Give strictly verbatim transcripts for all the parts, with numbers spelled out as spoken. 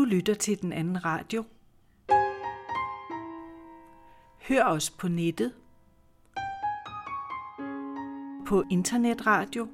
Du lytter til Den Anden Radio. Hør os på nettet, på internetradio,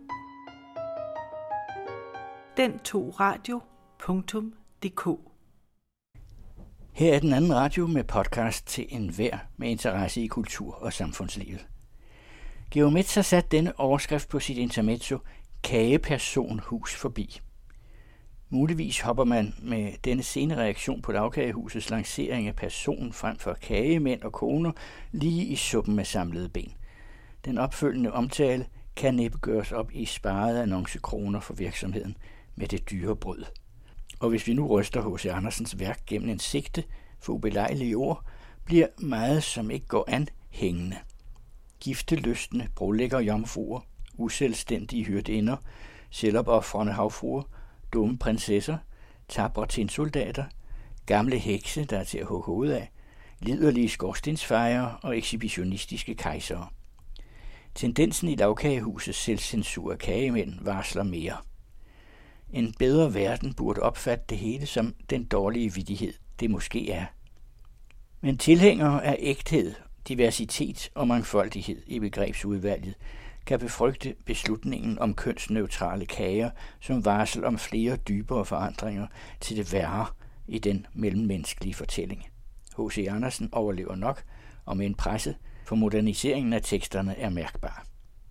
den to radio punktum d k. Her er Den Anden Radio med podcast til enhver med interesse i kultur og samfundslivet. Geomets har sat denne overskrift på sit intermezzo: Kageperson hus forbi. Muligvis hopper man med denne sene reaktion på Lagkagehusets lancering af person frem for kagemænd og koner lige i suppen med samlede ben. Den opfølgende omtale kan næppe gøres op i sparede annoncekroner for virksomheden med det dyre brød. Og hvis vi nu ryster H C Andersens værk gennem en sigte for ubelejlige ord, bliver meget, som ikke går an, hængende. Giftelystne brolægger jomfruer, uselvstændige hyrdinder, selvopoffrende havfruer, dumme prinsesser, tabre tinsoldater, gamle hekse, der er til at hugge hovedet af, liderlige skorstensfejere og ekshibitionistiske kejsere. Tendensen i Lagkagehusets selvcensur af kagemænd varsler mere. En bedre verden burde opfatte det hele som den dårlige vittighed, det måske er. Men tilhængere af ægthed, diversitet og mangfoldighed i begrebsudvalget kan befrygte beslutningen om kønsneutrale kager som varsel om flere dybere forandringer til det værre i den mellemmenneskelige fortælling. H C Andersen overlever nok, og med en presse, for moderniseringen af teksterne er mærkbar.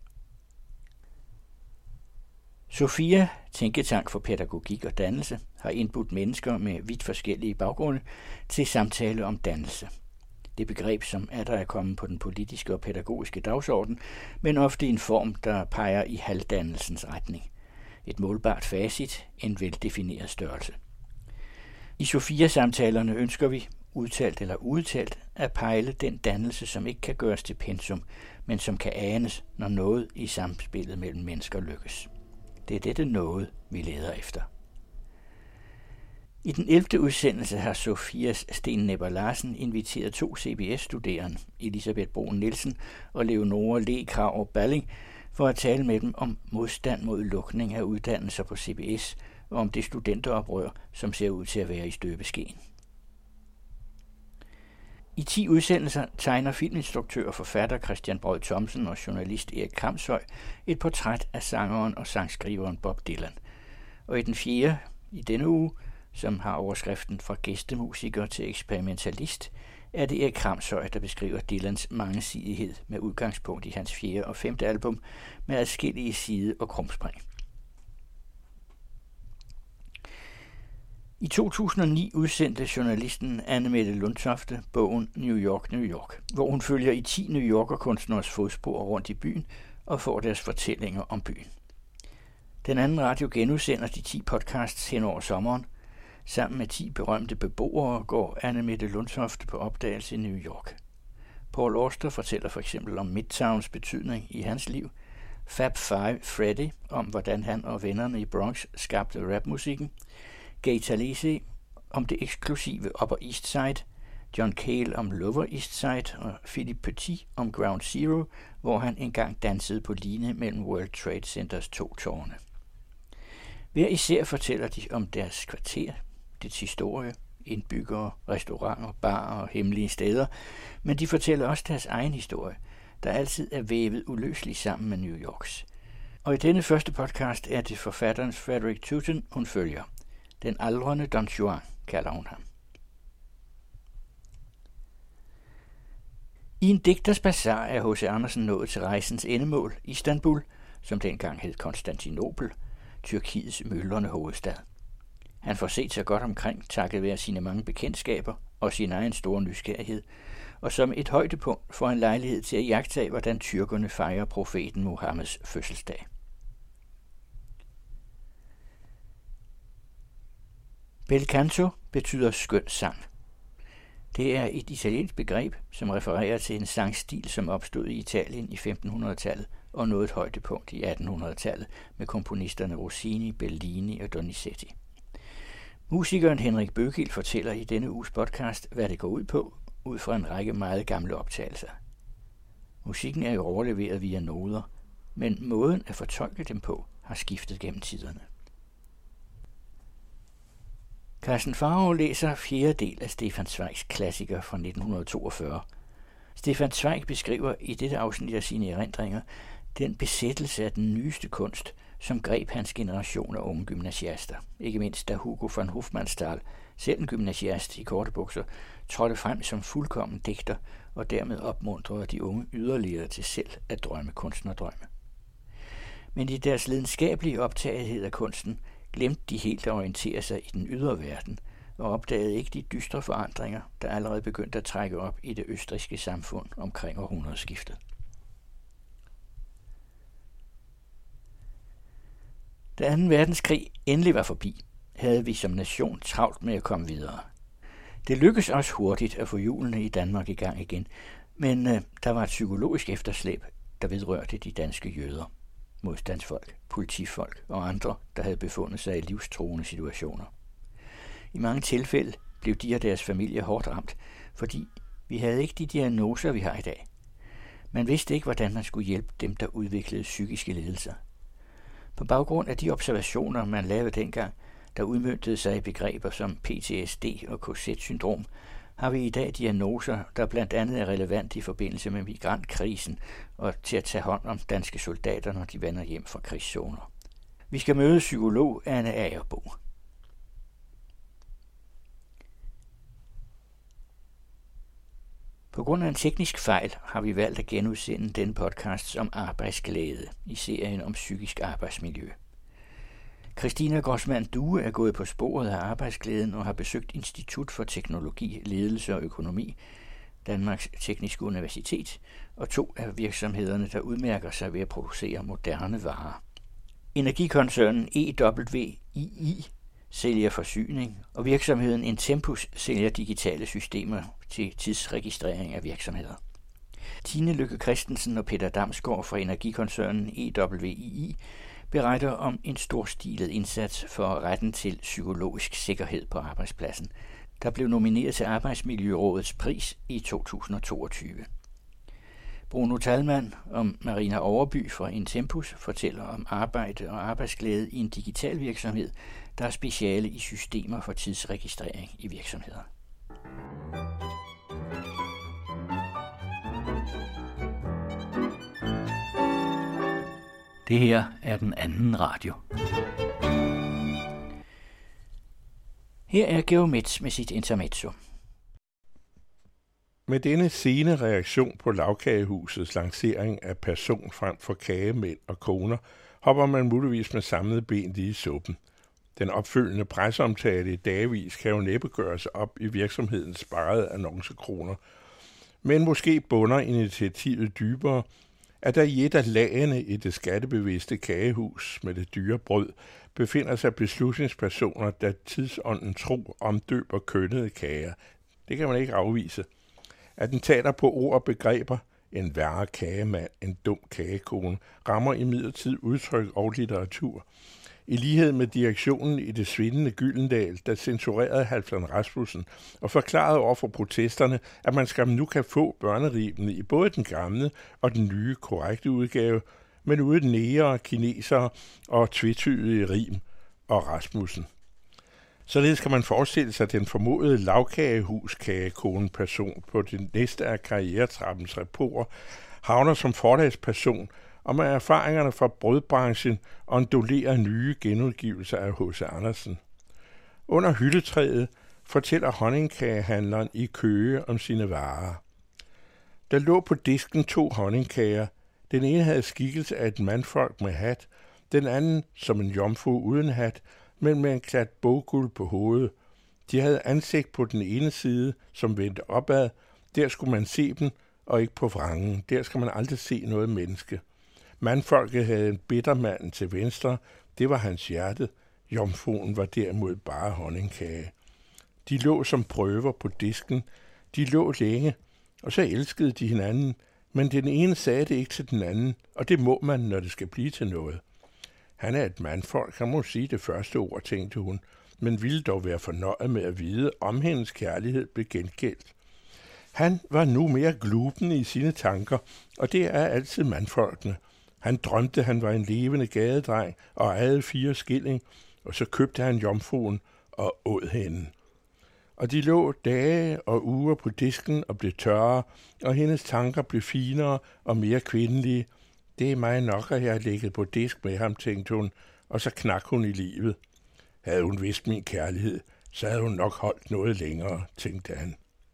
Sofia, Tænketank for Pædagogik og Dannelse, har indbudt mennesker med vidt forskellige baggrunde til samtale om dannelse. Det begreb, som er der er kommet på den politiske og pædagogiske dagsorden, men ofte i en form, der peger i halvdannelsens retning. Et målbart facit, en veldefineret størrelse. I Sofia-samtalerne ønsker vi, udtalt eller udtalt, at pejle den dannelse, som ikke kan gøres til pensum, men som kan anes, når noget i samspillet mellem mennesker lykkes. Det er dette noget, vi leder efter. I den ellevte udsendelse har Sofias Sten Nepper Larsen inviteret to C B S-studerende, Elisabeth Bruun Nielsen og Leonora Le Krav Balling, for at tale med dem om modstand mod lukning af uddannelser på C B S og om det studenteroprør, som ser ud til at være i støbeskeen. I ti udsendelser tegner filminstruktør og forfatter Christian Braad Thomsen og journalist Erik Kramshøj et portræt af sangeren og sangskriveren Bob Dylan. Og i den fjerde, i denne uge, som har overskriften fra gæstemusiker til eksperimentalist, er det Erik Kramshøj, der beskriver Dylans mangesidighed med udgangspunkt i hans fjerde og femte album med adskillige side- og krumspring. I to tusind og ni udsendte journalisten Anne-Mette Lundtofte bogen New York, New York, hvor hun følger i ti New Yorker-kunstneres fodspor rundt i byen og får deres fortællinger om byen. Den Anden Radio genudsender de ti podcasts hen over sommeren. Sammen med ti berømte beboere går Anne-Mette Lundtofte på opdagelse i New York. Paul Auster fortæller for eksempel om Midtowns betydning i hans liv, Fab Five Freddy om hvordan han og vennerne i Bronx skabte rapmusikken, Gay Talese om det eksklusive Upper East Side, John Cale om Lower East Side og Philip Petit om Ground Zero, hvor han engang dansede på line mellem World Trade Centers to tårne. Hver især fortæller de om deres kvarter, dets historie, indbyggere, restauranter, barer og hemmelige steder, men de fortæller også deres egen historie, der altid er vævet uløseligt sammen med New Yorks. Og i denne første podcast er det forfatteren Frederick Tuten, hun følger. Den aldrende Don Juan, kalder hun ham. I en digters bazar er H C Andersen nået til rejsens endemål, Istanbul, som dengang hed Konstantinopel, Tyrkiets myldrende hovedstad. Han får set sig godt omkring, takket være sine mange bekendtskaber og sin egen store nysgerrighed, og som et højdepunkt får han lejlighed til at iagttage, hvordan tyrkerne fejrer profeten Muhammeds fødselsdag. Bel canto betyder skøn sang. Det er et italiensk begreb, som refererer til en sangstil, som opstod i Italien i femtenhundredetallet og nåede et højdepunkt i attenhundredetallet med komponisterne Rossini, Bellini og Donizetti. Musikeren Henrik Bøghild fortæller i denne uges podcast, hvad det går ud på, ud fra en række meget gamle optagelser. Musikken er jo overleveret via noder, men måden at fortolke dem på har skiftet gennem tiderne. Carsten Faurum læser fjerde del af Stefan Zweigs klassiker fra nitten toogfyrre. Stefan Zweig beskriver i dette afsnit af sine erindringer den besættelse af den nyeste kunst, som greb hans generation af unge gymnasiaster. Ikke mindst da Hugo von Hofmannsthal, selv en gymnasiast i korte bukser, trådte frem som fuldkommen digter og dermed opmuntrede de unge yderligere til selv at drømme kunstnerdrømme. Men i deres lidenskabelige optagethed af kunsten glemte de helt at orientere sig i den ydre verden og opdagede ikke de dystre forandringer, der allerede begyndte at trække op i det østrigske samfund omkring århundredeskiftet. Da anden verdenskrig endelig var forbi, havde vi som nation travlt med at komme videre. Det lykkedes også hurtigt at få hjulene i Danmark i gang igen, men øh, der var et psykologisk efterslæb, der vedrørte de danske jøder, modstandsfolk, politifolk og andre, der havde befundet sig i livstruende situationer. I mange tilfælde blev de og deres familier hårdt ramt, fordi vi havde ikke de diagnoser, vi har i dag. Man vidste ikke, hvordan man skulle hjælpe dem, der udviklede psykiske lidelser. På baggrund af de observationer, man lavede dengang, der udmøntede sig i begreber som P T S D og K Z-syndrom, har vi i dag diagnoser, der blandt andet er relevante i forbindelse med migrantkrisen og til at tage hånd om danske soldater, når de vender hjem fra krigszoner. Vi skal møde psykolog Anne Agerbo. På grund af en teknisk fejl har vi valgt at genudsende den podcast om arbejdsglæde i serien om psykisk arbejdsmiljø. Christina Grossmann Due er gået på sporet af arbejdsglæden og har besøgt Institut for Teknologi, Ledelse og Økonomi, Danmarks Tekniske Universitet, og to af virksomhederne, der udmærker sig ved at producere moderne varer. Energikoncernen E W I I sælger forsyning, og virksomheden Intempus sælger digitale systemer til tidsregistrering af virksomheder. Tine Lykke Christensen og Peter Damsgaard fra Energikoncernen E W I I beretter om en storstilet indsats for retten til psykologisk sikkerhed på arbejdspladsen, der blev nomineret til Arbejdsmiljørådets pris i to tusind og toogtyve. Bruno Thalmann og Marina Overby fra Intempus fortæller om arbejde og arbejdsglæde i en digital virksomhed, der er speciale i systemer for tidsregistrering i virksomheder. Det her er den anden radio. Her er Georg Metz med sit intermezzo. Med denne sene reaktion på Lagkagehusets lancering af person frem for kagemænd og koner, hopper man muligvis med samlede ben lige i suppen. Den opfølgende presseomtale i dagvis kan jo næppe gøres op i virksomhedens sparede annoncekroner. Men måske bunder initiativet dybere, at der i et af lagene i det skattebevidste kagehus med det dyre brød befinder sig beslutningspersoner, der tidsånden tro omdøber kønnede kager. Det kan man ikke afvise. Attentater på ord og begreber, en værre kagemand, en dum kagekone, rammer imidlertid udtryk og litteratur. I lighed med direktionen i det svindende Gyldendal, der censurerede Halfdan Rasmussen og forklarede over for protesterne, at man skam nu kan få børneribene i både den gamle og den nye korrekte udgave, men uden nære, kinesere og tvetydige rim og Rasmussen. Således kan man forestille sig den formodede lavkagehus-kagekone-person på det næste af karrieretrappens reporer havner som forlagsperson og med erfaringerne fra brødbranchen ondulerer nye genudgivelser af H C Andersen. Under hyldetræet fortæller honningkagehandleren i Køge om sine varer. Der lå på disken to honningkager. Den ene havde skikkelse af et mandfolk med hat, den anden som en jomfru uden hat, men med en klat bogguld på hovedet. De havde ansigt på den ene side, som vendte opad. Der skulle man se dem, og ikke på vrangen. Der skal man aldrig se noget menneske. Mandfolket havde en bittermand til venstre. Det var hans hjerte. Jomfruen var derimod bare honningkage. De lå som prøver på disken. De lå længe, og så elskede de hinanden. Men den ene sagde det ikke til den anden, og det må man, når det skal blive til noget. Han er et mandfolk, han må sige det første ord, tænkte hun, men ville dog være fornøjet med at vide, om hendes kærlighed blev gengældt. Han var nu mere gluben i sine tanker, og det er altid mandfolkene. Han drømte, han var en levende gadedreng og ejede fire skilling, og så købte han jomfruen, og åd hende. Og de lå dage og uger på disken og blev tørre, og hendes tanker blev finere og mere kvindelige. Det er mig nok, at jeg har ligget på disk med ham, tænkte hun, og så knak hun i livet. Havde hun vidst min kærlighed, så havde hun nok holdt noget længere, tænkte han.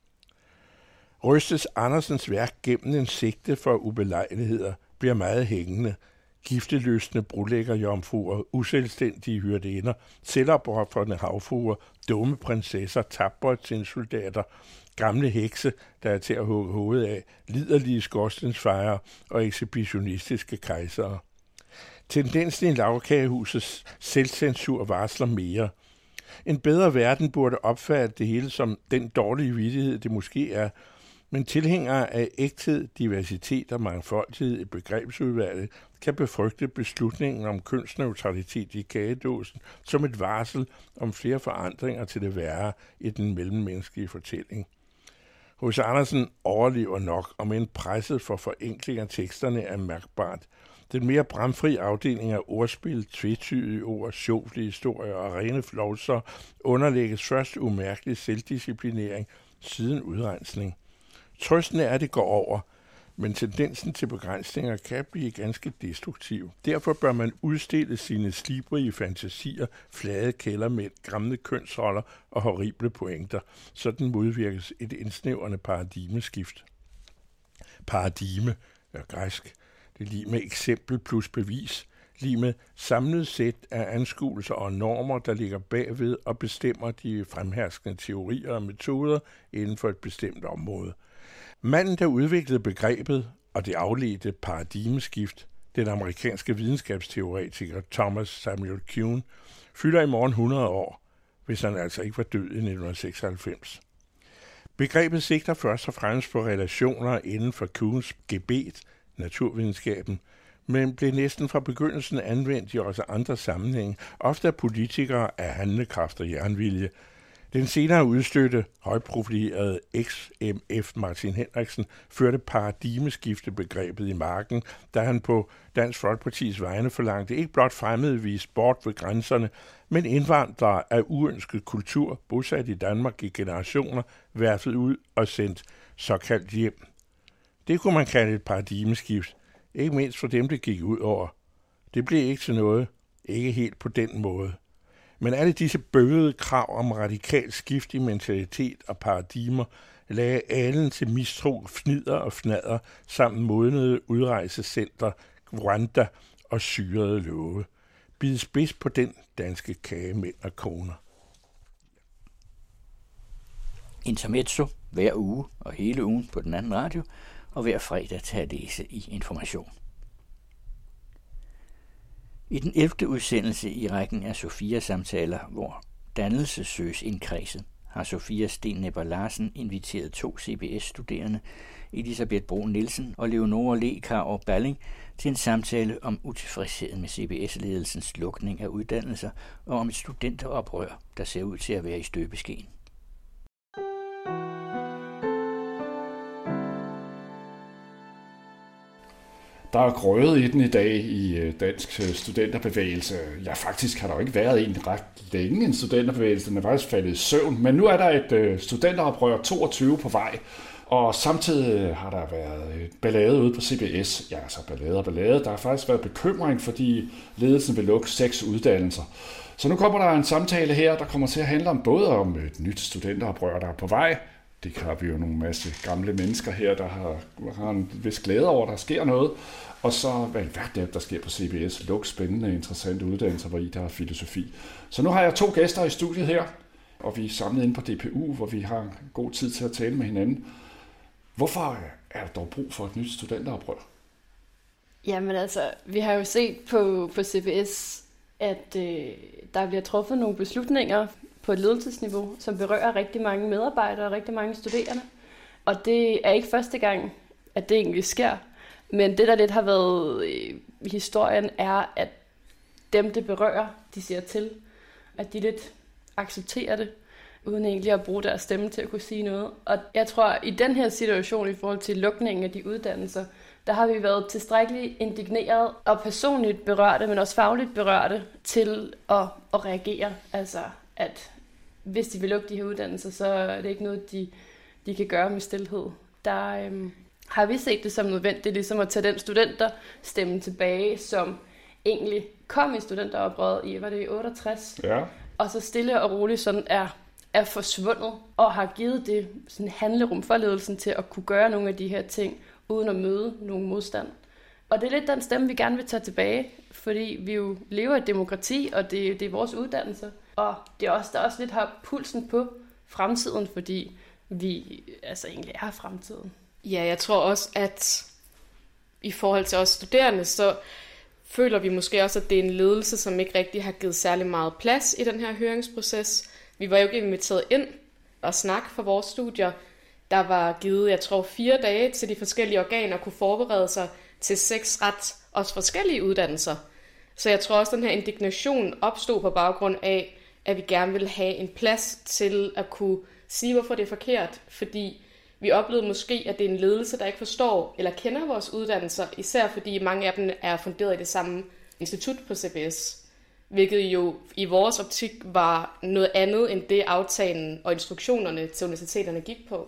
Røstes Andersens værk gennem en sigte for ubelejligheder bliver meget hængende. Gifteløsende brolæggerjomfruer, uselvstændige hyrdinder, selvopoffrende havfruer, dumme prinsesser, tabre soldater, gamle hekse, der er til at hugge hovedet af, liderlige skorstensfejere og ekshibitionistiske kejsere. Tendensen i lavkagehusets selvcensur varsler mere. En bedre verden burde opfatte det hele som den dårlige vittighed, det måske er, men tilhængere af ægthed, diversitet og mangfoldighed i begrebsudvalget kan befrygte beslutningen om kønsneutralitet i kagedåsen som et varsel om flere forandringer til det værre i den mellemmenneskelige fortælling. H C. Andersen overlever nok, om en presset for forenkling af teksterne er mærkbart. Den mere bramfri afdeling af ordspil, tvetydige ord, sjovlige historier og rene flovser underlægges først umærkelig selvdisciplinering, siden udrensning. Trøsten er, at det går over, men tendensen til begrænsninger kan blive ganske destruktiv. Derfor bør man udstille sine slibrige fantasier, flade kældermænd, gamle kønsroller og horrible pointer. Sådan modvirkes et indsnævrende paradigmeskift. Paradigme er græsk. Det er lige med eksempel plus bevis, lige med samlet sæt af anskuelser og normer, der ligger bagved og bestemmer de fremherskende teorier og metoder inden for et bestemt område. Manden, der udviklede begrebet og det afledte paradigmeskift, den amerikanske videnskabsteoretiker Thomas Samuel Kuhn, fylder i morgen hundrede år, hvis han altså ikke var død i nitten seksoghalvfems. Begrebet sigter først og fremmest på relationer inden for Kuhns gebet, naturvidenskaben, men blev næsten fra begyndelsen anvendt i også andre sammenhænge, ofte af politikere af handlekraft og jernvilje. Den senere udstødte, højprofilerede X M F Martin Henriksen førte paradigmeskiftebegrebet i marken, da han på Dansk Folkepartis vegne forlangte ikke blot fremmedvis bort ved grænserne, men indvandrere af uønsket kultur, bosat i Danmark i generationer, værfet ud og sendt såkaldt hjem. Det kunne man kalde et paradigmeskift, ikke mindst for dem, det gik ud over. Det blev ikke til noget, ikke helt på den måde. Men alle disse bøvede krav om radikalt skift i mentalitet og paradigmer lagde alen til mistro, fnider og fnader samt modnede udrejsecenter, Rwanda og syrede love. Bid spids på den danske kage mænd og koner. Intermezzo hver uge og hele ugen på den anden radio, og hver fredag til at læse i Information. I den ellevte udsendelse i rækken af Sofia-samtaler, hvor dannelse søges indkredset, har Sofia Sten Nepper Larsen inviteret to C B S-studerende, Elisabeth Brun Nielsen og Leonora Lekar og Balling, til en samtale om utilfredsheden med C B S-ledelsens lukning af uddannelser og om et studenteroprør, der ser ud til at være i støbeskeen. Der er grødet i den i dag i dansk studenterbevægelse. Ja, faktisk har der jo ikke været en ret længe en studenterbevægelse. Den er faktisk faldet i søvn. Men nu er der et studenteroprør toogtyve på vej. Og samtidig har der været et ballade ude på C B S. Ja, altså ballade og ballade. Der har faktisk været bekymring, fordi ledelsen vil lukke seks uddannelser. Så nu kommer der en samtale her, der kommer til at handle om både om et nyt studenteroprør, der er på vej. Det har vi jo nogle masse gamle mennesker her, der har, har en vis glæde over, at der sker noget. Og så, hvad er det, der sker på C B S? Luk spændende, interessante uddannelser, hvor I der har filosofi. Så nu har jeg to gæster i studiet her, og vi er samlet inde på D P U, hvor vi har god tid til at tale med hinanden. Hvorfor er der dog brug for et nyt studenteroprør? Jamen altså, vi har jo set på, på C B S, at øh, der bliver truffet nogle beslutninger på et ledelsesniveau, som berører rigtig mange medarbejdere og rigtig mange studerende. Og det er ikke første gang, at det egentlig sker. Men det, der lidt har været i historien, er, at dem, det berører, de siger til, at de lidt accepterer det, uden egentlig at bruge deres stemme til at kunne sige noget. Og jeg tror, at i den her situation, i forhold til lukningen af de uddannelser, der har vi været tilstrækkeligt indigneret og personligt berørte, men også fagligt berørte, til at, at reagere. Altså, at hvis de vil lukke de her uddannelser, så er det ikke noget, de, de kan gøre med stilhed. Der øhm, har vi set det som nødvendigt, ligesom at tage den studenterstemme tilbage, som egentlig kom i studenteroprøret i, var det i otteogtres? Ja. Og så stille og roligt sådan er, er forsvundet, og har givet det sådan handlerum for ledelsen til at kunne gøre nogle af de her ting, uden at møde nogen modstand. Og det er lidt den stemme, vi gerne vil tage tilbage, fordi vi jo lever i et demokrati, og det, det er vores uddannelser. Og det er også, der også lidt har pulsen på fremtiden, fordi vi altså egentlig er fremtiden. Ja, jeg tror også, at i forhold til os studerende, så føler vi måske også, at det er en ledelse, som ikke rigtig har givet særlig meget plads i den her høringsproces. Vi var jo ikke inviteret ind og snakke for vores studier. Der var givet, jeg tror, fire dage til de forskellige organer kunne forberede sig til seks ret også forskellige uddannelser. Så jeg tror også, at den her indignation opstod på baggrund af, at vi gerne ville have en plads til at kunne sige, hvorfor det er forkert. Fordi vi oplevede måske, at det er en ledelse, der ikke forstår eller kender vores uddannelser, især fordi mange af dem er funderet i det samme institut på C B S. Hvilket jo i vores optik var noget andet end det aftalen og instruktionerne til universiteterne gik på.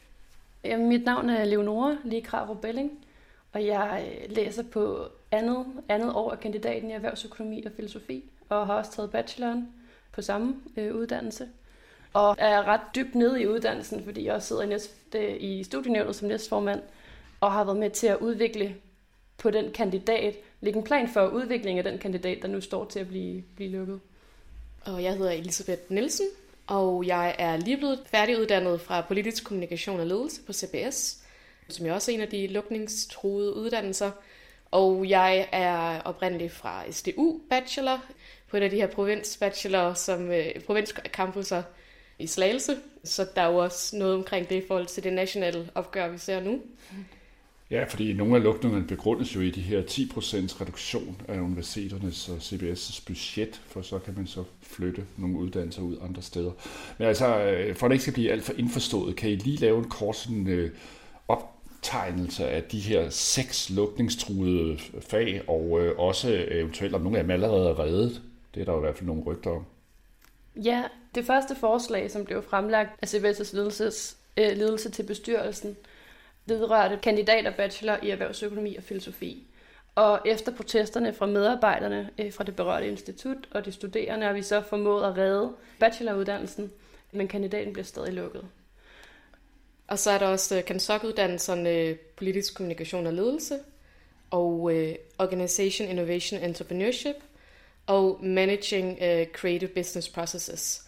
Mit navn er Leonora Lie Krarup Belling, og jeg læser på andet, andet år af kandidaten i erhvervsøkonomi og filosofi, og har også taget bacheloren på samme øh, uddannelse. Og er ret dybt nede i uddannelsen, fordi jeg også sidder i, næst, øh, i studienævnet som næstformand, og har været med til at udvikle på den kandidat, lægge en plan for udvikling af den kandidat, der nu står til at blive, blive lukket. Og jeg hedder Elisabeth Nielsen, og jeg er lige blevet færdiguddannet fra politisk kommunikation og ledelse på C B S, som jo også er en af de lukningstruede uddannelser. Og jeg er oprindelig fra S D U bachelor, på et af de her provinsbachelor, som øh, provinscampuser i Slagelse. Så der er jo også noget omkring det i forhold til det nationale opgør, vi ser nu. Ja, fordi nogle af lukningerne begrundes jo i de her ti procent reduktion af universiteternes og C B S' budget, for så kan man så flytte nogle uddannelser ud andre steder. Men altså, for at det ikke skal blive alt for indforstået, kan I lige lave en kort sådan, øh, optegnelse af de her seks lukningstruede fag, og øh, også eventuelt om nogle af dem allerede er reddet? Det er der jo i hvert fald nogle rygter om. Ja, det første forslag, som blev fremlagt af C B S' ledelses, øh, ledelse til bestyrelsen, vedrørte kandidat og bachelor i erhvervsøkonomi og filosofi. Og efter protesterne fra medarbejderne øh, fra det berørte institut og de studerende, har vi så formået at redde bacheloruddannelsen, men kandidaten bliver stadig lukket. Og så er der også CANSOC-uddannelserne politisk kommunikation og ledelse, og øh, Organization, Innovation, Entrepreneurship, og Managing uh, Creative Business Processes.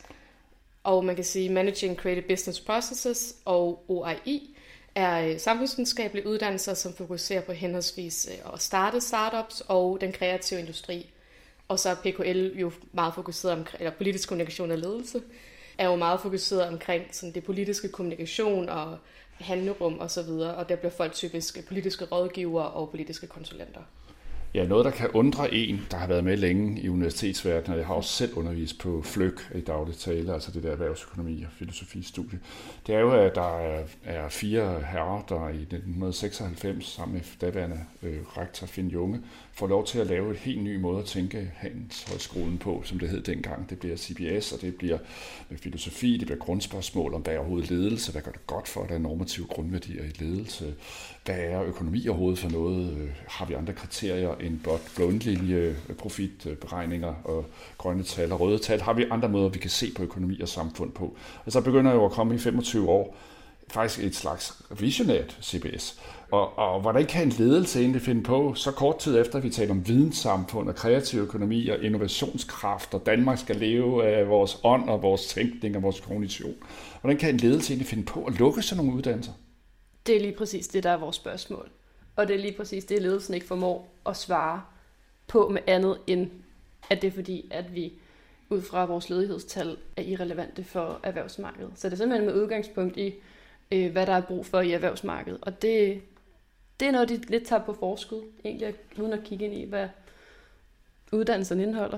Og man kan sige, Managing Creative Business Processes og O I I er samfundsvidenskabelige uddannelser, som fokuserer på henholdsvis at starte startups og den kreative industri. Og så er P K L jo meget fokuseret omkring, eller politisk kommunikation og ledelse, er jo meget fokuseret omkring sådan det politiske kommunikation og handlerum osv., og, så videre, og der bliver folk typisk politiske rådgivere og politiske konsulenter. Ja, noget, der kan undre en, der har været med længe i universitetsverdenen, og jeg har også selv undervist på F L Ø K i daglig tale, altså det der erhvervsøkonomi og filosofistudie, det er jo, at der er, er fire herrer, der i nitten seksoghalvfems sammen med daværende øh, rektor Finn Junge får lov til at lave et helt ny måde at tænke Handelshøjskolen på, som det hed dengang. Det bliver C B S, og det bliver filosofi, det bliver grundspørgsmål om, hvad er overhovedet ledelse, hvad gør det godt for, der er normative grundværdier i ledelse, hvad er økonomi overhovedet for noget, har vi andre kriterier end blot bundlinje, profitberegninger og grønne tal og røde tal, har vi andre måder, vi kan se på økonomi og samfund på. Og så begynder jo at komme i femogtyve år faktisk et slags visionært C B S. Og, og hvordan kan en ledelse egentlig finde på, så kort tid efter, at vi taler om videnssamfund og kreativ økonomi og innovationskraft, og Danmark skal leve af vores ånd og vores tænkning og vores kognition. Hvordan kan en ledelse egentlig finde på at lukke sådan nogle uddannelser? Det er lige præcis det, der er vores spørgsmål. Og det er lige præcis det, ledelsen ikke formår at svare på med andet end, at det er fordi, at vi ud fra vores ledighedstal er irrelevante for erhvervsmarkedet. Så det er simpelthen med udgangspunkt i, øh, hvad der er brug for i erhvervsmarkedet. Og det, det er noget, de lidt tager på forskud, egentlig uden at kigge ind i, hvad uddannelsen indeholder.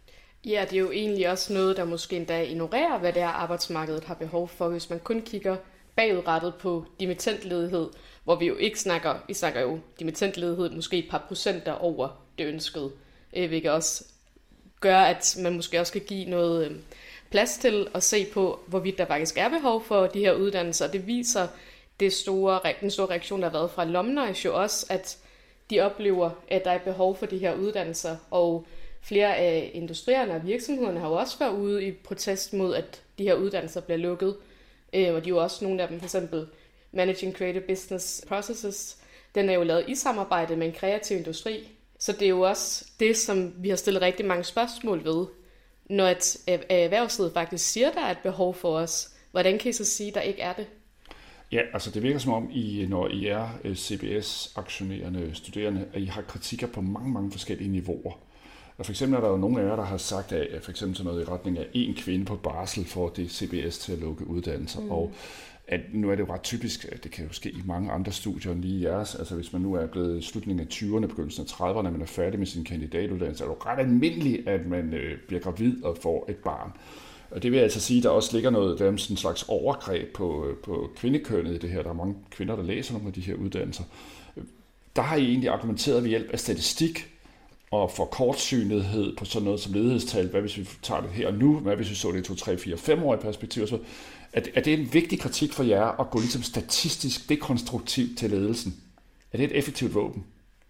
Ja, det er jo egentlig også noget, der måske endda ignorerer, hvad det er, arbejdsmarkedet har behov for, hvis man kun kigger bagudrettet på dimittentledighed, hvor vi jo ikke snakker, vi snakker jo dimittentledighed måske et par procenter over det ønskede, hvilket også gør, at man måske også kan give noget plads til at se på, hvorvidt der faktisk er behov for de her uddannelser. Og det viser det store, den store reaktion, der har været fra Lomnice jo også, at de oplever, at der er behov for de her uddannelser. Og flere af industrierne og virksomhederne har jo også været ude i protest mod, at de her uddannelser bliver lukket. Og de er jo også nogle af dem, for eksempel Managing Creative Business Processes, den er jo lavet i samarbejde med en kreativ industri. Så det er jo også det, som vi har stillet rigtig mange spørgsmål ved. Når et erhvervslivet faktisk siger, der er et behov for os, hvordan kan I så sige, der ikke er det? Ja, altså det virker som om, I, når I er C B S-aktionerende studerende, at I har kritikker på mange, mange forskellige niveauer. Og for eksempel er der jo nogle af jer, der har sagt, at for eksempel sådan noget i retning af en kvinde på barsel får det C B S til at lukke uddannelser. Mm. Og at nu er det jo ret typisk, at det kan jo ske i mange andre studier end lige jeres. Altså hvis man nu er blevet i slutningen af tyverne, begyndelsen af trediverne, man er færdig med sin kandidatuddannelse, er det jo ret almindeligt, at man øh, bliver gravid og får et barn. Og det vil altså sige, at der også ligger noget, der er sådan en slags overgreb på, på kvindekønnet i det her. Der er mange kvinder, der læser nogle af de her uddannelser. Der har I egentlig argumenteret ved hjælp af statistik og for kortsynethed på sådan noget som ledighedstal. Hvad hvis vi tager det her og nu? Hvad hvis vi så det i to, tre, fire, fem år i perspektiv? Så er, er det en vigtig kritik for jer at gå ligesom statistisk dekonstruktivt til ledelsen? Er det et effektivt våben?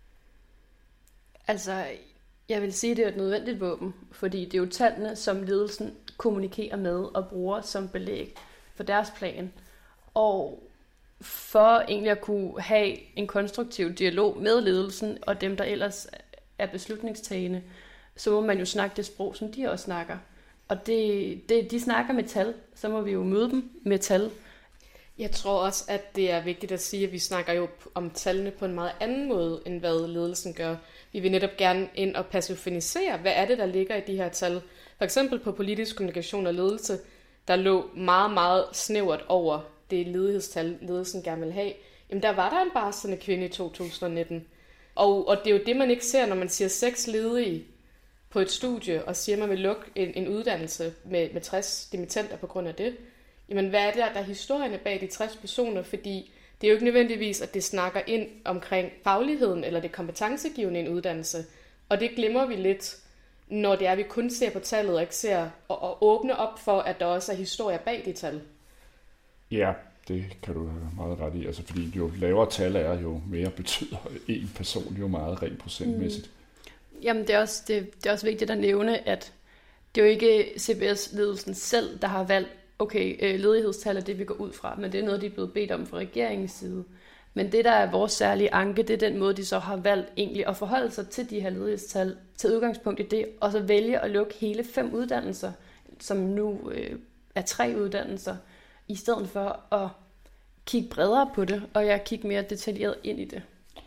Altså, jeg vil sige, at det er et nødvendigt våben, fordi det er jo tallene, som ledelsen kommunikerer med og bruger som belæg for deres plan. Og for egentlig at kunne have en konstruktiv dialog med ledelsen og dem, der ellers er beslutningstagende, så må man jo snakke det sprog, som de også snakker. Og det, det, de snakker med tal, så må vi jo møde dem med tal. Jeg tror også, at det er vigtigt at sige, at vi snakker jo om tallene på en meget anden måde, end hvad ledelsen gør. Vi vil netop gerne ind og personificere, hvad er det, der ligger i de her tal. For eksempel på politisk kommunikation og ledelse, der lå meget, meget snævert over det ledighedstal, ledelsen gerne vil have. Jamen der var der en barslende kvinde i to tusind nitten. Og, og det er jo det, man ikke ser, når man siger seks ledige på et studie, og siger, at man vil lukke en, en uddannelse med, med tres dimittenter på grund af det. Jamen, hvad er det, der er historierne bag de tres personer? Fordi det er jo ikke nødvendigvis, at det snakker ind omkring fagligheden, eller det kompetencegivende i en uddannelse. Og det glemmer vi lidt, når det er, at vi kun ser på tallet, og ikke ser og, og åbne op for, at der også er historier bag de tal. Ja, det kan du have meget ret i. Altså, fordi jo lavere tal er, jo mere betyder en person jo meget rent procentmæssigt. Mm. Jamen, det er, også, det, det er også vigtigt at nævne, at det er jo ikke C B S-ledelsen selv, der har valgt, okay, ledighedstal er det, vi går ud fra, men det er noget, de er blevet bedt om fra regeringens side. Men det, der er vores særlige anke, det er den måde, de så har valgt egentlig at forholde sig til de her ledighedstal, til udgangspunkt i det, og så vælge at lukke hele fem uddannelser, som nu øh, er tre uddannelser, i stedet for at kigge bredere på det, og jeg kigge mere detaljeret ind i det.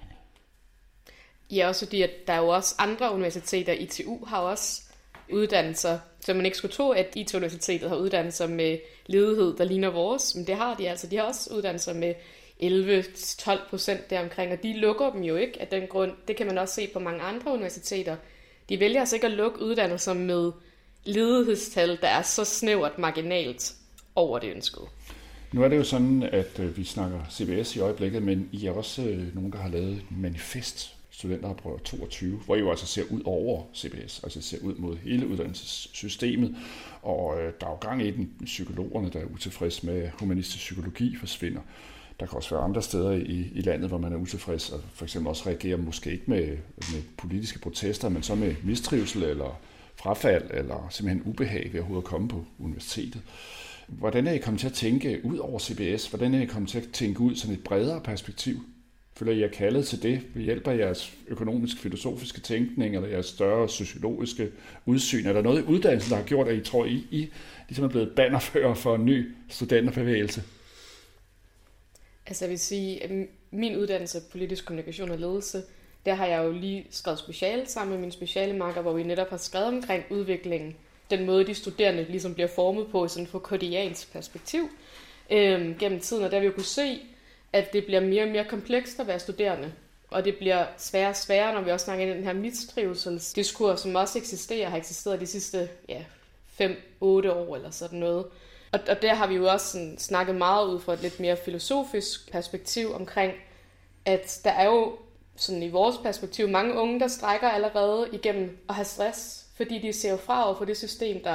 Ja, også fordi, at der er jo også andre universiteter. I T U har også uddannelser, så man ikke skulle tro, at I T U-universitetet har uddannelser med ledighed, der ligner vores, men det har de altså. De har også uddannelser med elleve til tolv procent deromkring, og de lukker dem jo ikke af den grund. Det kan man også se på mange andre universiteter. De vælger altså ikke at lukke uddannelser med ledighedstal, der er så snævert marginalt over det ønskede. Nu er det jo sådan, at øh, vi snakker C B S i øjeblikket, men I er også øh, nogen, der har lavet et manifest, Studenteroprør toogtyve, hvor I jo altså ser ud over C B S, altså ser ud mod hele uddannelsessystemet, og øh, der er jo gang i den, psykologerne, der er utilfredse med, at humanistisk psykologi forsvinder. Der kan også være andre steder i, i landet, hvor man er utilfreds, og for eksempel også reagerer måske ikke med, med politiske protester, men så med mistrivsel eller frafald, eller simpelthen ubehag ved overhovedet at komme på universitetet. Hvordan er I kommet til at tænke ud over C B S? Hvordan er I kommet til at tænke ud sådan et bredere perspektiv? Føler I er kaldet til det ved hjælp af jeres økonomisk-filosofiske tænkning, eller jeres større sociologiske udsyn? Er der noget i uddannelsen, der har gjort, at I tror, I, I ligesom er blevet bannerfører for en ny studenterbevægelse? Altså jeg vil sige, at min uddannelse politisk kommunikation og ledelse, der har jeg jo lige skrevet speciale sammen med mine specialemarker, hvor vi netop har skrevet omkring udviklingen. Den måde, de studerende ligesom bliver formet på, sådan fra kodiansk perspektiv øhm, gennem tiden. Og der vil vi kunne se, at det bliver mere og mere komplekst at være studerende. Og det bliver sværere og sværere, når vi også snakker ind i den her mistrivselsdiskurs, som også eksisterer, har eksisteret de sidste ja, fem otte år eller sådan noget. Og, og der har vi jo også sådan snakket meget ud fra et lidt mere filosofisk perspektiv omkring, at der er jo sådan i vores perspektiv mange unge, der strækker allerede igennem at have stress, fordi de ser jo fra over for det system, der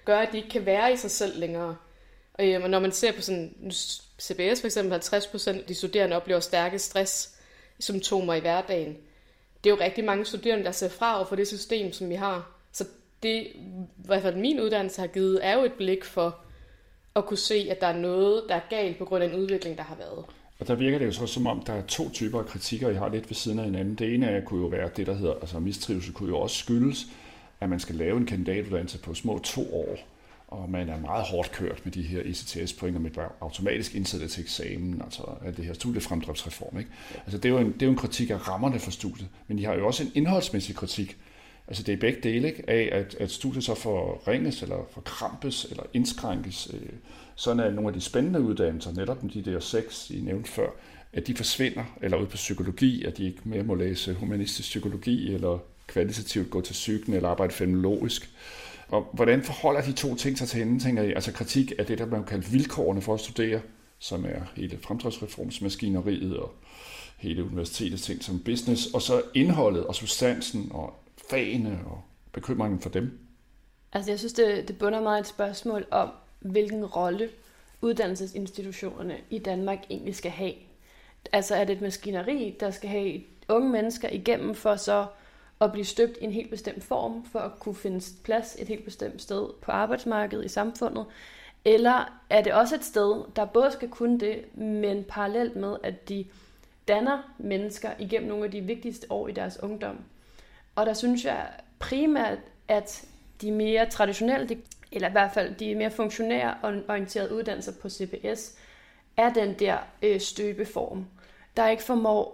gør, at de ikke kan være i sig selv længere. Og øh, når man ser på sådan C B S for eksempel, halvtreds procent af de studerende oplever stærke stresssymptomer i hverdagen. Det er jo rigtig mange studerende, der ser fra over for det system, som vi har. Så det, i hvert fald min uddannelse har givet, er jo et blik for at kunne se, at der er noget, der er galt på grund af en udvikling, der har været. Og der virker det jo så som om, der er to typer af kritikker, I har lidt ved siden af hinanden. Det ene af kunne jo være det, der hedder, altså mistrivsel kunne jo også skyldes, at man skal lave en kandidatuddannelse på små to år, og man er meget hårdt kørt med de her E C T S-point, og med automatisk indsættet til eksamen, altså af det her studiefremdriftsreform. Ikke? Altså det er, jo en, det er jo en kritik af rammerne for studiet, men de har jo også en indholdsmæssig kritik. Altså det er begge dele, ikke? Af, at, at studiet så forringes, eller forkrampes, eller indskrænkes, øh, sådan at nogle af de spændende uddannelser, netop de der seks, I nævnte før, at de forsvinder, eller ud på psykologi, at de ikke mere må læse humanistisk psykologi, eller kvalitativt gå til psyken, eller arbejde fenomenologisk. Og hvordan forholder de to ting sig til hinanden, tænker I? Altså kritik af det, der man kalder vilkårene for at studere, som er hele fremdriftsreformsmaskineriet og hele universitetets ting som business, og så indholdet og substansen og fagene og bekymringen for dem. Altså jeg synes, det, det bunder meget et spørgsmål om, hvilken rolle uddannelsesinstitutionerne i Danmark egentlig skal have. Altså er det et maskineri, der skal have unge mennesker igennem for så at blive støbt i en helt bestemt form, for at kunne finde plads et helt bestemt sted på arbejdsmarkedet i samfundet? Eller er det også et sted, der både skal kunne det, men parallelt med, at de danner mennesker igennem nogle af de vigtigste år i deres ungdom? Og der synes jeg primært, at de mere traditionelle, eller i hvert fald de mere funktionære og orienterede uddannelser på C B S, er den der øh, støbeform, der ikke formår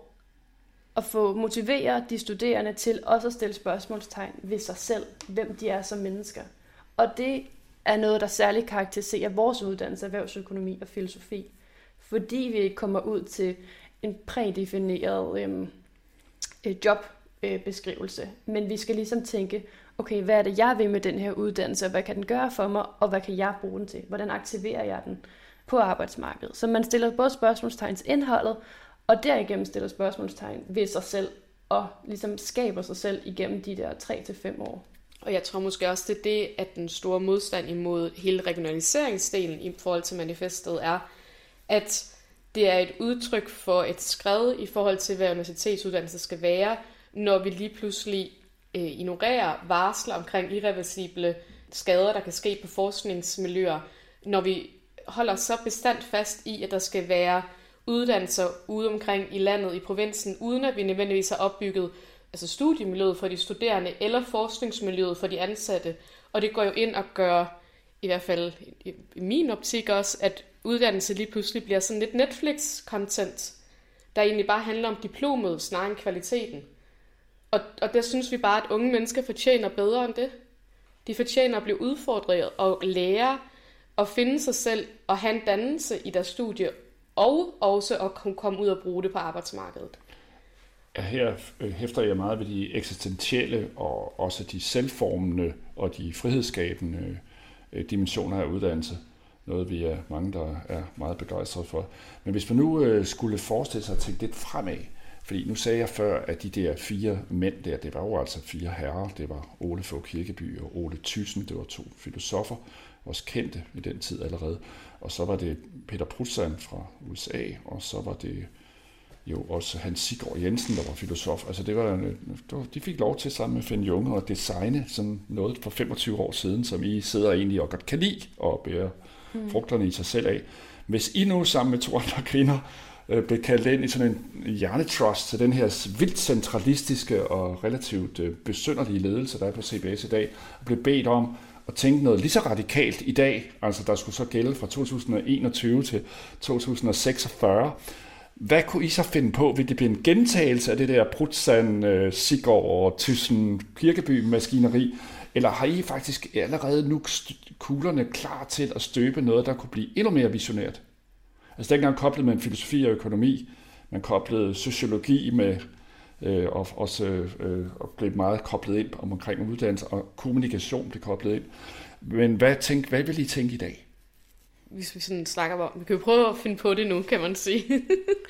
at få motivere de studerende til også at stille spørgsmålstegn ved sig selv, hvem de er som mennesker. Og det er noget, der særligt karakteriserer vores uddannelse, erhvervsøkonomi og filosofi, fordi vi ikke kommer ud til en prædefineret øhm, jobbeskrivelse, men vi skal ligesom tænke, okay, hvad er det, jeg vil med den her uddannelse, og hvad kan den gøre for mig, og hvad kan jeg bruge den til? Hvordan aktiverer jeg den på arbejdsmarkedet? Så man stiller både spørgsmålstegn til indholdet, og derigennem stiller spørgsmålstegn ved sig selv, og ligesom skaber sig selv igennem de der tre til fem år. Og jeg tror måske også, det er det, at den store modstand imod hele regionaliseringsdelen i forhold til manifestet er, at det er et udtryk for et skred i forhold til, hvad universitetsuddannelse skal være, når vi lige pludselig øh, ignorerer varsler omkring irreversible skader, der kan ske på forskningsmiljøer, når vi holder så bestandt fast i, at der skal være uddannelser ude omkring i landet, i provinsen, uden at vi nødvendigvis har opbygget altså studiemiljøet for de studerende, eller forskningsmiljøet for de ansatte. Og det går jo ind og gør, i hvert fald i min optik også, at uddannelse lige pludselig bliver sådan lidt Netflix-content, der egentlig bare handler om diplomet, snarere end kvaliteten. Og, og der synes vi bare, at unge mennesker fortjener bedre end det. De fortjener at blive udfordret og lære at finde sig selv og have en dannelse i deres studie, og også at kunne komme ud og bruge det på arbejdsmarkedet. Her hæfter jeg meget ved de eksistentielle og også de selvformende og de frihedsskabende dimensioner af uddannelse. Noget vi er mange, der er meget begejstrede for. Men hvis man nu skulle forestille sig at tænke lidt fremad, fordi nu sagde jeg før, at de der fire mænd der, det var jo altså fire herrer. Det var Ole Fogh Kirkeby og Ole Thyssen, det var to filosofer, også kendte i den tid allerede. Og så var det Peter Prutzan fra U S A, og så var det jo også Hans Siggaard Jensen, der var filosof. Altså det var, de fik lov til sammen med Finn Junge at designe sådan noget for femogtyve år siden, som I sidder egentlig og godt kan lide og bære mm. frugterne i sig selv af. Hvis I nu sammen med to andre kvinder øh, blev kaldt ind i sådan en hjernetrust til den her vildt centralistiske og relativt øh, besynderlige ledelse, der er på C B S i dag, og blev bedt om at tænke noget lige så radikalt i dag, altså der skulle så gælde fra to tusind og enogtyve til to tusind og seksogfyrre. Hvad kunne I så finde på? Vil det blive en gentagelse af det der Prutzan, Siggaard og Thyssen Kirkeby-maskineri? Eller har I faktisk allerede nu kuglerne klar til at støbe noget, der kunne blive endnu mere visionært? Altså dengang koblede man filosofi og økonomi, man koblede sociologi med, øh, og også øh, og blev meget koblet ind om omkring uddannelse, og kommunikation blev koblet ind. Men hvad, tænk, hvad vil I tænke i dag? Hvis vi sådan snakker om, vi kan jo prøve at finde på det nu, kan man sige.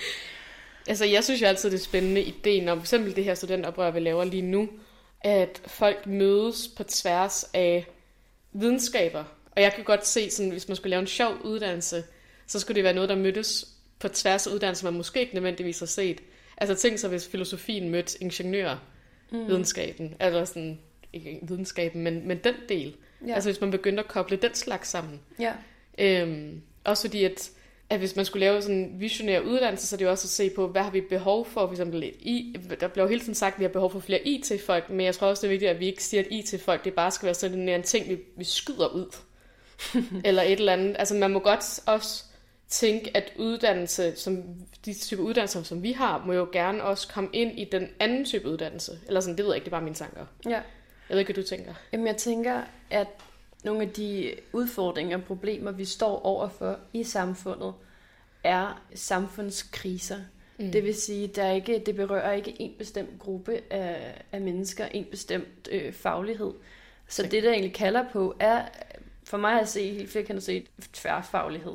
Altså, jeg synes jo altid, det er spændende ideen om, for eksempel det her studenteroprør, vi laver lige nu, at folk mødes på tværs af videnskaber. Og jeg kan godt se, sådan, hvis man skulle lave en sjov uddannelse, så skulle det være noget, der mødtes på tværs af uddannelser, man måske ikke nødvendigvis har set. Altså tænk så, hvis filosofien mødte ingeniørvidenskaben, mm. eller sådan, ikke videnskaben, men, men den del. Ja. Altså hvis man begyndte at koble den slags sammen. Ja. Øhm, også fordi, at, at hvis man skulle lave sådan en visionær uddannelse, så er det jo også at se på, hvad har vi behov for, for eksempel i, der bliver jo hele tiden sagt, at vi har behov for flere I T-folk, men jeg tror også, det er vigtigt, at vi ikke siger, at I T-folk, det bare skal være sådan en ting, vi, vi skyder ud. eller et eller andet. Altså man må godt også tænke, at uddannelse, som de type uddannelser, som vi har, må jo gerne også komme ind i den anden type uddannelse. Eller sådan, det ved jeg ikke, det er bare mine tanker. Ja. Jeg ved ikke, hvad du tænker. Jamen, jeg tænker, at nogle af de udfordringer og problemer, vi står overfor i samfundet, er samfundskriser. Mm. Det vil sige, der ikke, det berører ikke en bestemt gruppe af, af mennesker, en bestemt øh, faglighed. Så det, der egentlig kalder på, er for mig at se helt firkantet set tværfaglighed.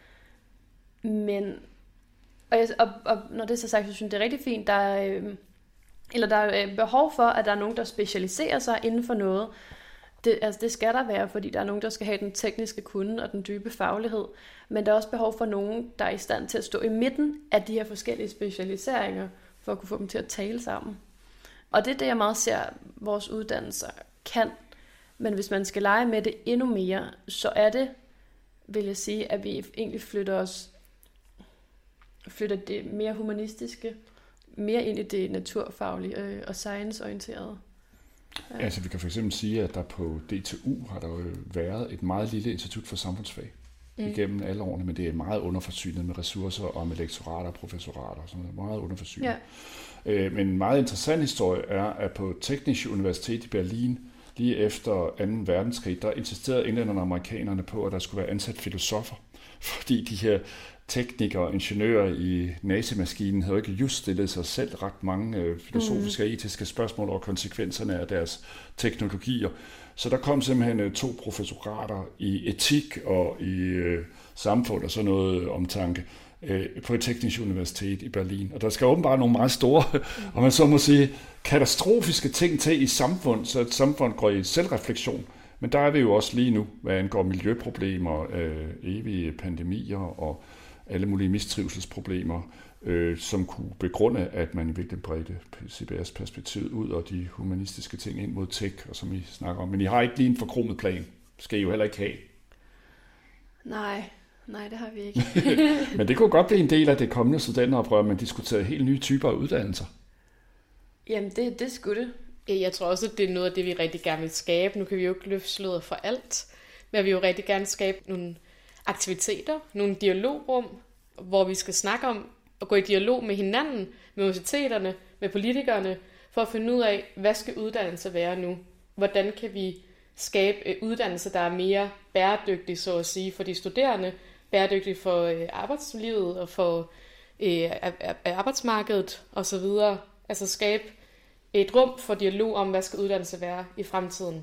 Men, og, jeg, og, og når det er så sagt, så synes jeg, det er rigtig fint, der er, øh, eller der er behov for, at der er nogen, der specialiserer sig inden for noget. Det, altså det skal der være, fordi der er nogen, der skal have den tekniske kunde og den dybe faglighed. Men der er også behov for nogen, der er i stand til at stå i midten af de her forskellige specialiseringer, for at kunne få dem til at tale sammen. Og det er det, jeg meget ser, vores uddannelser kan. Men hvis man skal lege med det endnu mere, så er det, vil jeg sige, at vi egentlig flytter os, flytter det mere humanistiske, mere ind i det naturfaglige øh, og science-orienterede. Ja. Altså vi kan for eksempel sige, at der på D T U har der jo været et meget lille institut for samfundsfag mm. igennem alle årene, men det er meget underforsynet med ressourcer og med lektorater og professorater og sådan noget. Meget underforsynet. Ja. Øh, men en meget interessant historie er, at på Teknische Universitet i Berlin, lige efter anden verdenskrig, der insisterede englænderne og amerikanerne på, at der skulle være ansat filosofer, fordi de her teknikere og ingeniører i nazemaskinen havde ikke just stillet sig selv ret mange øh, filosofiske og etiske spørgsmål over konsekvenserne af deres teknologier. Så der kom simpelthen øh, to professorater i etik og i øh, samfund og sådan noget omtanke øh, på et teknisk universitet i Berlin. Og der skal åbenbart nogle meget store, og man så må sige, katastrofiske ting til i samfund, så et samfund går i selvreflektion. Men der er vi jo også lige nu, hvad angår miljøproblemer, øh, evige pandemier og alle mulige mistrivselsproblemer, øh, som kunne begrunde, at man i virkeligheden bredte C B S-perspektivet ud og de humanistiske ting ind mod tech, og som I snakker om. Men I har ikke lige en forkromet plan. Skal I jo heller ikke have. Nej, nej, det har vi ikke. Men det kunne godt blive en del af det kommende studenteroprør, man diskuterer helt nye typer af uddannelser. Jamen, det, det skulle det. Jeg tror også, at det er noget af det, vi rigtig gerne vil skabe. Nu kan vi jo ikke løfte sløret for alt, men vi vil jo rigtig gerne skabe nogle aktiviteter, nogle dialogrum, hvor vi skal snakke om at gå i dialog med hinanden, med universiteterne, med politikerne, for at finde ud af, hvad skal uddannelse være nu? Hvordan kan vi skabe uddannelse, der er mere bæredygtig, så at sige, for de studerende, bæredygtig for arbejdslivet og for øh, arbejdsmarkedet osv. Altså skabe et rum for dialog om, hvad skal uddannelse være i fremtiden.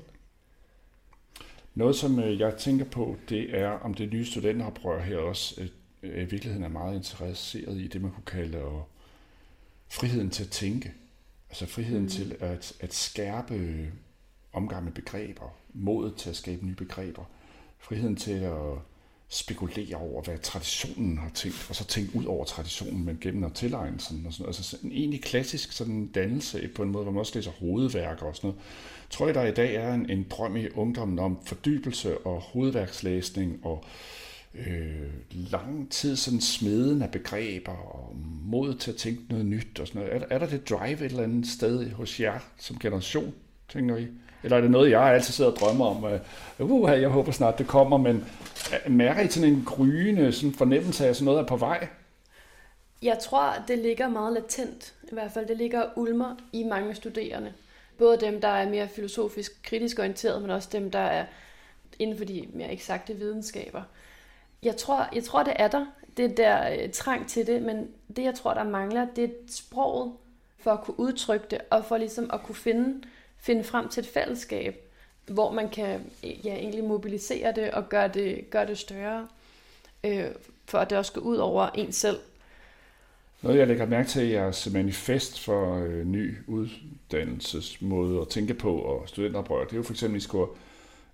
Noget, som jeg tænker på, det er, om det nye studenteroprør her også i virkeligheden er meget interesseret i det, man kunne kalde uh, friheden til at tænke. Altså friheden mm. til at, at skærpe omgang med begreber, modet til at skabe nye begreber, friheden til at spekulere over, hvad traditionen har tænkt, og så tænke ud over traditionen, men gennem at tilegne sådan, og sådan noget. Altså en egentlig klassisk sådan dannelse på en måde, hvor man også læser hovedværker og sådan noget. Tror jeg, der i dag er en, en drøm i ungdommen om fordybelse og hovedværkslæsning og øh, lang tid sådan smeden af begreber og mod til at tænke noget nyt og sådan noget. Er, er der det drive et eller andet sted hos jer som generation, tænker I? Eller er det noget, jeg altid sidder og drømmer om? Uh, jeg håber snart, det kommer, men mærker I sådan en gryende sådan fornemmelse af, at sådan noget er på vej? Jeg tror, det ligger meget latent. I hvert fald, det ligger ulmer i mange studerende. Både dem, der er mere filosofisk kritisk orienteret, men også dem, der er inden for de mere eksakte videnskaber. Jeg tror, jeg tror det er der. Det der øh, trang til det, men det, jeg tror, der mangler, det er sproget for at kunne udtrykke det, og for ligesom at kunne finde, finde frem til et fællesskab, hvor man kan ja, egentlig mobilisere det og gøre det, gøre det større, øh, for at det også går ud over en selv. Noget, jeg lægger mærke til i jeres manifest for øh, ny uddannelsesmåde at tænke på og studenteroprør, det er jo for eksempel, at I skulle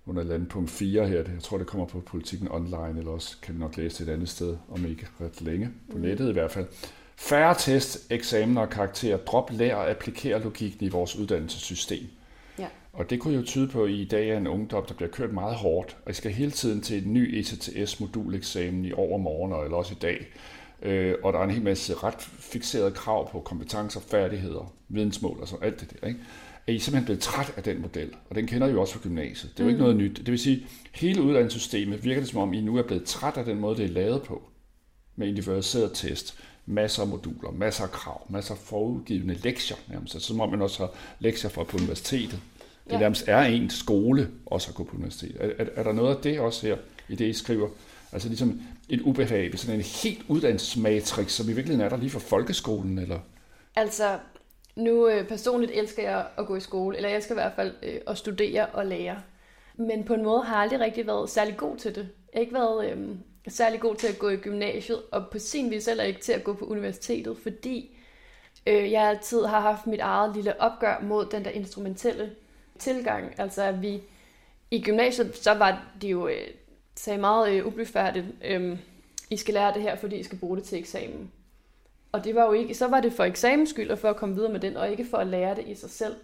under land punkt fire her. Jeg tror, det kommer på Politikken Online, eller også kan vi nok læse det et andet sted, om ikke ret længe, på nettet i hvert fald. Færre test, eksamener og karakterer. Drop, lær og applikere logikken i vores uddannelsessystem. Ja. Og det kunne jo tyde på, at i dag er en ungdom, der bliver kørt meget hårdt, og I skal hele tiden til en ny E C T S-moduleksamen i overmorgen, eller også i dag. Øh, og der er en hel masse ret fikserede krav på kompetencer, færdigheder, vidensmål og så alt det der, ikke? Er I simpelthen blevet træt af den model, og den kender I jo også fra gymnasiet. Det er jo ikke mm. noget nyt. Det vil sige, hele uddannelsessystemet virker det som om, I nu er blevet træt af den måde, det er lavet på. Med individualiseret test, masser af moduler, masser af krav, masser af forudgivende lektier. Nærmest. Altså, som om man også har lektier fra på universitetet. Det ja. nærmest er en skole også at gå på universitetet. Er, er, er der noget af det også her, i det I skriver? Altså ligesom et ubehag ved sådan en helt uddannelsesmatrix, som i virkeligheden er der lige fra folkeskolen, eller? Altså, nu øh, personligt elsker jeg at gå i skole, eller jeg elsker i hvert fald øh, at studere og lære. Men på en måde har jeg aldrig rigtig været særlig god til det. Jeg har ikke været øh, særlig god til at gå i gymnasiet, og på sin vis heller ikke til at gå på universitetet, fordi øh, jeg altid har haft mit eget lille opgør mod den der instrumentelle tilgang. Altså, at vi i gymnasiet, så var det jo øh, sagde meget øh, ublyfærdigt, øh, I skal lære det her, fordi I skal bruge det til eksamen. Og det var jo ikke, så var det for eksamens skyld, og for at komme videre med den, og ikke for at lære det i sig selv.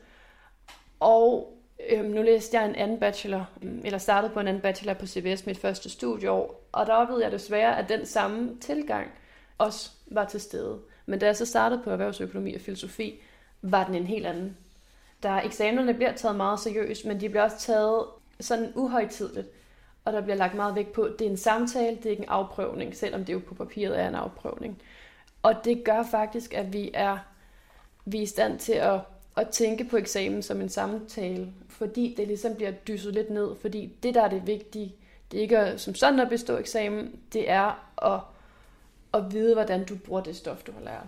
Og øh, nu læste jeg en anden bachelor, eller startede på en anden bachelor på C B S mit første studieår, og der oplevede jeg desværre, at den samme tilgang også var til stede. Men da jeg så startede på erhvervsøkonomi og filosofi, var den en helt anden. Der eksamenerne bliver taget meget seriøst, men de bliver også taget sådan uhøjtidligt. Og der bliver lagt meget vægt på, at det er en samtale, det er ikke en afprøvning, selvom det jo på papiret er en afprøvning. Og det gør faktisk, at vi er, vi er i stand til at, at tænke på eksamen som en samtale, fordi det ligesom bliver dysset lidt ned, fordi det, der er det vigtige, det er ikke som sådan at bestå eksamen, det er at, at vide, hvordan du bruger det stof, du har lært.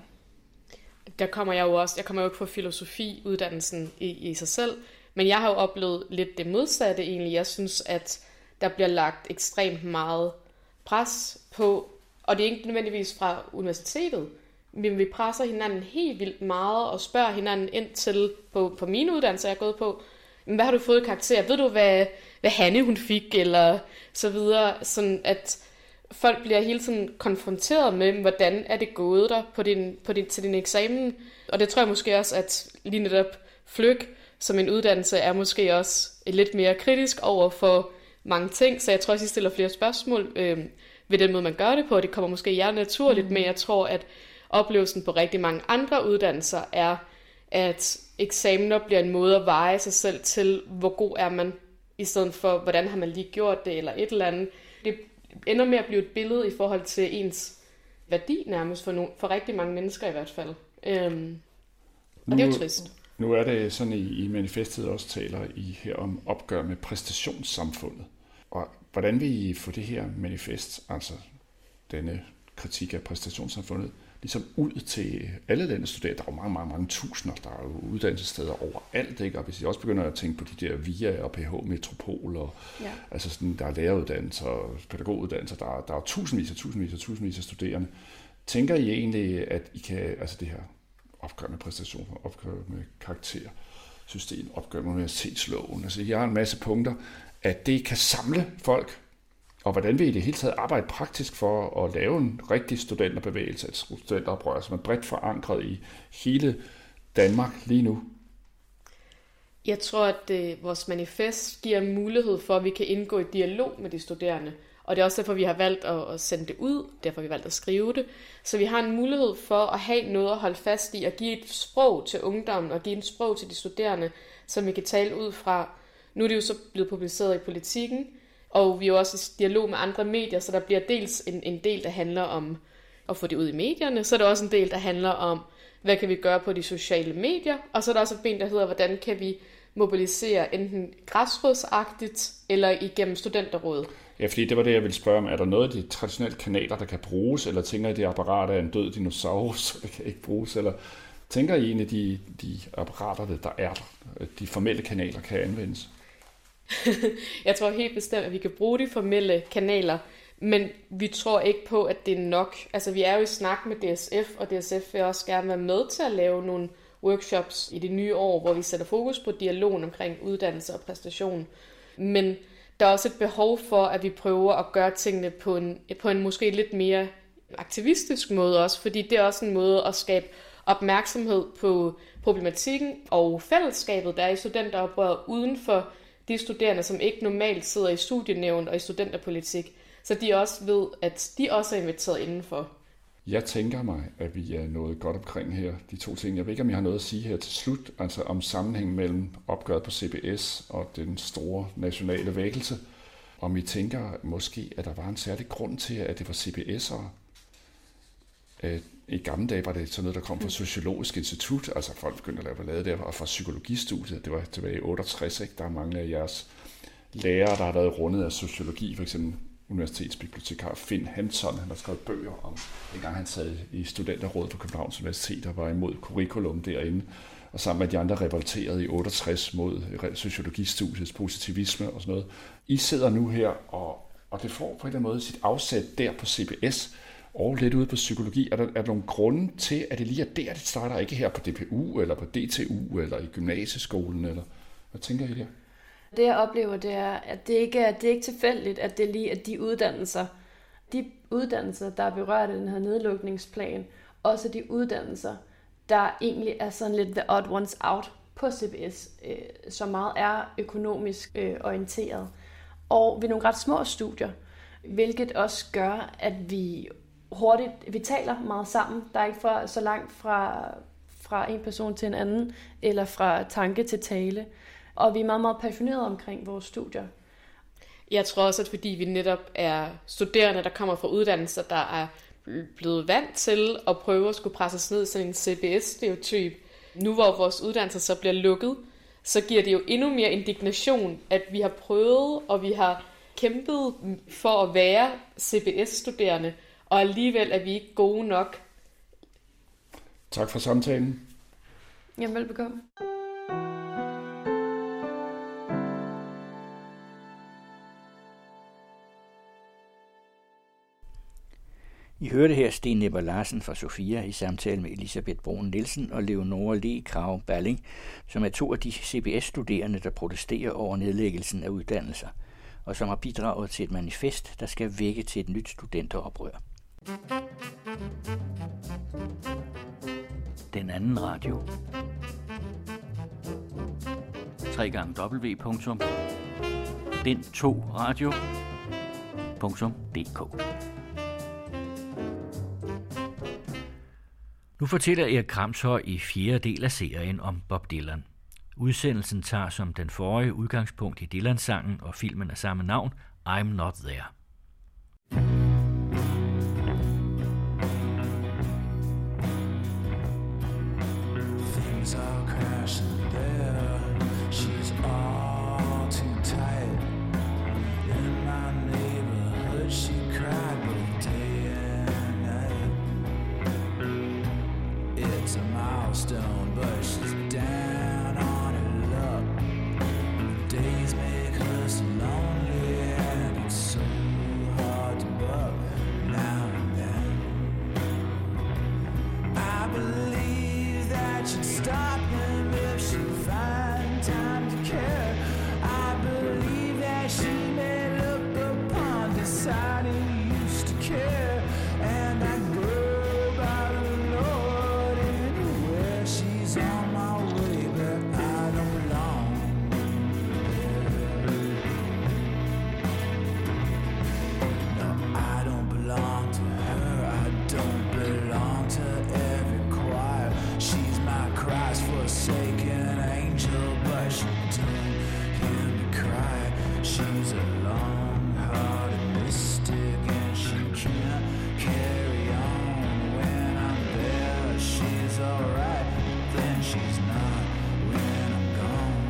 Der kommer jeg jo også, jeg kommer jo ikke på filosofiuddannelsen i, i sig selv, men jeg har jo oplevet lidt det modsatte egentlig. Jeg synes, at der bliver lagt ekstremt meget pres på, og det er ikke nødvendigvis fra universitetet, men vi presser hinanden helt vildt meget og spørger hinanden ind til, på, på mine uddannelser, jeg er gået på, hvad har du fået karakter? Ved du, hvad, hvad Hanne hun fik? Eller så videre. Sådan at folk bliver hele tiden konfronteret med, hvordan er det gået der på din, på din, til din eksamen. Og det tror jeg måske også, at lige netop Flyg som en uddannelse er måske også lidt mere kritisk over for mange ting. Så jeg tror også, I stiller flere spørgsmål øh, ved den måde, man gør det på. Det kommer måske jer naturligt, mm. men jeg tror, at oplevelsen på rigtig mange andre uddannelser er, at eksamener bliver en måde at veje sig selv til, hvor god er man, i stedet for, hvordan har man lige gjort det, eller et eller andet. Det ender med at blive et billede i forhold til ens værdi nærmest, for, no, for rigtig mange mennesker i hvert fald. Øhm, og nu, det er jo trist. Nu er det sådan, i, i manifestet også taler I her om opgør med præstationssamfundet. Og hvordan vil I få det her manifest, altså denne kritik af præstationssamfundet, ligesom ud til alle landets studerende? Der er jo mange, mange, mange tusinder, der er jo uddannelsessteder overalt, ikke? Og hvis I også begynder at tænke på de der V I A og P H Metropol, og ja. altså sådan, der er læreruddannelser og pædagoguddannelser, der er, der er tusindvis og tusindvis og tusindvis af studerende. Tænker I egentlig, at I kan, altså det her opgør med præstation, opgør med karaktersystem, opgør med universitetsloven, altså I har en masse punkter, at det kan samle folk? Og hvordan vil I det hele taget arbejde praktisk for at lave en rigtig studenterbevægelse, et studenteroprør, som er bredt forankret i hele Danmark lige nu? Jeg tror, at øh, vores manifest giver mulighed for, at vi kan indgå i dialog med de studerende. Og det er også derfor, vi har valgt at, at sende det ud, derfor har vi valgt at skrive det. Så vi har en mulighed for at have noget at holde fast i, og give et sprog til ungdommen, og give et sprog til de studerende, som vi kan tale ud fra. Nu er det jo så blevet publiceret i Politikken, og vi er jo også i dialog med andre medier, så der bliver dels en, en del, der handler om at få det ud i medierne, så er der også en del, der handler om, hvad kan vi gøre på de sociale medier, og så er der også et ben, der hedder, hvordan kan vi mobilisere enten græsrodsagtigt eller igennem studenterrådet. Ja, fordi det var det, jeg ville spørge om. Er der noget af de traditionelle kanaler, der kan bruges, eller tænker I, det apparat er en død dinosaurus, så det kan ikke bruges, eller tænker I egentlig, de, de apparater, der er der, de formelle kanaler, kan anvendes? Jeg tror helt bestemt, at vi kan bruge de formelle kanaler, men vi tror ikke på, at det er nok. Altså, vi er jo i snak med D S F, og D S F vil også gerne være med til at lave nogle workshops i det nye år, hvor vi sætter fokus på dialogen omkring uddannelse og præstation. Men der er også et behov for, at vi prøver at gøre tingene på en, på en måske lidt mere aktivistisk måde også, fordi det er også en måde at skabe opmærksomhed på problematikken og fællesskabet, der er i studenteroprøret uden for de studerende, som ikke normalt sidder i studienævn og i studenterpolitik, så de også ved, at de også er inviteret indenfor. Jeg tænker mig, at vi er nået godt omkring her, de to ting. Jeg ved ikke, om jeg har noget at sige her til slut, altså om sammenhængen mellem opgøret på C B S og den store nationale vækkelse. Om I tænker måske, at der var en særlig grund til, at det var C B S'ere. I gamle dage var det sådan noget, der kom fra Sociologisk Institut, altså folk begyndte at lave ballade der, og fra psykologistudiet, det var tilbage i otteogtres, ikke? Der er mange af jeres lærere, der har været rundet af sociologi, for eksempel universitetsbibliotekar Finn Hansson, han har skrevet bøger om, dengang han sad i studenterrådet på Københavns Universitet og var imod curriculum derinde, og sammen med de andre revolterede i otteogtres mod sociologistudiets positivisme og sådan noget. I sidder nu her, og, og det får på en eller anden måde sit afsæt der på C B S, og lidt ude på psykologi. Er der, er der nogle grunde til, at det lige er der, det starter, ikke her på D P U, eller på D T U, eller i gymnasieskolen, eller hvad tænker I der? Det jeg oplever, det er, at det ikke er, det er ikke tilfældigt, at det lige er de uddannelser, de uddannelser, der er berørt af den her nedlukningsplan, også de uddannelser, der egentlig er sådan lidt the odd ones out på C B S, øh, så meget er økonomisk øh, orienteret. Og vi er nogle ret små studier, hvilket også gør, at vi hurtigt, vi taler meget sammen. Der er ikke fra, så langt fra, fra en person til en anden, eller fra tanke til tale. Og vi er meget, meget passionerede omkring vores studier. Jeg tror også, at fordi vi netop er studerende, der kommer fra uddannelser, der er blevet vant til at prøve at skulle presses ned i sådan en C B S-stereotyp. Nu hvor vores uddannelser så bliver lukket, så giver det jo endnu mere indignation, at vi har prøvet, og vi har kæmpet for at være C B S-studerende, og alligevel er vi ikke gode nok. Tak for samtalen. Jamen, velbekomme. I hørte her Sten Nepper Larsen fra Sofia i samtale med Elisabeth Brun Nielsen og Leonora Le Krav Balling, som er to af de C B S-studerende, der protesterer over nedlæggelsen af uddannelser, og som har bidraget til et manifest, der skal vække til et nyt studenteroprør. Den anden radio. w w w punktum den to radio punktum d k. Nu fortæller Erik Kramshøj i fjerde del af serien om Bob Dylan. Udsendelsen tager som den forrige udgangspunkt i Dylan-sangen og filmen af samme navn, I'm Not There. Things are crashing there. She's all too tight. In my neighborhood she cried both day and night. It's a milestone, but she's down on her luck. Days make her so lonely and it's so hard to buck now and then. I believe that she'd stop him if she'd find time to care. I believe that she may look upon deciding he used to care. And I go by the Lord anywhere. She's on my way, but I don't belong there. No, I don't belong to her. I don't belong to every choir. She's my Christ-forsaken angel, but she don't hear me cry. She's a long-hearted mystic and she can't carry on when I'm there. She's alright, then she's not when I'm gone.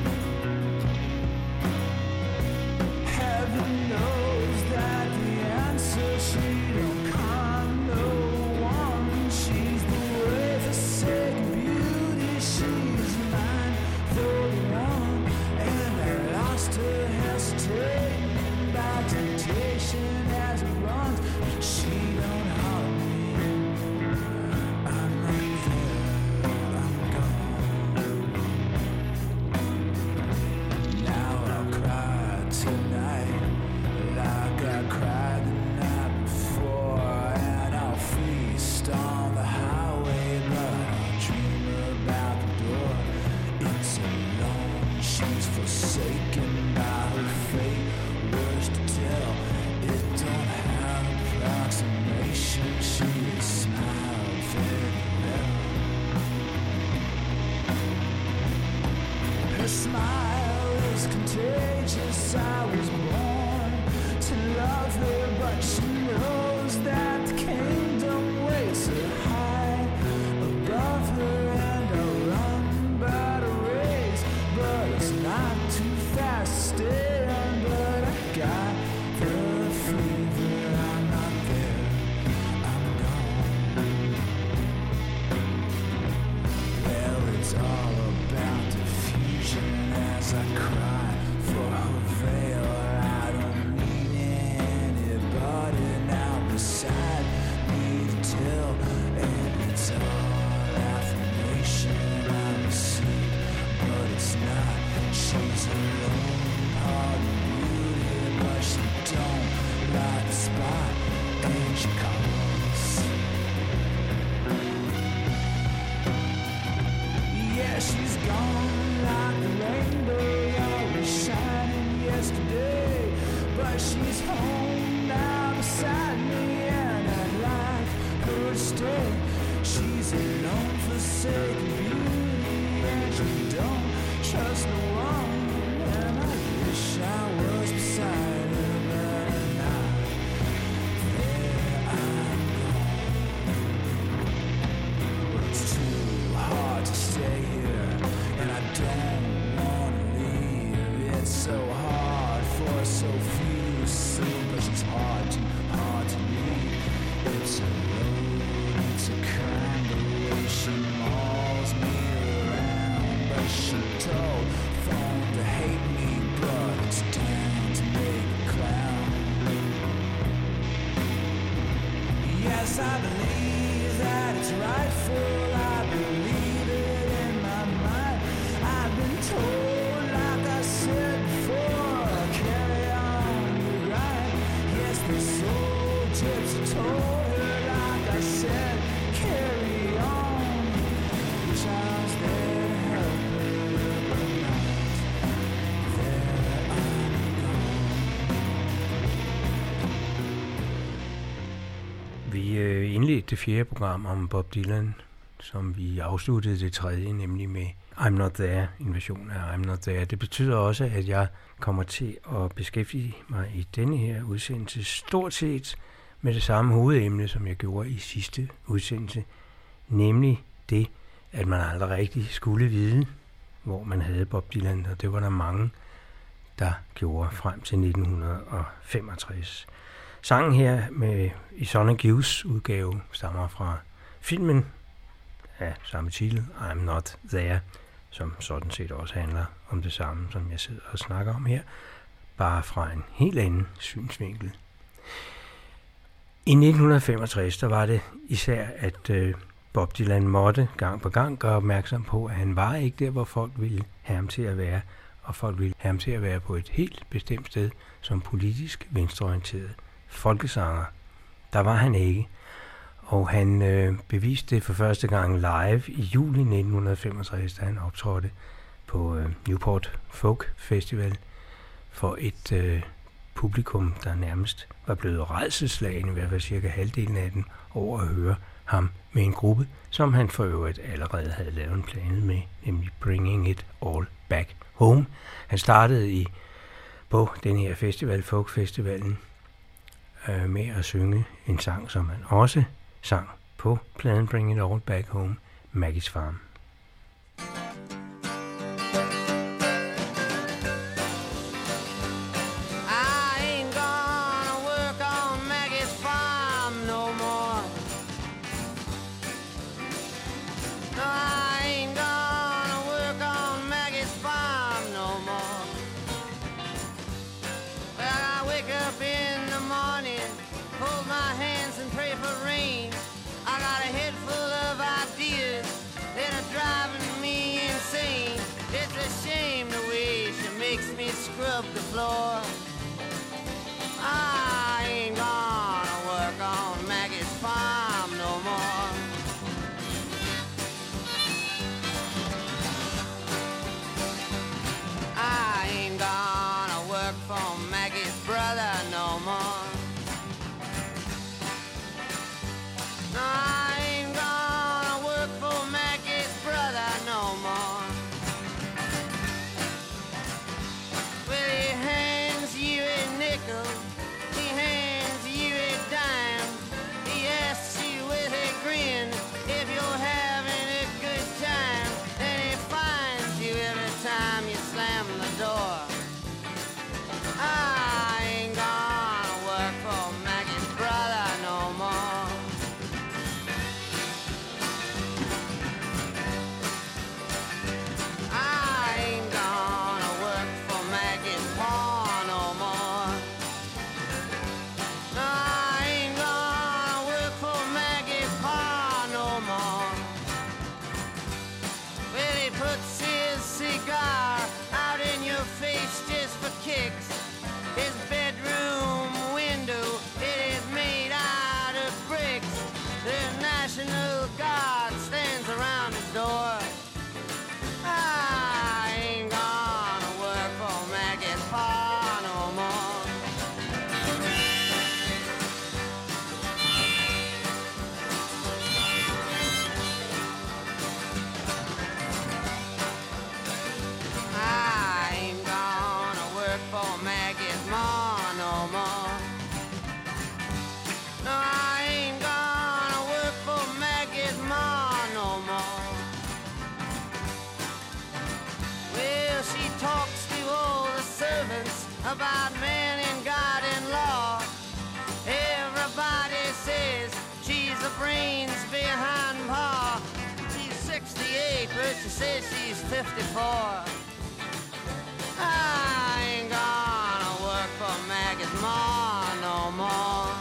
Heaven knows that the answer she don't con no one. She's the way forsaken beauty. She's mine for the one, and I lost her hesitating by temptation as it runs. But she don't harm me. I'm not there. I'm gone. Now I'll cry tonight. she calls. Yeah, she's gone like the rainbow, always shining yesterday. But she's home now beside me, and I'd like her to stay. She's an unforsaken beauty, and she don't trust no one. And I wish I was beside her, but I'm not. There I'm gone. It's too hard to stay here, and I don't wanna leave. It's so hard for so few to see, but it's hard, too hard to leave. It's a road, it's a kind of way she mauls me around, but she told phone to hate me, but it's down to make a clown. Yes, I believe that it's rightful, I believe it in my mind. I've been told, like I said before, carry on, you're right. Yes, the soul gypsy told her, like I said, carry on. Wish I was there to help her, but not. There I'm gone. Vi øh, indledte det fjerde program om Bob Dylan, som vi afsluttede det tredje, nemlig med I'm Not There, en version af I'm Not There. Det betyder også, at jeg kommer til at beskæftige mig i denne her udsendelse stort set med det samme hovedemne, som jeg gjorde i sidste udsendelse, nemlig det, at man aldrig rigtig skulle vide, hvor man havde Bob Dylan, og det var der mange, der gjorde frem til nitten femogtres. Sangen her med i Sonic Youths udgave stammer fra filmen af samme titel, I'm Not There, som sådan set også handler om det samme, som jeg sidder og snakker om her, bare fra en helt anden synsvinkel. I nitten femogtres, der var det især, at øh, Bob Dylan måtte gang på gang gøre opmærksom på, at han var ikke der, hvor folk ville have ham til at være, og folk ville have ham til at være på et helt bestemt sted som politisk venstreorienteret folkesanger. Der var han ikke, og han øh, beviste det for første gang live i juli nitten femogtres, da han optrådte på øh, Newport Folk Festival for et øh, publikum, der nærmest var blevet rædselsslagen, i hvert fald cirka halvdelen af den, over at høre ham med en gruppe, som han for øvrigt allerede havde lavet en plade med, nemlig Bringing It All Back Home. Han startede i på den her festival, Folk Festivalen, øh, med at synge en sang, som han også sang på pladen Bring It All Back Home, Maggie's Farm. Scrub the floor. I ain't gonna work on Maggie's farm no more. I ain't gonna work for Maggie's brother no more. No, I ain't gonna work for Maggie's brother no more. He hands you a dime. He asks you with a grin if you're having a good time. Then he finds you every time you slam the door. I ain't gonna brains behind bar. She's sixty-eight, but she says she's fifty-four. I ain't gonna work for Maggie's ma no more.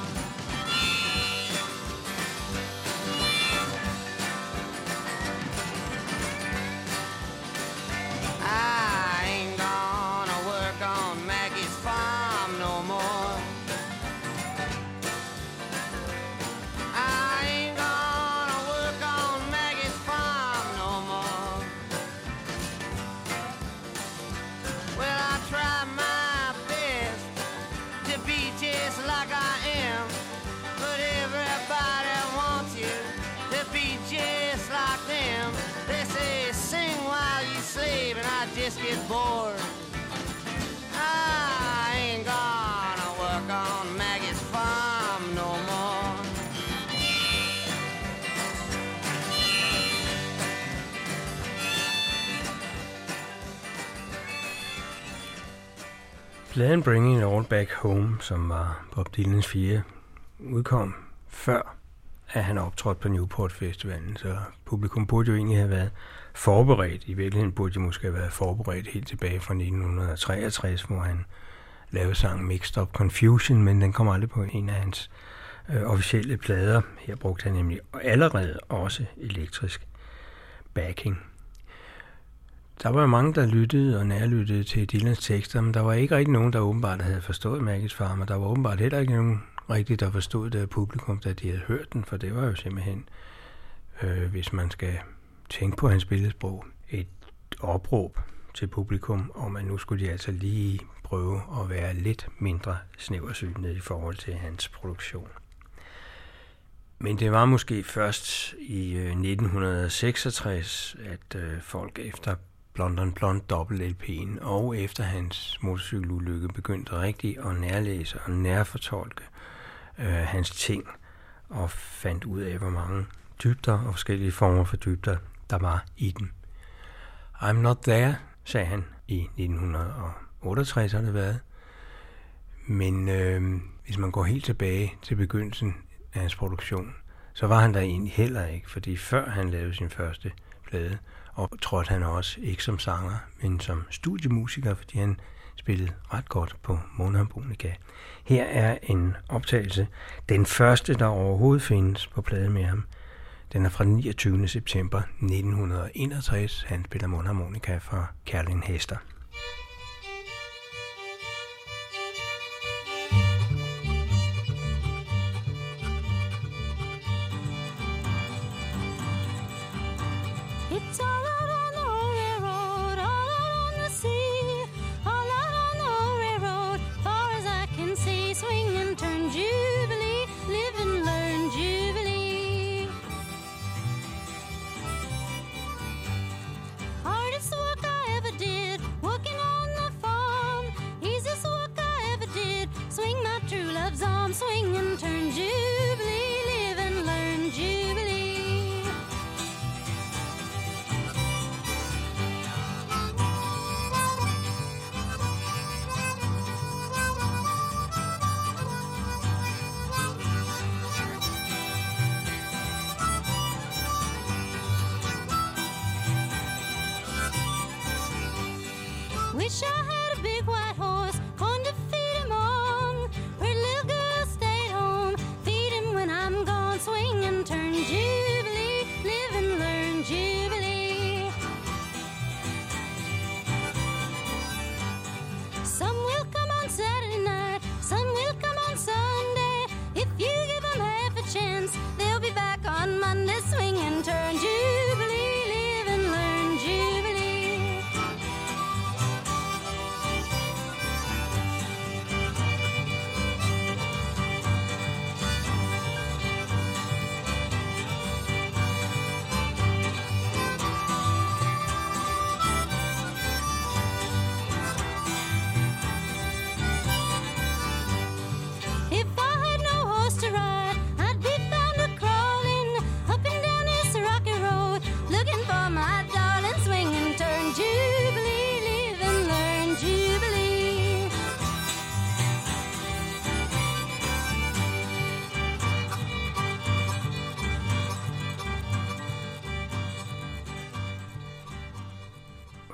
I ain't gonna work on Maggie's farm no more. I ain't gonna work on Maggie's farm no more. Well, I try my best to be just like I am, but everybody wants you to be just like them. They say sing while you sleep, and I just get bored. I ain't gonna work on Maggie's farm no more. Pladen Bringing It All Back Home, som var Bob Dylans fire, udkom før, at han optrådte på Newport Festivalen, så publikum burde jo egentlig have været forberedt. I virkeligheden burde de måske have været forberedt helt tilbage fra nitten treogtres, hvor han lavede sangen Mixed Up Confusion, men den kom aldrig på en af hans øh, officielle plader. Her brugte han nemlig allerede også elektrisk backing. Der var mange, der lyttede og nærlyttede til Dylans tekster, men der var ikke rigtig nogen, der åbenbart havde forstået Maggie's Farm, og der var åbenbart heller ikke nogen rigtigt, der forstod det af publikum, da de havde hørt den, for det var jo simpelthen, øh, hvis man skal tænke på hans billedsprog, et opråb til publikum, om at nu skulle de altså lige prøve at være lidt mindre snæversynet i forhold til hans produktion. Men det var måske først i øh, nitten seksogtres, at øh, folk efter Blonde on Blonde dobbelt L P'en og efter hans motorcykelulykke begyndte rigtig at nærlæse og nærfortolke øh, hans ting og fandt ud af, hvor mange dybder og forskellige former for dybder, der var i den. I'm not there, sagde han i nitten otteogtres, har det været. Men øh, hvis man går helt tilbage til begyndelsen af hans produktion, så var han der egentlig heller ikke, fordi før han lavede sin første plade, og trådte han også ikke som sanger, men som studiemusiker, fordi han spillede ret godt på mundharmonika. Her er en optagelse, den første, der overhovedet findes på plade med ham. Den er fra den niogtyvende september nitten enogtres. Han spiller mundharmonika for Caroline Hester. It's all out on the railroad, all out on the sea, all out on the railroad, far as I can see. Swing and turn Jubilee, live and learn Jubilee. Hardest work I ever did, work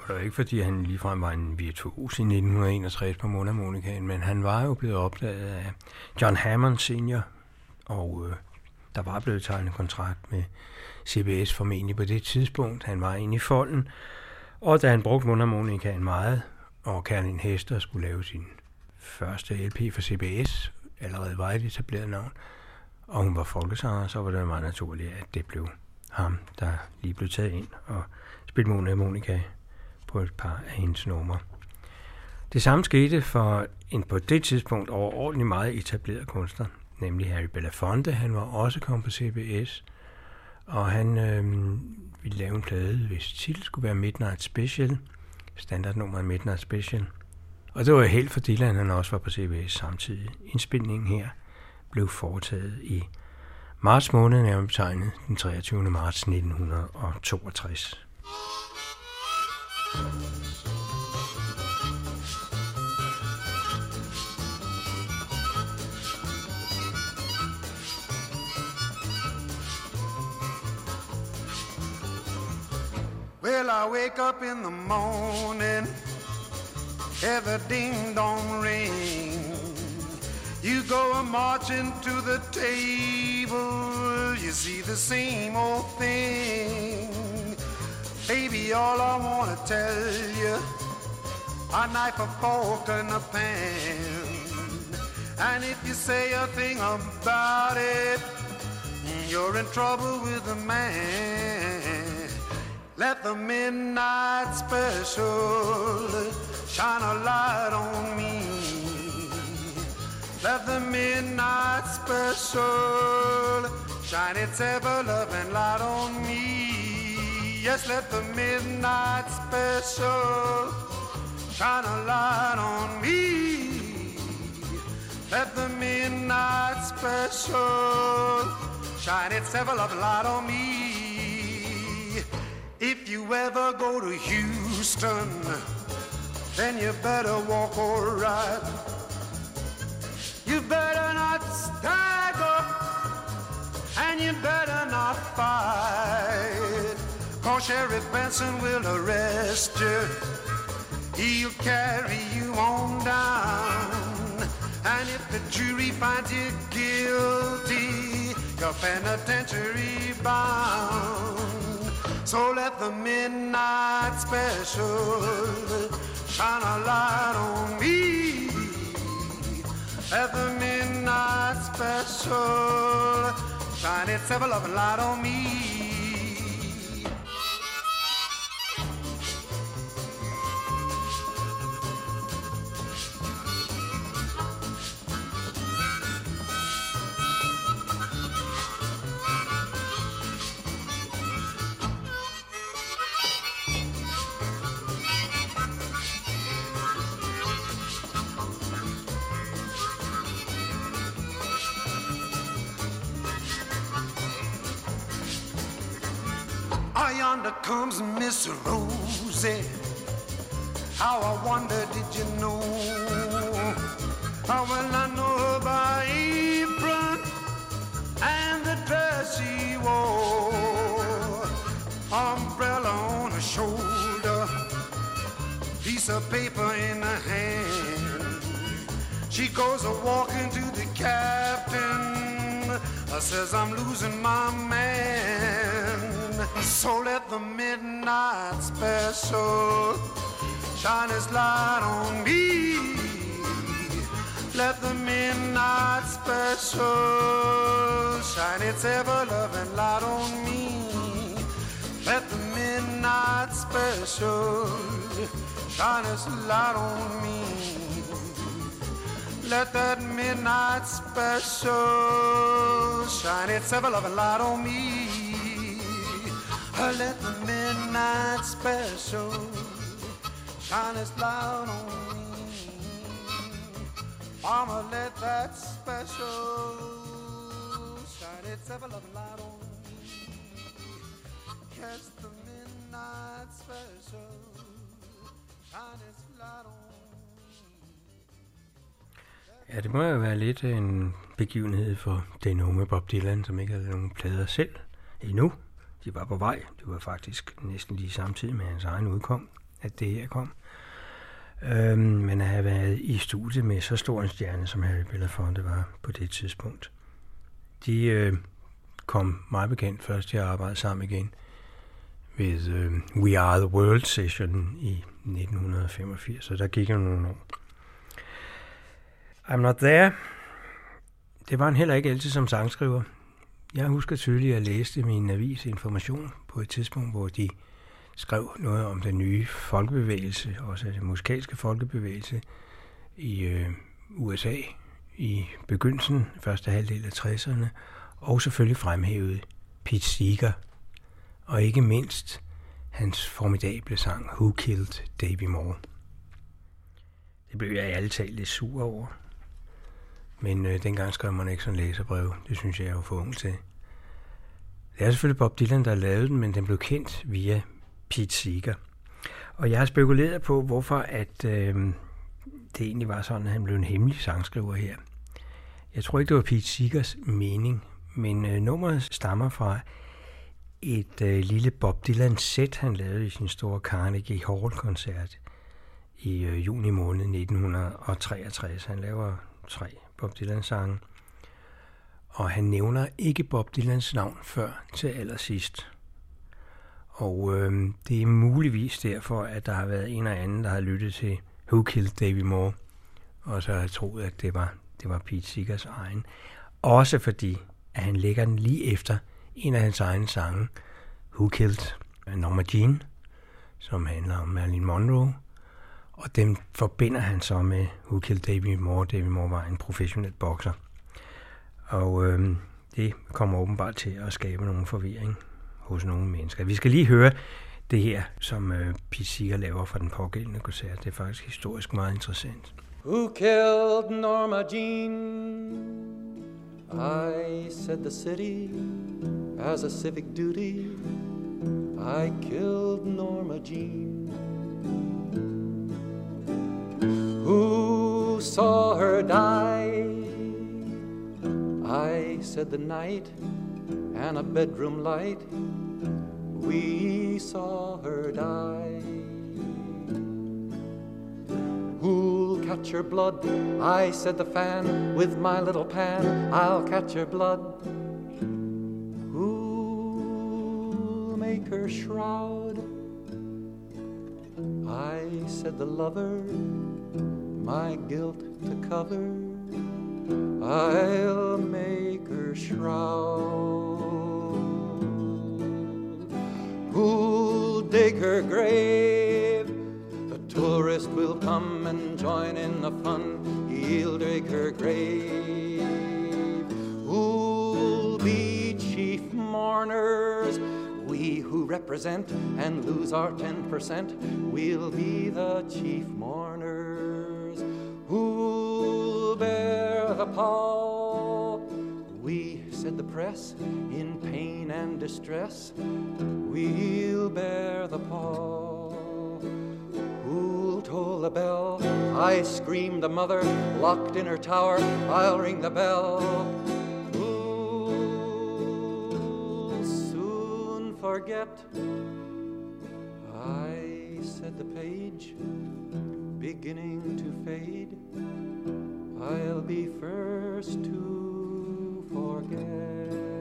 det var ikke, fordi han ligefrem var en virtuos i nitten enogtres på mundharmonikaen, men han var jo blevet opdaget af John Hammond senior, og øh, der var blevet tegnet kontrakt med C B S formentlig på det tidspunkt. Han var inde i folden, og da han brugte mundharmonikaen meget, og Caroline Hester skulle lave sin første L P for C B S, allerede var et etableret navn, og hun var folkesanger, så var det meget naturligt, at det blev ham, der lige blev taget ind og spille mundharmonika på et par af hendes numre. Det samme skete for en på det tidspunkt overordentligt meget etableret kunstner, nemlig Harry Belafonte. Han var også kommet på C B S, og han øh, ville lave en plade, hvis titel skulle være Midnight Special, standardnummeret Midnight Special. Og det var helt for Dylan, han også var på C B S samtidig. Indspilningen her blev foretaget i marts måned, nærmere betegnet den treogtyvende marts nitten toogtres. Well, I wake up in the morning, hear the ding-dong ring. You go a-marching to the table, you see the same old thing. Baby, all I wanna tell you, a knife, a fork, and a pan. And if you say a thing about it, you're in trouble with the man. Let the midnight special shine a light on me. Let the midnight special shine its ever-loving light on me. Yes, let the midnight special shine a light on me. Let the midnight special shine its ever-loving light on me. If you ever go to Houston, then you better walk alright. You better not stagger, and you better not fight, 'cause Sheriff Benson will arrest you. He'll carry you on down, and if the jury finds you guilty, you're penitentiary bound. So let the midnight special shine a light on me. Let the midnight special shine its ever-loving light on me. Yonder comes Miss Rosie. How I wonder, did you know? How well I know her by apron and the dress she wore. Umbrella on her shoulder, piece of paper in her hand. She goes a walking to the captain, says I'm losing my man. So let the midnight special shine its light on me. Let the midnight special shine its ever-loving light on me. Let the midnight special shine its light on me. Let that midnight special shine its ever-loving light on me. Let the midnight special shine its light on me. Mama, let that special shine its ever-loving light on me. Yes, the midnight special shine its light on me. Ja, det må jo være lidt en begivenhed for den unge Bob Dylan, som ikke havde nogen plader selv endnu. De var på vej. Det var faktisk næsten lige samtidig med hans egen udkom, at det her kom. Øhm, men at have været i studiet med så stor en stjerne, som Harry Belafonte var på det tidspunkt. De øh, kom meget bekendt først til at arbejde sammen igen ved øh, We Are The World Session i nitten femogfirs, så der gik jo nogle år. I'm Not There, det var han heller ikke altid som sangskriver. Jeg husker tydeligt at læse min avis Information på et tidspunkt, hvor de skrev noget om den nye folkebevægelse, også den musikalske folkebevægelse i øh, U S A i begyndelsen, første halvdel af tresserne, og selvfølgelig fremhævede Pete Seeger, og ikke mindst hans formidable sang Who Killed Davey Moore. Det blev jeg ærligt talt lidt sur over, men øh, dengang skrev man ikke sådan læserbrev. Det synes jeg er jo for ung til. Det er selvfølgelig Bob Dylan, der lavede den, men den blev kendt via Pete Seeger. Og jeg har spekuleret på, hvorfor at, øh, det egentlig var sådan, at han blev en hemmelig sangskriver her. Jeg tror ikke, det var Pete Seegers mening, men øh, nummeret stammer fra et øh, lille Bob Dylan-sæt, han lavede i sin store Carnegie Hall-koncert i øh, juni måned nitten treogtres. Han laver tre Bob Dylan-sange, og han nævner ikke Bob Dylans navn før til allersidst. Og øh, det er muligvis derfor, at der har været en eller anden, der har lyttet til Who Killed Davey Moore, og så har troet, at det var, det var Pete Seegers egen. Også fordi, at han lægger den lige efter en af hans egne sange, Who Killed Norma Jean, som handler om Marilyn Monroe, og dem forbinder han så med Who Killed Davey Moore. Davey Moore var en professionel bokser. Og øh, det kommer åbenbart til at skabe nogen forvirring hos nogle mennesker. Vi skal lige høre det her, som øh, Pete Seeger laver fra den pågældende koncert. Det er faktisk historisk meget interessant. Who killed Norma Jean? I said the city as a civic duty. I killed Norma Jean. Who saw her die? I said the night and a bedroom light. We saw her die. Who'll catch her blood? I said the fan. With my little pan, I'll catch her blood. Who'll make her shroud? I said the lover, my guilt to cover. I'll make her shroud. Who'll dig her grave? The tourist will come and join in the fun. He'll dig her grave. Who'll be chief mourners? We who represent and lose our ten percent. We'll be the chief mourners. Who'll bear the pall? We, said the press, in pain and distress. We'll bear the pall. Who'll toll the bell? I screamed the mother, locked in her tower. I'll ring the bell. Who'll soon forget? I said the page, beginning to fade. I'll be first to forget.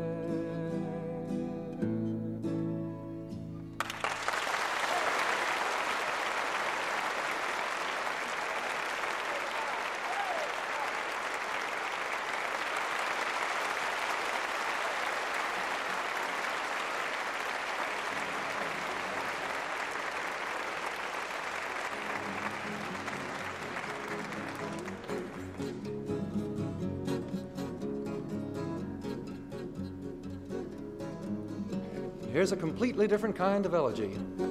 Here's a completely different kind of elegy.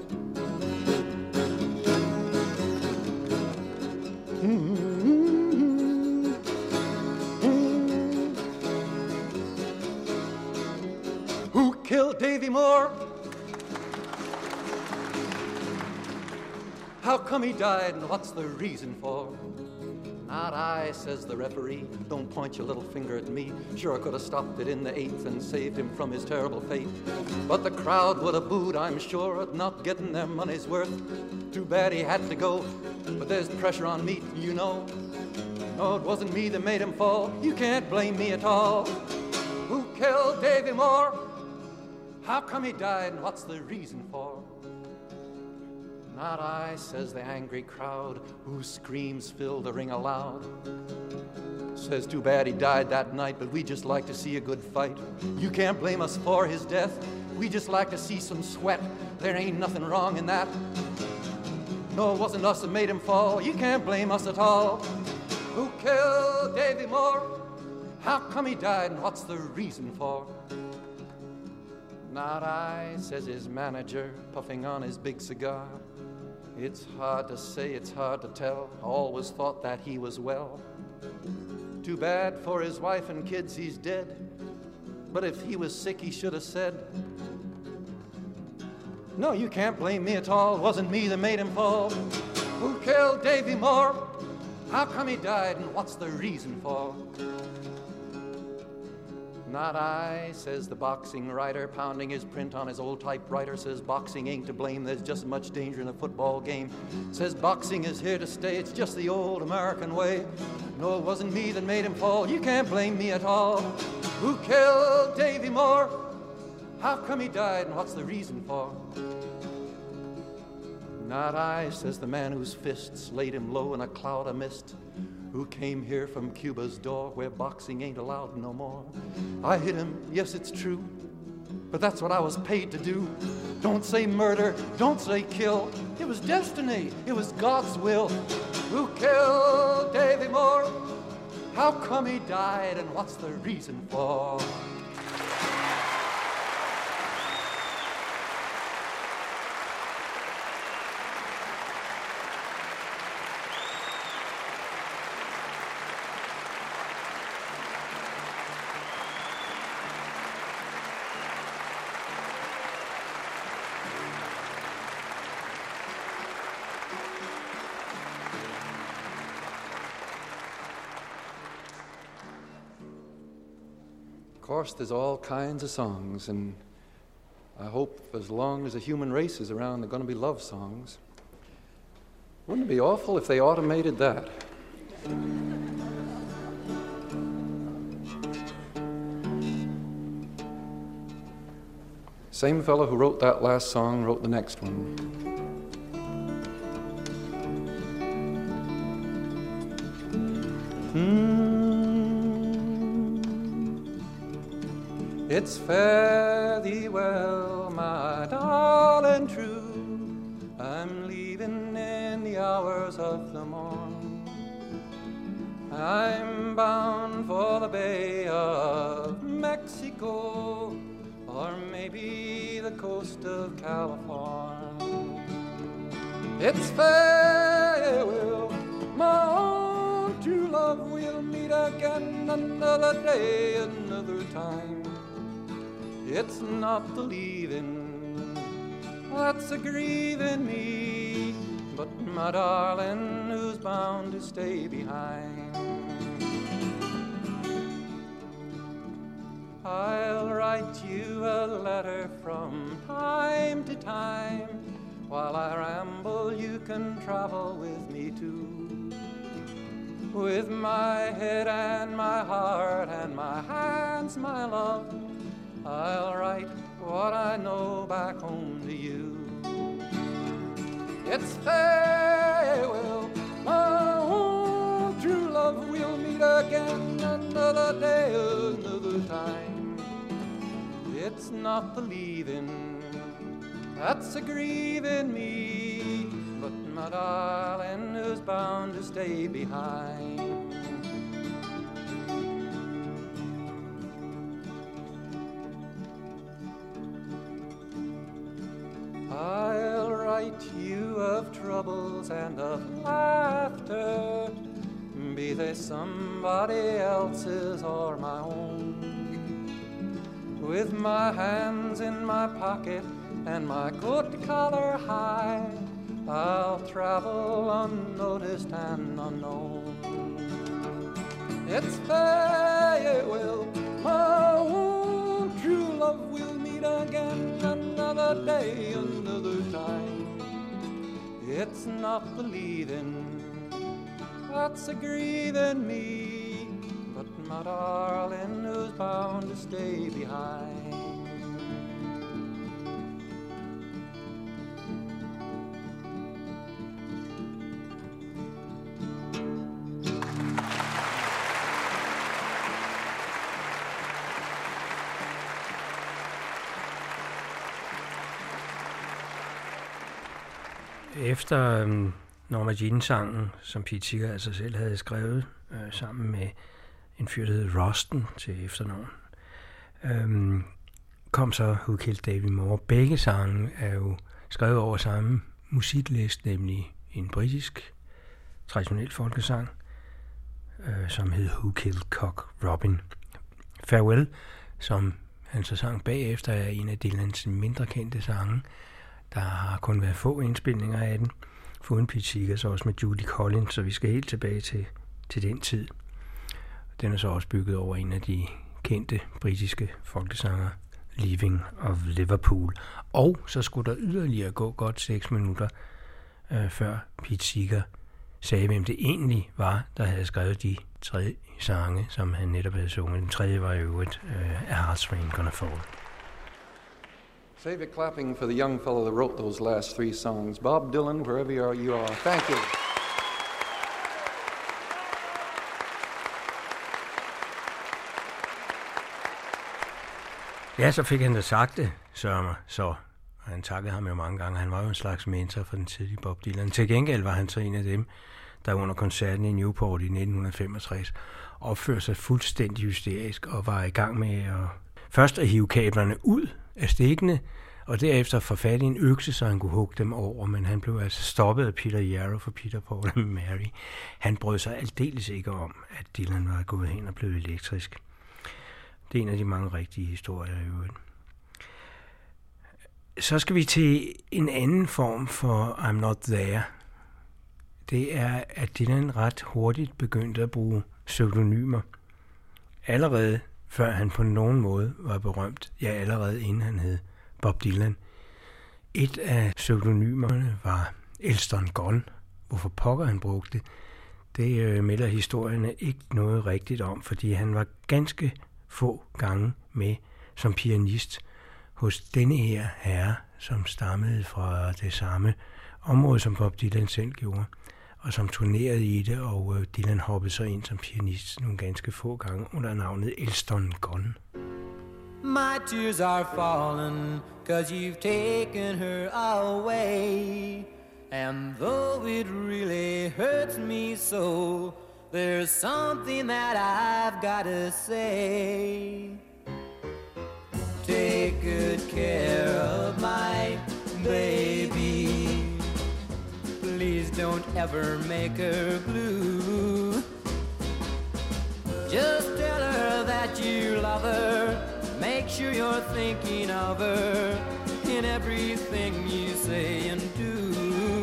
Who killed Davey Moore? How come he died and what's the reason for? Not I, says the referee. Don't point your little finger at me. Sure, I could have stopped it in the eighth and saved him from his terrible fate. But the crowd would have booed, I'm sure, at not getting their money's worth. Too bad he had to go, but there's pressure on me, you know. No, it wasn't me that made him fall. You can't blame me at all. Who killed Davy Moore? How come he died and what's the reason for? Not I, says the angry crowd, whose screams fill the ring aloud. Says too bad he died that night, but we just like to see a good fight. You can't blame us for his death. We just like to see some sweat. There ain't nothing wrong in that. No, it wasn't us that made him fall. You can't blame us at all. Who killed Davy Moore? How come he died and what's the reason for? Not I, says his manager, puffing on his big cigar. It's hard to say, it's hard to tell. I always thought that he was well. Too bad for his wife and kids, he's dead. But if he was sick, he should have said, no, you can't blame me at all. It wasn't me that made him fall. Who killed Davy Moore? How come he died and what's the reason for? Not I, says the boxing writer, pounding his print on his old typewriter. Says boxing ain't to blame, there's just as much danger in a football game. Says boxing is here to stay, it's just the old American way. No, it wasn't me that made him fall, you can't blame me at all. Who killed Davy Moore? How come he died and what's the reason for? Not I, says the man whose fists laid him low in a cloud of mist. Who came here from Cuba's door where boxing ain't allowed no more. I hit him, yes, it's true, but that's what I was paid to do. Don't say murder, don't say kill. It was destiny, it was God's will. Who killed Davy Moore? How come he died and what's the reason for? Of course, there's all kinds of songs, and I hope as long as the human race is around, they're going to be love songs. Wouldn't it be awful if they automated that? Same fellow who wrote that last song wrote the next one. Hmm. It's fare thee well, my darling true. I'm leaving in the hours of the morn. I'm bound for the Bay of Mexico, or maybe the coast of California. It's farewell, my own true love. We'll meet again another day, another time. It's not the leaving that's a grieving me, but my darling who's bound to stay behind. I'll write you a letter from time to time. While I ramble, you can travel with me too. With my head and my heart and my hands, my love, I'll write what I know back home to you. It's farewell, my own true love. We'll meet again another day, another time. It's not the leaving that's a grieving me, but my darling who's bound to stay behind. I'll write you of troubles and of laughter, be they somebody else's or my own. With my hands in my pocket and my coat collar high, I'll travel unnoticed and unknown. It's farewell. My own true love will meet again another day, another time. It's not the leaving that's a grieving me, but my darling who's bound to stay behind. Efter um, Norma Jean-sangen, som Pete Seeger altså selv havde skrevet øh, sammen med en fyr, der hed Ruston til efternavn, øhm, kom så Who Killed Davy Moore. Begge sange er jo skrevet over samme musikliste, nemlig en britisk traditionel folkesang, øh, som hed Who Killed Cock Robin. Farewell, som han så sang bagefter, er en af Dylans mindre kendte sange. Der har kun været få indspilninger af den, foruden Pete Seeger, så også med Judy Collins, så vi skal helt tilbage til, til den tid. Den er så også bygget over en af de kendte britiske folkesanger, Leaving of Liverpool. Og så skulle der yderligere gå godt seks minutter, øh, før Pete Seeger sagde, hvem det egentlig var, der havde skrevet de tre sange, som han netop havde sunget. Den tredje var jo et øh, A Heart's Rain Gonna Fall. Save your clapping for the young fellow that wrote those last three songs. Bob Dylan, wherever you are, you are. Thank you. Ja, så fik han da sagt det, Sørmer, så han takkede ham jo mange gange. Han var jo en slags mentor for den tidlige Bob Dylan. Til gengæld var han så en af dem, der under koncerten i Newport i nitten femogtres opførte sig fuldstændig hysterisk og var i gang med at først at hive kablerne ud af stikkene, og derefter få fat i en økse, så han kunne hugge dem over, men han blev altså stoppet af Peter Yarrow for Peter, Paul og Mary. Han brød sig aldeles ikke om, at Dylan var gået hen og blevet elektrisk. Det er en af de mange rigtige historier i øvrigt. Så skal vi til en anden form for I'm Not There. Det er, at Dylan ret hurtigt begyndte at bruge pseudonymer. Allerede før han på nogen måde var berømt, ja allerede inden han hed Bob Dylan. Et af pseudonymerne var Elston Gunn. Hvorfor pokker han brugte det? Det øh, melder historierne ikke noget rigtigt om, fordi han var ganske få gange med som pianist hos denne her herre, som stammede fra det samme område, som Bob Dylan selv gjorde, og som turnerede i det, og øh, Dylan hoppede så ind som pianist nogle ganske få gange under navnet Elston Gunn. My tears are falling, 'cause you've taken her away. And though it really hurts me so, there's something that I've got to say. Take good care of my baby. Please don't ever make her blue. Just tell her that you love her. Make sure you're thinking of her in everything you say and do.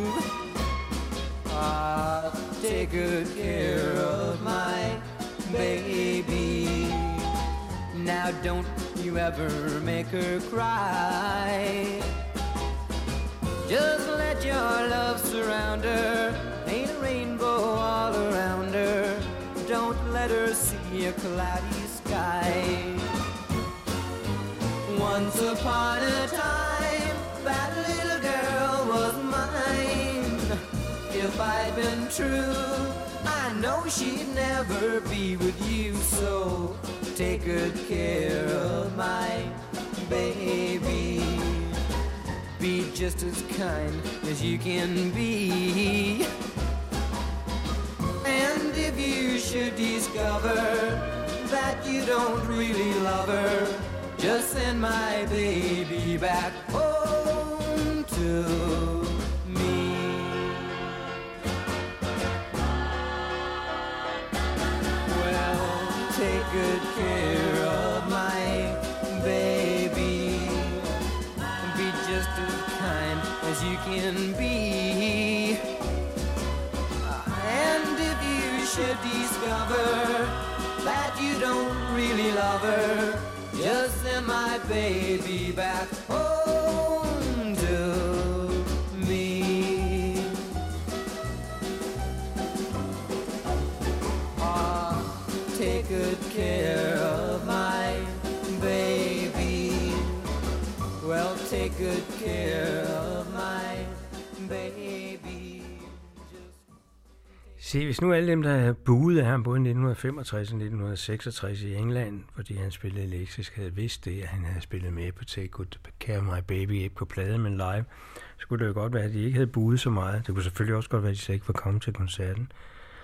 Ah, take good care of my baby. Now don't you ever make her cry. Just let your love surround her. Ain't a rainbow all around her. Don't let her see a cloudy sky. Once upon a time, that little girl was mine. If I'd been true, I know she'd never be with you. So take good care of my baby. Be just as kind as you can be. And if you should discover that you don't really love her, just send my baby back home to me. Well, take good care of my baby. Be just as kind as you can be. And if you should discover you don't really love her, just send my baby back home to me. Ah, take good care of my baby. Well, take good care of my baby. Se, hvis nu alle dem, der buede ham både i nitten femogtres og nitten seksogtres i England, fordi han spillede elektrisk, havde vidst det, at han havde spillet med på Take Good Care of My Baby, ikke på plade, men live, så kunne det jo godt være, at de ikke havde buet så meget. Det kunne selvfølgelig også godt være, at de slet ikke var kommet til koncerten.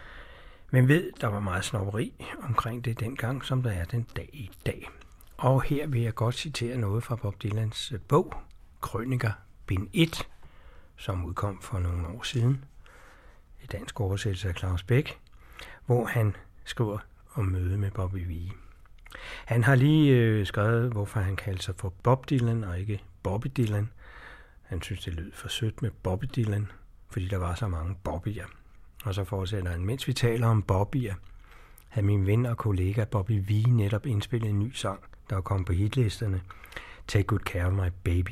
Men ved, der var meget snobberi omkring det dengang, som der er den dag i dag. Og her vil jeg godt citere noget fra Bob Dylans bog, Krøniker, bind et, som udkom for nogle år siden, i dansk oversættelse af Claus Bæk, hvor han skriver om møde med Bobby Vee. Han har lige øh, skrevet, hvorfor han kaldte sig for Bob Dylan og ikke Bobby Dylan. Han synes, det lød for sødt med Bobby Dylan, fordi der var så mange Bobbyer. Og så fortsætter han, mens vi taler om Bobbyer, havde min ven og kollega Bobby Vee netop indspillet en ny sang, der var kommet på hitlisterne, Take Good Care of My Baby.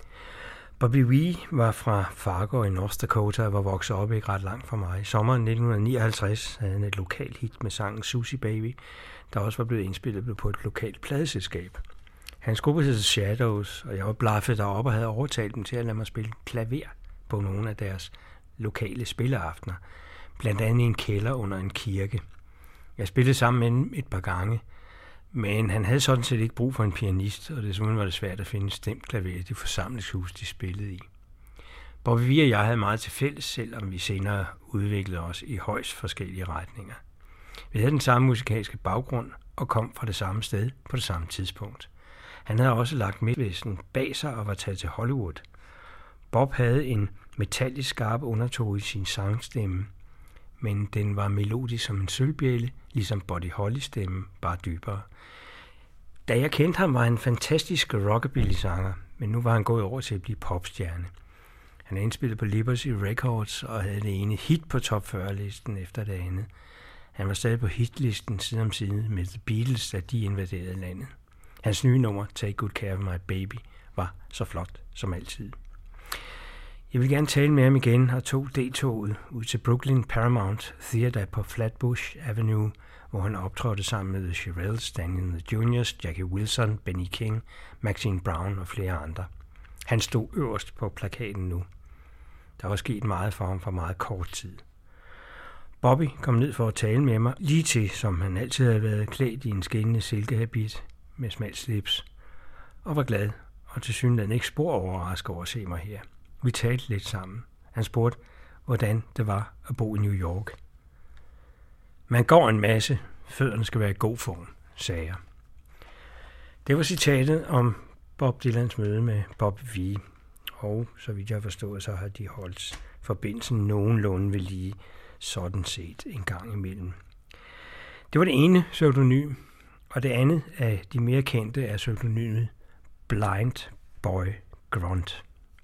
Bobby Vee var fra Fargo i North Dakota og var vokset op ikke ret langt fra mig. I sommeren nitten nioghalvtreds havde han et lokalt hit med sangen Susie Baby, der også var blevet indspillet på et lokalt pladeselskab. Hans gruppe hed Shadows, og jeg var blaffet deroppe og havde overtalt dem til at lade mig spille klaver på nogle af deres lokale spilleaftener, blandt andet i en kælder under en kirke. Jeg spillede sammen med ham et par gange, men han havde sådan set ikke brug for en pianist, og desuden var det svært at finde stemt klaver i det forsamlingshus, de spillede i. Bobby Vee og jeg havde meget til fælles, selvom vi senere udviklede os i højst forskellige retninger. Vi havde den samme musikalske baggrund og kom fra det samme sted på det samme tidspunkt. Han havde også lagt Midtvesten bag sig og var taget til Hollywood. Bob havde en metallisk skarp undertone i sin sangstemme, men den var melodisk som en sølvbjælde, ligesom Buddy Hollys stemme, bare dybere. Da jeg kendte ham, var han en fantastisk rockabilly-sanger, men nu var han gået over til at blive popstjerne. Han er indspillet på Liberty Records og havde det ene hit på top fyrre-listen efter det andet. Han var stadig på hitlisten side om side med The Beatles, da de invaderede landet. Hans nye nummer, Take Good Care of My Baby, var så flot som altid. Jeg vil gerne tale med ham igen og tog D-toget ud til Brooklyn Paramount Theater på Flatbush Avenue, hvor han optrådte sammen med The Shirelles, Daniel the Juniors, Jackie Wilson, Benny King, Maxine Brown og flere andre. Han stod øverst på plakaten nu. Der var sket meget for ham for meget kort tid. Bobby kom ned for at tale med mig, lige til, som han altid havde været klædt i en skinnende silkehabit med smal slips, og var glad, og til synligheden ikke spor overrasket over at se mig her. Vi talte lidt sammen. Han spurgte, hvordan det var at bo i New York. Man går en masse, fødderne skal være i god form, sagde jeg. Det var citatet om Bob Dylans møde med Bob Vee, og så vidt jeg har forstået, så har de holdt forbindelsen nogenlunde ved lige sådan set en gang imellem. Det var det ene pseudonym, og det andet af de mere kendte er pseudonymet Blind Boy Grunt.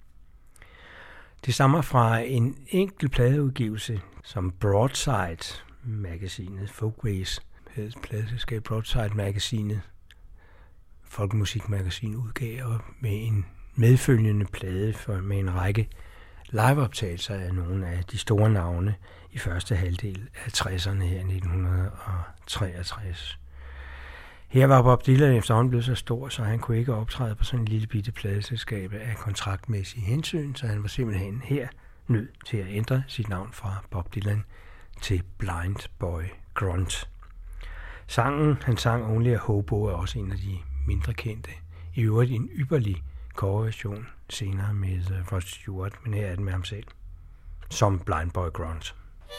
Det stammer fra en enkelt pladeudgivelse, som Broadside-magasinet, Folkways, hed pladeselskab Broadside-magasinet, folkemusikmagasin udgav, og med en medfølgende plade for, med en række liveoptagelser af nogle af de store navne i første halvdel af tresserne her i nitten treogtres. Her var Bob Dylan efterhånden blevet så stor, så han kunne ikke optræde på sådan en lille bitte pladeselskab af kontraktmæssige hensyn, så han var simpelthen her nødt til at ændre sit navn fra Bob Dylan til Blind Boy Grunt. Sangen, han sang Only a Hobo, er også en af de mindre kendte. I øvrigt en ypperlig coverversion senere med Rod Stewart, men her er den med ham selv, som Blind Boy Grunt.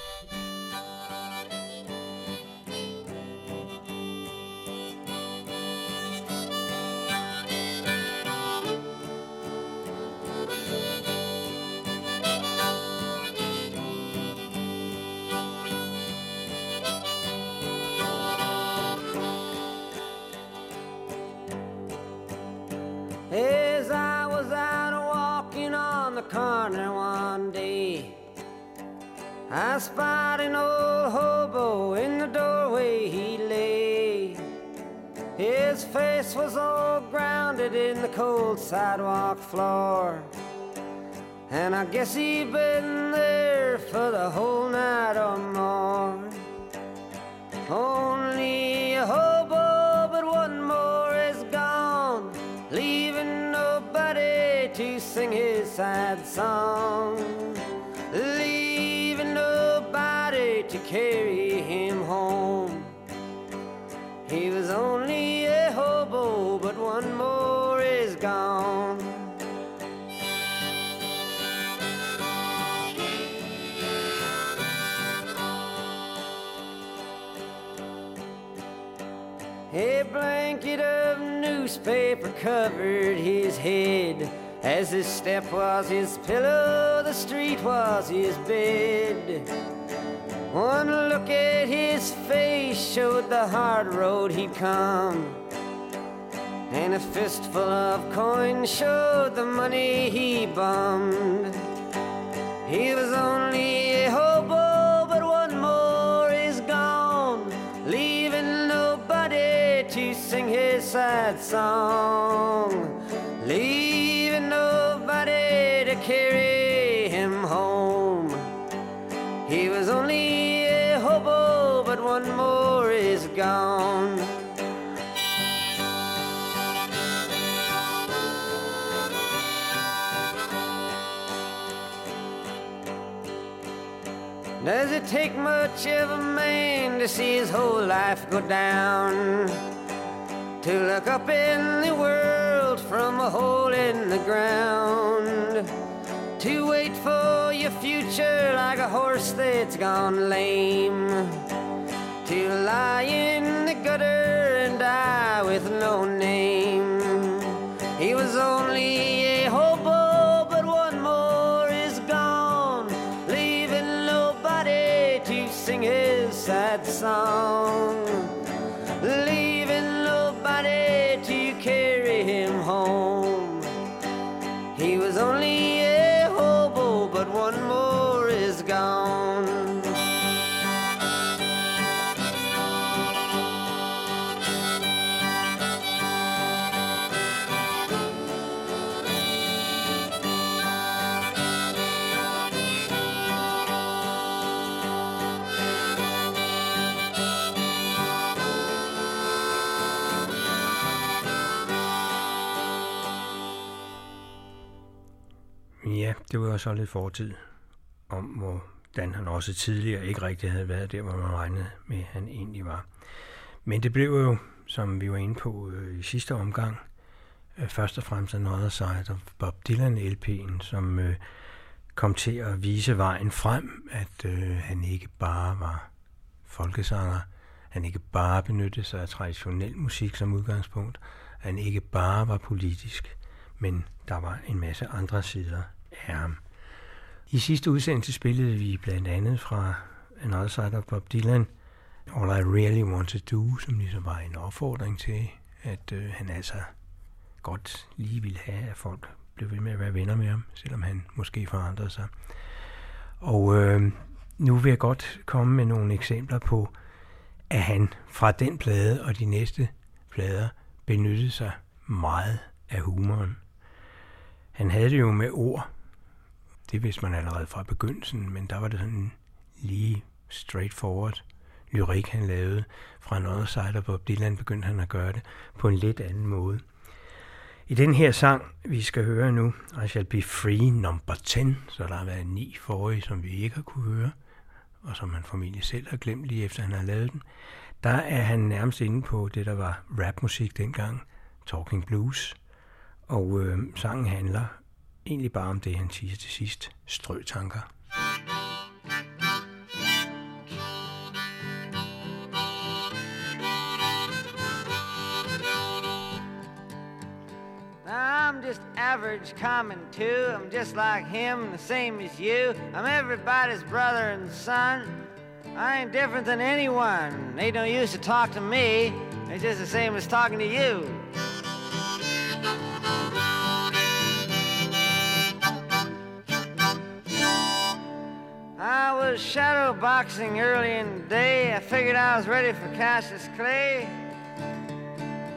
As I was out walking on the corner one day, I spied an old hobo in the doorway he lay. His face was all grounded in the cold sidewalk floor, and I guess he'd been there for the whole night or more. Only a hobo, but one more is gone, leaving nobody to sing his sad song, leaving nobody to carry him home. He was only a hobo, but one more is gone. A blanket of newspaper covered his head. As his step was his pillow, the street was his bed. One look at his face showed the hard road he'd come, and a fistful of coins showed the money he bummed. He was only a hobo, but one more is gone, leaving nobody to sing his sad song, leaving nobody to carry him home. He was only a hobo, but one more is gone. Does it take much of a man to see his whole life go down? To look up in the world from a hole in the ground? To wait for your future like a horse that's gone lame? To lie in the gutter and die with no name? He was only a hobo, but one more is gone, leaving nobody to sing his sad song, leaving nobody to carry him home. He was only a hobo, but one more is gone. Ja, det var så lidt fortid om, hvordan han også tidligere ikke rigtig havde været der, hvor man regnede med, at han egentlig var. Men det blev jo, som vi var inde på øh, i sidste omgang, øh, først og fremmest Another Side of Bob Dylan L P'en, som øh, kom til at vise vejen frem, at øh, han ikke bare var folkesanger, han ikke bare benyttede sig af traditionel musik som udgangspunkt, han ikke bare var politisk, men der var en masse andre sider af ham. I sidste udsendelse spillede vi blandt andet fra Another Side of Bob Dylan All I Really Want to Do, som ligesom var en opfordring til, at øh, han altså godt lige ville have, at folk blev ved med at være venner med ham, selvom han måske forandrede sig. Og øh, nu vil jeg godt komme med nogle eksempler på, at han fra den plade og de næste plader benyttede sig meget af humoren. Han havde det jo med ord. Det vidste man allerede fra begyndelsen, men der var det sådan lige straightforward lyrik, han lavede. Fra Another Side of Bob Dylan begyndte han at gøre det på en lidt anden måde. I den her sang, vi skal høre nu, I Shall Be Free number ti, så der har været ni forrige, som vi ikke har kunne høre, og som han formentlig selv har glemt lige efter han har lavet den, der er han nærmest inde på det, der var rapmusik dengang, Talking Blues. Og øh, sangen handler egentlig bare om det, han siger til sidst, strøtanker. I'm just average, common too. I'm just like him, the same as you. I'm everybody's brother and son. I ain't different than anyone. They don't use to talk to me. It's just the same as talking to you. I was shadow boxing early in the day. I figured I was ready for Cassius Clay.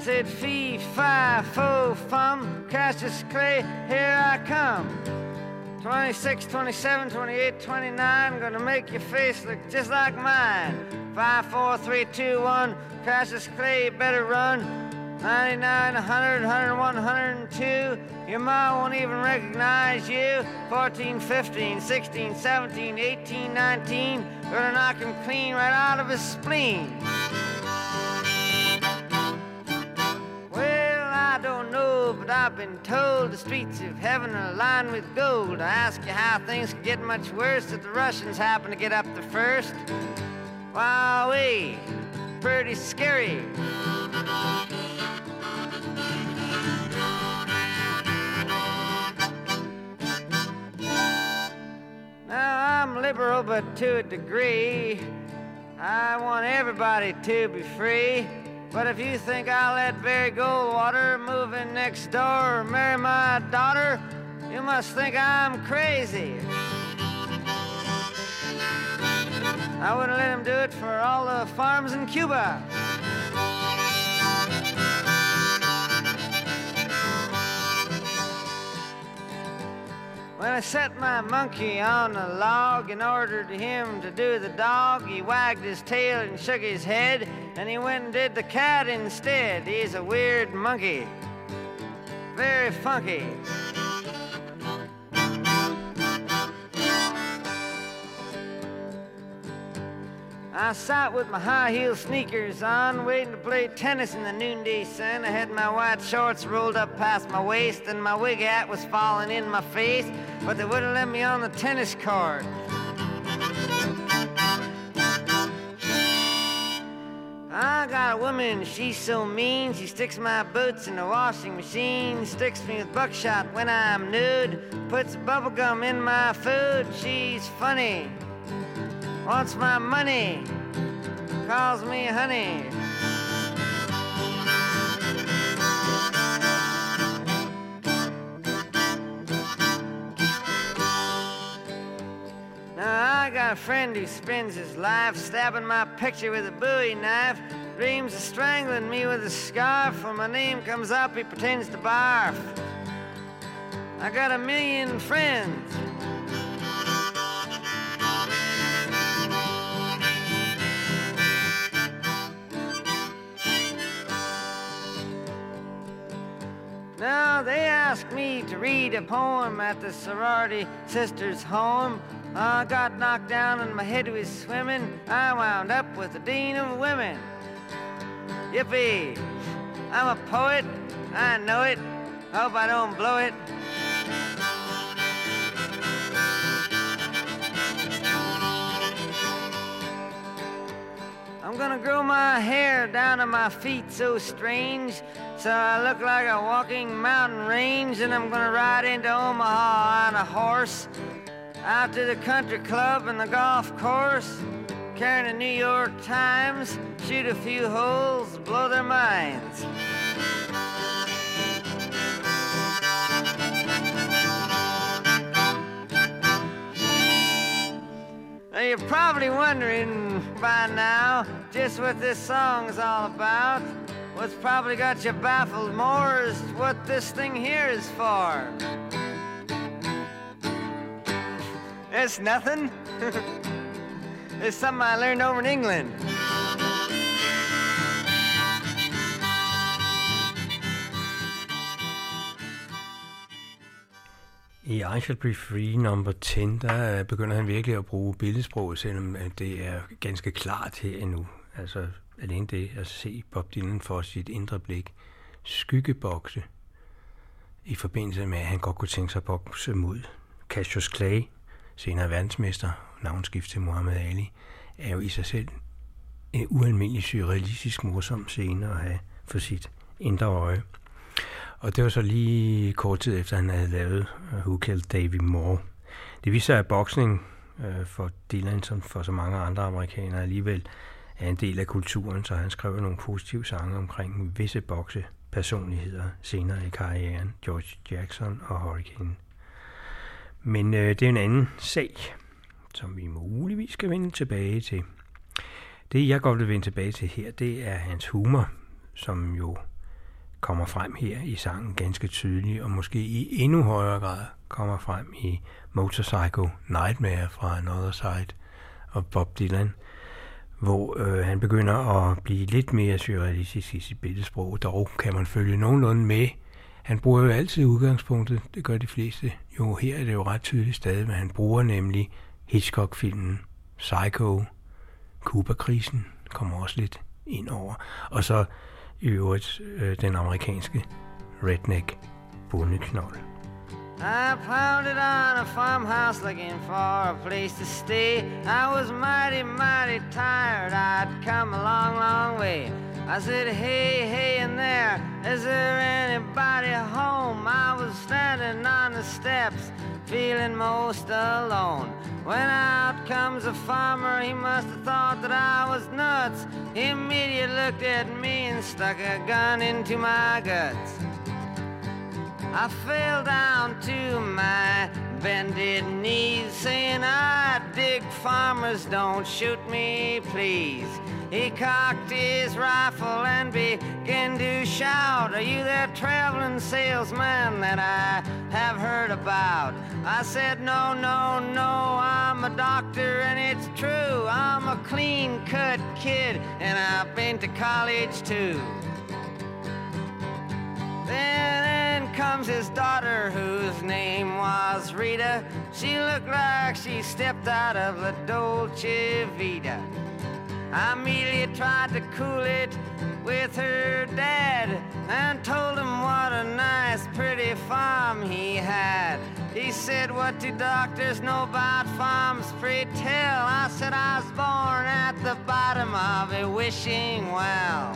said, fee, fi, fo, fum, Cassius Clay, here I come. twenty-six, twenty-seven, twenty-eight, twenty-nine, gonna make your face look just like mine. Five, four, three, two, one, Cassius Clay, you better run. ninety-nine, one hundred, one oh one, one oh two, your ma won't even recognize you. fourteen, fifteen, sixteen, seventeen, eighteen, nineteen, gonna knock him clean right out of his spleen. Well, I don't know, but I've been told the streets of heaven are lined with gold. I ask you how things could get much worse if the Russians happen to get up the first. Wowee, pretty scary. Now, I'm liberal, but to a degree. I want everybody to be free. But if you think I'll let Barry Goldwater move in next door or marry my daughter, you must think I'm crazy. I wouldn't let him do it for all the farms in Cuba. When I set my monkey on a log and ordered him to do the dog, he wagged his tail and shook his head, and he went and did the cat instead. He's a weird monkey, very funky. I sat with my high-heel sneakers on, waiting to play tennis in the noonday sun. I had my white shorts rolled up past my waist, and my wig hat was falling in my face, but they wouldn't let me on the tennis court. I got a woman, she's so mean, she sticks my boots in the washing machine, sticks me with buckshot when I'm nude, puts bubble gum in my food. She's funny, wants my money, calls me honey. Now I got a friend who spends his life stabbing my picture with a Bowie knife, dreams of strangling me with a scarf. When my name comes up, he pretends to barf. I got a million friends. Now they asked me to read a poem at the sorority sister's home. I got knocked down and my head was swimming. I wound up with the dean of women. Yippee! I'm a poet, I know it. Hope I don't blow it. I'm gonna grow my hair down to my feet so strange, so I look like a walking mountain range, and I'm gonna ride into Omaha on a horse, out to the country club and the golf course, carrying a New York Times, shoot a few holes, blow their minds. Now you're probably wondering by now just what this song's all about. What's probably got you baffled more is what this thing here is for. It's nothing. It's something I learned over in England. I I Shall Be Free nummer ti, der begynder han virkelig at bruge billedsprog, selvom det er ganske klart her endnu. Altså alene det at se Bob Dylan for sit indre blik skyggebokse i forbindelse med, at han godt kunne tænke sig at bokse mod Cassius Clay, senere verdensmester, navnskift til Muhammad Ali, er jo i sig selv en ualmindelig surrealistisk morsom scene at have for sit indre øje. Og det var så lige kort tid efter, han havde lavet Who Killed Davy Moore. Det viser sig, at boksning øh, for Dylan, som for så mange andre amerikanere alligevel, er en del af kulturen, så han skrev nogle positive sange omkring visse boksepersonligheder senere i karrieren, George Jackson og Hurricane. Men øh, det er en anden sag, som vi muligvis skal vende tilbage til. Det, jeg godt vil vende tilbage til her, det er hans humor, som jo kommer frem her i sangen ganske tydeligt, og måske i endnu højere grad kommer frem i Motorcycle Nightmare fra Another Side og Bob Dylan, hvor øh, han begynder at blive lidt mere surrealistisk i sit billedsprog. Dog kan man følge nogenlunde med. Han bruger jo altid udgangspunktet, det gør de fleste. Jo, her er det jo ret tydeligt stadig, men han bruger nemlig Hitchcock-filmen Psycho, Cuba-krisen kommer også lidt ind over. Og så i øvrigt øh, den amerikanske redneck bondeknold. I pounded on a farmhouse looking for a place to stay. I was mighty, mighty tired. I'd come a long, long way. I said, hey, hey in there, is there anybody home? I was standing on the steps, feeling most alone. When out comes a farmer, he must have thought that I was nuts. He immediately looked at me and stuck a gun into my guts. I fell down to my bended knees, saying, I dig farmers, don't shoot me, please. He cocked his rifle and began to shout, are you that traveling salesman that I have heard about? I said, no, no, no, I'm a doctor and it's true. I'm a clean-cut kid and I've been to college too. Then in comes his daughter, whose name was Rita. She looked like she stepped out of La Dolce Vita. I immediately tried to cool it with her dad and told him what a nice, pretty farm he had. He said, what do doctors know about farms, pray tell? I said, I was born at the bottom of a wishing well.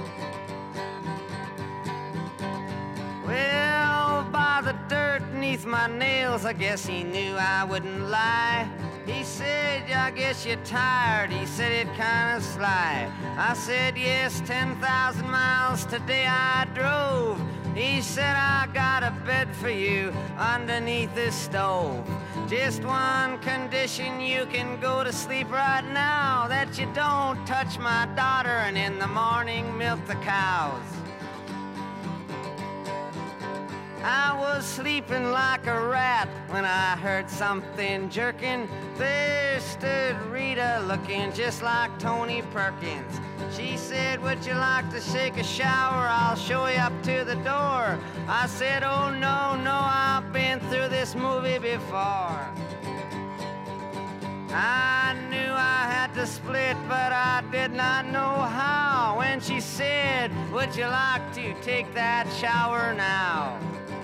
Well, by the dirt beneath my nails, I guess he knew I wouldn't lie. He said, I guess you're tired. He said it kind of sly. I said, yes, ten thousand miles today I drove. He said, I got a bed for you underneath this stove. Just one condition, you can go to sleep right now, that you don't touch my daughter and in the morning milk the cows. I was sleeping like a rat when I heard something jerking. There stood Rita looking just like Tony Perkins. She said, would you like to shake a shower? I'll show you up to the door. I said, oh no, no, I've been through this movie before. I knew I had to split, but I did not know how. When she said, would you like to take that shower now?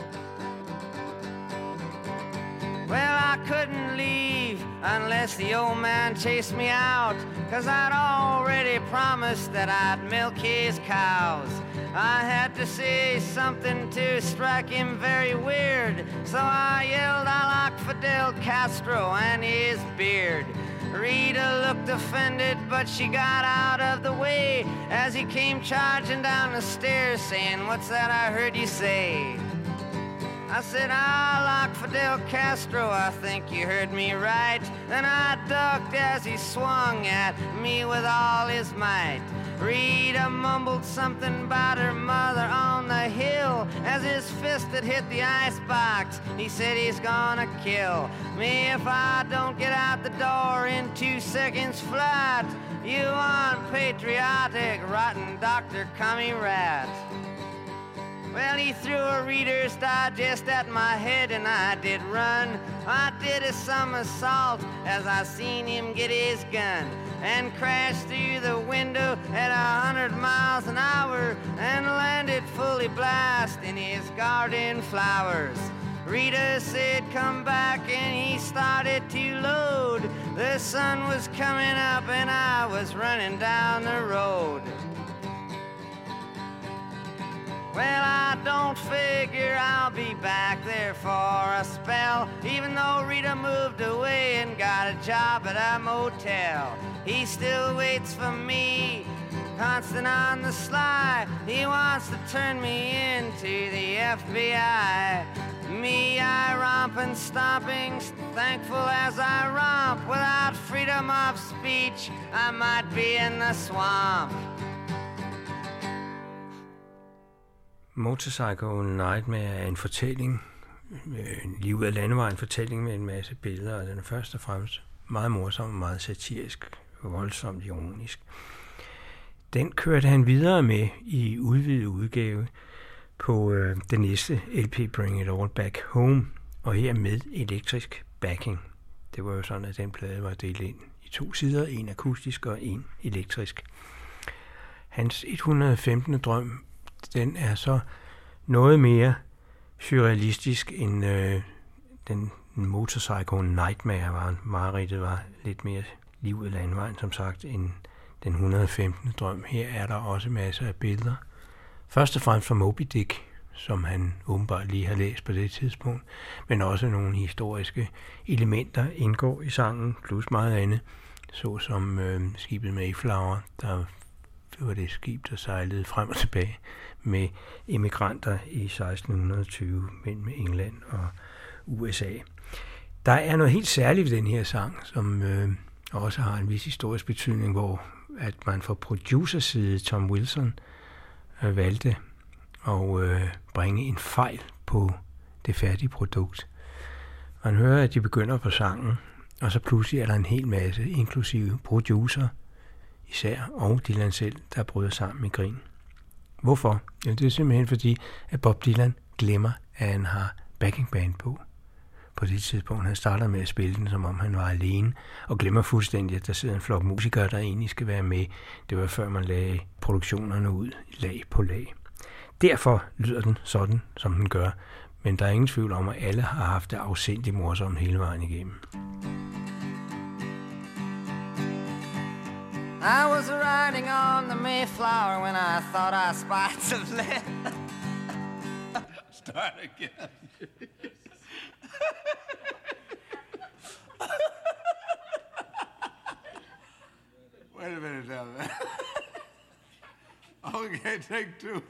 Well, I couldn't leave unless the old man chased me out, 'cause I'd already promised that I'd milk his cows. I had to say something to strike him very weird, so I yelled, I like Fidel Castro and his beard. Rita looked offended, but she got out of the way as he came charging down the stairs saying, what's that I heard you say? I said, I like Fidel Castro, I think you heard me right. Then I ducked as he swung at me with all his might. Rita mumbled something about her mother on the hill as his fist had hit the icebox. He said he's gonna kill me if I don't get out the door in two seconds flat. You unpatriotic, rotten Doctor Commie Rat. Well, he threw a Reader's Digest at my head and I did run. I did a somersault as I seen him get his gun and crashed through the window at a hundred miles an hour and landed fully blast in his garden flowers. Rita said, come back, and he started to load. The sun was coming up and I was running down the road. Well, I don't figure I'll be back there for a spell, even though Rita moved away and got a job at a motel. He still waits for me, constant on the sly. He wants to turn me into the F B I. Me, I romp and stomping, thankful as I romp. Without freedom of speech, I might be in the swamp. Motorcycle Nightmare er en fortælling, lige ud af landevejen, en fortælling med en masse billeder, og den er først og fremmest meget morsom og meget satirisk, voldsomt ironisk. Den kørte han videre med i udvidet udgave på øh, den næste L P Bring It All Back Home, og her med elektrisk backing. Det var jo sådan, at den plade var delt ind i to sider, en akustisk og en elektrisk. Hans et hundrede og femten drøm, den er så noget mere surrealistisk end øh, den Motorcycle Nightmare var. Mareridtet var lidt mere liv ud af landvejen, som sagt, end den et hundrede og femten drøm. Her er der også masser af billeder. Først og fremmest fra Moby Dick, som han åbenbart lige har læst på det tidspunkt, men også nogle historiske elementer indgår i sangen, plus meget andet, såsom øh, skibet Mayflower, der det var det skib, der sejlede frem og tilbage med emigranter i seksten tyve mellem England og U S A. Der er noget helt særligt ved den her sang, som øh, også har en vis historisk betydning, hvor at man fra producerside, Tom Wilson, øh, valgte at øh, bringe en fejl på det færdige produkt. Man hører, at de begynder på sangen, og så pludselig er der en hel masse, inklusive producer, især, og Dylan selv, der bryder sammen i grin. Hvorfor? Ja, det er simpelthen fordi, at Bob Dylan glemmer, at han har backing band på. På det tidspunkt, han starter med at spille den, som om han var alene, og glemmer fuldstændig, at der sidder en flok musikere, der egentlig skal være med. Det var før man lagde produktionerne ud, lag på lag. Derfor lyder den sådan, som den gør, men der er ingen tvivl om, at alle har haft det afsindigt morsomt hele vejen igennem. I was riding on the Mayflower when I thought I spied some land. Start again. Wait a minute now, man. Okay, take two.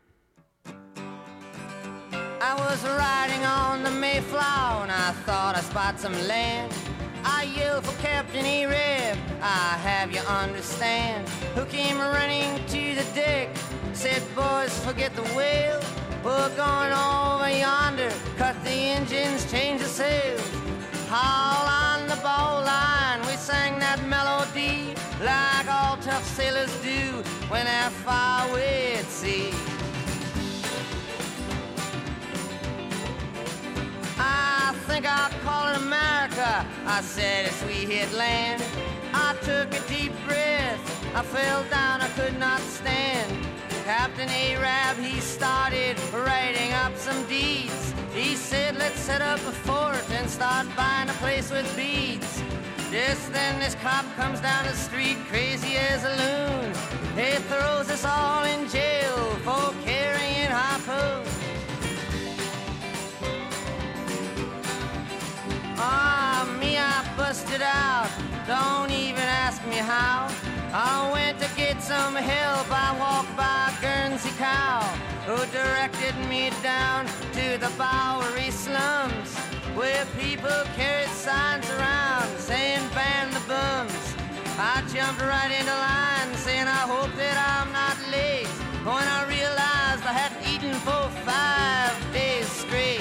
I was riding on the Mayflower and I thought I spied some land. I yelled for Captain A-Rab, I have you understand, who came running to the deck, said, boys, forget the whale, we're going over yonder, cut the engines, change the sails. Haul on the bowline, we sang that melody, like all tough sailors do when they're far away at sea. I think I'll call it America, I said as we hit land. I took a deep breath, I fell down, I could not stand. Captain A-Rab, he started writing up some deeds. He said, let's set up a fort and start buying a place with beads. Just then this cop comes down the street, crazy as a loon. He throws us all in jail for carrying harpoons. Ah, me, I busted out, don't even ask me how. I went to get some help, I walked by Guernsey Cow, who directed me down to the Bowery slums, where people carried signs around saying ban the bums. I jumped right into line saying I hope that I'm not late, when I realized I hadn't eaten for five days straight.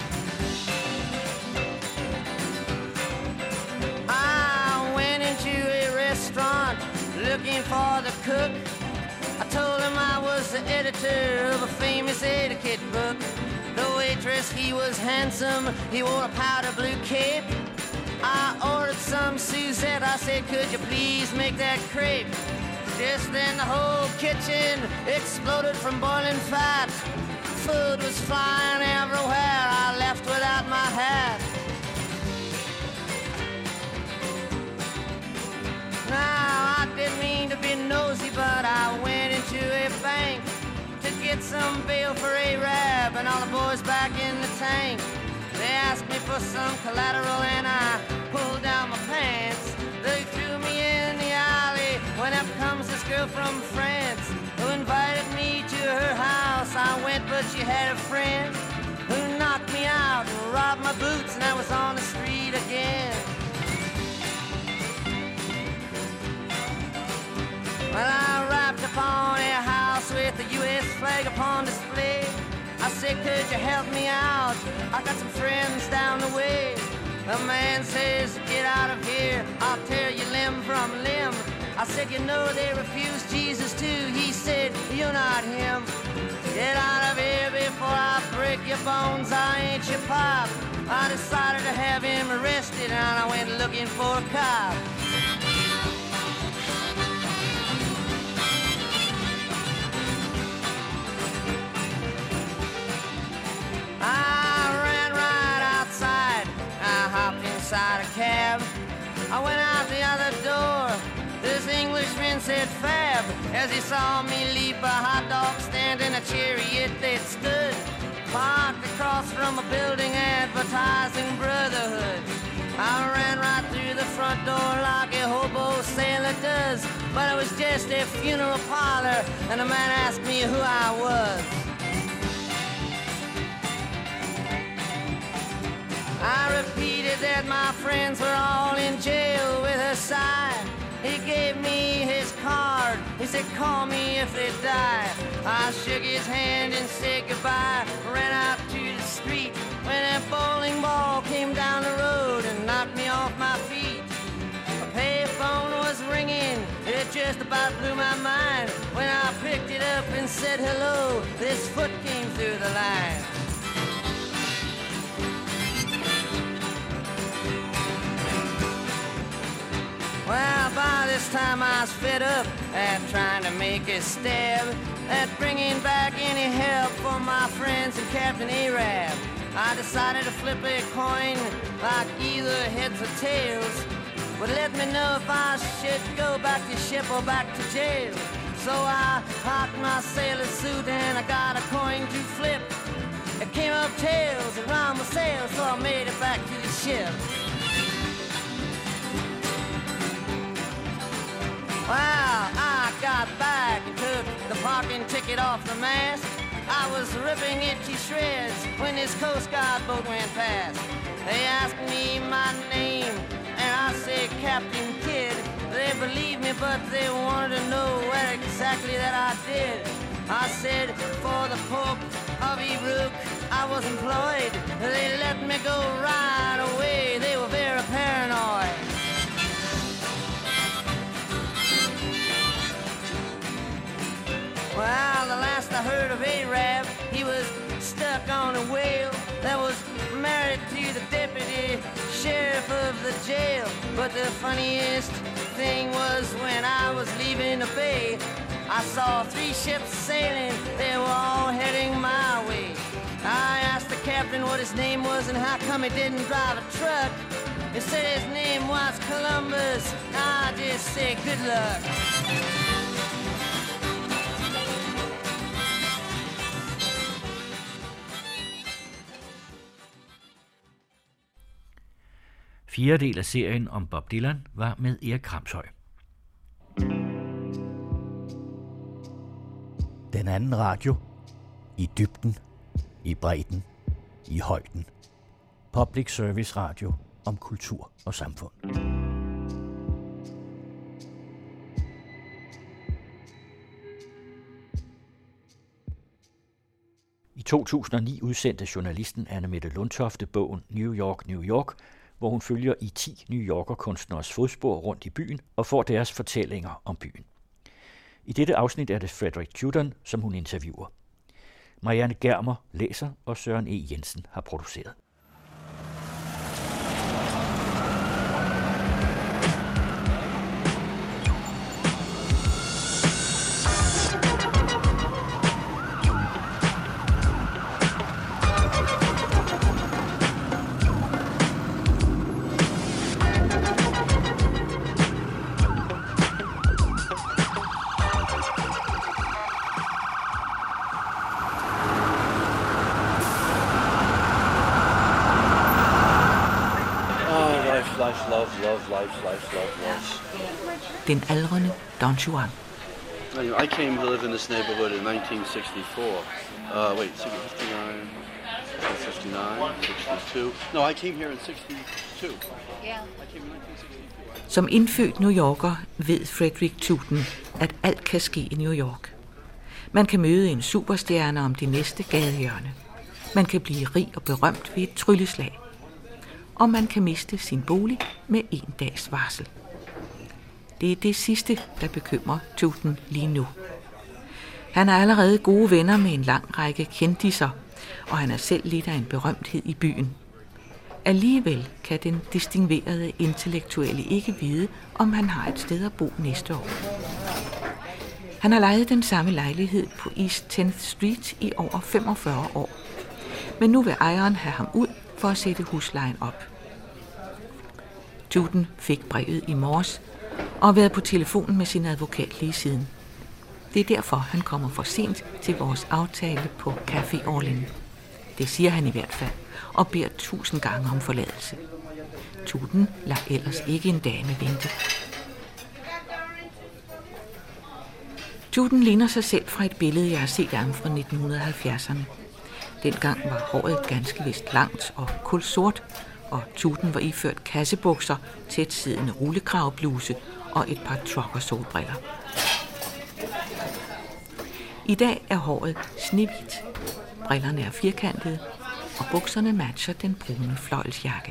I went into a restaurant looking for the cook. I told him I was the editor of a famous etiquette book. The waitress, he was handsome, he wore a powder blue cape. I ordered some Suzette, I said, could you please make that crepe? Just then the whole kitchen exploded from boiling fat. Food was flying everywhere, I left without my hat. Now, I didn't mean to be nosy, but I went into a bank to get some bail for A-Rab and all the boys back in the tank. They asked me for some collateral and I pulled down my pants. They threw me in the alley when up comes this girl from France who invited me to her house. I went, but she had a friend who knocked me out and robbed my boots, and I was on the street again. Well, I arrived upon a house with the U S flag upon display. I said, could you help me out? I got some friends down the way. The man says, get out of here, I'll tear you limb from limb. I said, you know they refused Jesus too. He said, you're not him. Get out of here before I break your bones, I ain't your pop. I decided to have him arrested and I went looking for a cop. I ran right outside, I hopped inside a cab. I went out the other door. This Englishman said fab as he saw me leap a hot dog stand in a chariot that stood parked across from a building advertising brotherhood. I ran right through the front door like a hobo sailor does, but it was just a funeral parlor and a man asked me who I was. I repeated that my friends were all in jail with a sigh. He gave me his card. He said, call me if they die. I shook his hand and said goodbye. Ran out to the street when a bowling ball came down the road and knocked me off my feet. A payphone was ringing. It just about blew my mind. When I picked it up and said hello, this foot came through the line. Well, by this time I was fed up at trying to make a stab at bringing back any help for my friends and Captain Arab. I decided to flip a coin like either heads or tails. But let me know if I should go back to ship or back to jail. So I hocked my sailor suit and I got a coin to flip. It came up tails around my sails, so I made it back to the ship. Well, I got back and took the parking ticket off the mast. I was ripping it to shreds when this Coast Guard boat went past. They asked me my name, and I said Captain Kidd. They believed me, but they wanted to know what exactly that I did. I said, for the Pope of Ebruk, I was employed. They let me go right away. They were very paranoid. Well, the last I heard of Arab, he was stuck on a whale that was married to the deputy sheriff of the jail. But the funniest thing was when I was leaving the bay, I saw three ships sailing, they were all heading my way. I asked the captain what his name was and how come he didn't drive a truck. He said his name was Columbus. I just said good luck. Fjerde del af serien om Bob Dylan var med Erik Kramshøj. Den anden radio. I dybden, i bredden, i højden. Public service radio om kultur og samfund. I to tusind og ni udsendte journalisten Anne-Mette Lundtofte bogen New York, New York, hvor hun følger i ti New Yorker-kunstneres fodspor rundt i byen og får deres fortællinger om byen. I dette afsnit er det Frederick Tudor, som hun interviewer. Marianne Germer læser, og Søren E. Jensen har produceret. Den aldrende Don Juan. I came to live in this neighborhood in nineteen sixty-four. Uh, wait, fifty-nine, fifty-nine, sixty-two. No, I came here in sixty-two. Yeah. I came in nineteen sixty-two. Som indfødt New Yorker ved Frederick Tudor, at alt kan ske i New York. Man kan møde en superstjerne om det næste gadehjørne. Man kan blive rig og berømt ved et trylleslag. Og man kan miste sin bolig med en dags varsel. Det er det sidste, der bekymrer Tuten lige nu. Han er allerede gode venner med en lang række kendisser, og han er selv lidt af en berømthed i byen. Alligevel kan den distingverede intellektuelle ikke vide, om han har et sted at bo næste år. Han har lejet den samme lejlighed på East tenth Street i over femogfyrre år. Men nu vil ejeren have ham ud for at sætte huslejen op. Tuten fik brevet i morges og har været på telefonen med sin advokat lige siden. Det er derfor, han kommer for sent til vores aftale på Café Orlin. Det siger han i hvert fald, og beder tusind gange om forladelse. Tuten lader ellers ikke en dame vente. Tuten ligner sig selv fra et billede, jeg har set af ham fra nitten halvfjerdserne. Dengang var håret ganske vist langt og kulsort, og Tuten var iført kassebukser, tætsiddende rullekravbluse og et par trucker-solbriller. I dag er håret snehvidt, brillerne er firkantede, og bukserne matcher den brune fløjlsjakke.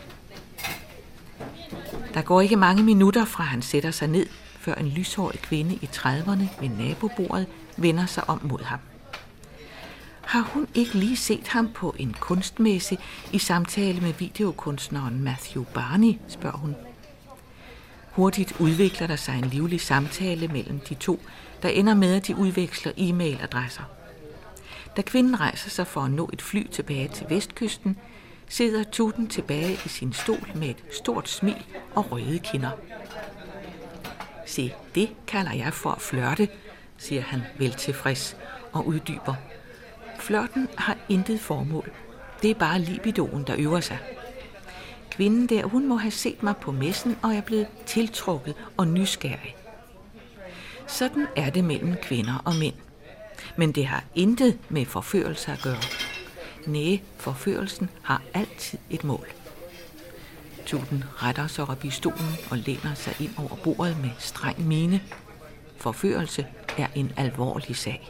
Der går ikke mange minutter fra han sætter sig ned, før en lyshåret kvinde i trediverne ved nabobordet vender sig om mod ham. Har hun ikke lige set ham på en kunstmesse i samtale med videokunstneren Matthew Barney, spørger hun. Hurtigt udvikler der sig en livlig samtale mellem de to, der ender med, at de udveksler e-mailadresser. Da kvinden rejser sig for at nå et fly tilbage til vestkysten, sidder Tuten tilbage i sin stol med et stort smil og røde kinder. Se, det kalder jeg for at flirte, siger han vel tilfreds og uddyber. Flirten har intet formål. Det er bare libidoen, der øver sig. Kvinden der, hun må have set mig på messen og er blevet tiltrukket og nysgerrig. Sådan er det mellem kvinder og mænd. Men det har intet med forførelse at gøre. Næh, forførelsen har altid et mål. Tuten retter sig op i stolen og læner sig ind over bordet med streng mine. Forførelse er en alvorlig sag.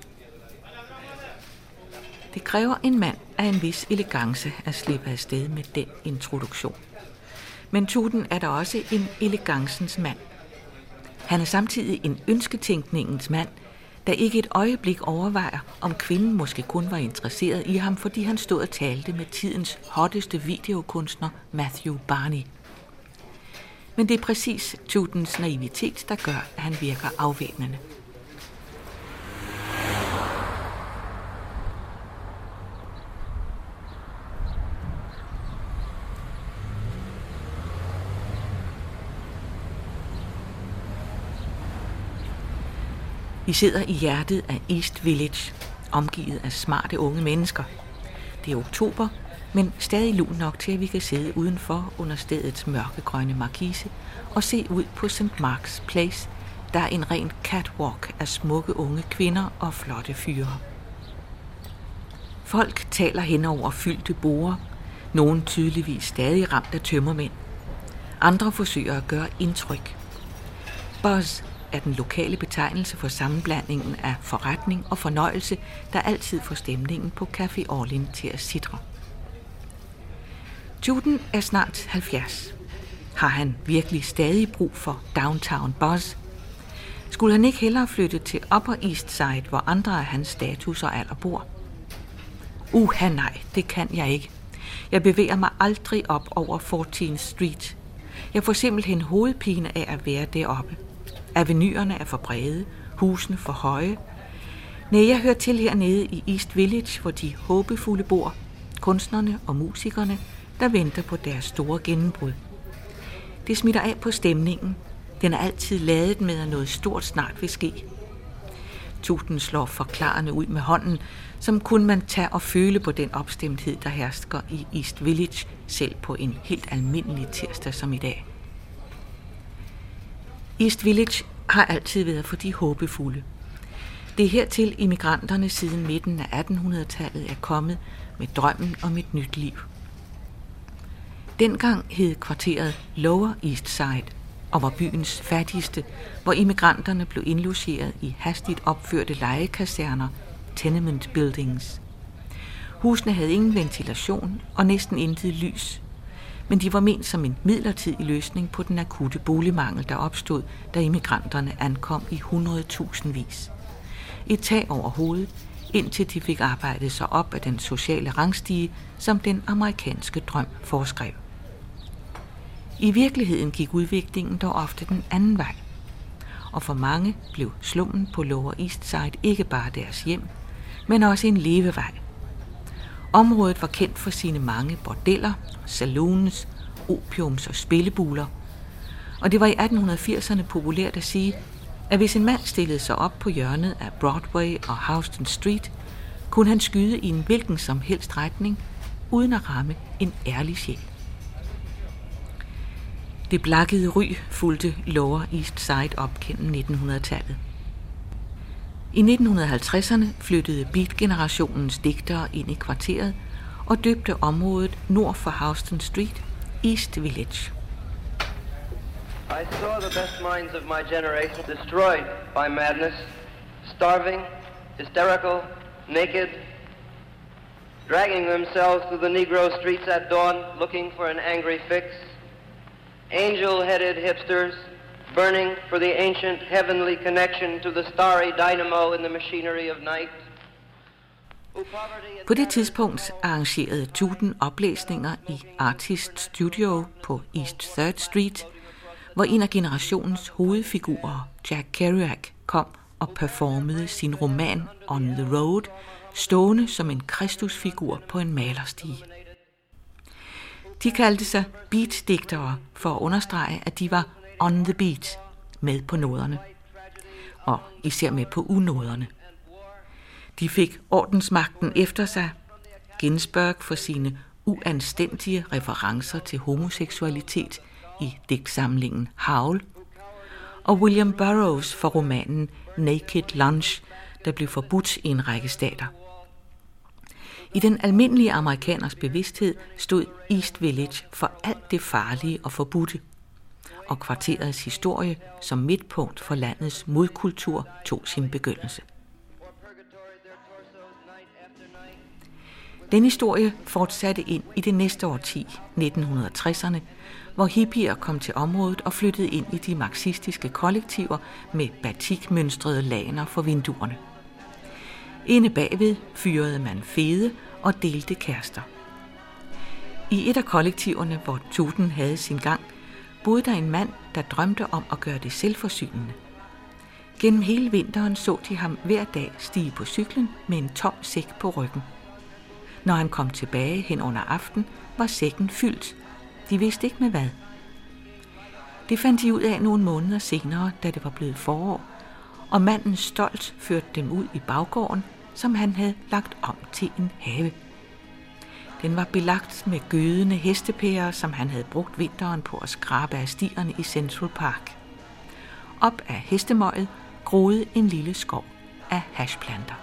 Det kræver en mand af en vis elegance at slippe afsted med den introduktion. Men Tuten er der også en elegancens mand. Han er samtidig en ønsketænkningens mand, der ikke et øjeblik overvejer, om kvinden måske kun var interesseret i ham, fordi han stod og talte med tidens hotteste videokunstner Matthew Barney. Men det er præcis Tutens naivitet, der gør, at han virker afvæbnende. Vi sidder i hjertet af East Village, omgivet af smarte unge mennesker. Det er oktober, men stadig lun nok til, at vi kan sidde udenfor under stedets mørkegrønne markise og se ud på Saint Mark's Place, der er en ren catwalk af smukke unge kvinder og flotte fyre. Folk taler hen over fyldte borde, nogen tydeligvis stadig ramt af tømmermænd. Andre forsøger at gøre indtryk. Buzz er den lokale betegnelse for sammenblandingen af forretning og fornøjelse, der altid får stemningen på Café Orlin til at sidre. Tuten er snart halvfjerds. Har han virkelig stadig brug for downtown buzz? Skulle han ikke hellere flytte til Upper East Side, hvor andre af hans status og alder bor? Uha nej, det kan jeg ikke. Jeg bevæger mig aldrig op over fourteenth Street. Jeg får simpelthen hovedpine af at være deroppe. Avenyerne er for brede, husene for høje. Nej, jeg hører til hernede i East Village, hvor de håbefulde bor, kunstnerne og musikerne, der venter på deres store gennembrud. Det smitter af på stemningen. Den er altid ladet med, at noget stort snart vil ske. Tuten slår forklarende ud med hånden, som kun man tage og føle på den opstemthed, der hersker i East Village, selv på en helt almindelig tirsdag som i dag. East Village har altid været for de håbefulde. Det er hertil immigranterne siden midten af attenhundredetallet er kommet med drømmen om et nyt liv. Dengang hed kvarteret Lower East Side, og var byens fattigste, hvor immigranterne blev indlogeret i hastigt opførte lejekaserner, tenement buildings. Husene havde ingen ventilation og næsten intet lys, men de var ment som en midlertidig løsning på den akutte boligmangel, der opstod, da immigranterne ankom i hundredtusindvis. Et tag over hovedet, indtil de fik arbejdet sig op af den sociale rangstige, som den amerikanske drøm foreskrev. I virkeligheden gik udviklingen dog ofte den anden vej, og for mange blev slummen på Lower East Side ikke bare deres hjem, men også en levevej. Området var kendt for sine mange bordeller, saloons, opiums- og spillebuler, og det var i atten firserne populært at sige, at hvis en mand stillede sig op på hjørnet af Broadway og Houston Street, kunne han skyde i en hvilken som helst retning, uden at ramme en ærlig sjæl. Det blakkede ry fulgte Lower East Side op gennem nitten hundrede-tallet. I nitten halvtredserne flyttede beat-generationens digtere ind i kvarteret og døbte området nord for Houston Street East Village. I saw the best minds of my generation destroyed by madness, starving, hysterical, naked, dragging themselves through the Negro streets at dawn looking for an angry fix, angel-headed hipsters burning for the ancient heavenly connection to the starry dynamo in the machinery of night. På det tidspunkt arrangerede Tuten oplæsninger i Artist Studio på East third Street, hvor en af generationens hovedfigurer, Jack Kerouac, kom og performede sin roman On the Road, stående som en kristusfigur på en malerstige. De kaldte sig beat-digtere for at understrege, at de var on the beat, med på noderne, og især med på unoderne. De fik ordensmagten efter sig, Ginsberg for sine uanstændige referencer til homoseksualitet i digtsamlingen Howl, og William Burroughs for romanen Naked Lunch, der blev forbudt i en række stater. I den almindelige amerikaners bevidsthed stod East Village for alt det farlige og forbudte, og kvarterets historie som midtpunkt for landets modkultur tog sin begyndelse. Den historie fortsatte ind i det næste årti, nitten tresserne, hvor hippier kom til området og flyttede ind i de marxistiske kollektiver med batikmønstrede laner for vinduerne. Inde bagved fyrede man fede og delte kærester. I et af kollektiverne, hvor Tuten havde sin gang, boede der en mand, der drømte om at gøre det selvforsynende. Gennem hele vinteren så de ham hver dag stige på cyklen med en tom sæk på ryggen. Når han kom tilbage hen under aften, var sækken fyldt. De vidste ikke med hvad. Det fandt de ud af nogle måneder senere, da det var blevet forår, og manden stolt førte dem ud i baggården, som han havde lagt om til en have. Den var belagt med gødende hestepærer, som han havde brugt vinteren på at skrabe af stierne i Central Park. Op af hestemøget groede en lille skov af hashplanter.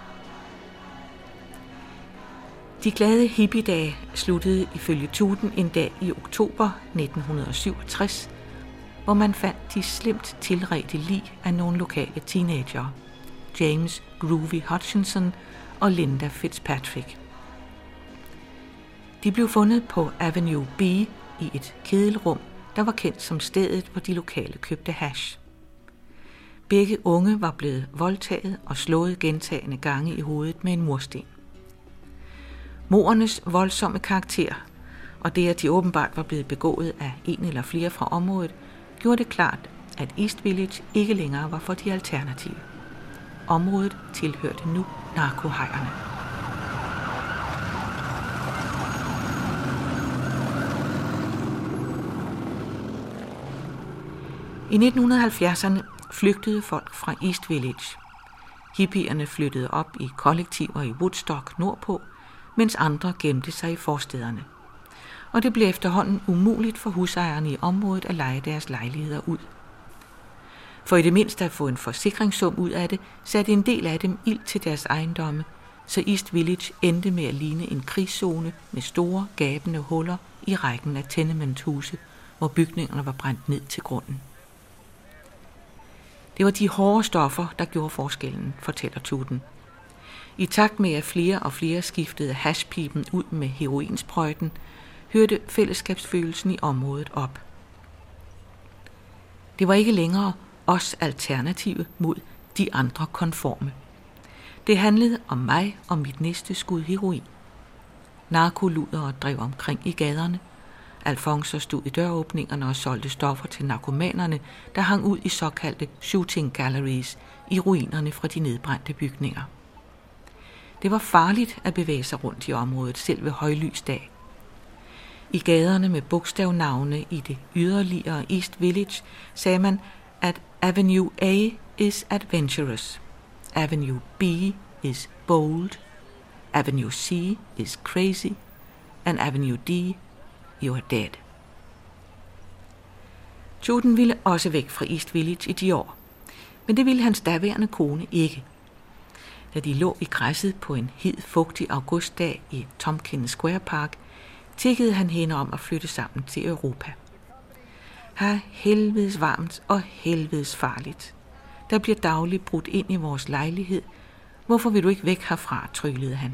De glade hippiedage sluttede ifølge Tuten en dag i oktober nitten syvogtres, hvor man fandt de slemt tilredte lig af nogle lokale teenagere, James Groovy Hutchinson og Linda Fitzpatrick. De blev fundet på Avenue B i et kedelrum, der var kendt som stedet, hvor de lokale købte hash. Begge unge var blevet voldtaget og slået gentagende gange i hovedet med en mursten. Mordernes voldsomme karakter, og det at de åbenbart var blevet begået af en eller flere fra området, gjorde det klart, at East Village ikke længere var for de alternative. Området tilhørte nu narkohajerne. I nitten halvfjerdserne flygtede folk fra East Village. Hippierne flyttede op i kollektiver i Woodstock nordpå, mens andre gemte sig i forstederne. Og det blev efterhånden umuligt for husejerne i området at leje deres lejligheder ud. For i det mindste at få en forsikringssum ud af det, satte en del af dem ild til deres ejendomme, så East Village endte med at ligne en krigszone med store, gabende huller i rækken af tenementhuse, hvor bygningerne var brændt ned til grunden. Det var de hårde stoffer, der gjorde forskellen, fortæller Tuden. I takt med, at flere og flere skiftede hashpipen ud med heroinsprøjten, hørte fællesskabsfølelsen i området op. Det var ikke længere os alternative mod de andre konforme. Det handlede om mig og mit næste skud heroin. Narkoludere drev omkring i gaderne. Alfonso stod i døråbningerne og solgte stoffer til narkomanerne, der hang ud i såkaldte shooting galleries i ruinerne fra de nedbrændte bygninger. Det var farligt at bevæge sig rundt i området, selv ved højlysdag. I gaderne med bogstavnavne i det yderligere East Village sagde man, at Avenue A is adventurous, Avenue B is bold, Avenue C is crazy, and Avenue D, you are dead. Tuden ville også væk fra East Village i de år, men det ville hans daværende kone ikke. Da de lå i græsset på en hed, fugtig augustdag i Tompkins Square Park, tiggede han hende om at flytte sammen til Europa. Her helvedes varmt og helvedes farligt. Der bliver dagligt brudt ind i vores lejlighed. Hvorfor vil du ikke væk herfra, tryglede han.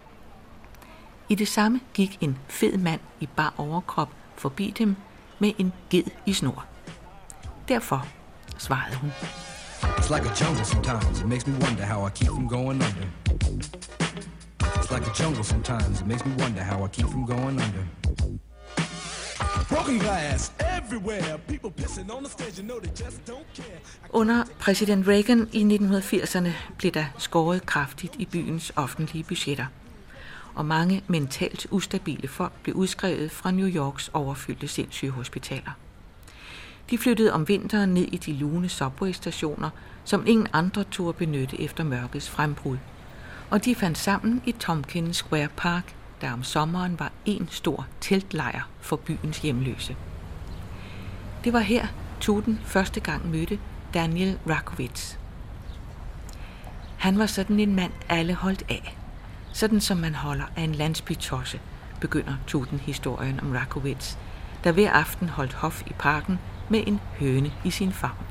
I det samme gik en fed mand i bar overkrop forbi dem med en ged i snor. Derfor svarede hun. It's like a jungle sometimes. It makes me wonder how I keep from going under. It's like a jungle sometimes. It makes me wonder how I keep from going under. Broken glass everywhere. People pissing on the stage. You know they just don't care. Under præsident Reagan i nitten firserne blev der skåret kraftigt i byens offentlige budgetter, og mange mentalt ustabile folk blev udskrevet fra New Yorks overfyldte sindssygehospitaler. De flyttede om vinteren ned i de lune subway-stationer, som ingen andre turde benytte efter mørkets frembrud, og de fandt sammen i Tompkins Square Park, der om sommeren var en stor teltlejr for byens hjemløse. Det var her, Tuden første gang mødte Daniel Rakowitz. Han var sådan en mand, alle holdt af. Sådan som man holder af en landsbytosse, begynder Tuden historien om Rakowitz, der hver aften holdt hof i parken med en høne i sin favn.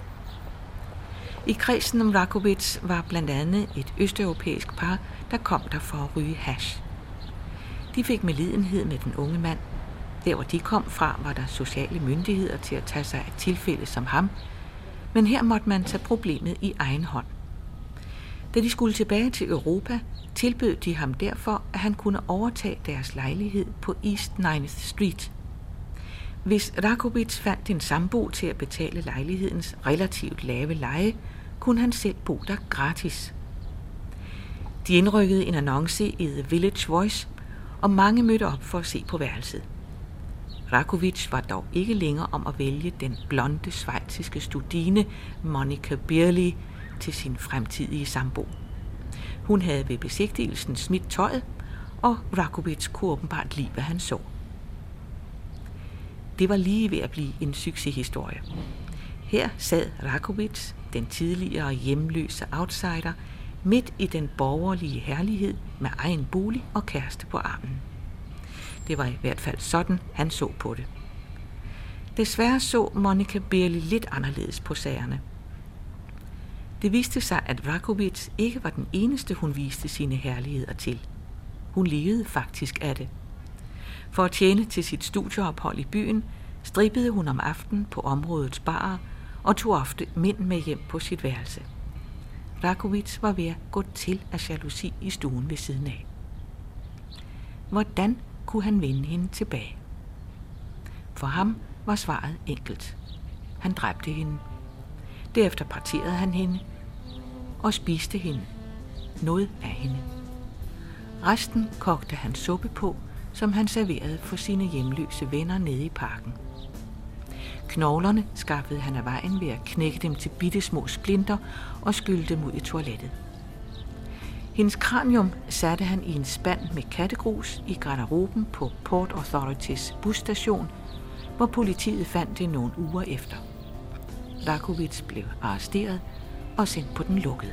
I kredsen om Rakowitz var blandt andet et østeuropæisk par, der kom der for at ryge hash. De fik medlidenhed med den unge mand. Der hvor de kom fra, var der sociale myndigheder til at tage sig af tilfælde som ham, men her måtte man tage problemet i egen hånd. Da de skulle tilbage til Europa, tilbød de ham derfor, at han kunne overtage deres lejlighed på East ninth Street. Hvis Rakowitz fandt en sambo til at betale lejlighedens relativt lave leje, kunne han selv bo der gratis. De indrykkede en annonce i The Village Voice, og mange mødte op for at se på værelset. Rakowitz var dog ikke længere om at vælge den blonde schweiziske studine Monica Beerley til sin fremtidige sambo. Hun havde ved besigtigelsen smidt tøjet, og Rakowitz kunne åbenbart lide, hvad han så. Det var lige ved at blive en succeshistorie. Her sad Rakowitz, den tidligere hjemløse outsider, midt i den borgerlige herlighed med egen bolig og kæreste på armen. Det var i hvert fald sådan, han så på det. Desværre så Monica Beerley lidt anderledes på sagerne. Det viste sig, at Rakowitz ikke var den eneste, hun viste sine herligheder til. Hun levede faktisk af det. For at tjene til sit studieophold i byen, strippede hun om aftenen på områdets barer og tog ofte mænd med hjem på sit værelse. Rakowitz var ved at gå til af jalousi i stuen ved siden af. Hvordan kunne han vinde hende tilbage? For ham var svaret enkelt. Han dræbte hende. Derefter parterede han hende og spiste hende. Noget af hende. Resten kogte han suppe på, som han serverede for sine hjemløse venner nede i parken. Knoglerne skaffede han af vejen ved at knække dem til bitte små splinter og skylle dem ud i toilettet. Hendes kranium satte han i en spand med kattegrus i garderoben på Port Authorities busstation, hvor politiet fandt det nogle uger efter. Rakowitz blev arresteret og sendt på den lukkede.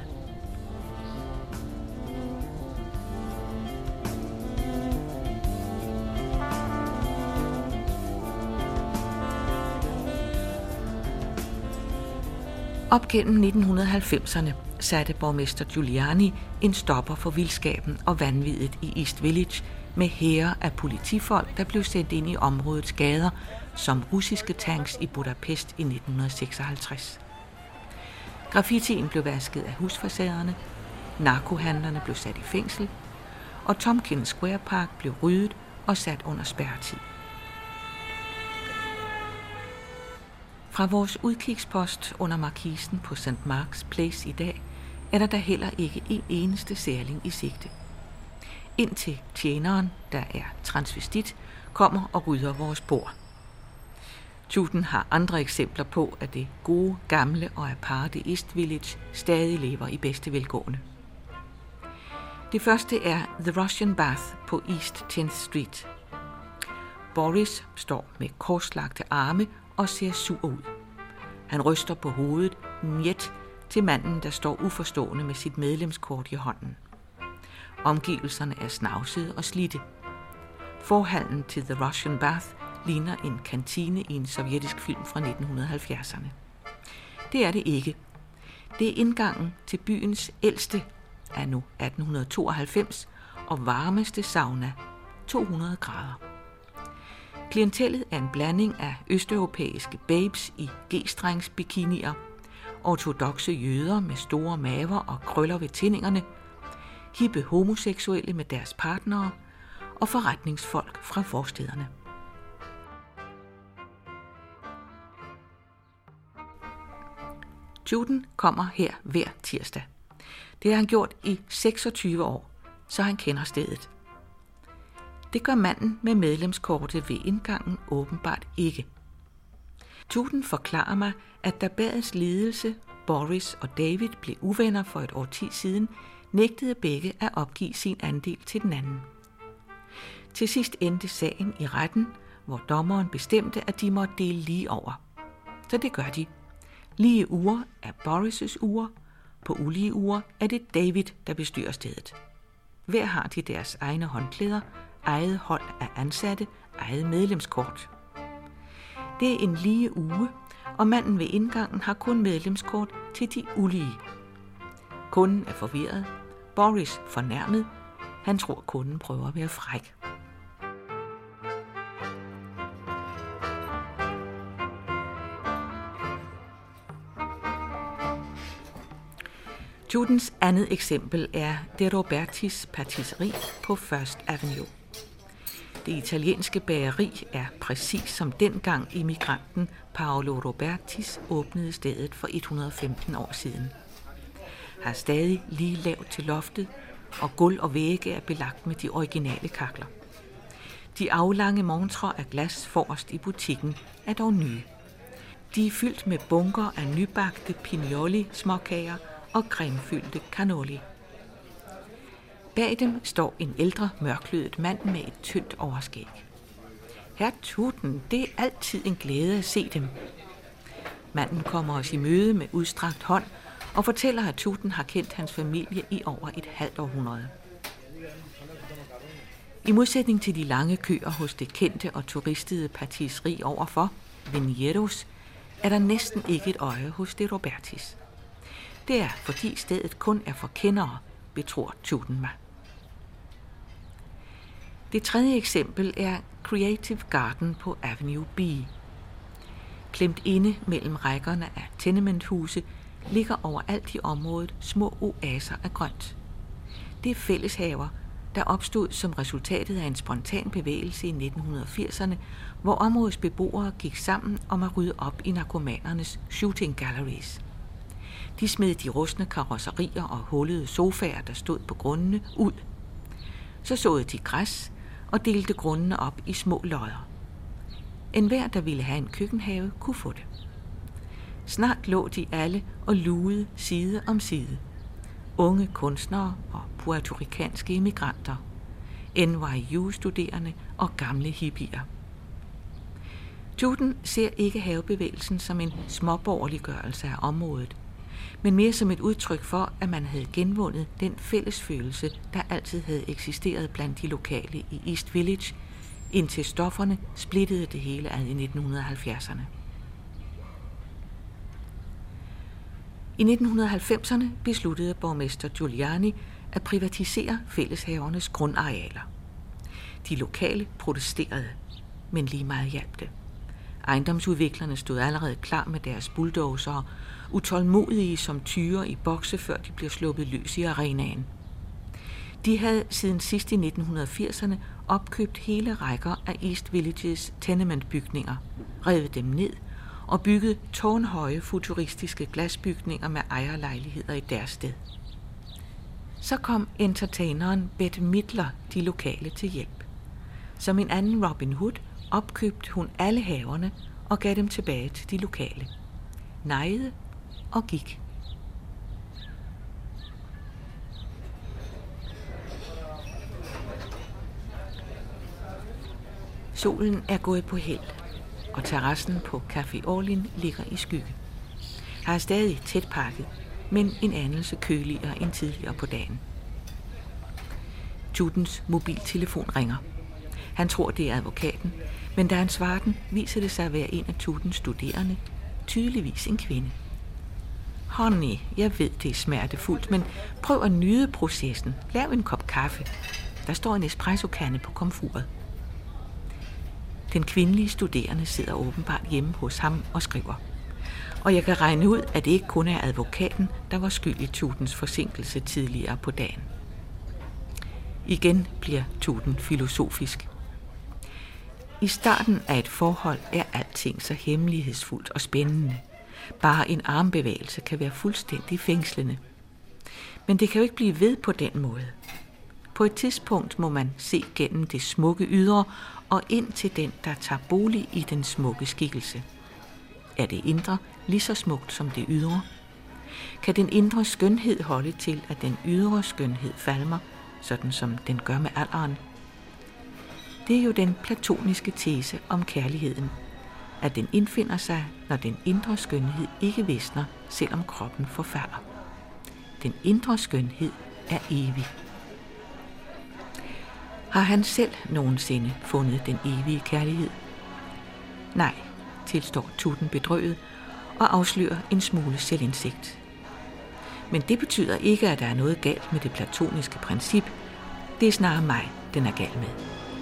Op gennem nitten halvfemserne satte borgmester Giuliani en stopper for vildskaben og vanviddet i East Village med hære af politifolk, der blev sendt ind i områdets gader som russiske tanks i Budapest i nitten seksoghalvtreds. Graffitien blev vasket af husfacaderne, narkohandlerne blev sat i fængsel, og Tompkins Square Park blev ryddet og sat under spærretid. Fra vores udkigspost under markisen på Saint Mark's Place i dag, er der da heller ikke en eneste særling i sigte. Indtil tjeneren, der er transvestit, kommer og rydder vores bord. Tuten har andre eksempler på, at det gode, gamle og aparte East Village stadig lever i bedste velgående. Det første er The Russian Bath på East tenth Street. Boris står med korslagte arme og ser sur ud. Han ryster på hovedet, njet, til manden, der står uforstående med sit medlemskort i hånden. Omgivelserne er snavsede og slidte. Forhallen til The Russian Bath ligner en kantine i en sovjetisk film fra nitten halvfjerdserne. Det er det ikke. Det er indgangen til byens ældste, anno atten tooghalvfems, og varmeste sauna, to hundrede grader. Klientellet er en blanding af østeuropæiske babes i G-strengs bikinier, ortodokse jøder med store maver og krøller ved tindingerne, hippe homoseksuelle med deres partnere og forretningsfolk fra forstederne. Tuten kommer her hver tirsdag. Det har han gjort i seksogtyve år, så han kender stedet. Det gør manden med medlemskortet ved indgangen åbenbart ikke. Tuten forklarer mig, at da badets ledelse, Boris og David, blev uvenner for et årti siden, nægtede begge at opgive sin andel til den anden. Til sidst endte sagen i retten, hvor dommeren bestemte, at de måtte dele lige over. Så det gør de. Lige uger er Boris' uger, på ulige uger er det David, der bestyrer stedet. Hver har de deres egne håndklæder, eget hold af ansatte, eget medlemskort. Det er en lige uge, og manden ved indgangen har kun medlemskort til de ulige. Kunden er forvirret, Boris fornærmet, han tror kunden prøver at være fræk. Tutens andet eksempel er De Robertis Patisserie på First Avenue. Det italienske bageri er præcis som dengang immigranten Paolo Robertis åbnede stedet for et hundrede og femten år siden. Har stadig lige lavt til loftet, og gulv og vægge er belagt med de originale kakler. De aflange montrer af glas forrest i butikken er dog nye. De er fyldt med bunker af nybagte pignoli småkager og cremefyldte cannoli. Bag dem står en ældre, mørklædet mand med et tyndt overskæg. Herr Tuten, det er altid en glæde at se dem. Manden kommer os i møde med udstrakt hånd og fortæller, at Tuten har kendt hans familie i over et halvt århundrede. I modsætning til de lange køer hos det kendte og turistede patisserie overfor, Vinieros, er der næsten ikke et øje hos De Robertis. Det er, fordi stedet kun er for kendere, betror Tuten mig. Det tredje eksempel er Creative Garden på Avenue B. Klemt inde mellem rækkerne af tenementhuse ligger overalt i området små oaser af grønt. Det er fælleshaver, der opstod som resultatet af en spontan bevægelse i nitten firserne, hvor områdets beboere gik sammen om at rydde op i narkomanernes shooting galleries. De smed de rustne karosserier og hullede sofaer, der stod på grundene, ud. Så såede de græs og delte grundene op i små lodder. Enhver, der ville have en køkkenhave, kunne få det. Snart lå de alle og lugede side om side. Unge kunstnere og puertoricanske immigranter, N Y U-studerende og gamle hippier. Tuten ser ikke havebevægelsen som en småborgerliggørelse af området, men mere som et udtryk for, at man havde genvundet den fællesfølelse, der altid havde eksisteret blandt de lokale i East Village, indtil stofferne splittede det hele ad i nitten halvfjerdserne. I nitten halvfemserne besluttede borgmester Giuliani at privatisere fælleshavernes grundarealer. De lokale protesterede, men lige meget hjalp det. Ejendomsudviklerne stod allerede klar med deres bulldozere, utålmodige som tyre i bokse, før de bliver sluppet løs i arenaen. De havde siden sidst i nitten firserne opkøbt hele rækker af East Villages tenementbygninger, revet dem ned og bygget tårnhøje futuristiske glasbygninger med ejerlejligheder i deres sted. Så kom entertaineren Bette Midler de lokale til hjælp. Som en anden Robin Hood opkøbte hun alle haverne og gav dem tilbage til de lokale. Nejede og gik. Solen er gået på held, og terrassen på Café Orlin ligger i skygge. Her er stadig tæt pakket, men en anelse køligere end tidligere på dagen. Tudens mobiltelefon ringer. Han tror, det er advokaten, men da han svarer den, viser det sig at være en af Tudens studerende, tydeligvis en kvinde. Honey, jeg ved, det er smertefuldt, men prøv at nyde processen. Lav en kop kaffe. Der står en espressokande på komfuret. Den kvindelige studerende sidder åbenbart hjemme hos ham og skriver. Og jeg kan regne ud, at det ikke kun er advokaten, der var skyld i Tudens forsinkelse tidligere på dagen. Igen bliver Tuden filosofisk. I starten af et forhold er alting så hemmelighedsfuldt og spændende. Bare en armbevægelse kan være fuldstændig fængslende. Men det kan jo ikke blive ved på den måde. På et tidspunkt må man se gennem det smukke ydre og ind til den, der tager bolig i den smukke skikkelse. Er det indre lige så smukt som det ydre? Kan den indre skønhed holde til, at den ydre skønhed falmer, sådan som den gør med alderen? Det er jo den platoniske tese om kærligheden, at den indfinder sig, når den indre skønhed ikke visner, selvom kroppen forfalder. Den indre skønhed er evig. Har han selv nogensinde fundet den evige kærlighed? Nej, tilstår Tuden bedrøvet og afslører en smule selvindsigt. Men det betyder ikke, at der er noget galt med det platoniske princip. Det er snarere mig, den er gal med.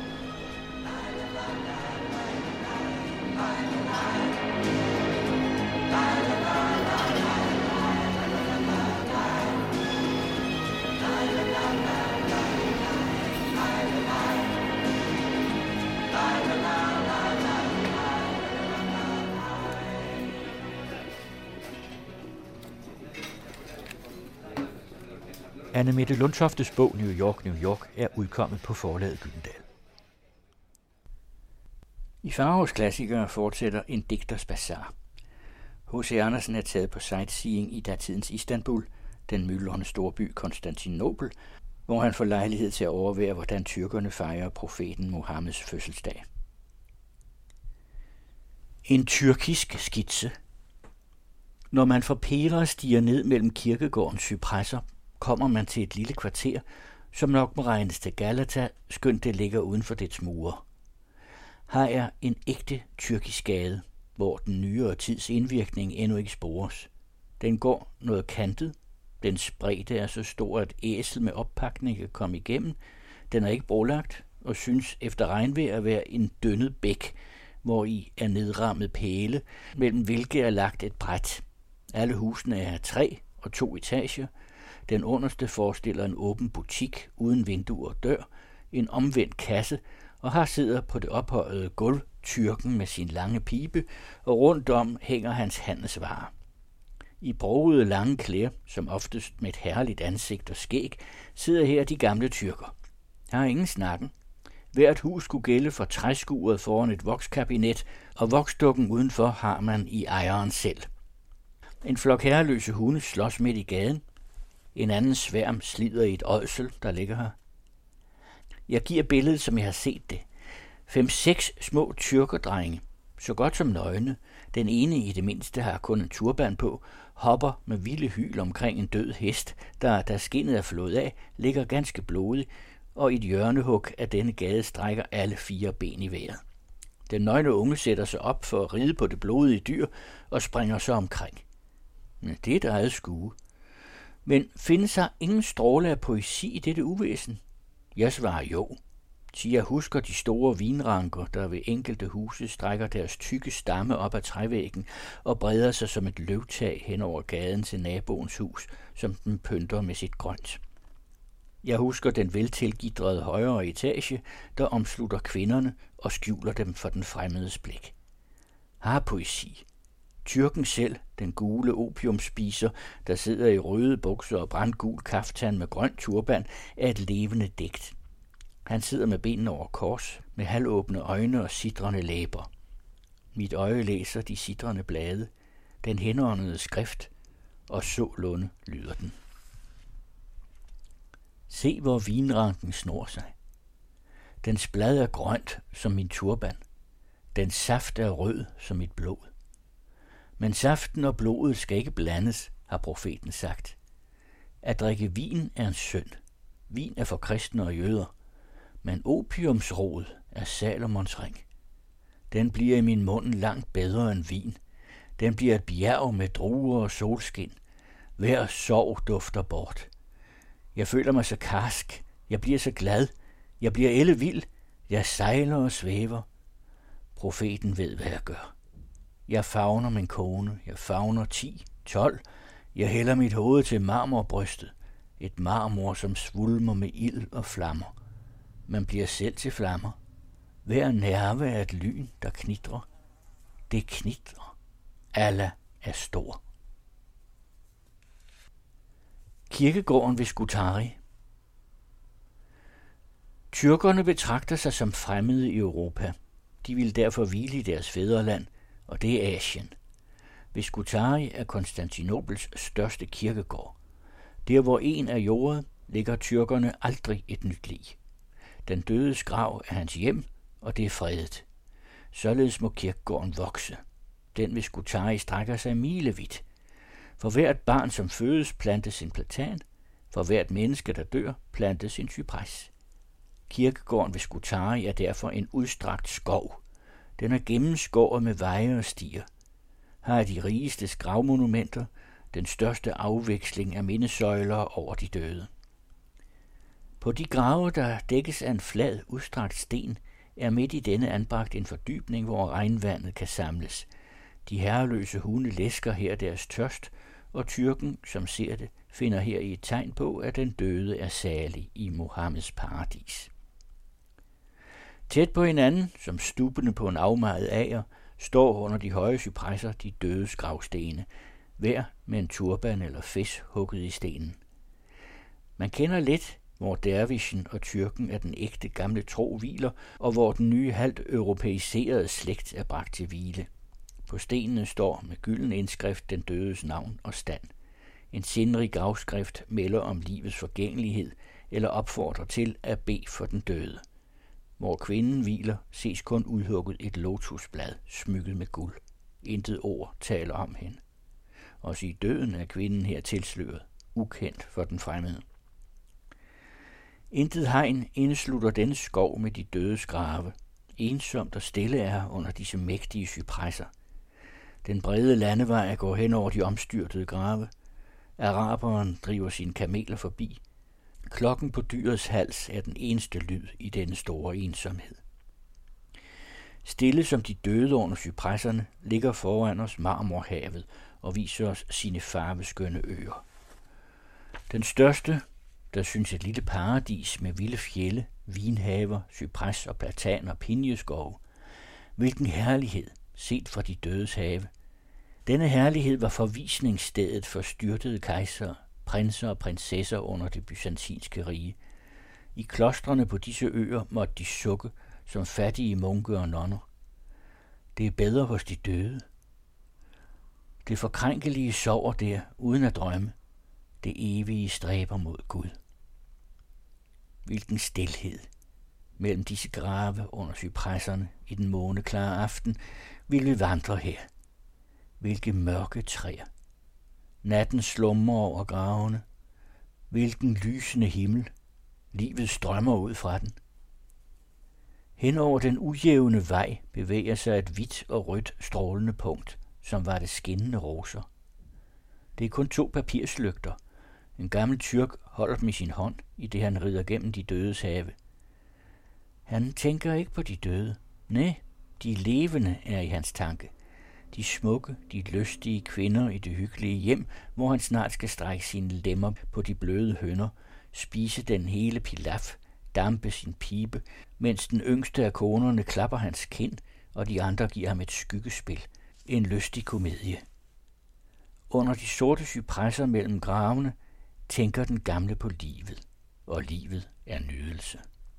Anne-Mette Lundtoftes bog New York, New York er udkommet på forlaget Gyldendal. I Faros klassikere fortsætter en digters bazar. H C Andersen er taget på sightseeing i datidens Istanbul, den myldrende storby Konstantinopel, hvor han får lejlighed til at overvære, hvordan tyrkerne fejrer profeten Muhammeds fødselsdag. En tyrkisk skitse. Når man fra Pera stiger ned mellem kirkegårdens cypresser, kommer man til et lille kvarter, som nok må regnes til Galata, skønt det ligger uden for dets mure. Her er en ægte tyrkisk gade, hvor den nyere tids indvirkning endnu ikke spores. Den går noget kantet, den spredte er så stor, at æsel med oppakning kan komme igennem. Den er ikke brolagt og synes efter regnvejr at være en dønnet bæk, hvor i er nedrammet pæle, mellem hvilke er lagt et bræt. Alle husene er af træ og to etager. Den underste forestiller en åben butik uden vinduer og dør, en omvendt kasse, og her sidder på det ophøjede gulv tyrken med sin lange pibe, og rundt om hænger hans handelsvarer. I brogede lange klæder, som oftest med et herligt ansigt og skæg, sidder her de gamle tyrker. Her er ingen snakken. Hvert hus skulle gælde for træskuret foran et vokskabinet, og voksdukken udenfor har man i ejeren selv. En flok herreløse hunde slås midt i gaden. En anden sværm slider i et ådsel, der ligger her. Jeg giver billedet, som jeg har set det. Fem-seks små tyrkerdrenge, så godt som nøgne, den ene i det mindste har kun en turban på, hopper med vilde hyl omkring en død hest, der, da skindet er flået af, ligger ganske blodig, og i et hjørnehug af denne gade strækker alle fire ben i vejret. Den nøgne unge sætter sig op for at ride på det blodige dyr og springer så omkring. Det er et eget skue. Men findes der ingen stråle af poesi i dette uvæsen? Jeg svarer jo. Til jeg husker de store vinranker, der ved enkelte huse strækker deres tykke stamme op ad trævæggen og breder sig som et løvtag hen over gaden til naboens hus, som den pynter med sit grønt. Jeg husker den veltilgidrede højere etage, der omslutter kvinderne og skjuler dem for den fremmedes blik. Har poesi. Tyrken selv, den gule opiumspiser, der sidder i røde bukser og brandgul kaftan med grøn turban, er et levende digt. Han sidder med benene over kors, med halvåbne øjne og sidrende læber. Mit øje læser de sidrende blade, den henåndede skrift, og sålunde lyder den. Se, hvor vinranken snor sig. Dens blad er grønt som min turban. Dens saft er rød som mit blod. Men saften og blodet skal ikke blandes, har profeten sagt. At drikke vin er en synd. Vin er for kristne og jøder. Men opiumsrod er Salomons ring. Den bliver i min mund langt bedre end vin. Den bliver et bjerg med druer og solskin. Hver sorg dufter bort. Jeg føler mig så karsk. Jeg bliver så glad. Jeg bliver ellevild. Jeg sejler og svæver. Profeten ved, hvad jeg gør. Jeg favner min kone. Jeg favner ti, tolv. Jeg hælder mit hoved til marmorbrystet. Et marmor, som svulmer med ild og flammer. Man bliver selv til flammer. Hver nerve er et lyn, der knitrer. Det knitrer. Allah er stor. Kirkegården ved Skutari. Tyrkerne betragter sig som fremmede i Europa. De vil derfor hvile i deres fædreland, og det er Asien. Ved Skutari er Konstantinopels største kirkegård. Der hvor en er jordet, ligger tyrkerne aldrig et nyt lig. Den dødes grav er hans hjem, og det er fredet. Således må kirkegården vokse. Den ved Skutari strækker sig milevidt. For hvert barn, som fødes, plantes en platan. For hvert menneske, der dør, plantes en cypres. Kirkegården ved Skutari er derfor en udstrakt skov. Den er gennemskåret med veje og stier. Her er de rigeste gravmonumenter, den største afveksling af mindesøjler over de døde. På de grave, der dækkes af en flad, udstrakt sten, er midt i denne anbragt en fordybning, hvor regnvandet kan samles. De herreløse hunde læsker her deres tørst, og tyrken, som ser det, finder her i et tegn på, at den døde er salig i Mohammeds paradis. Tæt på hinanden, som stubbende på en afmejet ager, står under de høje cypresser de dødes gravstene, hver med en turban eller fes hugget i stenen. Man kender let, hvor dervischen og tyrken af den ægte gamle tro hviler, og hvor den nye halvt europæiserede slægt er bragt til hvile. På stenene står med gylden indskrift den dødes navn og stand. En sindrig gravskrift melder om livets forgængelighed eller opfordrer til at bede for den døde. Hvor kvinden hviler, ses kun udhugget et lotusblad smykket med guld. Intet ord taler om hende. Også i døden er kvinden her tilsløret, ukendt for den fremmede. Intet hegn indeslutter denne skov med de dødes grave. Ensomt og stille er under disse mægtige cypresser. Den brede landevej går hen over de omstyrtede grave. Araberen driver sine kameler forbi. Klokken på dyrets hals er den eneste lyd i denne store ensomhed. Stille som de døde under cypresserne ligger foran os marmorhavet og viser os sine farveskønne øer. Den største, der synes et lille paradis med vilde fjelde, vinhaver, cypres og platan og pinjeskov. Hvilken herlighed, set fra de dødes have. Denne herlighed var forvisningsstedet for styrtede kejsere, prinser og prinsesser under det byzantinske rige. I klostrene på disse øer måtte de sukke som fattige munke og nonner. Det er bedre hos de døde. Det forkrænkelige sover der uden at drømme. Det evige stræber mod Gud. Hvilken stilhed. Mellem disse grave under cypresserne i den måneklare aften vil vi vandre her. Hvilke mørke træer. Natten slumrer over gravene. Hvilken lysende himmel. Livet strømmer ud fra den. Hen over den ujævne vej bevæger sig et hvidt og rødt strålende punkt, som var det skinnende roser. Det er kun to papirslygter. En gammel tyrk holder dem i sin hånd, i det han rider gennem de dødes have. Han tænker ikke på de døde. Nej, de levende er i hans tanke. De smukke, de lystige kvinder i det hyggelige hjem, hvor han snart skal strække sine lemmer på de bløde hønder, spise den hele pilaf, dampe sin pibe, mens den yngste af konerne klapper hans kind, og de andre giver ham et skyggespil. En lystig komedie. Under de sorte cypresser mellem gravene tænker den gamle på livet, og livet er nydelse.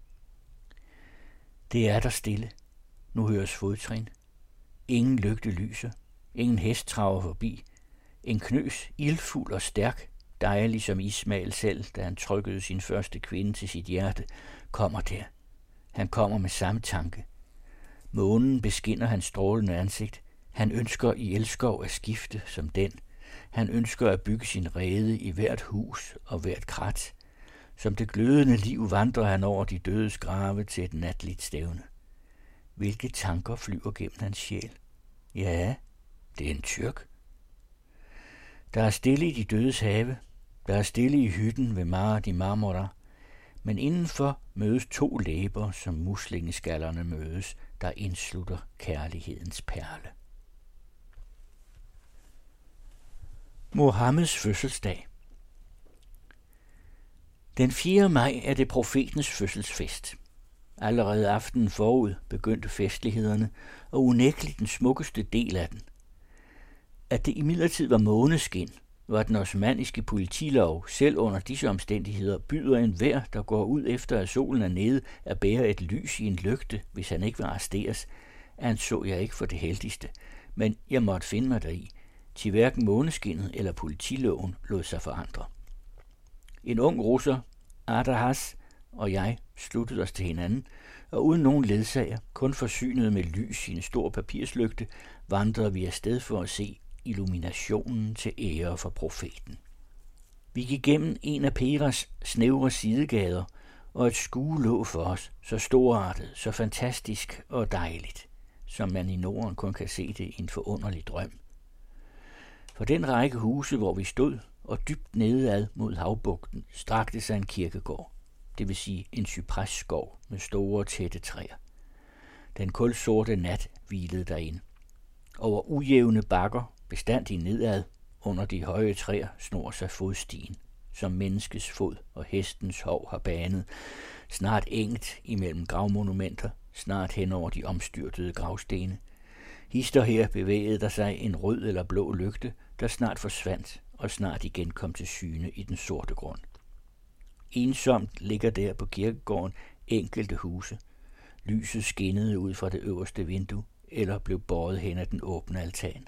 Det er der stille. Nu høres fodtrin. Ingen lygte lyser. Ingen hest traver forbi. En knøs, ildfuld og stærk, dejlig som Ismael selv, da han trykkede sin første kvinde til sit hjerte, kommer der. Han kommer med samme tanke. Månen beskinner hans strålende ansigt. Han ønsker i elskov at skifte som den. Han ønsker at bygge sin rede i hvert hus og hvert krat. Som det glødende liv vandrer han over de dødes grave til et natligt stævne. Hvilke tanker flyver gennem hans sjæl? Ja, det er en tyrk. Der er stille i de dødes have. Der er stille i hytten ved Mara di Marmora. Men indenfor mødes to læber, som muslingeskallerne mødes, der indslutter kærlighedens perle. Mohammeds fødselsdag. Den fjerde maj er det profetens fødselsfest. Allerede aftenen forud begyndte festlighederne, og unægteligt den smukkeste del af den. At det imidlertid var måneskin, var den osmanniske politilov selv under disse omstændigheder byder enhver, der går ud efter at solen er nede, at bære et lys i en lygte, hvis han ikke vil arresteres, anså jeg ikke for det heldigste, men jeg måtte finde mig deri, til hverken måneskinnet eller politiloven lod sig forandre. En ung russer, Ardahas, og jeg sluttede os til hinanden, og uden nogen ledsager, kun forsynet med lys i en stor papirslygte, vandrede vi afsted for at se illuminationen til ære for profeten. Vi gik gennem en af Peras snævre sidegader, og et skue lå for os, så storartet, så fantastisk og dejligt, som man i Norden kun kan se det i en forunderlig drøm. For den række huse, hvor vi stod, og dybt nedad mod havbugten, strakte sig en kirkegård, det vil sige en cypresskov med store tætte træer. Den kulsorte nat hvilede derinde. Over ujævne bakker, bestandig nedad, under de høje træer, snor sig fodstien, som menneskets fod og hestens hov har banet, snart engt imellem gravmonumenter, snart hen over de omstyrtede gravstene. Hister her bevægede der sig en rød eller blå lygte, der snart forsvandt og snart igen kom til syne i den sorte grund. Ensomt ligger der på kirkegården enkelte huse. Lyset skinnede ud fra det øverste vindue, eller blev båret hen ad den åbne altan.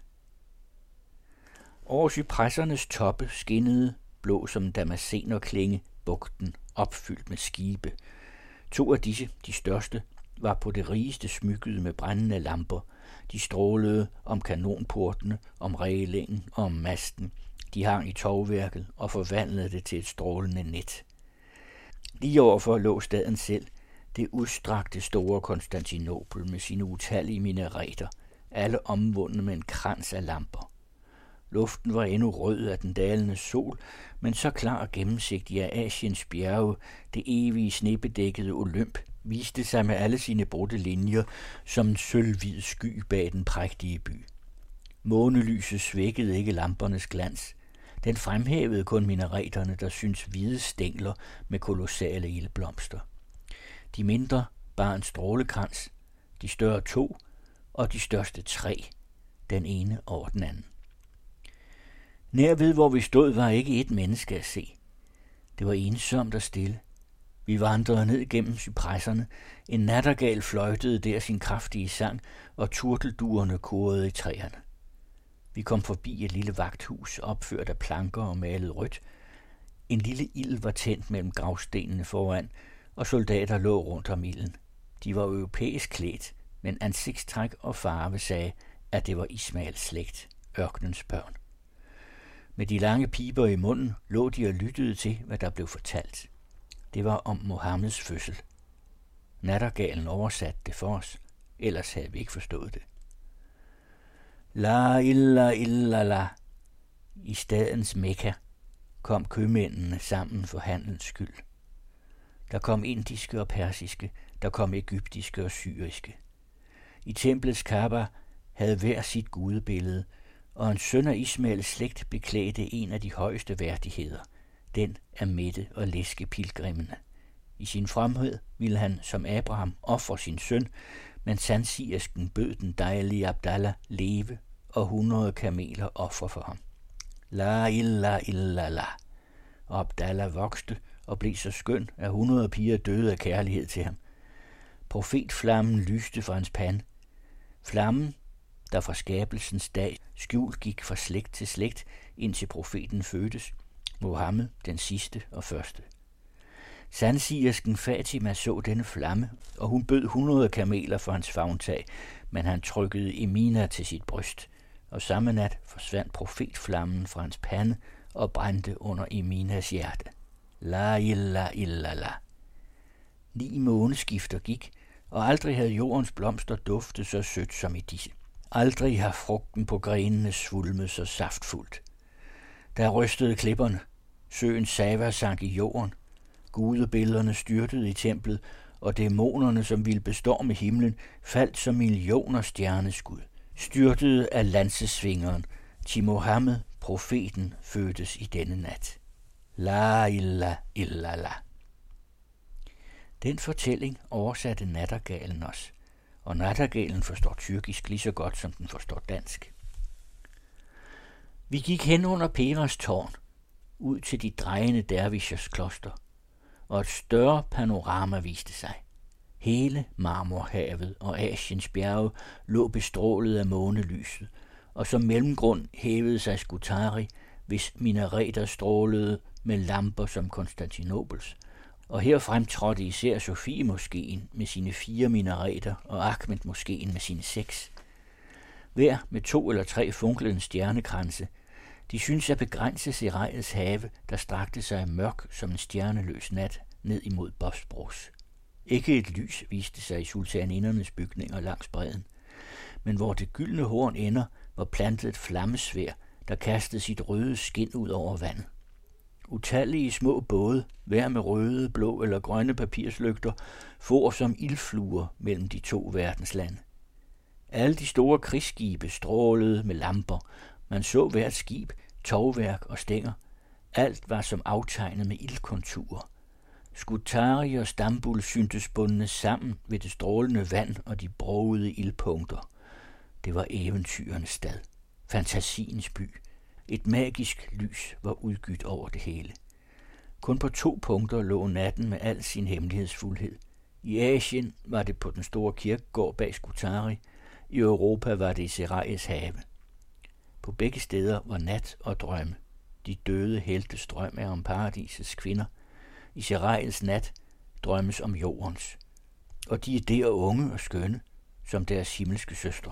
Over cypressernes toppe skinnede, blå som damasenerklinge, bugten opfyldt med skibe. To af disse, de største, var på det rigeste smykket med brændende lamper. De strålede om kanonportene, om reglingen og om masten. De hang i tovværket og forvandlede det til et strålende net. Lige overfor lå staden selv, det udstrakte store Konstantinopel med sine utallige minareter, alle omvundne med en krans af lamper. Luften var endnu rød af den dalende sol, men så klar og gennemsigtig af Asiens bjerge, det evige snebedækkede Olymp, viste sig med alle sine brudte linjer som en sølvhvid sky bag den prægtige by. Månelyset svækkede ikke lampernes glans. Den fremhævede kun minareterne, der syntes hvide stængler med kolossale ildblomster. De mindre bar en strålekrans, de større to, og de største tre, den ene over den anden. Nærved, hvor vi stod, var ikke et menneske at se. Det var ensomt og stille. Vi vandrede ned gennem cypresserne. En nattergal fløjtede der sin kraftige sang, og turtelduerne korede i træerne. Vi kom forbi et lille vagthus, opført af planker og malet rødt. En lille ild var tændt mellem gravstenene foran, og soldater lå rundt om ilden. De var europæisk klædt, men ansigtstræk og farve sagde, at det var Ismaels slægt, ørkenens børn. Med de lange piber i munden lå de og lyttede til, hvad der blev fortalt. Det var om Mohammeds fødsel. Nattergalen oversatte det for os, ellers havde vi ikke forstået det. La illa illa la. I stadens Mekka kom købmændene sammen for handelens skyld. Der kom indiske og persiske, der kom egyptiske og syriske. I templets Kaaba havde hver sit gudebillede, og en søn af Ismaels slægt beklædte en af de højeste værdigheder, den af mætte og læske pilgrimmene. I sin fremhed ville han som Abraham ofre sin søn, men sandsigersken bød den dejlige Abdallah leve og hundrede kameler ofre for ham. La illa illa la. Og Abdallah vokste og blev så skøn, at hundrede piger døde af kærlighed til ham. Profetflammen lyste fra hans pande. Flammen, der fra skabelsens dag skjult gik fra slægt til slægt, indtil profeten fødtes, Mohammed den sidste og første. Sandsigersken Fatima så denne flamme, og hun bød hundrede kameler for hans favntag, men han trykkede Emina til sit bryst, og samme nat forsvandt profetflammen fra hans pande og brændte under Eminas hjerte. La illa illa la. Ni måneskifter gik, og aldrig havde jordens blomster duftet så sødt som i disse. Aldrig har frugten på grenene svulmet så saftfuldt. Der rystede klipperne, søen Sava sank i jorden, gudebillederne styrtede i templet, og dæmonerne, som ville bestorme himlen, faldt som millioner stjerneskud, styrtede af lansesvingeren, til Mohammed, profeten, fødtes i denne nat. La illa illa la. Den fortælling oversatte nattergalen os, og nattergalen forstår tyrkisk lige så godt, som den forstår dansk. Vi gik hen under Peras tårn, ud til de drejende dervishers kloster, og et større panorama viste sig. Hele Marmorhavet og Asiens bjerge lå bestrålet af månelyset, og som mellemgrund hævede sig Skutari, hvis minareter strålede med lamper som Konstantinopels, og her fremtrådte især Sofie-moskeen med sine fire minareter og Ahmed-moskeen med sine seks. Hver med to eller tre funklende stjernekranse. De synes at begrænse Serajets have, der strakte sig mørk som en stjerneløs nat ned imod Bosporus. Ikke et lys viste sig i sultanindernes bygninger langs bredden, men hvor det gyldne horn ender, var plantet et flammesværd, der kastede sit røde skin ud over vandet. Utallige små både, hver med røde, blå eller grønne papirslygter, for som ildfluer mellem de to verdenslande. Alle de store krigsskibe strålede med lamper. Man så hvert skib, tovværk og stænger. Alt var som aftegnet med ildkonturer. Skutari og Stambul syntes bundne sammen ved det strålende vand og de brogede ildpunkter. Det var eventyrens stad, fantasiens by. Et magisk lys var udgydt over det hele. Kun på to punkter lå natten med al sin hemmelighedsfuldhed. I Asien var det på den store kirkegård bag Skutari. I Europa var det i Serajets have. På begge steder var nat og drømme. De døde heltes drøm er om paradisets kvinder. I Serajets nat drømmes om jordens. Og de er der unge og skønne, som deres himmelske søstre.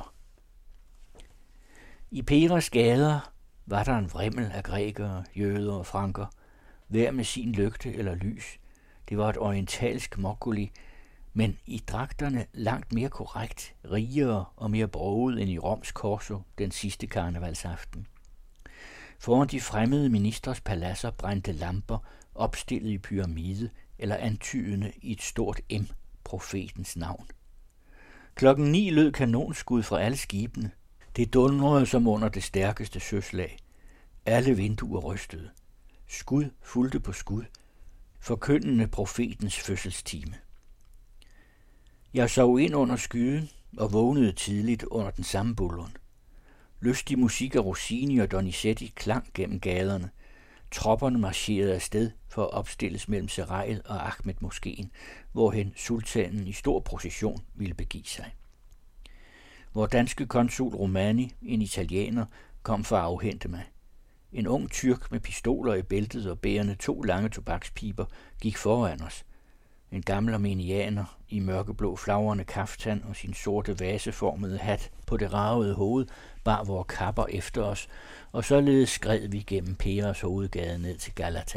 I Peras gader var der en vrimmel af grækere, jøder og franker, hver med sin lygte eller lys. Det var et orientalsk mokkoli, men i dragterne langt mere korrekt, rigere og mere broget end i Roms Korso den sidste karnevalsaften. Foran de fremmede ministers paladser brændte lamper, opstillet i pyramide eller antydende i et stort M, profetens navn. Klokken ni lød kanonskud fra alle skibene. Det dundrede som under det stærkeste søslag. Alle vinduer rystede. Skud fulgte på skud, forkyndende profetens fødselstime. Jeg sov ind under skyen og vågnede tidligt under den samme bullen. Lystig musik af Rossini og Donizetti klang gennem gaderne. Tropperne marcherede afsted for at opstilles mellem Serajet og Ahmed-moskeen, hvorhen sultanen i stor procession ville begive sig. Vor danske konsul Romani, en italiener, kom for at afhente mig. En ung tyrk med pistoler i bæltet og bærende to lange tobakspiber gik foran os. En gammel armenianer i mørkeblå flagrende kaftan og sin sorte vaseformede hat på det ragede hoved bar vores kapper efter os, og således skred vi gennem Peras hovedgade ned til Galata.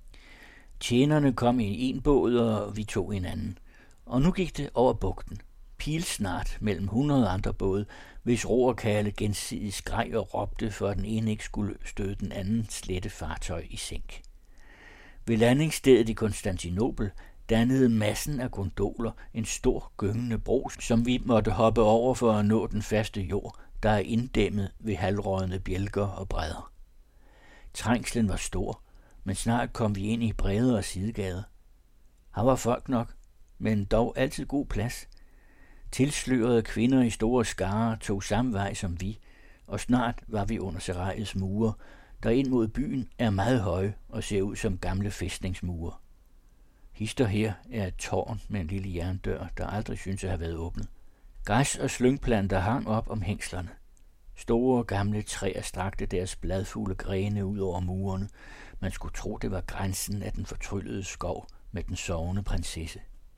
Tjenerne kom i en båd, og vi tog en anden. Og nu gik det over bugten. pilsnart mellem hundrede andre både, hvis roerkale gensidigt skreg og råbte, for at den ene ikke skulle støde den anden slette fartøj i sænk. Ved landingsstedet i Konstantinopel dannede massen af gondoler en stor gyngende bro, som vi måtte hoppe over for at nå den faste jord, der er inddæmmet ved halvrådne bjælker og brædder. Trængslen var stor, men snart kom vi ind i bredere sidegader. Her var folk nok, men dog altid god plads. Tilslørede kvinder i store skarer tog samme vej som vi, og snart var vi under Serrajets mure, der ind mod byen er meget høje og ser ud som gamle fæstningsmure. Hister her er et tårn med en lille jerndør, der aldrig synes at have været åbnet. Græs og slyngplanter hang op om hængslerne. Store gamle træer strakte deres bladfulde grene ud over murene. Man skulle tro, det var grænsen af den fortryllede skov med den sovende prinsesse.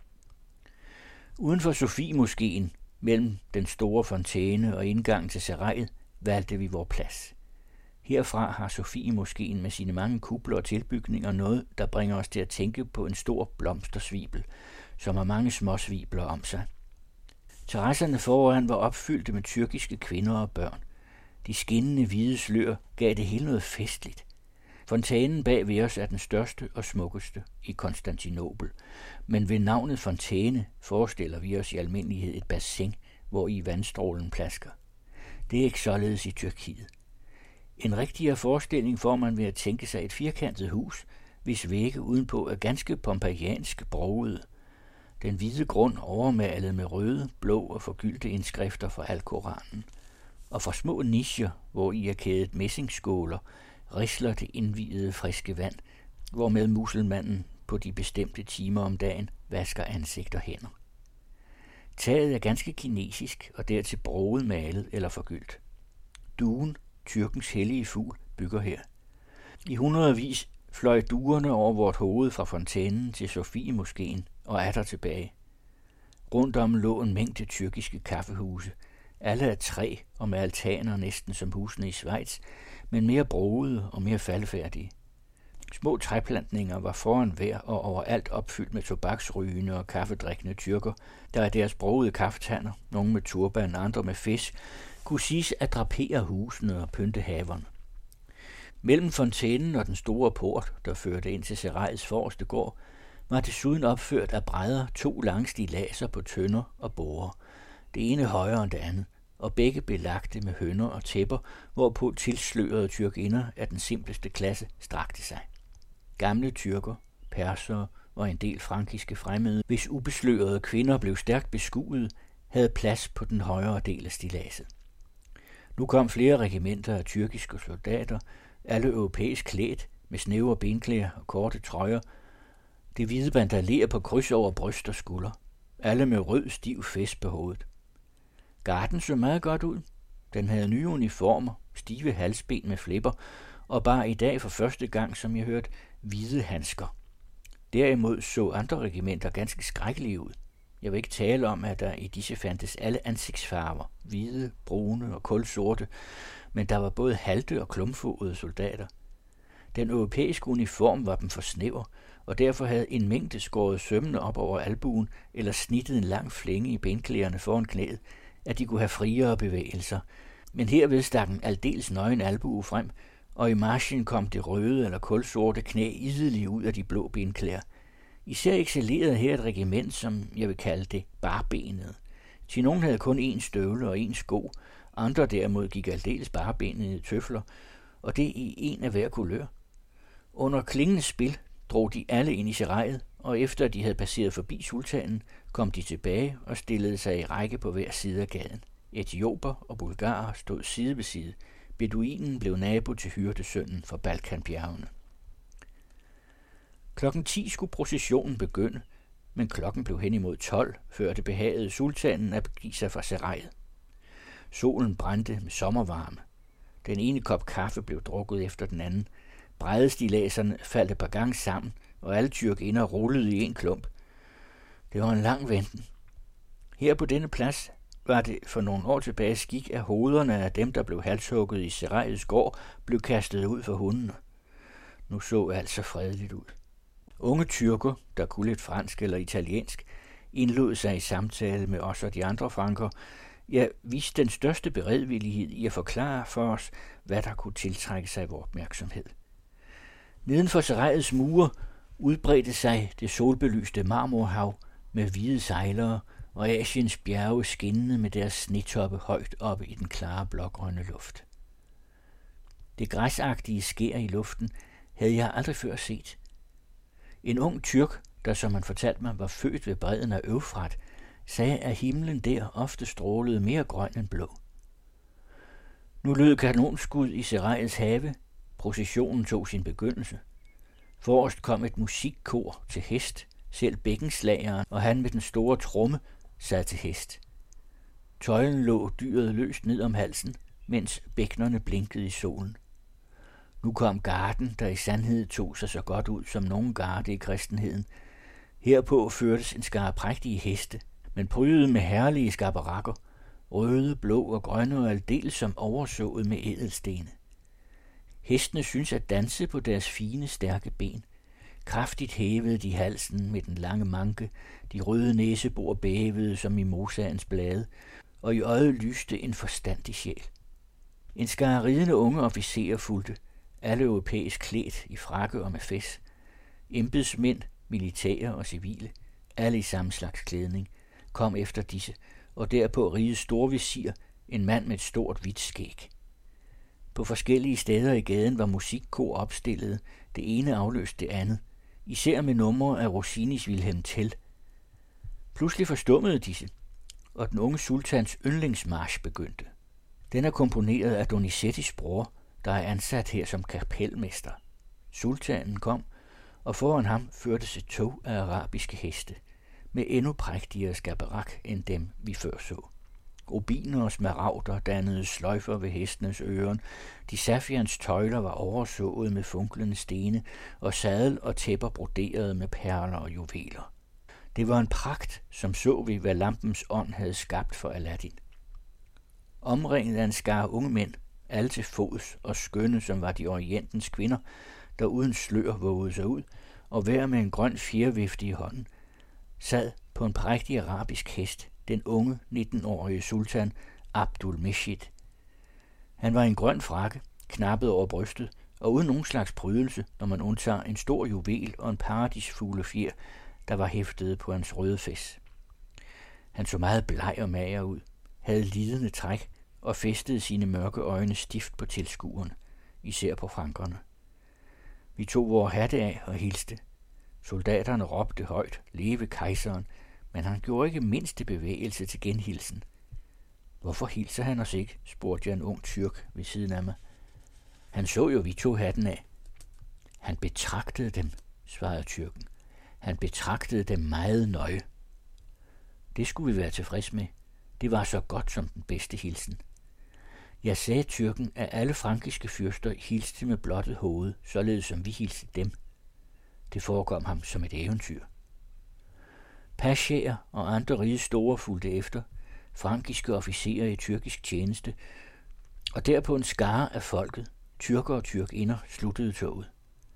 Uden for Sofie-moskeen, mellem den store fontæne og indgangen til Serajet, valgte vi vores plads. Herfra har Sofie-moskeen med sine mange kupler og tilbygninger noget, der bringer os til at tænke på en stor blomstersvibel, som har mange små svibler om sig. Terrasserne foran var opfyldte med tyrkiske kvinder og børn. De skinnende hvide slør gav det hele noget festligt. Fontænen bag ved os er den største og smukkeste i Konstantinopel, men ved navnet fontæne forestiller vi os i almindelighed et bassin, hvor i vandstrålen plasker. Det er ikke således i Tyrkiet. En rigtigere forestilling får man ved at tænke sig et firkantet hus, hvis vægge udenpå er ganske pompeijansk brogede. Den hvide grund overmalet med røde, blå og forgyldte indskrifter fra Alkoranen. Og fra små nicher, hvor i er kædet messingskåler, risler det indvidede friske vand, hvormed muselmanden på de bestemte timer om dagen vasker ansigt og hænder. Taget er ganske kinesisk og dertil broget malet eller forgyldt. Duen, Tyrkens hellige fugl, bygger her. I hundredvis fløj duerne over vort hoved fra fontænen til Sofie-moskeen og er der tilbage. Rundt om lå en mængde tyrkiske kaffehuse, alle af træ og med altaner næsten som husene i Schweiz, men mere brogede og mere faldefærdige. Små træplantninger var foran hver og overalt opfyldt med tobaksrygende og kaffedrikkende tyrker, der er deres brogede kaffetander, nogle med turban, andre med fisk, kunne siges at drapere husene og pynte haverne. Mellem fontænen og den store port, der førte ind til Serrajets forreste gård, var desuden opført af brædder to lange stiladser på tønder og borer, det ene højere end det andet, og begge belagte med hønder og tæpper, hvorpå tilslørede tyrkinder af den simpleste klasse strakte sig. Gamle tyrker, persere og en del frankiske fremmede, hvis ubeslørede kvinder blev stærkt beskuet, havde plads på den højere del af stiladset. Nu kom flere regimenter af tyrkiske soldater, alle europæisk klædt, med snævre benklæder og korte trøjer, det hvide bandalerer på kryds over bryst og skulder, alle med rød stiv fest på hovedet. Garden så meget godt ud. Den havde nye uniformer, stive halsben med flipper, og bare i dag for første gang, som jeg hørte, hvide handsker. Derimod så andre regimenter ganske skrækkelige ud. Jeg vil ikke tale om, at der i disse fandtes alle ansigtsfarver, hvide, brune og kulsorte, men der var både halte og klumfodede soldater. Den europæiske uniform var dem for snæver, og derfor havde en mængde skåret sømmene op over albuen eller snittet en lang flænge i benklæderne foran knæet, at de kunne have friere bevægelser. Men herved stak en aldeles nøgen albue frem, og i marchen kom det røde eller kulsorte knæ idelig ud af de blå benklæder. Især excellerede her et regiment, som jeg vil kalde det barbenet. Til nogen havde kun én støvle og én sko, andre derimod gik aldeles barbenede tøfler, og det i en af hver kulør. Under klingende spil drog de alle ind i Serajet, og efter de havde passeret forbi sultanen, kom de tilbage og stillede sig i række på hver side af gaden. Etioper og bulgarer stod side ved side. Beduinen blev nabo til hyrdesønnen fra Balkanbjergene. Klokken ti skulle processionen begynde, men klokken blev hen imod tolv, før det behagede sultanen at begive sig fra Serajet. Solen brændte med sommervarme. Den ene kop kaffe blev drukket efter den anden. Brædestilæserne faldt et par gange sammen, og alle tyrkinder rullede i en klump. Det var en lang venten. Her på denne plads var det for nogle år tilbage skik, at hovederne af dem, der blev halshugget i Serrajets gård, blev kastet ud for hundene. Nu så alt så fredeligt ud. Unge tyrker, der kunne lidt fransk eller italiensk, indlod sig i samtale med os og de andre franker, ja, viste den største beredvillighed i at forklare for os, hvad der kunne tiltrække sig vores opmærksomhed. Neden for serrejets mure udbredte sig det solbelyste marmorhav med hvide sejlere og Asiens bjerge skinnende med deres snetoppe højt oppe i den klare blågrønne luft. Det græsagtige skær i luften havde jeg aldrig før set. En ung tyrk, der som han fortalte mig var født ved bredden af Eufrat, sagde, at himlen der ofte strålede mere grøn end blå. Nu lød kanonskud i serrejets have. Processionen tog sin begyndelse. Forrest kom et musikkor til hest. Selv bækkenslageren og han med den store tromme sad til hest. Tøjlen lå dyret løst ned om halsen, mens bækkenerne blinkede i solen. Nu kom garden, der i sandhed tog sig så godt ud som nogen garde i kristenheden. Herpå førtes en skare prægtige heste, men prydet med herlige skaberakker, røde, blå og grønne og aldeles som oversået med ædelstene. Hestene synes at danse på deres fine, stærke ben. Kraftigt hævede de halsen med den lange manke, de røde næsebor bævede som i mosaens blade, og i øjet lyste en forstandig sjæl. En skare ridende unge officerer fulgte, alle europæisk klædt i frakke og med fes. Embedsmænd, militære og civile, alle i samme slags klædning, kom efter disse, og derpå rigede storvisir, en mand med et stort hvidt skæg. På forskellige steder i gaden var musikkor opstillet, det ene afløste det andet, især med numre af Rossinis Wilhelm Tell. Pludselig forstummede disse, og den unge sultans yndlingsmarch begyndte. Den er komponeret af Donizettis bror, der er ansat her som kapelmester. Sultanen kom, og foran ham førtes et tog af arabiske heste, med endnu prægtigere skaberak end dem, vi før så. Rubiner og smaragder dannede sløjfer ved hestenes øren, de safians tøjler var oversået med funklende stene, og sadel og tæpper broderet med perler og juveler. Det var en pragt, som så vi, hvad lampens ånd havde skabt for Aladdin. Omringet af en skare unge mænd, alle til fods og skønne, som var de orientens kvinder, der uden slør vågede sig ud, og hver med en grøn fjervifte i hånden, sad på en prægtig arabisk hest, den unge nitten-årige sultan Abdul Mejid. Han var i en grøn frakke, knappet over brystet, og uden nogen slags prydelse, når man undtager en stor juvel og en paradisfuglefjer, der var hæftet på hans røde fes. Han så meget bleg og mager ud, havde lidende træk og fæstede sine mørke øjne stift på tilskuerne, især på frankerne. Vi tog vores hatte af og hilste. Soldaterne råbte højt, leve kejseren, men han gjorde ikke mindste bevægelse til genhilsen. Hvorfor hilser han os ikke, spurgte jeg en ung tyrk ved siden af mig. Han så jo, vi tog hatten af. Han betragtede dem, svarede tyrken. Han betragtede dem meget nøje. Det skulle vi være tilfreds med. Det var så godt som den bedste hilsen. Jeg sagde tyrken, at alle frankiske fyrster hilste med blottet hoved, således som vi hilste dem. Det forekom ham som et eventyr. Pashaer og andre rige store fulgte efter, frankiske officerer i tyrkisk tjeneste, og derpå en skare af folket, tyrker og tyrkinder, sluttede toget.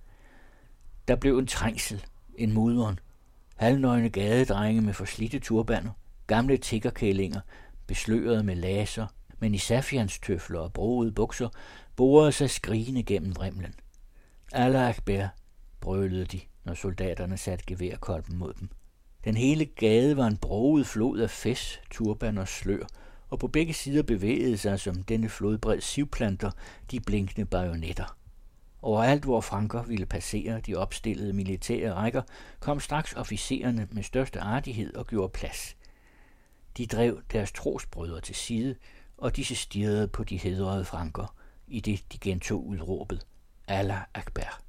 Der blev en trængsel, en mudren, halvnøgne gadedrenge med forslidte turbaner, gamle tiggerkællinger, beslørede med laser, men i safianstøfler og broede bukser, borede sig skrigende gennem vrimlen. Allah Akbar, brølede de, når soldaterne satte geværkolben mod dem. Den hele gade var en broget flod af fes, turban og slør, og på begge sider bevægede sig som denne flodbred sivplanter de blinkende bajonetter. Overalt, hvor franker ville passere de opstillede militære rækker, kom straks officererne med største artighed og gjorde plads. De drev deres trosbrødre til side, og disse stirrede på de hædrede franker, i det de gentog udråbet Allah Akbar.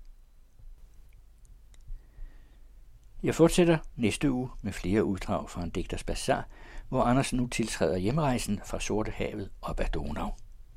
Jeg fortsætter næste uge med flere uddrag fra en digters bazar, hvor Andersen nu tiltræder hjemrejsen fra Sortehavet op ad Donau.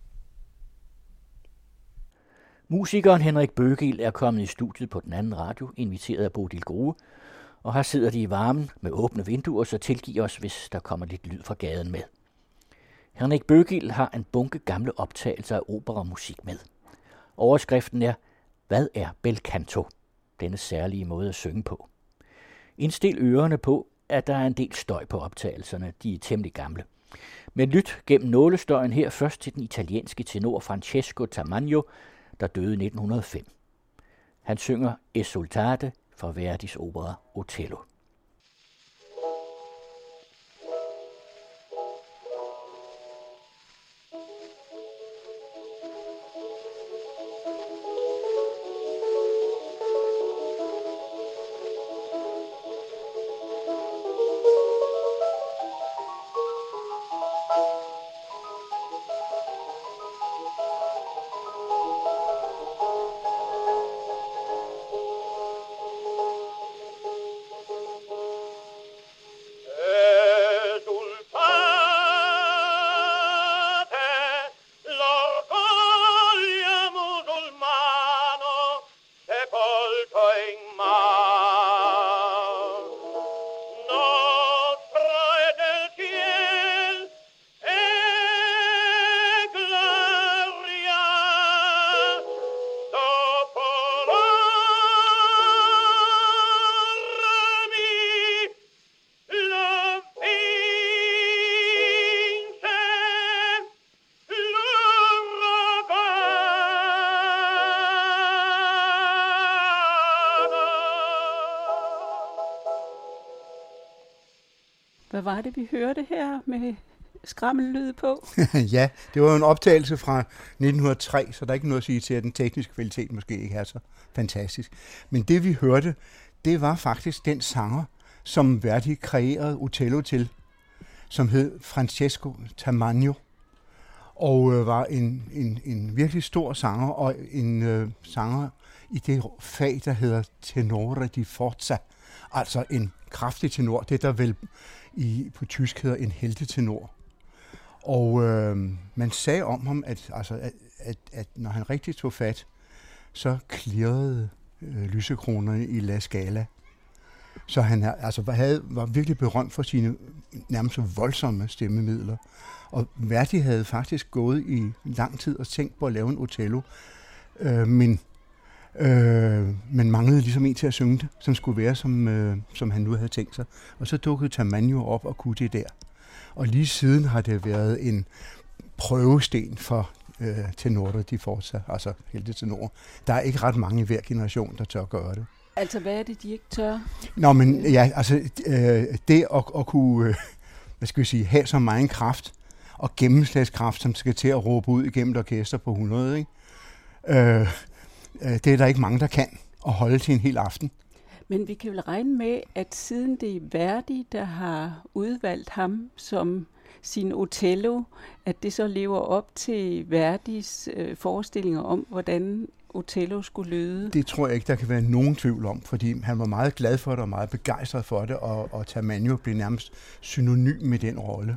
Musikeren Henrik Bøgel er kommet i studiet på den anden radio, inviteret af Bodil Grue, og her sidder de i varmen med åbne vinduer, så tilgiv os, hvis der kommer lidt lyd fra gaden med. Henrik Bøgel har en bunke gamle optagelser af opera og musik med. Overskriften er, hvad er bel canto? Denne særlige måde at synge på. Indstil ørerne på, at der er en del støj på optagelserne. De er temmelig gamle. Men lyt gennem nålestøjen her først til den italienske tenor Francesco Tamagno, der døde i nitten hundrede og fem. Han synger Esultate fra Verdis opera Otello. Hvad var det, vi hørte her med skrammelyd på? Ja, det var jo en optagelse fra nitten hundrede og tre, så der er ikke noget at sige til, at den tekniske kvalitet måske ikke er så fantastisk. Men det, vi hørte, det var faktisk den sanger, som Verdi kreerede Otello til, som hed Francesco Tamagno, og øh, var en, en, en virkelig stor sanger, og en øh, sanger i det fag, der hedder tenore di forza, altså en kraftig tenor, det der vel i, på tysk hedder en heltetenor. Og øh, man sagde om ham, at, altså, at, at, at når han rigtig tog fat, så klirrede øh, lysekronerne i La Scala. Så han altså, havde, var virkelig berømt for sine nærmest voldsomme stemmemidler. Og Verdi havde faktisk gået i lang tid og tænkt på at lave en Otello, øh, men, øh, men manglede ligesom en til at synge det, som skulle være, som, øh, som han nu havde tænkt sig. Og så dukkede Tamagno op og kunne det der. Og lige siden har det været en prøvesten for øh, tenorer di forza, altså heltetenorer. Der er ikke ret mange i hver generation, der tør gøre det. Altså, hvad er det, de ikke tør? Nå, men ja, altså, øh, det at, at kunne, øh, hvad skal vi sige, have så meget kraft og gennemslagskraft, som skal til at råbe ud igennem et orkester på hundrede, ikke? Øh, øh, det er der ikke mange, der kan, at holde til en hel aften. Men vi kan vel regne med, at siden det er Verdi, der har udvalgt ham som sin Otello, at det så lever op til Verdis øh, forestillinger om, hvordan Otello skulle lyde. Det tror jeg ikke, der kan være nogen tvivl om, fordi han var meget glad for det og meget begejstret for det, og, og Tamagno blev nærmest synonym med den rolle.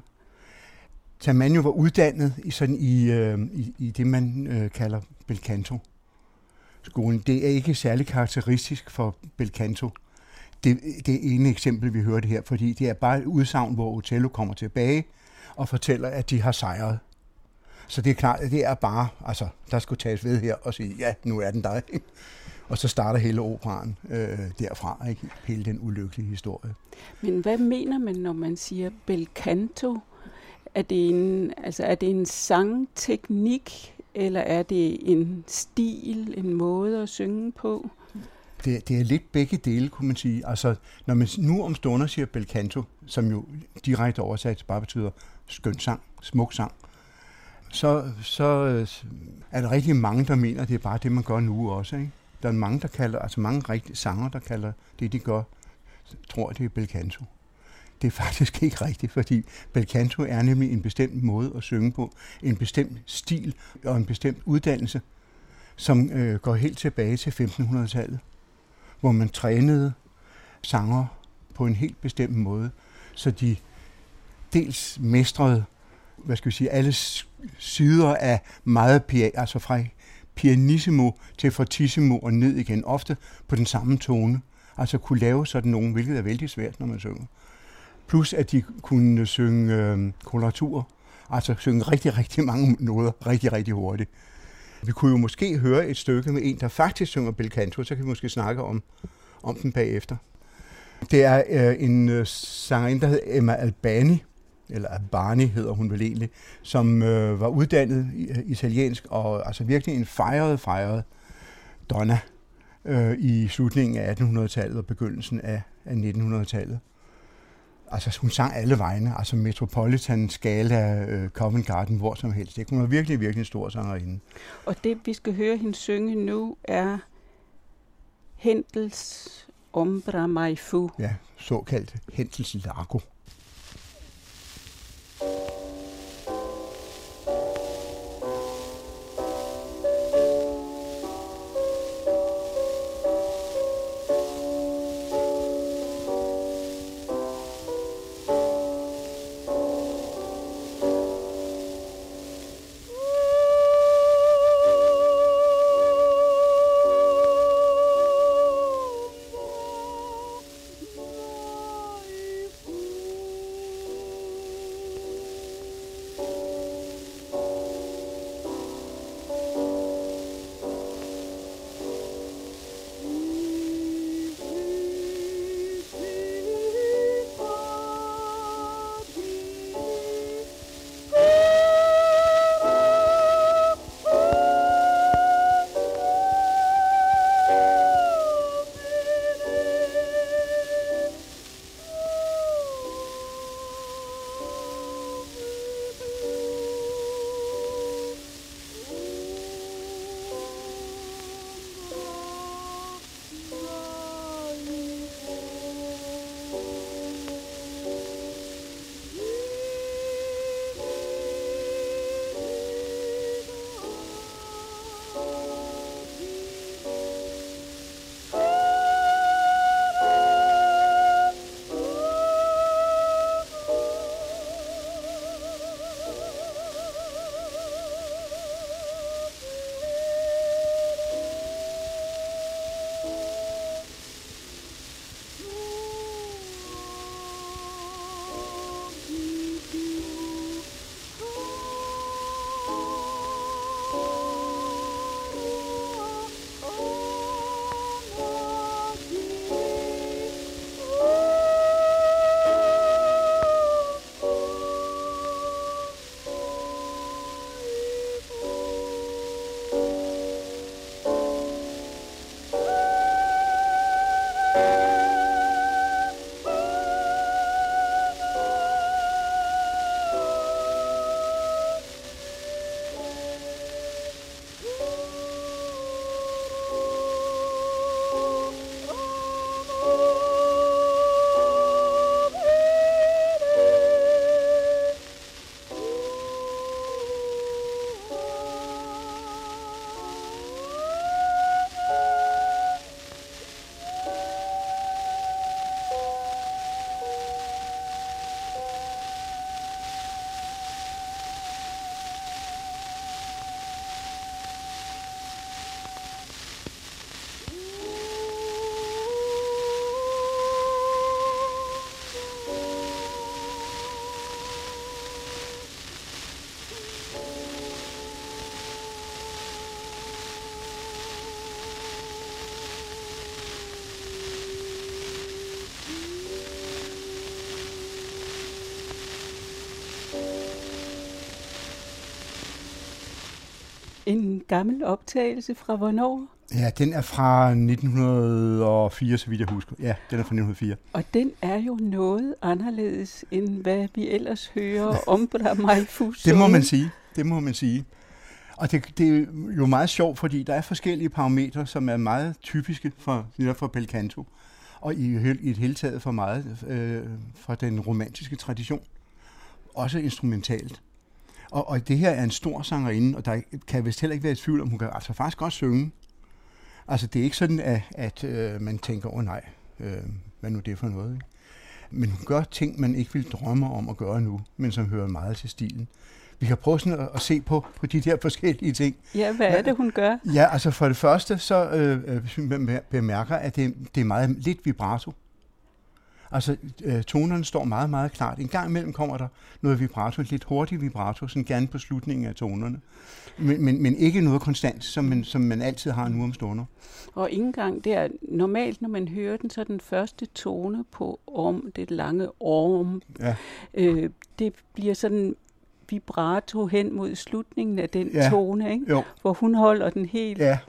Tamagno var uddannet i, sådan i, øh, i, i det, man øh, kalder bel canto skolen. Det er ikke særlig karakteristisk for bel canto. Det, det er ene eksempel, vi hørte her, fordi det er bare et udsagn, hvor Otello kommer tilbage og fortæller, at de har sejret. Så det er klart, at det er bare, altså, der skulle tages ved her og sige, ja, nu er den der. Og så starter hele operaen øh, derfra, ikke? Hele den ulykkelige historie. Men hvad mener man, når man siger bel canto? Er det en, altså, er det en sangteknik, eller er det en stil, en måde at synge på? Det, det er lidt begge dele, kunne man sige. Altså, når man nu om stunder siger bel canto, som jo direkte oversat bare betyder skøn sang, smuk sang, så, så er der rigtig mange, der mener, at det er bare det, man gør nu også, ikke? Der er mange, der kalder, altså mange rigtige sanger, der kalder det, de gør, tror, det er bel canto. Det er faktisk ikke rigtigt, fordi bel canto er nemlig en bestemt måde at synge på, en bestemt stil og en bestemt uddannelse, som øh, går helt tilbage til femtenhundredetallet, hvor man trænede sanger på en helt bestemt måde, så de dels mestrede, hvad skal vi sige, alle sider af meget piano, altså fra pianissimo til fortissimo og ned igen, ofte på den samme tone. Altså kunne lave sådan nogen, hvilket er vældig svært, når man synger. Plus at de kunne synge øh, koloraturer, altså synge rigtig, rigtig mange noder, rigtig, rigtig hurtigt. Vi kunne jo måske høre et stykke med en, der faktisk synger bel canto, så kan vi måske snakke om, om den bagefter. Det er øh, en øh, sangerinde, der hedder Emma Albani, eller Albani hedder hun vel egentlig, som øh, var uddannet i, øh, italiensk, og altså virkelig en fejret, fejret donna øh, i slutningen af attenhundredetallet og begyndelsen af, af nittenhundredetallet. Altså hun sang alle vegne, altså Metropolitan, Scala, øh, Covent Garden, hvor som helst. Hun var virkelig, virkelig en stor sangerinde. Og det, vi skal høre hende synge nu, er Händels Ombra Mai Fu. Ja, såkaldt Händels Largo. En gammel optagelse fra hvornår? Ja, den er fra nitten hundrede og fire, så vidt jeg husker. Ja, den er fra nitten hundrede og fire. Og den er jo noget anderledes, end hvad vi ellers hører om Mai Fu. Det må man sige. Det må man sige. Og det, det er jo meget sjovt, fordi der er forskellige parametre, som er meget typiske for, for bel canto, og i, i et hele taget for meget øh, fra den romantiske tradition. Også instrumentalt. Og, og det her er en stor sangerinde, og der kan vist heller ikke være i tvivl om, hun kan altså faktisk godt synge. Altså det er ikke sådan, at, at øh, man tænker, åh oh, nej, øh, hvad nu det er for noget. Ikke? Men hun gør ting, man ikke vil drømme om at gøre nu, men som hører meget til stilen. Vi kan prøve sådan at, at se på, på de der forskellige ting. Ja, hvad er det, hun gør? Ja, altså for det første, så øh, øh, bemærker, at det, det er meget lidt vibrato. Altså, øh, tonerne står meget, meget klart. En gang imellem kommer der noget vibrato, lidt hurtig vibrato, sådan gerne på slutningen af tonerne. Men, men, men ikke noget konstant, som man, som man altid har nu om stunder. Og ikke engang, det er normalt, når man hører den, så den første tone på om, det lange orm, ja. øh, det bliver sådan vibrato hen mod slutningen af den ja. tone, ikke? Jo. Hvor hun holder den helt ja.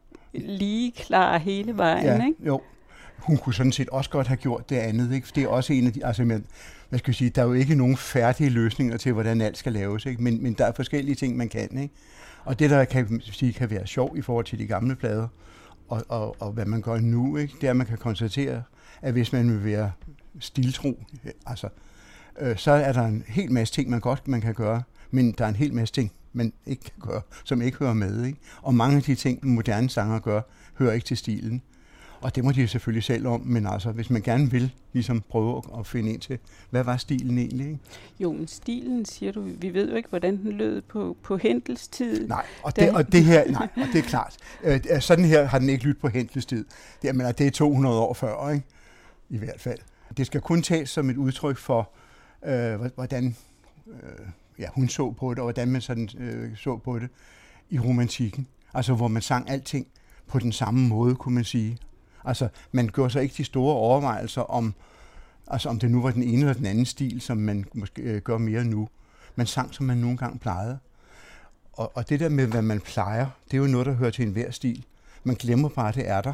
lige klar hele vejen, ja. ikke? Jo. Hun kunne sådan set også godt have gjort det andet, ikke? Det er også en af de, altså, men, hvad skal jeg sige, der er jo ikke nogen færdige løsninger til, hvordan alt skal laves, ikke? Men, men der er forskellige ting, man kan, ikke? Og det, der kan sige, kan være sjov i forhold til de gamle plader, og, og, og hvad man gør nu, ikke? Det er, at man kan konstatere, at hvis man vil være stiltro, altså, øh, så er der en hel masse ting, man godt man kan gøre, men der er en hel masse ting, man ikke kan gøre, som ikke hører med, ikke? Og mange af de ting, moderne sanger gør, hører ikke til stilen. Og det må de selvfølgelig selv om, men altså, hvis man gerne vil ligesom prøve at finde ind til, hvad var stilen egentlig, ikke? Jo, men stilen, siger du, vi ved jo ikke, hvordan den lød på, på Händels tid. Nej, og det, og det her, nej, og det er klart. Øh, sådan her har den ikke lyttet på Händels tid. Det, jeg mener, det er to hundrede år før, ikke? I hvert fald. Det skal kun tages som et udtryk for, øh, hvordan øh, ja, hun så på det, og hvordan man sådan øh, så på det i romantikken. Altså, hvor man sang alting på den samme måde, kunne man sige. Altså, man gjorde så ikke de store overvejelser om, altså om det nu var den ene eller den anden stil, som man måske øh, gør mere nu. Man sang, som man nogle gange plejede. Og, og det der med, hvad man plejer, det er jo noget, der hører til enhver stil. Man glemmer bare, at det er der.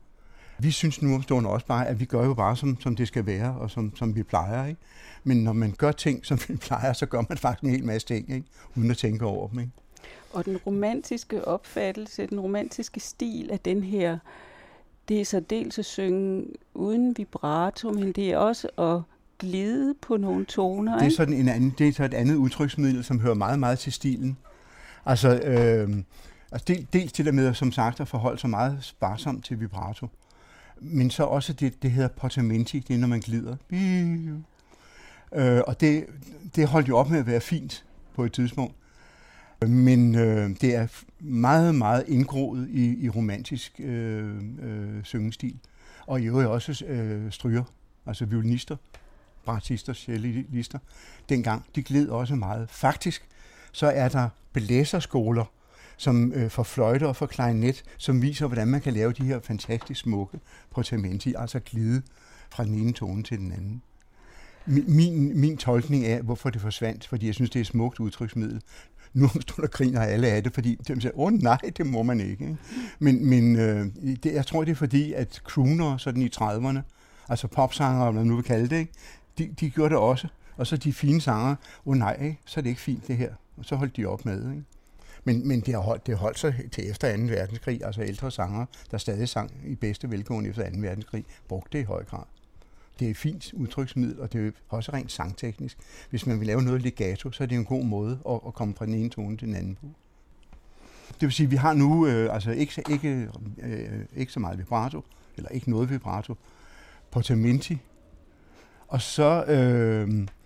Vi synes nu om stunden også bare, at vi gør jo bare, som, som det skal være, og som, som vi plejer, ikke? Men når man gør ting, som vi plejer, så gør man faktisk en hel masse ting, ikke? Uden at tænke over dem, ikke? Og den romantiske opfattelse, den romantiske stil af den her, det er så dels at synge uden vibrato, men det er også at glide på nogle toner. Det er sådan en anden, det er så et andet udtryksmiddel, som hører meget, meget til stilen. Altså, øh, altså del, dels til det med, som sagt, at forholde sig meget sparsomt til vibrato. Men så også det, det hedder portamenti, det er, når man glider. Øh, og det, det holdt jo op med at være fint på et tidspunkt. Men øh, det er meget, meget indgroet i, i romantisk øh, øh, syngestil. Og i øvrigt også øh, stryger, altså violinister, bratister, cellister, dengang, de gled også meget. Faktisk så er der blæserskoler, som øh, for fløjte og for klarinet, som viser, hvordan man kan lave de her fantastisk smukke portamenti, altså glide fra den ene tone til den anden. Min, min tolkning af, hvorfor det forsvandt, fordi jeg synes, det er et smukt udtryksmiddel. Nu står der griner alle af det, fordi de siger, åh oh, nej, det må man ikke. ikke? Men, men øh, det, jeg tror, det er fordi, at crooner sådan i trediverne, altså popsanger, eller hvad man nu vil kalde det, ikke? De, de gjorde det også. Og så de fine sanger, åh oh, nej, ikke? Så er det ikke fint det her. Og så holdt de op med det. Ikke? Men, men det har holdt, det holdt sig til efter anden verdenskrig, altså ældre sanger, der stadig sang i bedste velgående efter anden verdenskrig, brugte det i høj grad. Det er et fint udtryksmiddel, og det er også rent sangteknisk. Hvis man vil lave noget legato, så er det en god måde at, at komme fra den ene tone til den anden på. Det vil sige, at vi har nu øh, altså ikke, ikke, øh, ikke så meget vibrato, eller ikke noget vibrato, portamenti. Og så øh,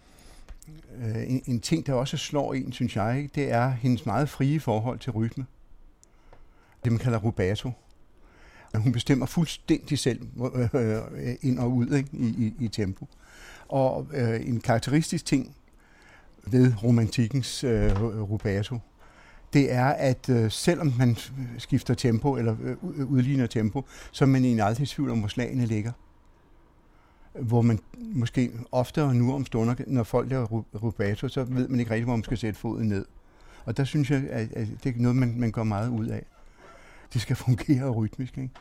øh, en, en ting, der også slår en, synes jeg, ikke, det er hendes meget frie forhold til rytme. Det man kalder rubato. Hun bestemmer fuldstændig selv øh, ind og ud, ikke, i, i, i tempo. Og øh, en karakteristisk ting ved romantikkens øh, rubato, det er, at øh, selvom man skifter tempo eller øh, udligner tempo, så er man egentlig aldrig i tvivl om, hvor slagene ligger. Hvor man måske oftere nu om stunder, når folk laver rubato, så ved man ikke rigtig, hvor man skal sætte foden ned. Og der synes jeg, at, at det er noget, man, man går meget ud af. Det skal fungere rytmisk, ikke?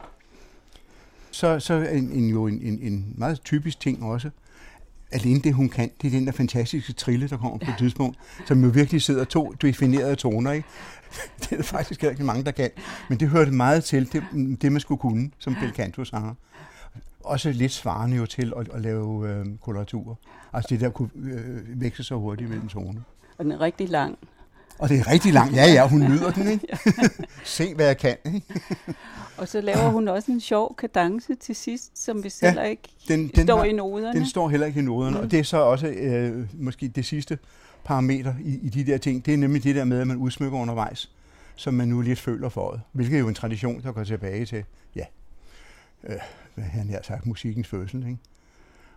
Så, så en, en, jo en, en, en meget typisk ting også, alene det hun kan, det er den der fantastiske trille, der kommer på et tidspunkt, som jo virkelig sidder to definerede toner, ikke? Det er der faktisk ikke mange, der kan. Men det hørte meget til, det, det man skulle kunne som bel canto-sanger. Også lidt svarende jo til at, at lave øh, koloraturer. Altså det der kunne øh, vækse så hurtigt mellem toner. Og den er rigtig lang. Og det er rigtig langt. Ja, ja, hun nyder den, ikke? Se, hvad jeg kan, ikke? Og så laver hun også en sjov kadence til sidst, som vi heller ja, ikke den, den står har, i noderne. Den står heller ikke i noderne, mm. og det er så også øh, måske det sidste parameter i, i de der ting. Det er nemlig det der med, at man udsmykker undervejs, som man nu lidt føler for det. Hvilket er jo en tradition, der går tilbage til, ja, øh, hvad han har sagt, musikkens fødsel, ikke?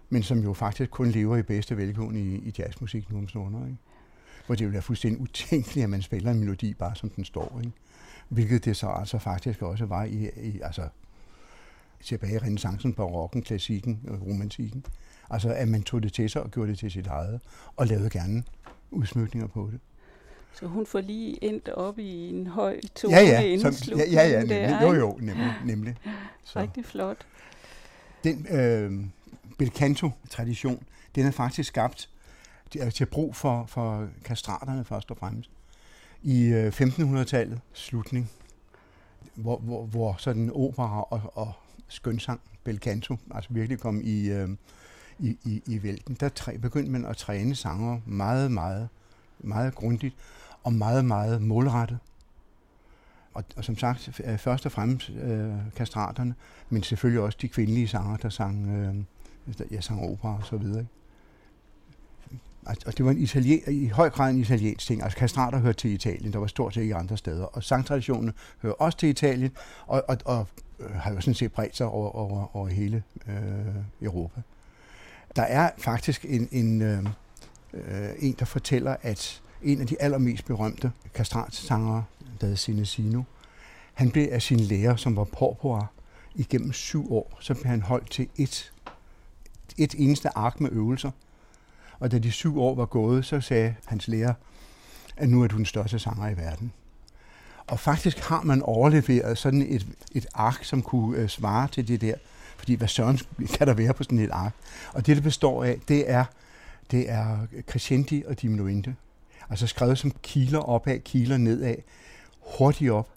men som jo faktisk kun lever i bedste velgående i, i jazzmusik nu om stunder, ikke? Hvor det jo er fuldstændig utænkeligt, at man spiller en melodi bare som den står, ikke? Hvilket det så altså faktisk også var i, i altså tilbage i renæssancen, barokken, klassikken og romantikken. Altså at man tog det til sig og gjorde det til sit eget, og lavede gerne udsmykninger på det. Så hun får lige endt op i en høj tone ja, ja, inden som, ja, ja, ja, nemlig. Der, Jo, jo, nemlig. nemlig. Så. Rigtig flot. Den øh, bel canto-tradition, den er faktisk skabt til, til brug for, for kastraterne først og fremmest. I øh, femtenhundredetallet slutning, hvor, hvor, hvor sådan opera og, og skønsang, bel canto, altså virkelig kom i, øh, i, i, i vælten, der træ, begyndte man at træne sanger meget, meget, meget grundigt og meget, meget målrettet. Og, og som sagt, først og fremmest øh, kastraterne, men selvfølgelig også de kvindelige sanger, der sang, øh, jeg sang opera og så videre. Og det var en italien, i høj grad en italiensk ting. Altså kastrater hørte til Italien, der var stort set ikke andre steder. Og sangtraditionerne hører også til Italien, og, og, og øh, har jo sådan set bredt sig over, over, over hele øh, Europa. Der er faktisk en, en, øh, en, der fortæller, at en af de allermest berømte kastratsangere, der hed Senesino, han blev af sin lærer, som var porpoise, igennem syv år. Så blev han holdt til et, et eneste ark med øvelser. Og da de syv år var gået, så sagde hans lærer, at nu er du den største sanger i verden. Og faktisk har man overleveret sådan et, et ark, som kunne øh, svare til det der. Fordi hvad søren kan der være på sådan et ark? Og det, det består af, det er, det er crescendi og diminuente. Altså skrevet som kiler opad, kiler nedad, hurtigt op,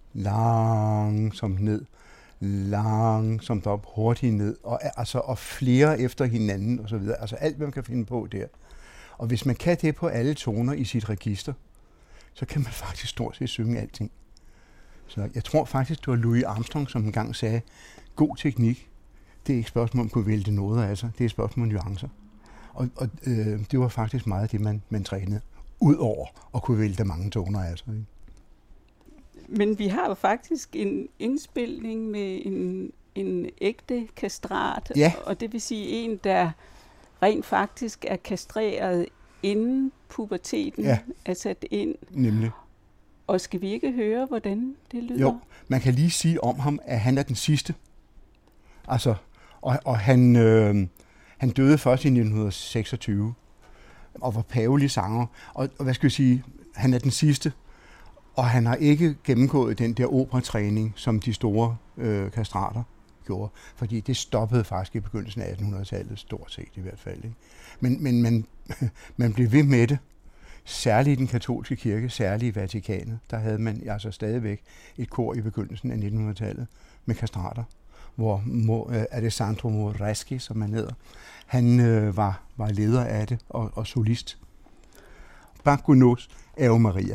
langsomt ned, langsomt op, hurtigt ned, og, altså, og flere efter hinanden og så videre. Altså alt, hvad man kan finde på der. Og hvis man kan det på alle toner i sit register, så kan man faktisk stort set synge alting. Så jeg tror faktisk, det var Louis Armstrong, som engang sagde, god teknik, det er ikke spørgsmål om at kunne vælte noget af sig, det er et spørgsmål om nuancer. Og, og øh, det var faktisk meget det, man, man trænede, ud over at kunne vælte mange toner af sig. Ikke? Men vi har jo faktisk en indspilning med en, en ægte kastrat, ja. Og det vil sige en, der rent faktisk er kastreret inden puberteten ja. er sat ind. Nemlig. Og skal vi ikke høre, hvordan det lyder? Jo, man kan lige sige om ham, at han er den sidste. Altså, og, og han, øh, han døde først i nitten seksogtyve og var pavelig sanger. Og, og hvad skal vi sige, han er den sidste. Og han har ikke gennemgået den der operatræning, som de store øh, kastrater gjorde. Fordi det stoppede faktisk i begyndelsen af attenhundredetallet, stort set i hvert fald. Ikke? Men, men man, man blev ved med det. Særligt i den katolske kirke, særligt i Vatikanet. Der havde man altså stadigvæk et kor i begyndelsen af nittenhundredetallet med kastrater. Hvor øh, Alessandro Moreschi, som han hedder, han øh, var, var leder af det og, og solist. Banco Nos Ave Maria.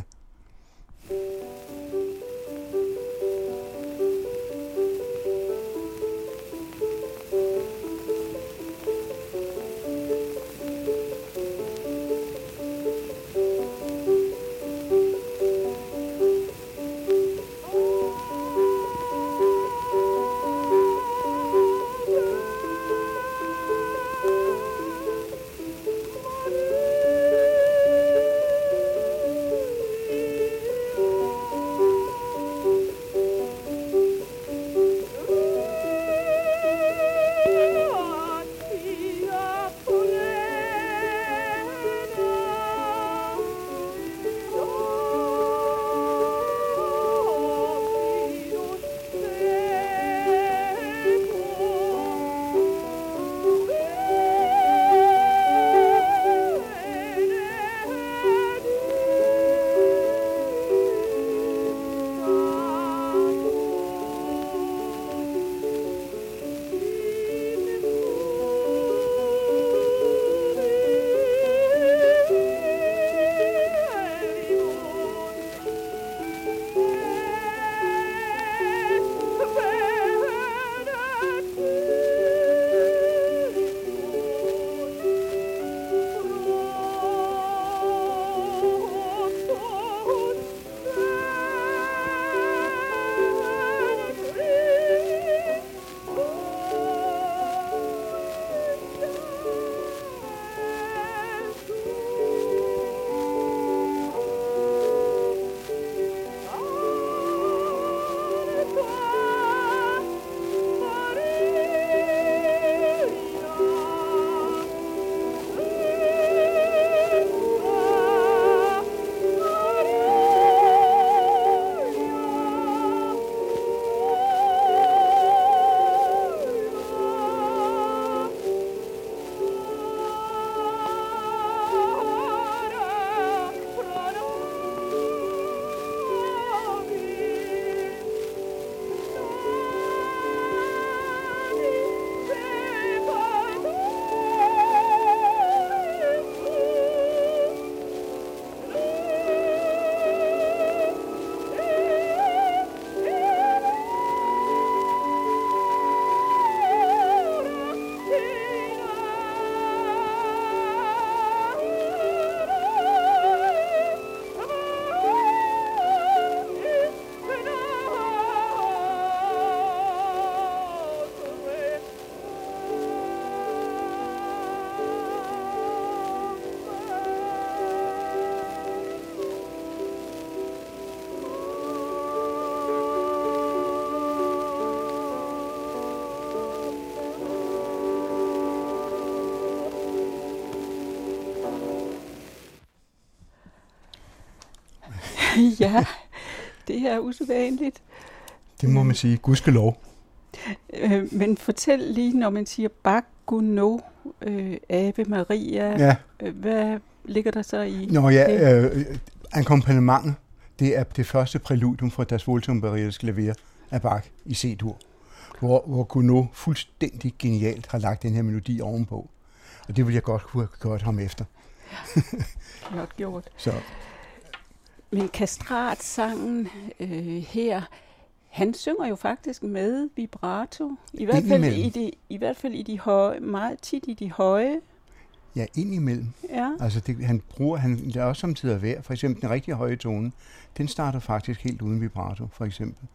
Ja, det er usædvanligt. Det må man sige. Gudskelov. Øh, men fortæl lige, når man siger Baguno, øh, Ave Maria, Ja. øh, hvad ligger der så i Nå ja, det? øh, akkompagnementet, det er det første præludium fra Das Wohltumbarieres Klaver af Bach i C-dur, hvor, hvor Gounod fuldstændig genialt har lagt den her melodi ovenpå. Og det vil jeg godt kunne have gjort ham efter. Godt gjort. Så. Men kastratsangen øh, her, han synger jo faktisk med vibrato. I hvert fald i, de, i hvert fald i de høje, meget tit i de høje. Ja, indimellem. Ja. Altså det, han bruger, han lader også samtidig være. For eksempel den rigtig høje tone, den starter faktisk helt uden vibrato, for eksempel.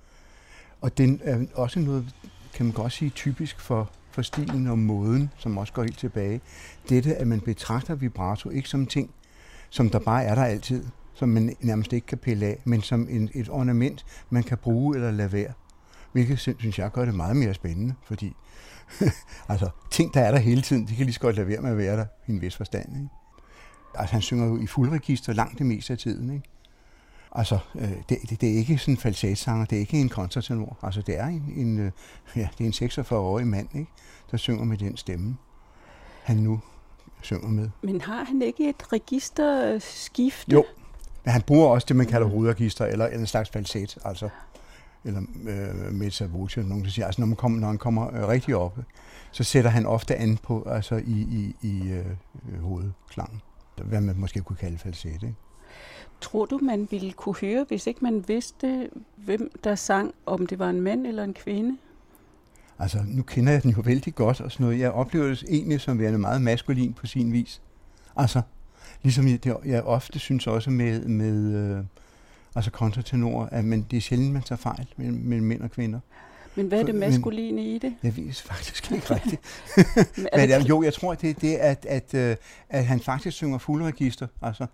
Og den er også noget, kan man godt sige, typisk for, for stilen og måden, som også går helt tilbage. Dette, at man betragter vibrato ikke som ting, som der bare er der altid, som man nærmest ikke kan pille af, men som en, et ornament, man kan bruge eller lade være. Hvilket synes jeg gør det meget mere spændende, fordi altså, ting, der er der hele tiden, de kan lige så godt lade være med at være der i en vis forstand. Ikke? Altså, han synger jo i fuldregister langt det meste af tiden. Ikke? Altså, øh, det, det, det er ikke sådan en falsetsanger, det er ikke en kontratenor. Altså, det er en, en, øh, ja, det er en seksogfyrre-årig mand, ikke? Der synger med den stemme, han nu synger med. Men har han ikke et registerskifte? Jo, men han bruger også det, man kalder hovedregister, eller en slags falset, altså, eller øh, mezza voce, nogen der siger. Altså, når, man kommer, når han kommer øh, rigtig op, så sætter han ofte an på, altså, i, i, i øh, hovedklangen, hvad man måske kunne kalde falset, ikke? Tror du, man ville kunne høre, hvis ikke man vidste, hvem der sang, om det var en mand eller en kvinde? Altså, nu kender jeg den jo vældig godt og sådan noget. Jeg oplever det egentlig som værende meget maskulin på sin vis. Altså, ligesom jeg, det, jeg ofte synes også med, med øh, altså kontratenorer, at man, det er sjældent, man tager fejl mellem, mellem mænd og kvinder. Men hvad er det maskuline i det? Jeg ved faktisk ikke rigtigt. Men, Men det... Jo, jeg tror, det er det, at, at, at, at han faktisk synger fuldregister, altså,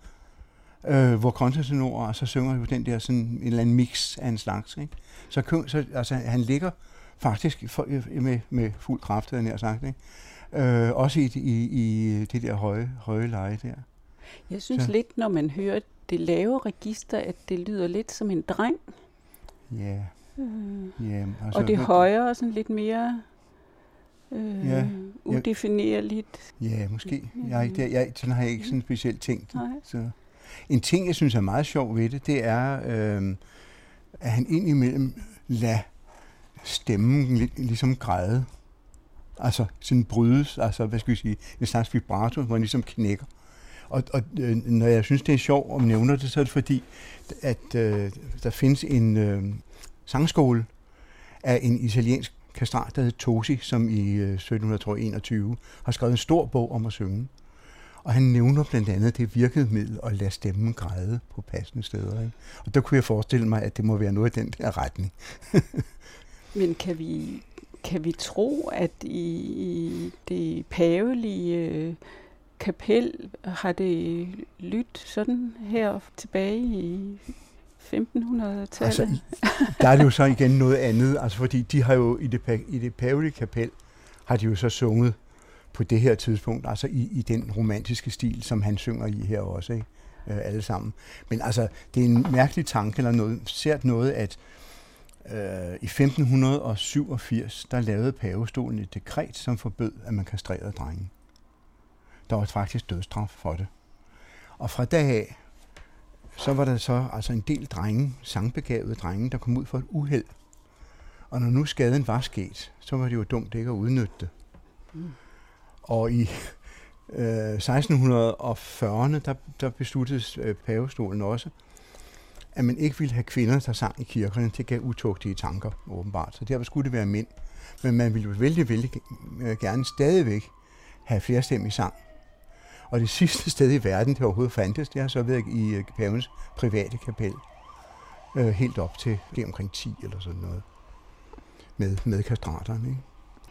øh, hvor kontratenorer, så synger jo den der sådan en eller anden mix af en slags. Ikke? Så, så altså, han ligger faktisk for, med, med fuld kraft, havde jeg nær sagt, ikke? Øh, også i, i, i det der høje, høje leje der. Jeg synes så. lidt, når man hører det lave register, at det lyder lidt som en dreng. Ja. Øh. ja altså, og det højere sådan lidt mere øh, ja, udefinerligt. Ja, måske. Jeg, det, jeg, sådan har jeg ikke sådan specielt tænkt. Så. En ting, jeg synes er meget sjov ved det, det er, øh, at han indimellem lader stemmen ligesom græde. Altså sådan brydes, altså hvad skal vi sige, en slags vibrato, hvor han ligesom knækker. Og, og øh, når jeg synes, det er sjovt om nævner det, så er det fordi, at øh, der findes en øh, sangskole af en italiensk kastrat, der hedder Tosi, som i øh, sytten enogtyve har skrevet en stor bog om at synge. Og han nævner blandt andet det virkemiddel at lade stemmen græde på passende steder. Ikke? Og der kunne jeg forestille mig, at det må være noget af den der retning. Men kan vi, kan vi tro, at i, i det pavelige øh, kapel har det lyttet sådan her tilbage i femtenhundredetallet? Altså, der er det jo så igen noget andet, altså fordi de har jo i det, i det pavelige kapel, har de jo så sunget på det her tidspunkt, altså i, i den romantiske stil, som han synger i her også, ikke? Øh, alle sammen. Men altså, det er en mærkelig tanke, eller noget, sært noget, at øh, i femten syvogfirs, der lavede pavestolen et dekret, som forbød, at man kastrerede drenge. Der var faktisk dødsstraf for det. Og fra dag af, så var der så altså en del drenge, sangbegavede drenge, der kom ud for et uheld. Og når nu skaden var sket, så var det jo dumt ikke at udnytte det. Mm. Og i øh, seksten fyrrerne, der, der besluttede øh, pavestolen også, at man ikke ville have kvinder, der sang i kirkerne. Det gav utugtige tanker, åbenbart. Så derfor skulle det være mænd. Men man ville jo vældig, vældig gerne stadigvæk have flerstemmig sang. Og det sidste sted i verden, det overhovedet fandtes, det har så været i uh, pavens private kapel. Uh, helt op til det omkring ti eller sådan noget. Med, med kastraterne, ikke?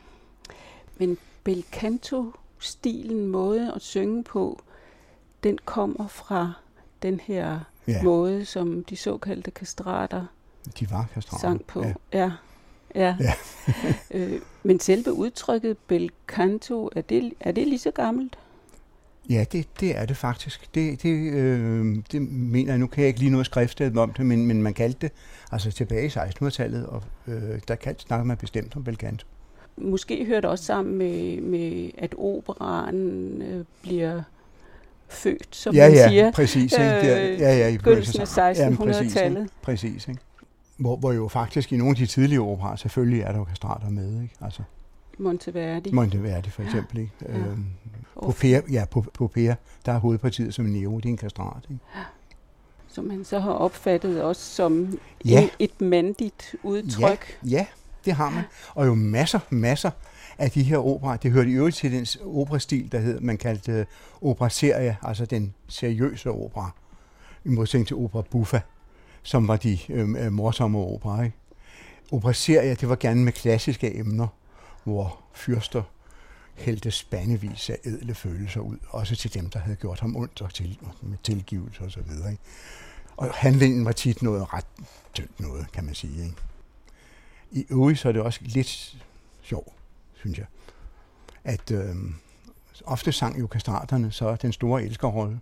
Men bel canto-stilen, måde at synge på, den kommer fra den her ja. måde, som de såkaldte kastrater de var kastrater. sang på. Ja. Ja. Ja. ja. øh, men selve udtrykket bel canto, er det, er det lige så gammelt? Ja, det, det er det faktisk. Det, det, øh, det mener jeg, nu kan jeg ikke lige noget skriftsted om det, men, men man kaldte det, altså tilbage i sekstenhundredetallet, og øh, der kaldte snakke man bestemt om bel canto. Måske hører det også sammen med, med at operaen øh, bliver født, som ja, man ja, siger. Præcis, ikke? Det er, ja, ja, i begyndelsen af sekstenhundredetallet. Ja, præcis, ikke? præcis ikke? Hvor, hvor jo faktisk i nogle af de tidlige operaer, selvfølgelig er der jo kastrater med, ikke? Altså, Monteverdi. Monteverdi for eksempel, ikke? Ja. Øhm, på Per, ja, på, på Per, der er hovedpartiet som en Nero, det er en kastrat, ikke? Ja. Som man så har opfattet også som ja. en, et mandigt udtryk. Ja, ja, det har man. Og jo masser, masser af de her operaer, det hørte i øvrigt til den operastil, der hed, man kaldte operaserie, altså den seriøse opera, i modsætning til opera buffa, som var de øh, morsomme operaer, ikke? Operaserie, det var gerne med klassiske emner, hvor fyrster hældte spandevis af ædle følelser ud, også til dem, der havde gjort ham ondt og til, med tilgivelse og så videre, ikke? Og handlingen var tit noget ret dødt noget, kan man sige, ikke? I øvrigt så er det også lidt sjovt, synes jeg, at øh, ofte sang jo kastraterne så den store elskerrolle,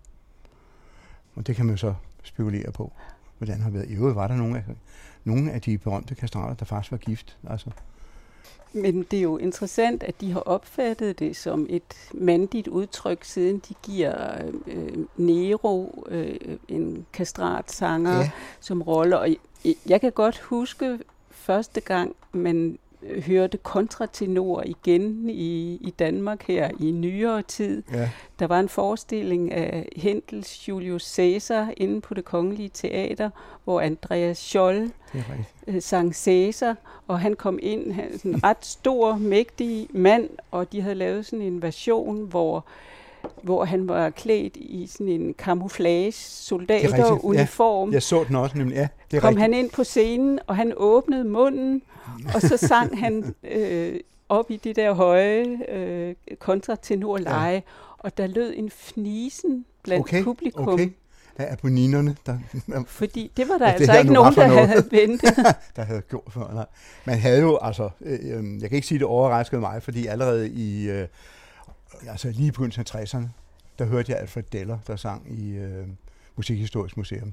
og det kan man jo så spekulere på, hvordan har været. I øvrigt var der nogle af, nogle af de berømte kastrater, der faktisk var gift, altså. Men det er jo interessant, at de har opfattet det som et mandigt udtryk, siden de giver øh, Nero, øh, en kastratsanger, ja. som rolle. Og jeg, jeg kan godt huske første gang, man hørte kontratenor igen i, i Danmark her i nyere tid. Ja. Der var en forestilling af Händels Julius Caesar inde på Det Kongelige Teater, hvor Andreas Scholl øh, sang Caesar, og han kom ind, han er sådan en ret stor, mægtig mand, og de havde lavet sådan en version, hvor hvor han var klædt i sådan en camouflage soldateruniform. Ja, jeg så den også nemlig. Ja, det er kom rigtigt. Han ind på scenen, og han åbnede munden, og så sang han øh, op i det der høje øh, kontratenorleje, ja. og der lød en fnisen blandt okay, publikum. Okay. Ja, Aponinerne, der... Fordi det var der ja, altså ikke nogen, der noget. havde ventet. der havde gjort for, nej. Man havde jo, altså, øh, jeg kan ikke sige, det overraskede mig, fordi allerede i... Øh, altså lige i begyndelsen af tresserne, der hørte jeg Alfred Deller, der sang i øh, Musikhistorisk Museum.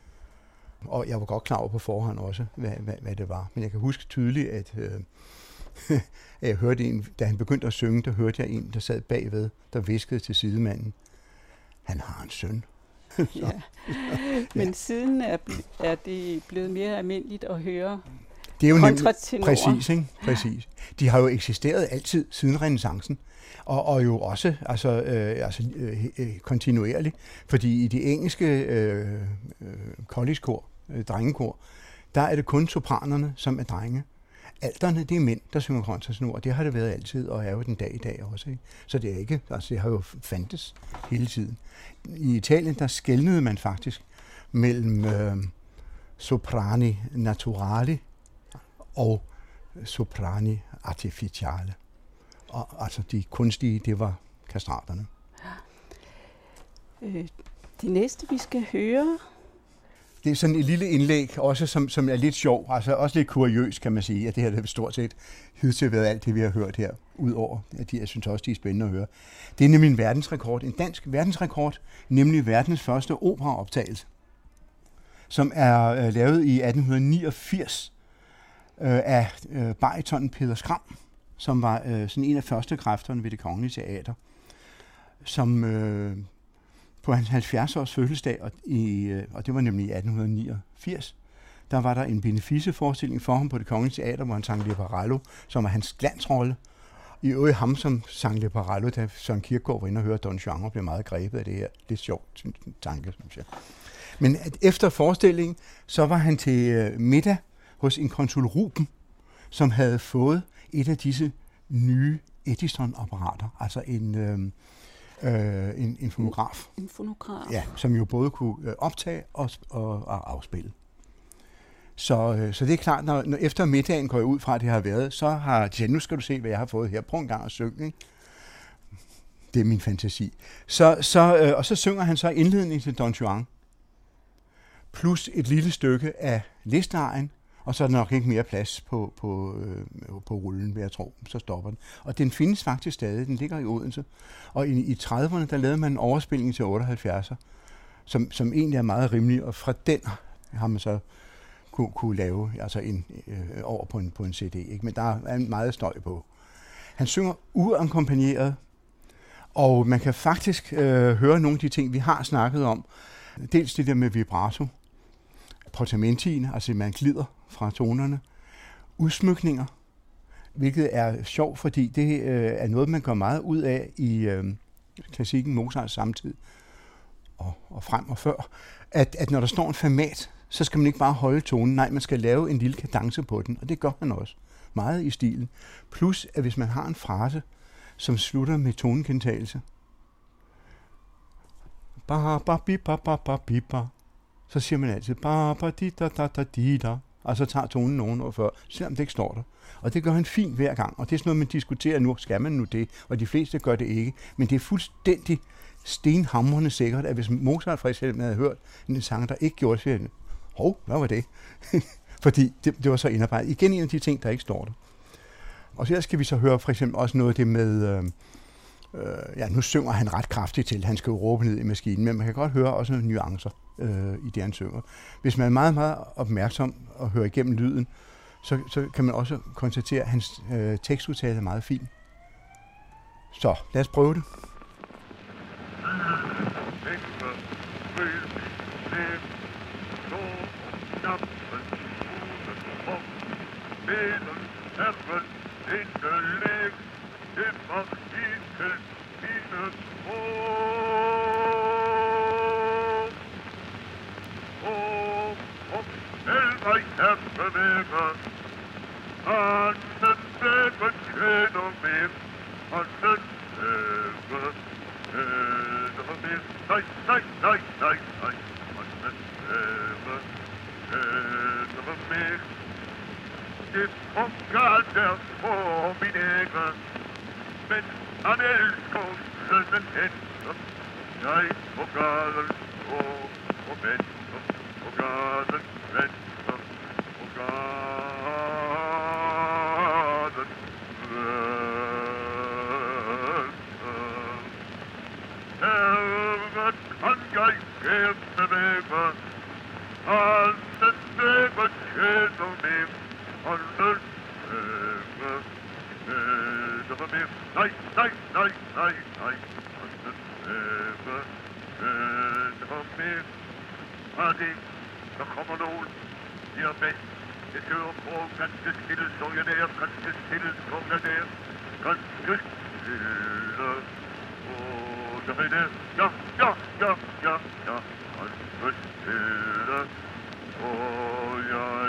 Og jeg var godt klar over på forhånd også, hvad, hvad, hvad det var. Men jeg kan huske tydeligt, at, øh, at jeg hørte en, da han begyndte at synge, der hørte jeg en, der sad bagved, der viskede til sidemanden, han har en søn. ja. Men ja. siden er, er det blevet mere almindeligt at høre det er jo kontratenor. Præcis, ikke? Præcis. De har jo eksisteret altid siden renæssancen. Og, og jo også altså, øh, altså, øh, kontinuerligt, fordi i de engelske øh, øh, college-kor, øh, drengekor, der er det kun sopranerne, som er drenge. Alterne, det er mænd, der synger kontratenor, og det har det været altid, og er jo den dag i dag også. Ikke? Så det er ikke, altså det har jo fandtes hele tiden. I Italien, der skelnede man faktisk mellem øh, soprani naturali og soprani artificiale. Og altså de kunstige, det var kastraterne. Øh, det næste, vi skal høre... Det er sådan et lille indlæg, også som, som er lidt sjov, altså også lidt kuriøs, kan man sige, at det her det er stort set hidtil været alt det, vi har hørt her, udover at de, jeg synes også, de er spændende at høre. Det er nemlig en verdensrekord, en dansk verdensrekord, nemlig verdens første operaoptagelse, som er øh, lavet i atten niogfirs øh, af øh, baritonen Peder Skram, som var øh, sådan en af første kræfterne ved Det Kongelige Teater, som øh, på hans halvfjerds års fødselsdag, og, i, øh, og det var nemlig i atten niogfirs, der var der en beneficeforestilling for ham på Det Kongelige Teater, hvor han sang Leporello, som var hans glansrolle. I øvrigt ham, som sang Leporello, da Søren Kierkegaard var inde og høre Don Juan, og blev meget grebet af det her. Lidt sjovt tanke, synes jeg. Men efter forestillingen, så var han til øh, middag hos en konsul Ruben, som havde fået et af disse nye Edison-apparater, altså en, øh, øh, en, en fonograf. En fonograf. Ja, som jo både kunne optage og, og, og afspille. Så, øh, så det er klart, når, når efter middagen går jeg ud fra, at det har været, så har de sagt, nu skal du se, hvad jeg har fået her. Prøv en gang at synge, ikke? Det er min fantasi. Så, så, øh, og så synger han så indledningen til Don Juan, plus et lille stykke af Liszt-arien, og så er der nok ikke mere plads på, på, øh, på rullen, vil jeg tro. Så stopper den. Og den findes faktisk stadig. Den ligger i Odense. Og i, i trediverne, der lavede man en overspilning til otteoghalvfjerdser, som, som egentlig er meget rimelig, og fra den har man så kunne, kunne lave altså en, øh, over på en, på en C D. Ikke? Men der er en meget støj på. Han synger uakkompagneret, og man kan faktisk øh, høre nogle af de ting, vi har snakket om. Dels det der med vibrato, portamentien, altså man glider fra tonerne, udsmykninger, hvilket er sjovt, fordi det øh, er noget, man går meget ud af i øh, klassikken Mozarts samtid og, og frem og før, at, at når der står en fermat, så skal man ikke bare holde tonen, nej, man skal lave en lille kadence på den, og det gør han også. Meget i stilen. Plus, at hvis man har en frase, som slutter med tonegentagelse, ba ba bi ba ba ba bi ba, så siger man altid ba ba di da da da di da, og så tager tonen nogen år før, selvom det ikke står der. Og det gør han fint hver gang, og det er sådan noget, man diskuterer nu, skal man nu det, og de fleste gør det ikke, men det er fuldstændig stenhamrende sikkert, at hvis Mozart for eksempel havde hørt en sang, der ikke gjorde sig, hov, hvad var det? Fordi det, det var så indarbejdet. Igen en af de ting, der ikke står der. Og så skal vi så høre for eksempel også noget af det med, øh, øh, ja, nu synger han ret kraftigt til, han skal jo råbe ned i maskinen, men man kan godt høre også nogle nuancer øh, i det, han synger. Hvis man er meget, meget opmærksom og hører igennem lyden, så, så kan man også konstatere, at hans øh, tekstudtale er meget fin. Så lad os prøve det. Herren hinterlegt, immer hinten ihnen hoch. Oh, ob schnell mein Herr wäre, an den Wegen keiner mehr, an den Wegen keiner mehr. Nein, nein, nein, nein, nein, an den Wegen keiner mehr. Det fungerer der for min egen, men han elsker sønnen hænder. Jeg på gaden går og venter, på gaden venter, på gaden venter. Herren kan jeg gerne være, anden væver kender mig. Og løn, øh, øh, der var mere. Nej, nej, nej, nej, nej. Og løn, øh, øh, der var mere. Og det, der kommer nogen. De er bedst. Jeg kører på ganske stille, så jeg der. Ganske stille, så jeg der. Ganske stille. Og der er det. Ja, ja, ja, ja, ja. Ganske stille. Og jeg...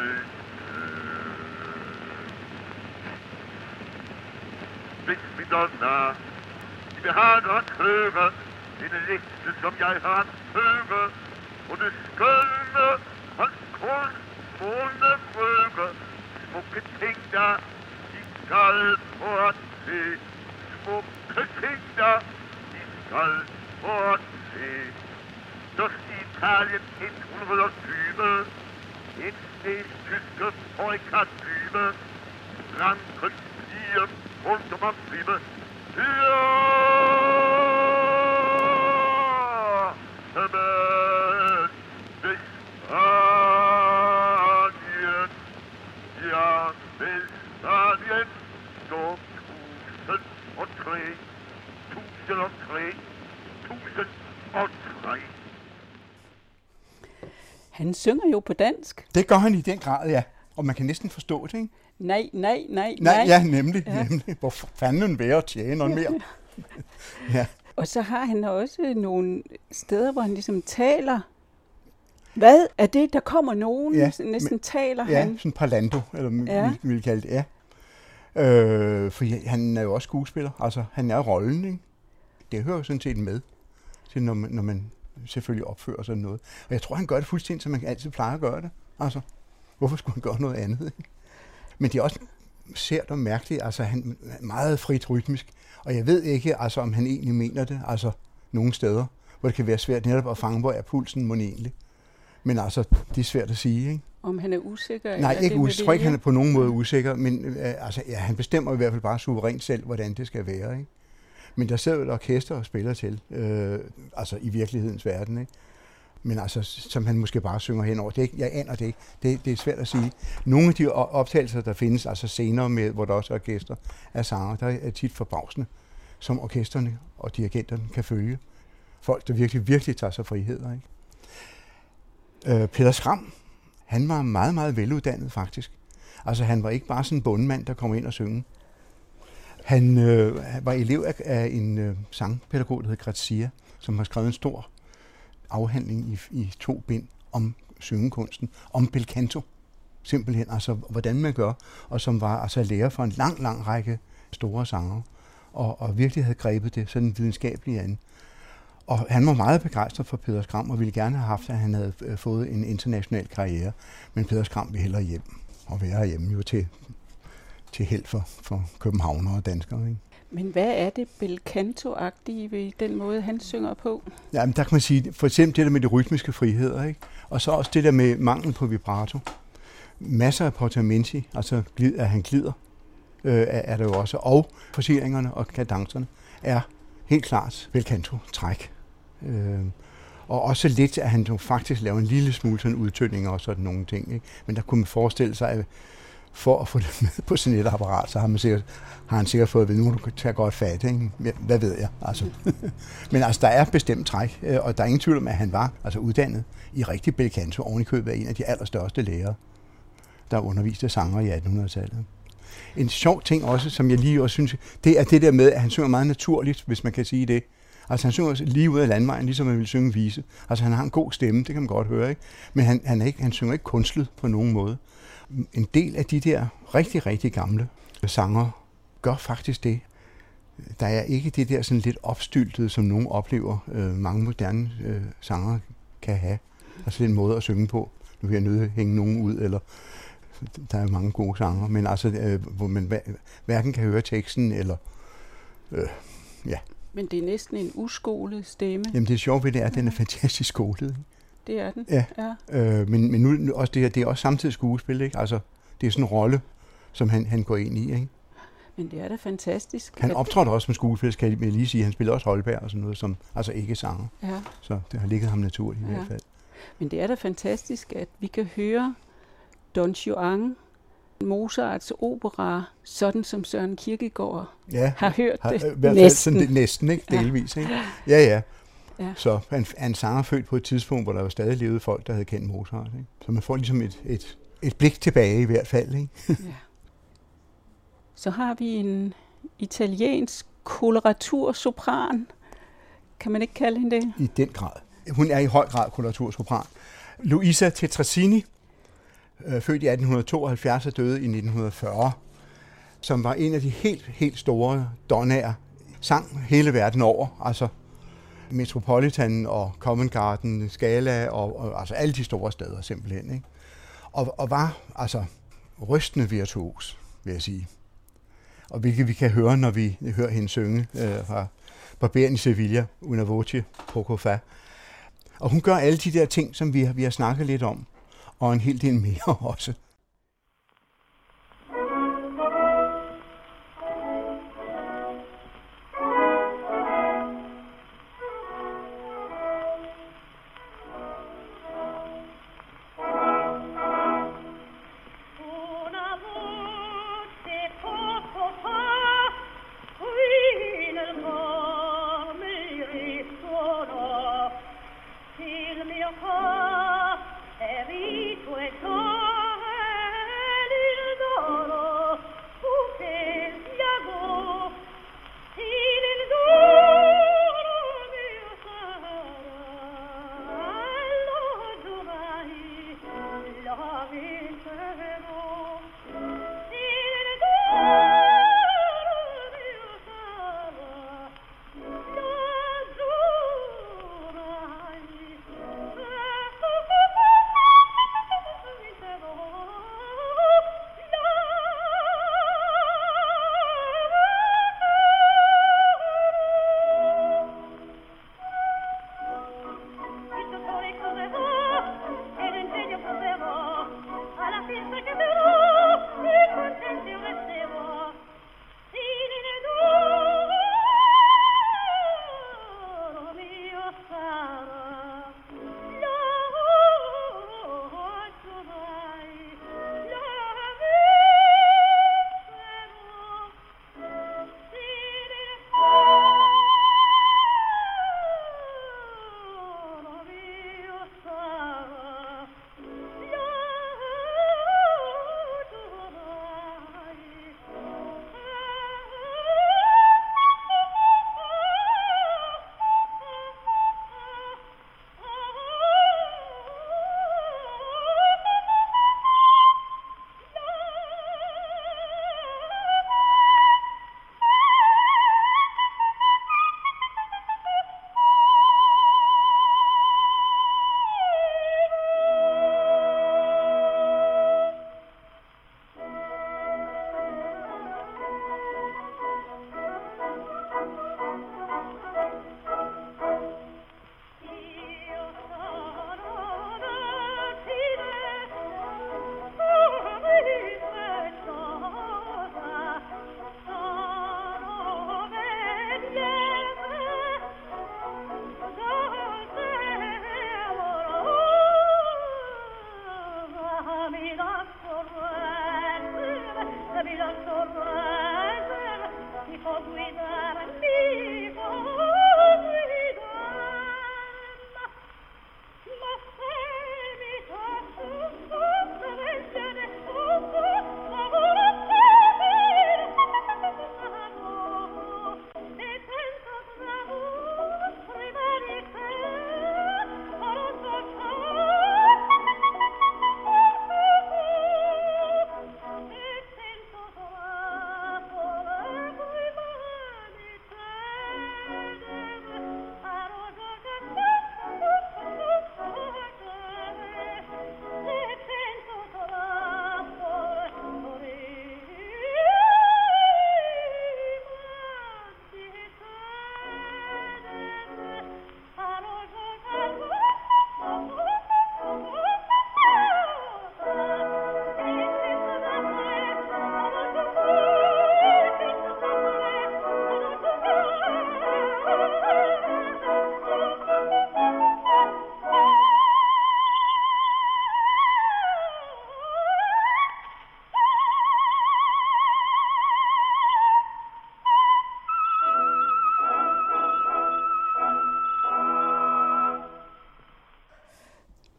Hvis vi donna, I vil have at høre, det er lekse, som jeg har at høre, og det skønne, hans kun, måne røre, smukke ting der, I skal få at se, smukke ting der, I skal få at se. Først i Italien et hundrede og tyve, en snestyske højkastyve, ranken stiger, rundt om at blive. Ja, men Vespanien, ja, Vespanien, står tusind og tre, tusind og tre, tusind og tre. Han synger jo på dansk. Det gør han i den grad, ja. Og man kan næsten forstå det, ikke? Nej, nej, nej, nej. Ja, nemlig, ja. nemlig. Hvor fanden vil jeg tjene noget mere? Ja. Og så har han også nogle steder, hvor han ligesom taler. Hvad er det, der kommer nogen? Ja, næsten men, taler ja, han. Ja, sådan parlando, eller ja. vi vil kalde det, ja. Øh, for han er jo også skuespiller. Altså, han er rollen, ikke? Det hører jo sådan set med, til når man, når man selvfølgelig opfører sådan noget. Og jeg tror, han gør det fuldstændig, som man altid plejer at gøre det. Altså, hvorfor skulle han gøre noget andet, ikke? Men det er også sært og mærkeligt, altså han er meget frit rytmisk, og jeg ved ikke, altså om han egentlig mener det, altså nogle steder, hvor det kan være svært netop at fange, hvor er pulsen mon egentlig. Men altså, det er svært at sige, ikke? Om han er usikker? Nej, eller ikke det med usikker. Jeg tror ikke, vilje? han er på nogen måde usikker, men øh, altså, ja, han bestemmer i hvert fald bare suverænt selv, hvordan det skal være. Ikke? Men der sidder et orkester og spiller til, øh, altså i virkelighedens verden. Ikke? Men altså, som han måske bare synger henover. Det er ikke, jeg aner det ikke. Det, det er svært at sige. Nogle af de optagelser, der findes, altså scener med, hvor der også er orkester af sanger, der er tit forbavsende, som orkesterne og dirigenterne kan følge. Folk, der virkelig, virkelig tager sig friheder. Ikke? Øh, Peder Skram, han var meget, meget veluddannet faktisk. Altså han var ikke bare sådan en bondemand, der kom ind og synge. Han øh, var elev af, af en øh, sangpædagog, der hed Grazia, som har skrevet en stor afhandling i, i to bind om syngekunsten, om bel canto, simpelthen, altså hvordan man gør, og som var altså lærer for en lang, lang række store sanger, og, og virkelig havde grebet det sådan videnskabeligt an. Og han var meget begejstret for Peder Skram, og ville gerne have haft, at han havde fået en international karriere, men Peder Skram ville hellere hjem, og være hjemme jo til, til held for, for københavnere og danskere. Ikke? Men hvad er det bel canto-agtige ved den måde, han synger på? Ja, men der kan man sige, for eksempel det der med de rytmiske friheder, ikke? Og så også det der med mangel på vibrato. Masser af portamenti, altså glid, at han glider, øh, er der jo også. Og forceringerne og kadencerne er helt klart bel canto-træk. Øh, og også lidt, at han jo faktisk laver en lille smule sådan udtønding og sådan nogle ting. Ikke? Men der kunne man forestille sig, at for at få det med på sådan et apparat, så har, man sikkert, har han sikkert fået at vide, nu du tager godt fat, ikke? Hvad ved jeg? Altså. Men altså, der er bestemt træk, og der er ingen tvivl om, at han var altså, uddannet i rigtig bel canto, oven i købet af en af de allerstørste lærere, der underviste sanger i attenhundredetallet. En sjov ting også, som jeg lige også synes, det er det der med, at han synger meget naturligt, hvis man kan sige det. Altså han synger lige ud af landvejen, ligesom man vil synge vise. Altså han har en god stemme, det kan man godt høre, ikke? Men han, han, er ikke, han synger ikke kunstlet på nogen måde. En del af de der rigtig, rigtig gamle sanger gør faktisk det. Der er ikke det der sådan lidt opstyltede, som nogen oplever, øh, mange moderne øh, sanger kan have. Altså den måde at synge på. Nu vil jeg nødt hænge nogen ud, eller der er mange gode sanger, men altså, øh, hvor man hverken kan høre teksten, eller øh, ja. Men det er næsten en uskolet stemme. Jamen det sjove ved det er, at den er fantastisk skolet. Det er den, ja. ja. Øh, men men nu, også det, her, det er også samtidig skuespil, ikke? Altså, det er sådan en rolle, som han, han går ind i, ikke? Men det er da fantastisk. Han optrådte også som skuespil, skal jeg lige sige. Han spiller også Holberg og sådan noget, som altså ikke sanger. Ja. Så det har ligget ham naturligt i ja. hvert fald. Men det er da fantastisk, at vi kan høre Don Juan, Mozarts opera, sådan som Søren Kierkegaard ja, har hørt har, det. I hvert fald næsten. Sådan, det, næsten, ikke? Delvis, ikke? Ja, ja. ja. Så han er en sanger født på et tidspunkt, hvor der var stadig levede folk, der havde kendt Mozart. Ikke? Så man får ligesom et, et, et blik tilbage i hvert fald. Ikke? ja. Så har vi en italiensk koloratursopran. Kan man ikke kalde hende det? I den grad. Hun er i høj grad koloratursopran. Luisa Tetrazzini, født i atten tooghalvfjerds og døde i nitten fyrre, som var en af de helt, helt store donnaer, sang hele verden over, altså Metropolitan og Covent Garden, Scala og, og altså alle de store steder simpelthen, ikke? Og, og var altså rystende virtuos, vil jeg sige. Og hvilket vi kan høre, når vi hører hende synge øh, fra Barberen i Sevilla, Una voce poco fa. Og hun gør alle de der ting, som vi har, vi har snakket lidt om, og en hel del mere også.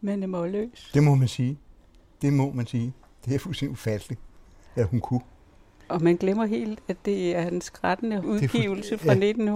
man er målløs. Det må man sige. Det må man sige. Det er fuldstændig ufatteligt, at hun kunne. Og man glemmer helt, at det er en skrættende udgivelse fra ja. nitten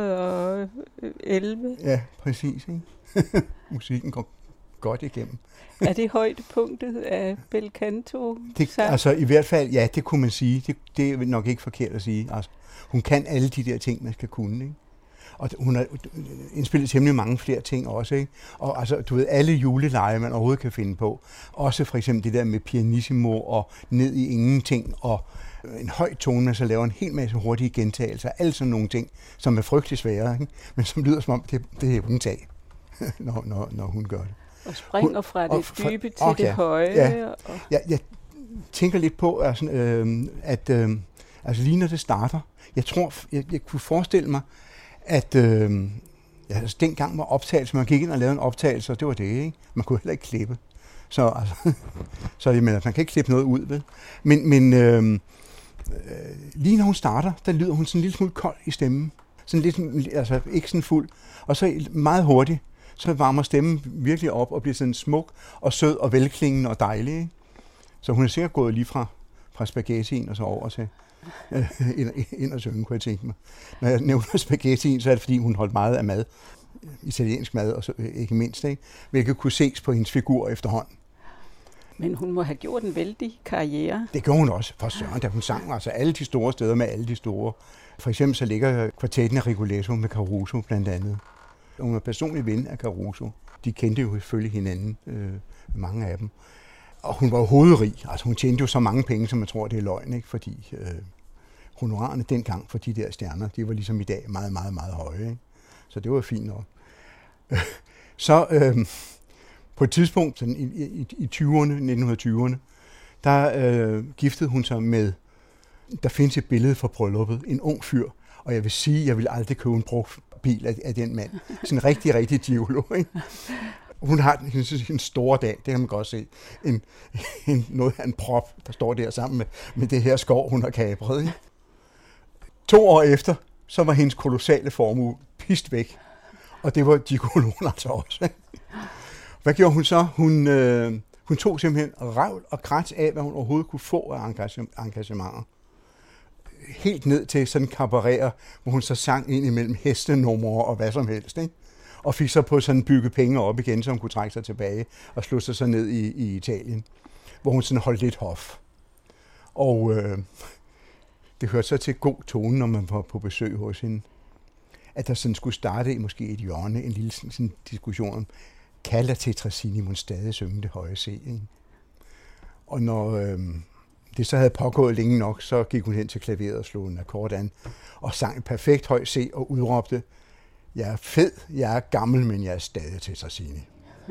elleve. Ja, præcis. Ikke? Musikken går godt igennem. Er det højdepunktet af Bel Canto? Det, altså i hvert fald, ja, det kunne man sige. Det, det er nok ikke forkert at sige. Altså, hun kan alle de der ting, man skal kunne. Ikke? Og hun har indspillet temmelig mange flere ting også. Ikke? Og altså, du ved, alle juleleje, man overhovedet kan finde på. Også for eksempel det der med pianissimo og ned i ingenting og en høj tone, man så laver en hel masse hurtige gentagelser. Alle sådan nogle ting, som er frygtelig svære, ikke? Men som lyder som om, det, det er hun tag, når, når, når hun gør det. Og springer hun, fra det fra, dybe til okay, det høje. Ja. Og... Jeg, jeg tænker lidt på, altså, øh, at øh, altså, lige når det starter, jeg tror, jeg, jeg kunne forestille mig, at øh, ja, altså, dengang var optagelse, man gik ind og lavede en optagelse, og det var det, ikke? Man kunne heller ikke klippe. Så, altså, så jeg mener, man kan ikke klippe noget ud, vel? Men, men øh, øh, lige når hun starter, der lyder hun sådan en lille smule kold i stemmen. Sådan lidt, altså ikke sådan fuld. Og så meget hurtigt, så varmer stemmen virkelig op og bliver sådan smuk og sød og velklingende og dejlig. Ikke? Så hun er sikkert gået lige fra, fra spaghettien og så over til øh, ind, ind og synge, kunne jeg tænke mig. Når jeg nævner spaghettien, så er det fordi, hun holdt meget af mad. Italiensk mad, og så, ikke mindst, ikke? Hvilket kunne ses på hendes figur efterhånden. Men hun må have gjort en vældig karriere. Det gjorde hun også, for søren, da hun sang altså alle de store steder med alle de store. For eksempel så ligger kvartetten af Rigoletto med Caruso blandt andet. Hun var personlig ven af Caruso. De kendte jo selvfølgelig hinanden, øh, mange af dem. Og hun var jo hovedrig, altså hun tjente jo så mange penge, som man tror, det er løgn, ikke? Fordi øh, honorarerne dengang for de der stjerner, de var ligesom i dag meget, meget, meget høje, ikke? Så det var fint nok. Så øh, på et tidspunkt sådan i, i, i tyverne, nitten tyverne, der øh, giftede hun sig med, der findes et billede fra brylluppet, en ung fyr, og jeg vil sige, jeg vil aldrig købe en brugt bil af, af den mand. Sådan en rigtig, rigtig gigolo, ikke? Hun har en, en stor dag, det kan man godt se. En, en, noget af en prop, der står der sammen med, med det her skov, hun har kapret, ikke? To år efter, så var hendes kolossale formue pist væk. Og det var gigoloen altså også. Ikke? Hvad gjorde hun så? Hun, øh, hun tog simpelthen revl og krat af, hvad hun overhovedet kunne få af engagementer. Helt ned til sådan en cabaret, hvor hun så sang ind imellem hestenumre og hvad som helst. Ikke? Og fik så på sådan bygge penge op igen, så hun kunne trække sig tilbage og slå sig så ned i, i Italien, hvor hun sådan holdt lidt hof. Og øh, det hørte så til god tone, når man var på besøg hos hende, at der sådan skulle starte i måske et hjørne, en lille sådan, sådan diskussion om, kan Tetrazzini mon stadig synge det høje C? Ikke? Og når øh, det så havde pågået længe nok, så gik hun hen til klaveret og slog en akkord an, og sang et perfekt høj C og udråbte, jeg er fed, jeg er gammel, men jeg er stadig Tetrazzini.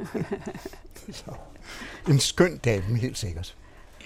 Så, en skøn dame, helt sikkert.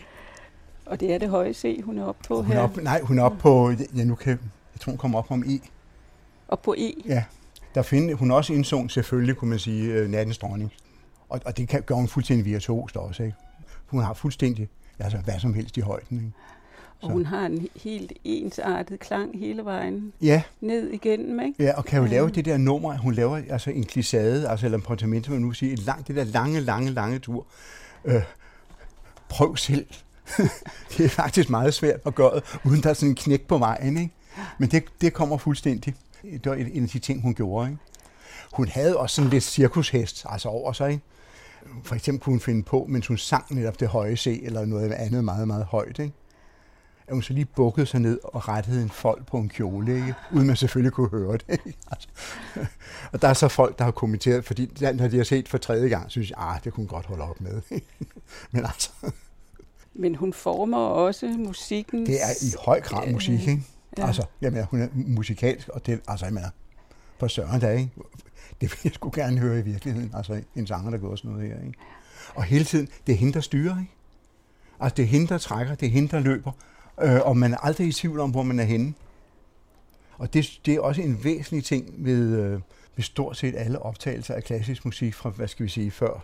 Og det er det høje C, hun er oppe på hun her? Er op, nej, hun er oppe på, ja, nu kan, jeg tror, hun kommer op om E. Og på E? Ja. Der finder, hun også indsung selvfølgelig, kunne man sige, Nattens Dronning. Og, og det kan, gør hun fuldstændig virtuost også, ikke? Hun har fuldstændig, altså hvad som helst i højden, ikke? Og hun har en helt ensartet klang hele vejen ja. ned igennem, ikke? Ja, og kan jo ja. lave det der nummer, hun laver altså en glissade, altså eller en portamento, man nu siger, et langt, det der lange, lange, lange tur. Øh, prøv selv. Det er faktisk meget svært at gøre, uden der er sådan en knæk på vejen, ikke? Men det, det kommer fuldstændig. Det var en af de ting, hun gjorde, ikke? Hun havde også sådan lidt cirkushest, altså over sig, ikke? For eksempel kunne hun finde på, mens hun sang netop det høje C, eller noget andet meget, meget højt, ikke? At hun så lige bukkede sig ned og rettede en fold på en kjole, ikke? Uden man selvfølgelig kunne høre det, ikke? Altså. Og der er så folk, der har kommenteret, fordi når de har set for tredje gang, synes jeg, ah, det kunne hun godt holde op med. Men altså... Men hun former også musikken. Det er i høj grad musik, ikke? Ja. Altså, jamen, hun er musikalsk, og det, altså, jeg mener, på søren der, ikke? Det vil jeg sgu gerne høre i virkeligheden, altså en sanger, der går sådan noget her, ikke? Og hele tiden, det er hende, der styrer, ikke? Altså, det er hende, der trækker, det er hende, der løber, øh, og man er aldrig i tvivl om, hvor man er henne. Og det, det er også en væsentlig ting ved, øh, ved stort set alle optagelser af klassisk musik fra, hvad skal vi sige, før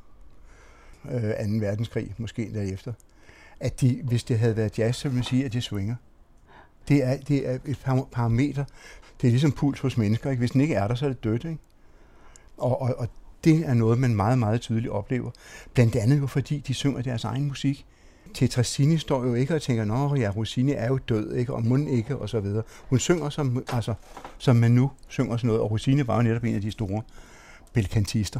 øh, anden verdenskrig, måske derefter. At de, hvis det havde været jazz, så ville man sige, at det swinger. Det er, det er et par parameter. Det er ligesom puls hos mennesker, ikke? Hvis den ikke er der, så er det dødt, ikke? Og, og, og Det er noget, man meget, meget tydeligt oplever. Blandt andet jo fordi, de synger deres egen musik. Tetrazzini står jo ikke og tænker, nå ja, Rossini er jo død, ikke, og mund ikke, og så videre. Hun synger som, altså, som man nu synger sådan noget, og Rossini var jo netop en af de store belcantister.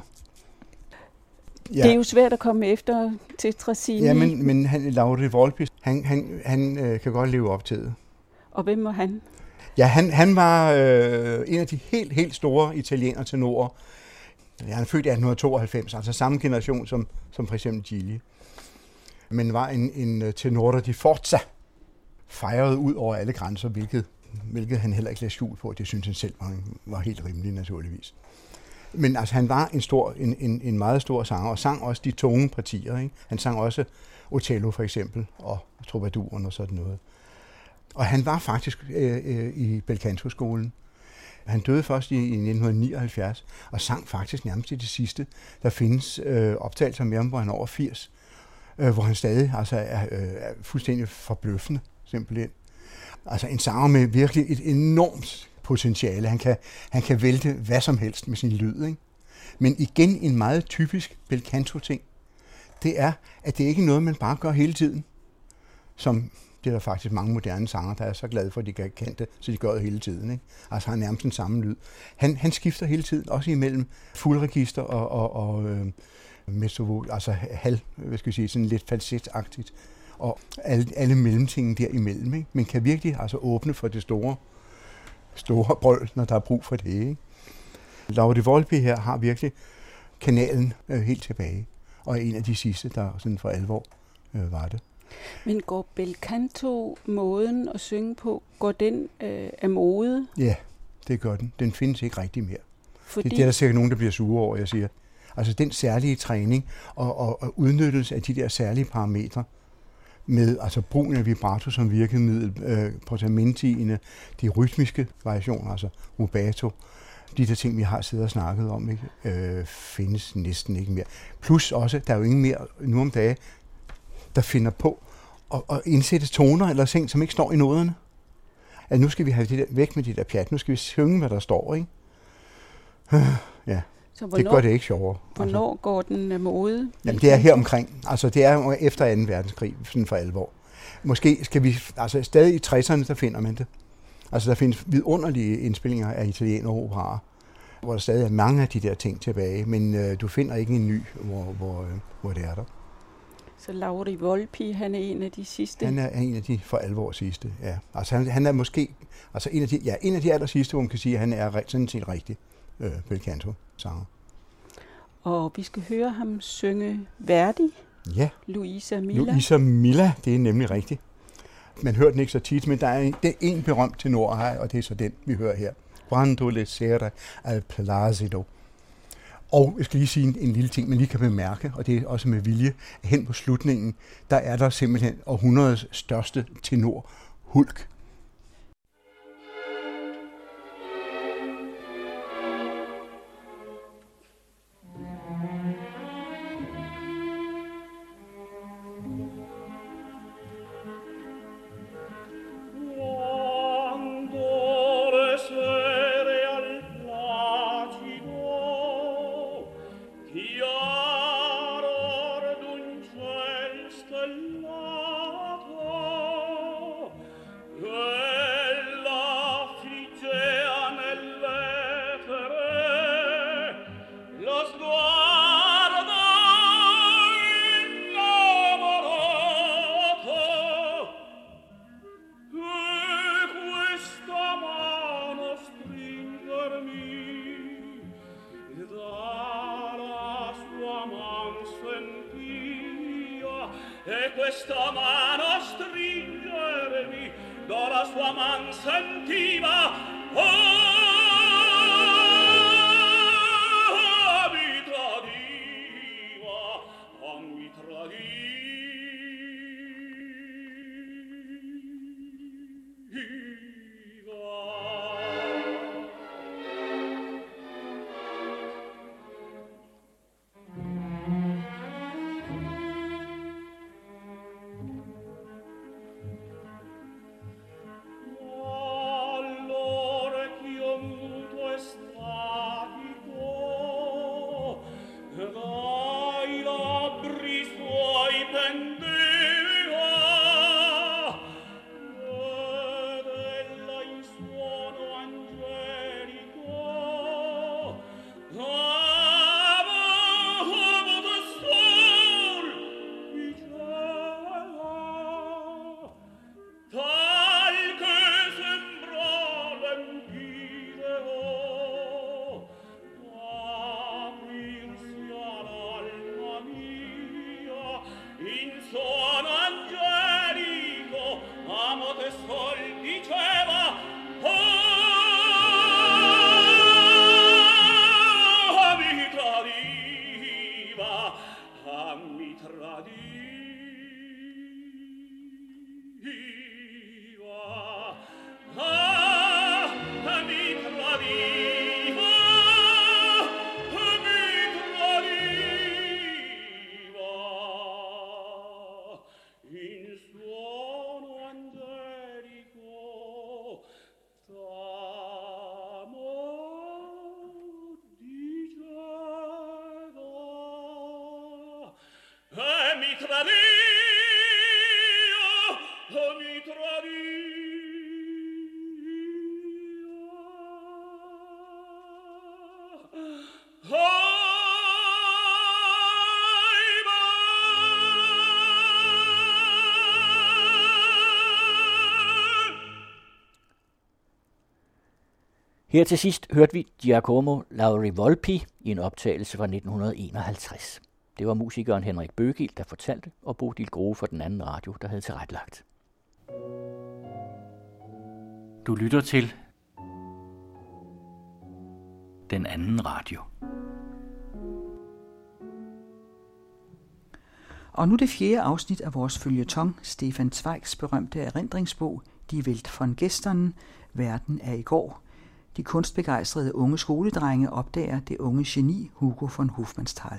Ja. Det er jo svært at komme efter Tetrazzini. Ja, men, men han, Lauri Volpi, han, han, han øh, kan godt leve op til det. Og hvem var han? Ja, han, han var øh, en af de helt, helt store italienere tenorer. Han er født i atten tooghalvfems, altså samme generation som, som for eksempel Gigli. Men var en, en tenore di forza, fejrede ud over alle grænser, hvilket, hvilket han heller ikke lagde skjul på. Det synes han selv var, var helt rimeligt, naturligvis. Men altså, han var en, stor, en, en, en meget stor sanger, og sang også de tunge partier. Ikke? Han sang også Otello for eksempel, og Troubadouren og sådan noget. Og han var faktisk øh, øh, i Belcanto-skolen. Han døde først i, i nitten nioghalvfjerds, og sang faktisk nærmest i det sidste. Der findes øh, optagelser med ham, hvor han er over firs, øh, hvor han stadig altså, er, øh, er fuldstændig forbløffende, simpelthen. Altså en sanger med virkelig et enormt potentiale. Han kan, han kan vælte hvad som helst med sin lyd. Ikke? Men igen en meget typisk Belcanto-ting. Det er, at det ikke er noget, man bare gør hele tiden. Som det er der faktisk mange moderne sanger, der er så glade for, at de kan kende det, så de gør det hele tiden. Ikke? Altså har nærmest den samme lyd. Han, han skifter hele tiden, også imellem fuldregister og, og, og øh, mezzo, altså halv, hvad skal jeg sige, sådan lidt falsetagtigt. Og alle, alle mellemtingene derimellem. Ikke? Men kan virkelig altså åbne for det store, store brøl, når der er brug for det. Ikke? Lauri Volpi her har virkelig kanalen øh, helt tilbage, og er en af de sidste, der sådan for alvor øh, var det. Men går belcanto-måden at synge på, går den øh, af mode? Ja, det gør den. Den findes ikke rigtig mere. Fordi... Det er der sikkert nogen, der bliver sure over, jeg siger. Altså den særlige træning og, og, og udnyttelse af de der særlige parametre, med altså brugen af vibrato som virkemiddel, øh, portamentiene, de rytmiske variationer, altså rubato, de der ting, vi har siddet og snakket om, ikke, øh, findes næsten ikke mere. Plus også, der er jo ingen mere nu om dagen, der finder på at, at indsætte toner eller ting, som ikke står i noderne. Altså nu skal vi have det der, væk med de der pjat, nu skal vi synge, hvad der står, ikke? Ja, så hvornår, det gør det ikke sjovere. Hvornår altså. Går den af mode? Jamen det er her omkring, altså det er efter anden verdenskrig, sådan for alvor. Måske skal vi, altså stadig i tresserne, der finder man det. Altså der findes vidunderlige indspillinger af italieneroperaer, hvor der stadig er mange af de der ting tilbage, men øh, du finder ikke en ny, hvor, hvor, øh, hvor det er der. Så Lauri Volpi, han er en af de sidste? Han er en af de for alvor sidste, ja. Altså han, han er måske, altså en af de, ja, en af de aller sidste, hvor man kan sige, at han er sådan set rigtig øh, belcanto-sanger. Og vi skal høre ham synge Verdi. Ja. Luisa Milla. Luisa Milla, det er nemlig rigtigt. Man hører den ikke så tit, men der er en, det er en berømt tenor her, og det er så den, vi hører her. Quando le sera al placido. Og jeg skal lige sige en, en lille ting, man lige kan bemærke, og det er også med vilje, hen på slutningen, der er der simpelthen århundredets største tenor, Hulk. mi tradio, oh, mi tradio. Her til sidst hørte vi Giacomo Lauri Volpi i en optagelse fra nitten enoghalvtreds. Det var musikeren Henrik Bøgel, der fortalte, og Bodil Grove for den anden radio, der havde tilrettelagt. Du lytter til den anden radio. Og nu det fjerde afsnit af vores føljeton, Stefan Zweigs berømte erindringsbog, Die Welt von Gestern, Verden af i går. De kunstbegejstrede unge skoledrenge opdager det unge geni Hugo von Hofmannsthal.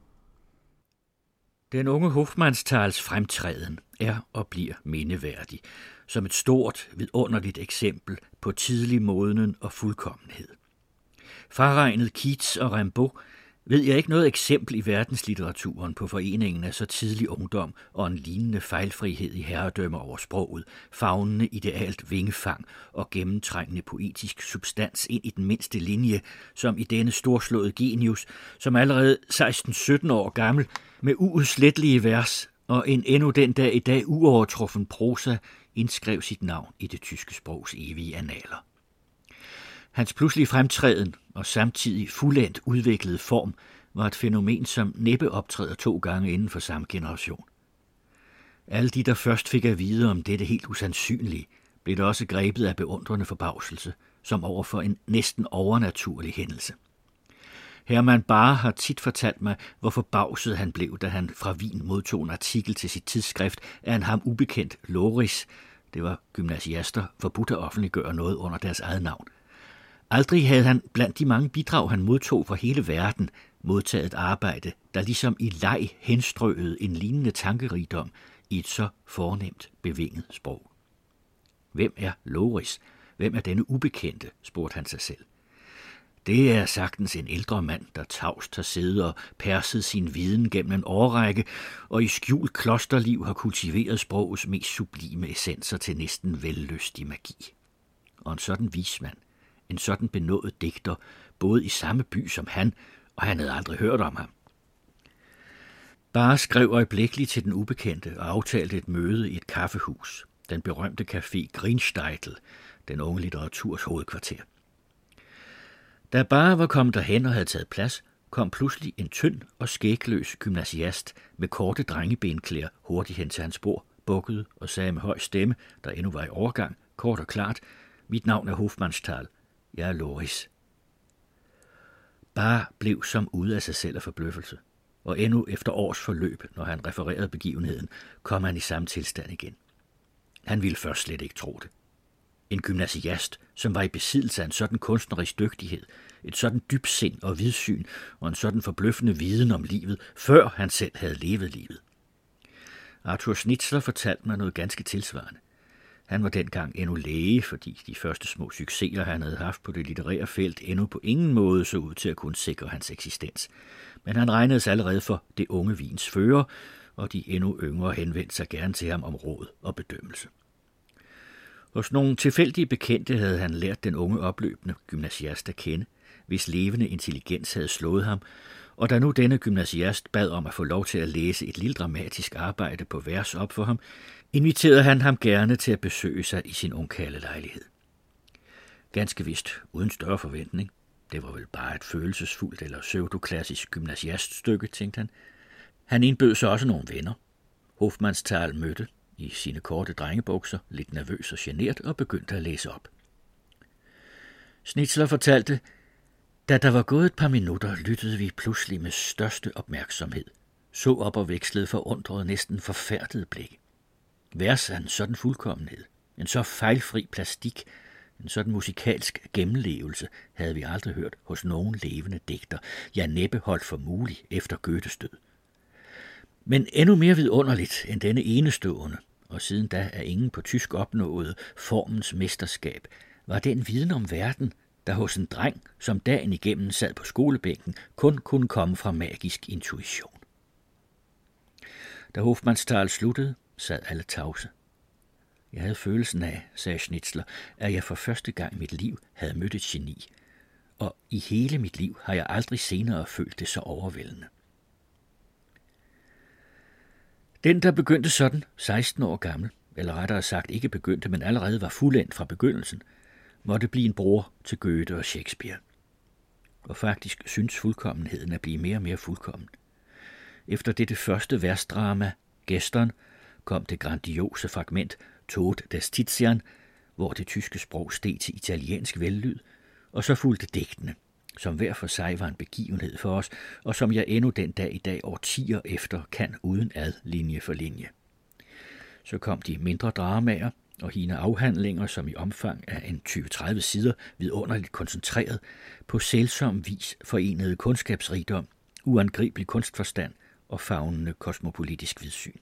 Den unge Hofmannsthals fremtræden er og bliver mindeværdig, som et stort, vidunderligt eksempel på tidlig moden og fuldkommenhed. Fraregnet Keats og Rimbaud ved jeg ikke noget eksempel i verdenslitteraturen på foreningen af så tidlig ungdom og en lignende fejlfrihed i herredømme over sproget, favnende idealt vingefang og gennemtrængende poetisk substans ind i den mindste linje, som i denne storslåede genius, som allerede seksten sytten år gammel, med uudslettelige vers og en endnu den dag i dag uovertruffen prosa, indskrev sit navn i det tyske sprogs evige annaler. Hans pludselige fremtræden og samtidig fuldendt udviklede form var et fænomen, som næppe optræder to gange inden for samme generation. Alle de, der først fik at vide om dette helt usandsynlige, blev der også grebet af beundrende forbavselse, som overfor en næsten overnaturlig hændelse. Herman Bahr har tit fortalt mig, hvor forbavset han blev, da han fra Wien modtog en artikel til sit tidsskrift af en ham ubekendt Loris. Det var gymnasiaster forbudt at offentliggøre noget under deres eget navn. Aldrig havde han blandt de mange bidrag, han modtog fra hele verden, modtaget et arbejde, der ligesom i leg henstrøede en lignende tankerigdom i et så fornemt bevinget sprog. Hvem er Loris? Hvem er denne ubekendte? Spurgte han sig selv. Det er sagtens en ældre mand, der tavst har siddet og perset sin viden gennem en årrække, og i skjult klosterliv har kultiveret sprogets mest sublime essenser til næsten vellystig magi. Og en sådan vismand, en sådan benådet digter, både i samme by som han, og han havde aldrig hørt om ham. Bahr skrev øjeblikkeligt til den ubekendte og aftalte et møde i et kaffehus, den berømte café Greensteitel, den unge litteraturs hovedkvarter. Da Bahr var kommet derhen og havde taget plads, kom pludselig en tynd og skægløs gymnasiast med korte drengebenklæder hurtigt hen til hans bord, bukkede og sagde med høj stemme, der endnu var i overgang, kort og klart: "Mit navn er Hofmannsthal. Jeg er Loris." Bahr blev som ude af sig selv af forbløffelse, og endnu efter års forløb, når han refererede begivenheden, kom han i samme tilstand igen. Han ville først slet ikke tro det. En gymnasiast, som var i besiddelse af en sådan kunstnerisk dygtighed, et sådan dybsind og vidsyn og en sådan forbløffende viden om livet, før han selv havde levet livet. Arthur Schnitzler fortalte mig noget ganske tilsvarende. Han var dengang endnu læge, fordi de første små succeser, han havde haft på det litterære felt, endnu på ingen måde så ud til at kunne sikre hans eksistens. Men han regnedes allerede for det unge vins fører, og de endnu yngre henvendte sig gerne til ham om råd og bedømmelse. Hos nogle tilfældige bekendte havde han lært den unge opløbende gymnasiast at kende, hvis levende intelligens havde slået ham, og da nu denne gymnasiast bad om at få lov til at læse et lille dramatisk arbejde på vers op for ham, inviterede han ham gerne til at besøge sig i sin ungkarlelejlighed. Ganske vist uden større forventning. Det var vel bare et følelsesfuldt eller pseudoklassisk gymnasiaststykke, tænkte han. Han indbød sig også nogle venner. Hofmannsthal mødte i sine korte drengebukser, lidt nervøs og genert, og begyndte at læse op. Schnitzler fortalte: "Da der var gået et par minutter, lyttede vi pludselig med største opmærksomhed, så op og vekslede forundrede, næsten forfærdede blikke. Vers af en sådan fuldkommenhed, en så fejlfri plastik, en sådan musikalsk gennemlevelse havde vi aldrig hørt hos nogen levende digter, ja næppe holdt for mulig efter Goethes død. Men endnu mere vidunderligt end denne enestående, og siden da er ingen på tysk opnået formens mesterskab, var den viden om verden, der hos en dreng, som dagen igennem sad på skolebænken, kun kunne komme fra magisk intuition. Da Hofmannsthal sluttede, sad alle tavse. Jeg havde følelsen af, sagde Schnitzler, at jeg for første gang i mit liv havde mødt et geni, og i hele mit liv har jeg aldrig senere følt det så overvældende. Den, der begyndte sådan, seksten år gammel, eller rettere sagt ikke begyndte, men allerede var fuldendt fra begyndelsen, måtte blive en bror til Goethe og Shakespeare. Og faktisk synes fuldkommenheden at blive mere og mere fuldkommen. Efter dette første versdrama, Gestern, kom det grandiose fragment Tod des Tizian, hvor det tyske sprog steg til italiensk vellyd, og så fulgte digtene, som hver for sig var en begivenhed for os, og som jeg endnu den dag i dag årtier efter kan uden ad linje for linje. Så kom de mindre dramaer og hine afhandlinger, som i omfang af en tyve til tredive sider vidunderligt koncentreret på sælsom vis forenede kundskabsrigdom, uangribelig kunstforstand og favnende kosmopolitisk vidsyn.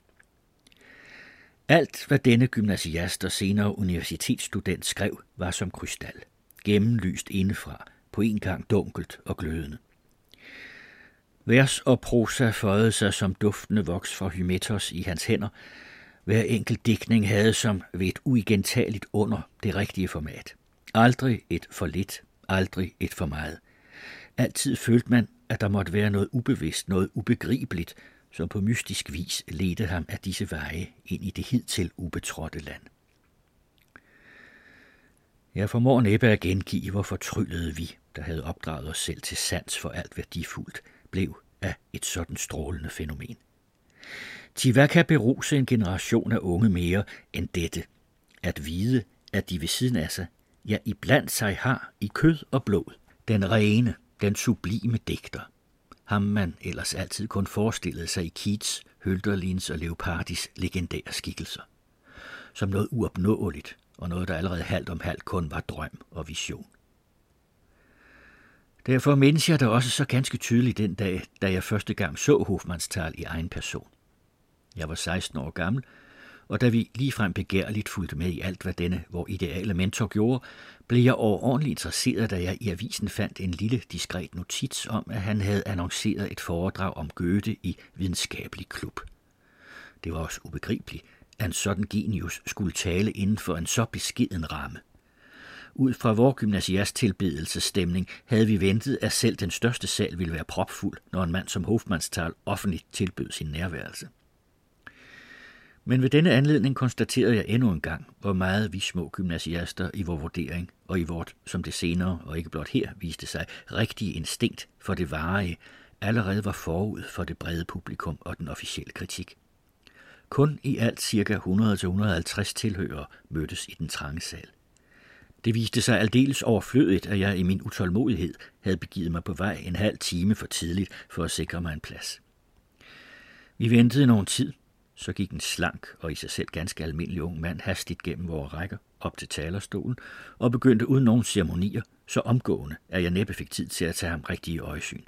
Alt, hvad denne gymnasiast og senere universitetsstudent skrev, var som krystal, gennemlyst indefra, på en gang dunkelt og glødende. Vers og prosa føjede sig som duftende voks fra Hymetos i hans hænder. Hver enkelt digtning havde som ved et uigentageligt under det rigtige format. Aldrig et for lidt, aldrig et for meget. Altid følte man, at der måtte være noget ubevidst, noget ubegribeligt, som på mystisk vis ledte ham af disse veje ind i det hidtil ubetrådte land. Jeg formår næppe at gengive, hvor fortryllede vi, der havde opdraget os selv til sans for alt værdifuldt, blev af et sådan strålende fænomen. Til hvad kan beruse en generation af unge mere end dette? At vide, at de ved siden af sig, ja iblandt sig har i kød og blod, den rene, den sublime digter. Ham man ellers altid kun forestillede sig i Keats, Hölderlins og Leopardis legendære skikkelser. Som noget uopnåeligt, og noget, der allerede halvt om halvt kun var drøm og vision. Derfor mindes jeg da også så ganske tydeligt den dag, da jeg første gang så Hofmannsthal i egen person. Jeg var seksten år gammel, og da vi ligefrem begærligt fulgte med i alt, hvad denne vor ideale mentor gjorde, blev jeg overordentligt interesseret, da jeg i avisen fandt en lille diskret notits om, at han havde annonceret et foredrag om Goethe i Videnskabelig Klub. Det var også ubegribeligt, at en sådan genius skulle tale inden for en så beskeden ramme. Ud fra vor gymnasiast tilbedelsesstemning havde vi ventet, at selv den største sal ville være propfuld, når en mand som Hofmannsthal offentligt tilbød sin nærværelse. Men ved denne anledning konstaterede jeg endnu en gang, hvor meget vi små gymnasiaster i vor vurdering og i vort, som det senere og ikke blot her viste sig, rigtige instinkt for det varige, allerede var forud for det brede publikum og den officielle kritik. Kun i alt ca. hundrede til hundrede og halvtreds tilhørere mødtes i den trange sal. Det viste sig aldeles overflødigt, at jeg i min utålmodighed havde begivet mig på vej en halv time for tidligt for at sikre mig en plads. Vi ventede nogen tid, så gik en slank og i sig selv ganske almindelig ung mand hastigt gennem vores rækker op til talerstolen og begyndte uden nogen ceremonier, så omgående, at jeg næppe fik tid til at tage ham rigtig i øjesyn.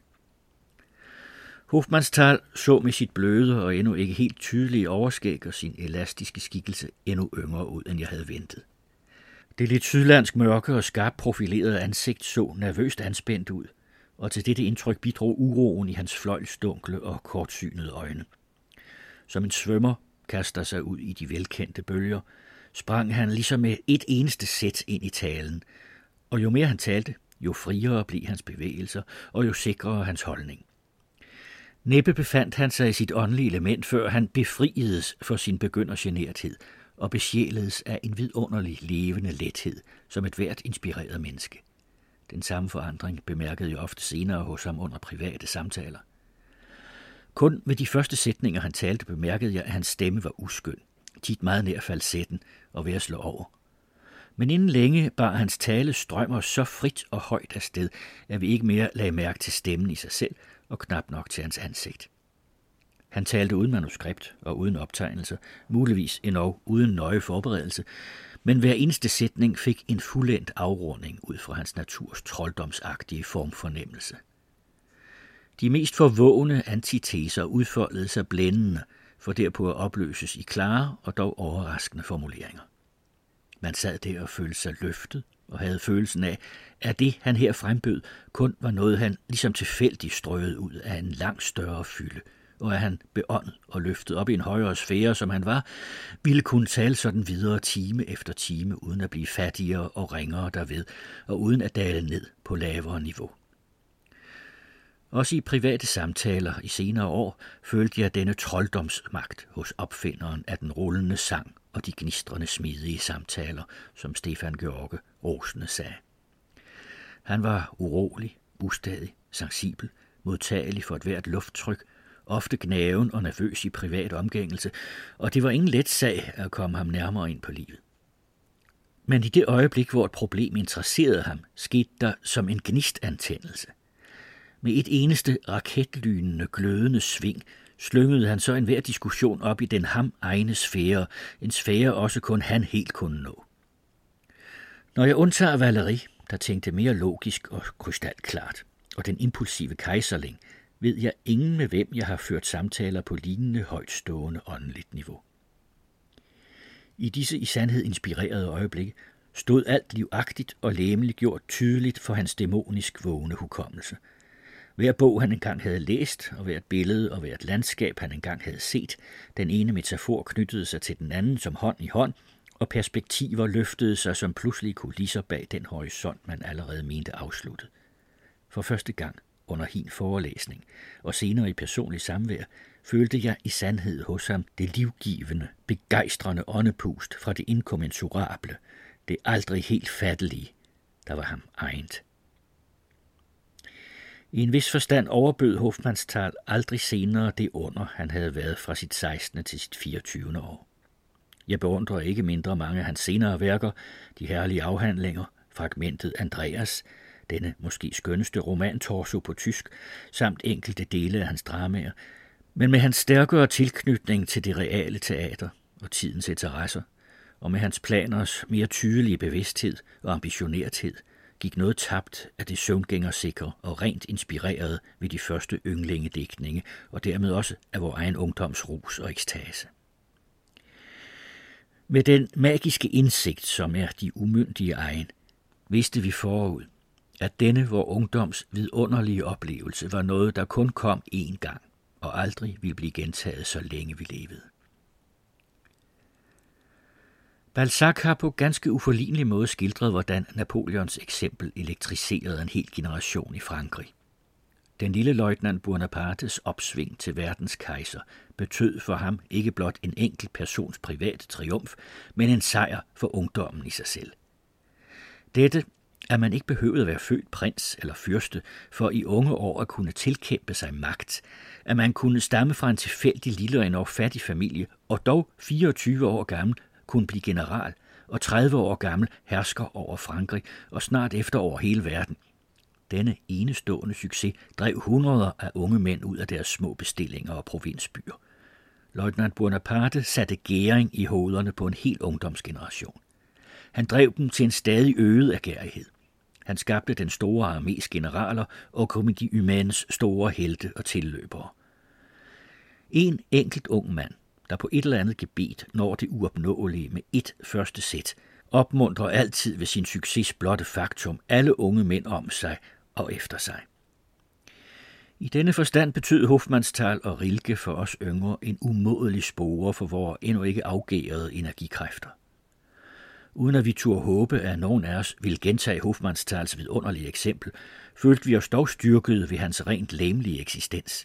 Hofmannsthal så med sit bløde og endnu ikke helt tydelige overskæg og sin elastiske skikkelse endnu yngre ud, end jeg havde ventet. Det lidt sydlandsk mørke og skarpt profilerede ansigt så nervøst anspændt ud, og til dette indtryk bidrog uroen i hans fløjlsdunkle og kortsynede øjne. Som en svømmer kaster sig ud i de velkendte bølger, sprang han ligesom med et eneste sæt ind i talen, og jo mere han talte, jo friere blev hans bevægelser, og jo sikrere hans holdning. Næppe befandt han sig i sit åndelige element, før han befriedes for sin begyndergenerthed og besjæledes af en vidunderlig levende lethed, som et hvert inspireret menneske. Den samme forandring bemærkede jeg ofte senere hos ham under private samtaler. Kun ved de første sætninger, han talte, bemærkede jeg, at hans stemme var uskøn, tit meget nær falsetten og ved at slå over. Men inden længe bar hans tale strømmer så frit og højt afsted, at vi ikke mere lagde mærke til stemmen i sig selv og knap nok til hans ansigt. Han talte uden manuskript og uden optegnelser, muligvis endog uden nøje forberedelse, men hver eneste sætning fik en fuldendt afrunding ud fra hans naturs trolddomsagtige formfornemmelse. De mest forvågne antiteser udfoldede sig blændende, for derpå at opløses i klare og dog overraskende formuleringer. Man sad der og følte sig løftet og havde følelsen af, at det, han her frembød, kun var noget, han ligesom tilfældigt strøede ud af en langt større fylde, og at han beåndet og løftet op i en højere sfære, som han var, ville kunne tale sådan videre time efter time, uden at blive fattigere og ringere derved, og uden at dale ned på lavere niveau. Også i private samtaler i senere år følte jeg denne trolddomsmagt hos opfinderen af den rullende sang og de gnistrende smidige samtaler, som Stefan George rosende sagde. Han var urolig, ustadig, sensibel, modtagelig for et hvert lufttryk, ofte gnaven og nervøs i privat omgængelse, og det var ingen let sag at komme ham nærmere ind på livet. Men i det øjeblik, hvor et problem interesserede ham, skete der som en gnistantændelse. Med et eneste raketlynende, glødende sving slyngede han så enhver diskussion op i den ham egne sfære, en sfære også kun han helt kunne nå. Når jeg undtager Valerie, der tænkte mere logisk og krystalklart, og den impulsive kejserling, ved jeg ingen med hvem jeg har ført samtaler på lignende højtstående åndeligt niveau. I disse i sandhed inspirerede øjeblikke stod alt livagtigt og læmeligt gjort tydeligt for hans dæmonisk vågne hukommelse. Hver bog, han engang havde læst, og hvert billede og hvert landskab, han engang havde set, den ene metafor knyttede sig til den anden som hånd i hånd, og perspektiver løftede sig som pludselige kulisser bag den horisont, man allerede mente afsluttet. For første gang under hin forelæsning, og senere i personlig samvær, følte jeg i sandhed hos ham det livgivende, begejstrende åndepust fra det inkommensurable, det aldrig helt fattelige, der var ham egent. I en vis forstand overbød Hofmannsthal aldrig senere det under, han havde været fra sit sekstende til sit fireogtyvende år. Jeg beundrer ikke mindre mange af hans senere værker, de herlige afhandlinger, fragmentet Andreas, denne måske skønneste romantorso på tysk, samt enkelte dele af hans dramaer, men med hans stærkere tilknytning til det reale teater og tidens interesser, og med hans planers mere tydelige bevidsthed og ambitionerthed, gik noget tabt af det søvngængersikre og rent inspireret ved de første ynglingedigtninge, og dermed også af vor egen ungdomsrus og ekstase. Med den magiske indsigt, som er de umyndige egen, vidste vi forud, at denne vor ungdoms vidunderlige oplevelse var noget, der kun kom én gang, og aldrig ville blive gentaget, så længe vi levede. Balzac har på ganske uforlignelig måde skildret, hvordan Napoleons eksempel elektriserede en hel generation i Frankrig. Den lille løjtnant Bonapartes opsving til verdens kejser betød for ham ikke blot en enkelt persons private triumf, men en sejr for ungdommen i sig selv. Dette, at man ikke behøvede at være født prins eller fyrste for i unge år at kunne tilkæmpe sig magt, at man kunne stamme fra en tilfældig lille og endog fattig familie, og dog fireogtyve år gammel kunne blive general, og tredive år gammel hersker over Frankrig, og snart efter over hele verden. Denne enestående succes drev hundreder af unge mænd ud af deres små bestillinger og provinsbyer. Løjtnant Bonaparte satte gæring i hovederne på en hel ungdomsgeneration. Han drev dem til en stadig øget agerighed. Han skabte den store armés generaler og kom de humans store helte og tilløbere. En enkelt ung mand, der på et eller andet gebet når det uopnåelige med et første sæt, opmuntrer altid ved sin succes blotte faktum alle unge mænd om sig og efter sig. I denne forstand betød Hofmannsthal og Rilke for os yngre en umådelig spore for vores endnu ikke afgærede energikræfter. Uden at vi turde håbe, at nogen af os ville gentage Hofmannstals vidunderlige eksempel, følte vi os dog styrkede ved hans rent læmelige eksistens.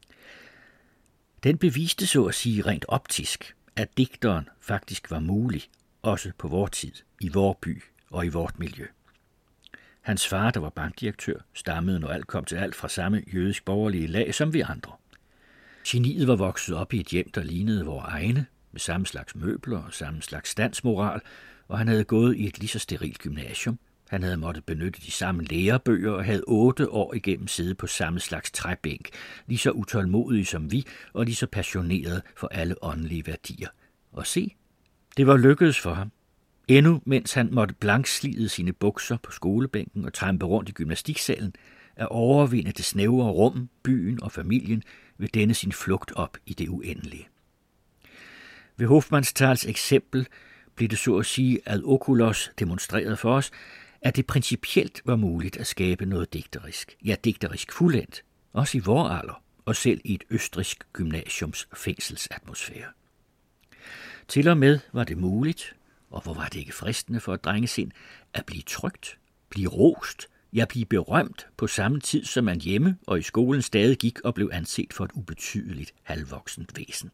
Den beviste så at sige rent optisk, at digteren faktisk var mulig, også på vor tid, i vor by og i vort miljø. Hans far, der var bankdirektør, stammede når alt kom til alt fra samme jødisk borgerlige lag som vi andre. Geniet var vokset op i et hjem, der lignede vores egne, med samme slags møbler og samme slags standsmoral, og han havde gået i et lige så sterilt gymnasium. Han havde måttet benytte de samme lærebøger og havde otte år igennem siddet på samme slags træbænk, lige så utålmodige som vi og lige så passioneret for alle åndelige værdier. Og se, det var lykkedes for ham. Endnu mens han måtte blankslide sine bukser på skolebænken og trampe rundt i gymnastiksalen, at overvinde det snævre rum, byen og familien ved denne sin flugt op i det uendelige. Ved Hofmannstals eksempel blev det så at sige ad oculos demonstreret for os, at det principielt var muligt at skabe noget digterisk, ja digterisk fuldendt, også i vor alder og selv i et østrigsk gymnasiums fængselsatmosfære. Til og med var det muligt, og hvor var det ikke fristende for et drengesind, at blive trygt, blive rost, ja blive berømt på samme tid, som man hjemme og i skolen stadig gik og blev anset for et ubetydeligt halvvoksent væsen.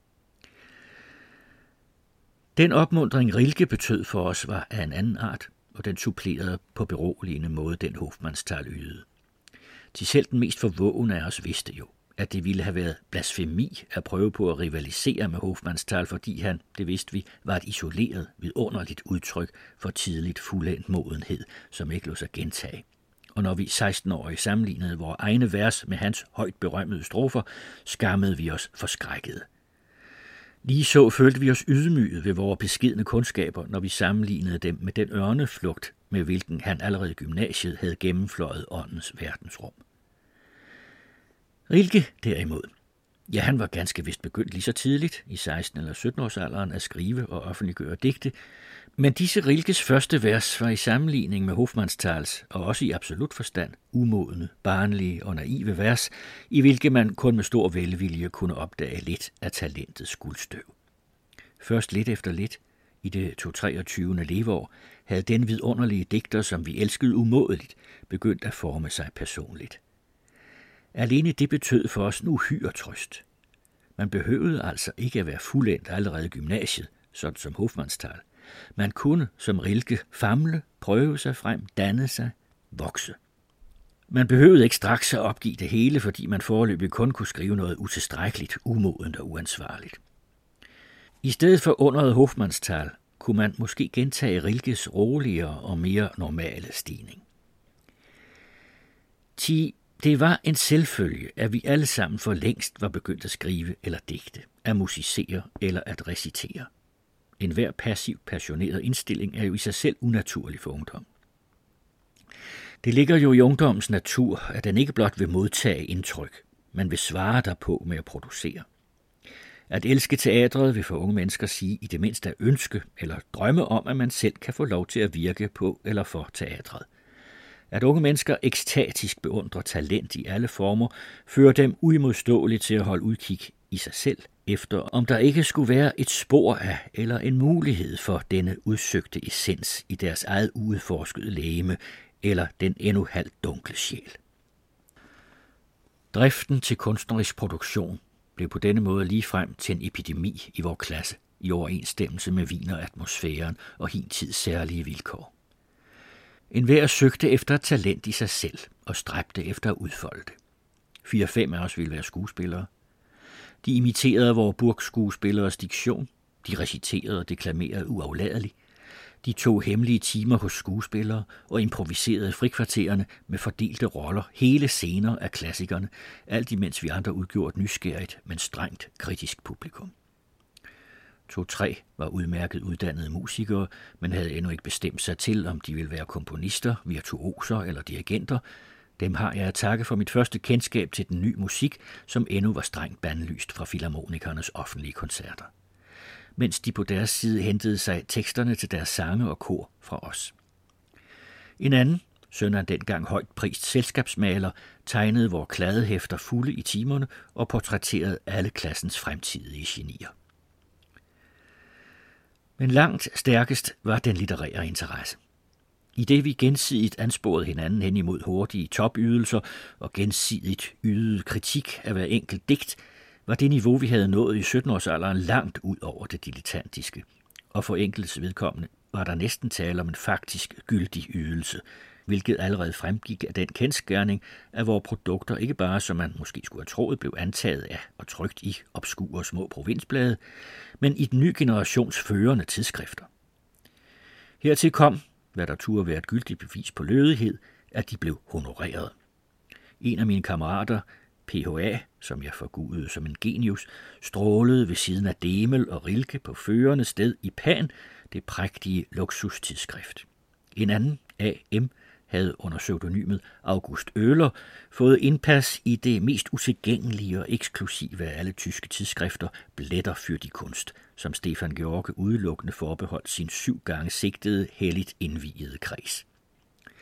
Den opmuntring Rilke betød for os var af en anden art, og den supplerede på beroligende måde den Hofmannsthal ydede. Til selv den mest forvågne af os vidste jo, at det ville have været blasfemi at prøve på at rivalisere med Hofmannsthal, fordi han, det vidste vi, var et isoleret, vidunderligt udtryk for tidligt fuldendt modenhed, som ikke lå sig gentage. Og når vi seksten-årige sammenlignede vores egne vers med hans højt berømmede strofer, skammede vi os forskrækkede. Lige så følte vi os ydmyget ved vores beskedne kundskaber, når vi sammenlignede dem med den ørneflugt, med hvilken han allerede i gymnasiet havde gennemfløjet åndens verdensrum. Rilke derimod, ja, han var ganske vist begyndt lige så tidligt, i seksten- eller sytten-årsalderen, at skrive og offentliggøre digte, men disse Rilkes første vers var i sammenligning med Hofmannsthals, og også i absolut forstand, umodne, barnlige og naive vers, i hvilke man kun med stor velvilje kunne opdage lidt af talentets guldstøv. Først lidt efter lidt, i det treogtyvende leveår, havde den vidunderlige digter, som vi elskede umådeligt, begyndt at forme sig personligt. Alene det betød for os en uhyre trøst. Man behøvede altså ikke at være fuldendt allerede i gymnasiet, sådan som Hofmannsthal. Man kunne, som Rilke, famle, prøve sig frem, danne sig, vokse. Man behøvede ikke straks at opgive det hele, fordi man foreløbig kun kunne skrive noget utilstrækkeligt, umodent og uansvarligt. I stedet for underet Hofmannsthal kunne man måske gentage Rilkes roligere og mere normale stigning. Ti Det var en selvfølge, at vi alle sammen for længst var begyndt at skrive eller digte, at musicere eller at recitere. En hver passiv, passioneret indstilling er jo i sig selv unaturlig for ungdom. Det ligger jo i ungdommens natur, at den ikke blot vil modtage indtryk, men vil svare derpå med at producere. At elske teatret vil for unge mennesker sige i det mindste at ønske eller drømme om, at man selv kan få lov til at virke på eller for teatret. At unge mennesker ekstatisk beundrer talent i alle former, fører dem uimodståeligt til at holde udkig i sig selv, efter om der ikke skulle være et spor af eller en mulighed for denne udsøgte essens i deres eget uudforskede legeme eller den endnu halvt dunkle sjæl. Driften til kunstnerisk produktion blev på denne måde ligefrem til en epidemi i vor klasse, i overensstemmelse med wieneratmosfæren og hin tids særlige vilkår. En hver søgte efter et talent i sig selv og stræbte efter at udfolde det. Fire-fem af os ville være skuespillere. De imiterede vores burgskuespilleres diktion. De reciterede og deklamerede uafladeligt. De tog hemmelige timer hos skuespillere og improviserede frikvartererne med fordelte roller, hele scener af klassikerne, alt imens vi andre udgjorde et nysgerrigt, men strengt kritisk publikum. To-tre var udmærket uddannede musikere, men havde endnu ikke bestemt sig til, om de ville være komponister, virtuoser eller dirigenter. Dem har jeg at takke for mit første kendskab til den nye musik, som endnu var strengt bandlyst fra filharmonikernes offentlige koncerter. Mens de på deres side hentede sig teksterne til deres sange og kor fra os. En anden, søn af dengang højt prist selskabsmaler, tegnede vores kladehæfter fulde i timerne og portrætterede alle klassens fremtidige genier. Men langt stærkest var den litterære interesse. I det vi gensidigt ansporede hinanden hen imod hurtige topydelser og gensidigt ydede kritik af hver enkelt digt, var det niveau, vi havde nået i sytten-årsalderen langt ud over det dilettantiske, og for enkeltes vedkommende var der næsten tale om en faktisk gyldig ydelse, hvilket allerede fremgik af den kendsgerning, at vores produkter ikke bare, som man måske skulle have troet, blev antaget af og trykt i obskure små provinsblade, men i den nye generations førende tidsskrifter. Hertil kom, hvad der turde være et gyldigt bevis på lødighed, at de blev honoreret. En af mine kammerater, P H A, som jeg forgudede som en genius, strålede ved siden af Demel og Rilke på førende sted i Pan, det prægtige luksustidsskrift. En anden, A M, havde under pseudonymet August Oehler fået indpas i det mest utilgængelige og eksklusive af alle tyske tidsskrifter, Blätter für die Kunst, som Stefan George udelukkende forbeholdt sin syv gange sigtede, helligt indviede kreds.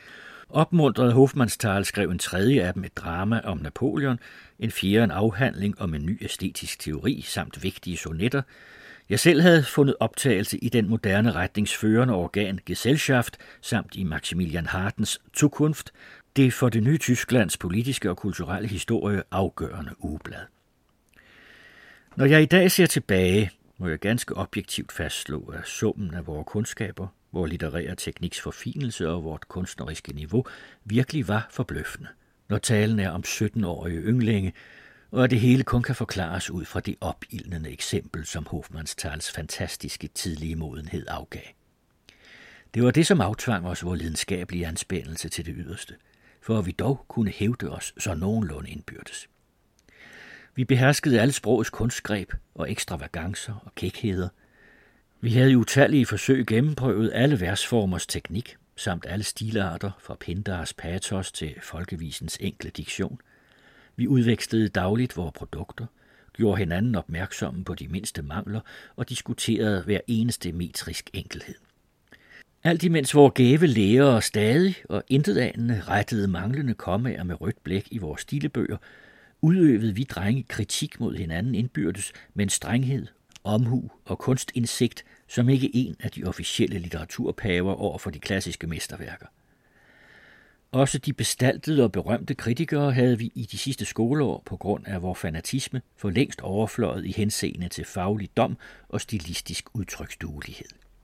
Opmuntret Hofmannsthal skrev en tredje af dem et drama om Napoleon, en fjerde en afhandling om en ny æstetisk teori samt vigtige sonetter. Jeg selv havde fundet optagelse i den moderne retningsførende organ Gesellschaft samt i Maximilian Hardens Zukunft, det for det nye Tysklands politiske og kulturelle historie afgørende ugeblad. Når jeg i dag ser tilbage, må jeg ganske objektivt fastslå, at summen af vores kundskaber, vores litterære tekniks forfinelse og vort kunstneriske niveau virkelig var forbløffende, når talen er om sytten-årige ynglinge, og at det hele kun kan forklares ud fra det opildnende eksempel, som Hofmannsthals fantastiske tidlige modenhed afgav. Det var det, som aftvang os vores lidenskabelige anspændelse til det yderste, for at vi dog kunne hævde os så nogenlunde indbyrdes. Vi beherskede alle sprogets kunstgreb og ekstravagancer og kækheder. Vi havde i utallige forsøg gennemprøvet alle versformers teknik, samt alle stilarter fra Pindars patos til folkevisens enkle diktion. Vi udvekslede dagligt vores produkter, gjorde hinanden opmærksomme på de mindste mangler og diskuterede hver eneste metrisk enkelhed. Alt imens vores gæve lærere stadig og intetanende rettede manglende kommaer med rødt blæk i vores stilebøger, udøvede vi drenge kritik mod hinanden indbyrdes med en strenghed, omhu og kunstindsigt, som ikke en af de officielle litteraturpaver over for de klassiske mesterværker. Også de bestaltede og berømte kritikere havde vi i de sidste skoleår på grund af vor fanatisme for længst overfløjet i henseende til faglig dom og stilistisk udtryksduelighed.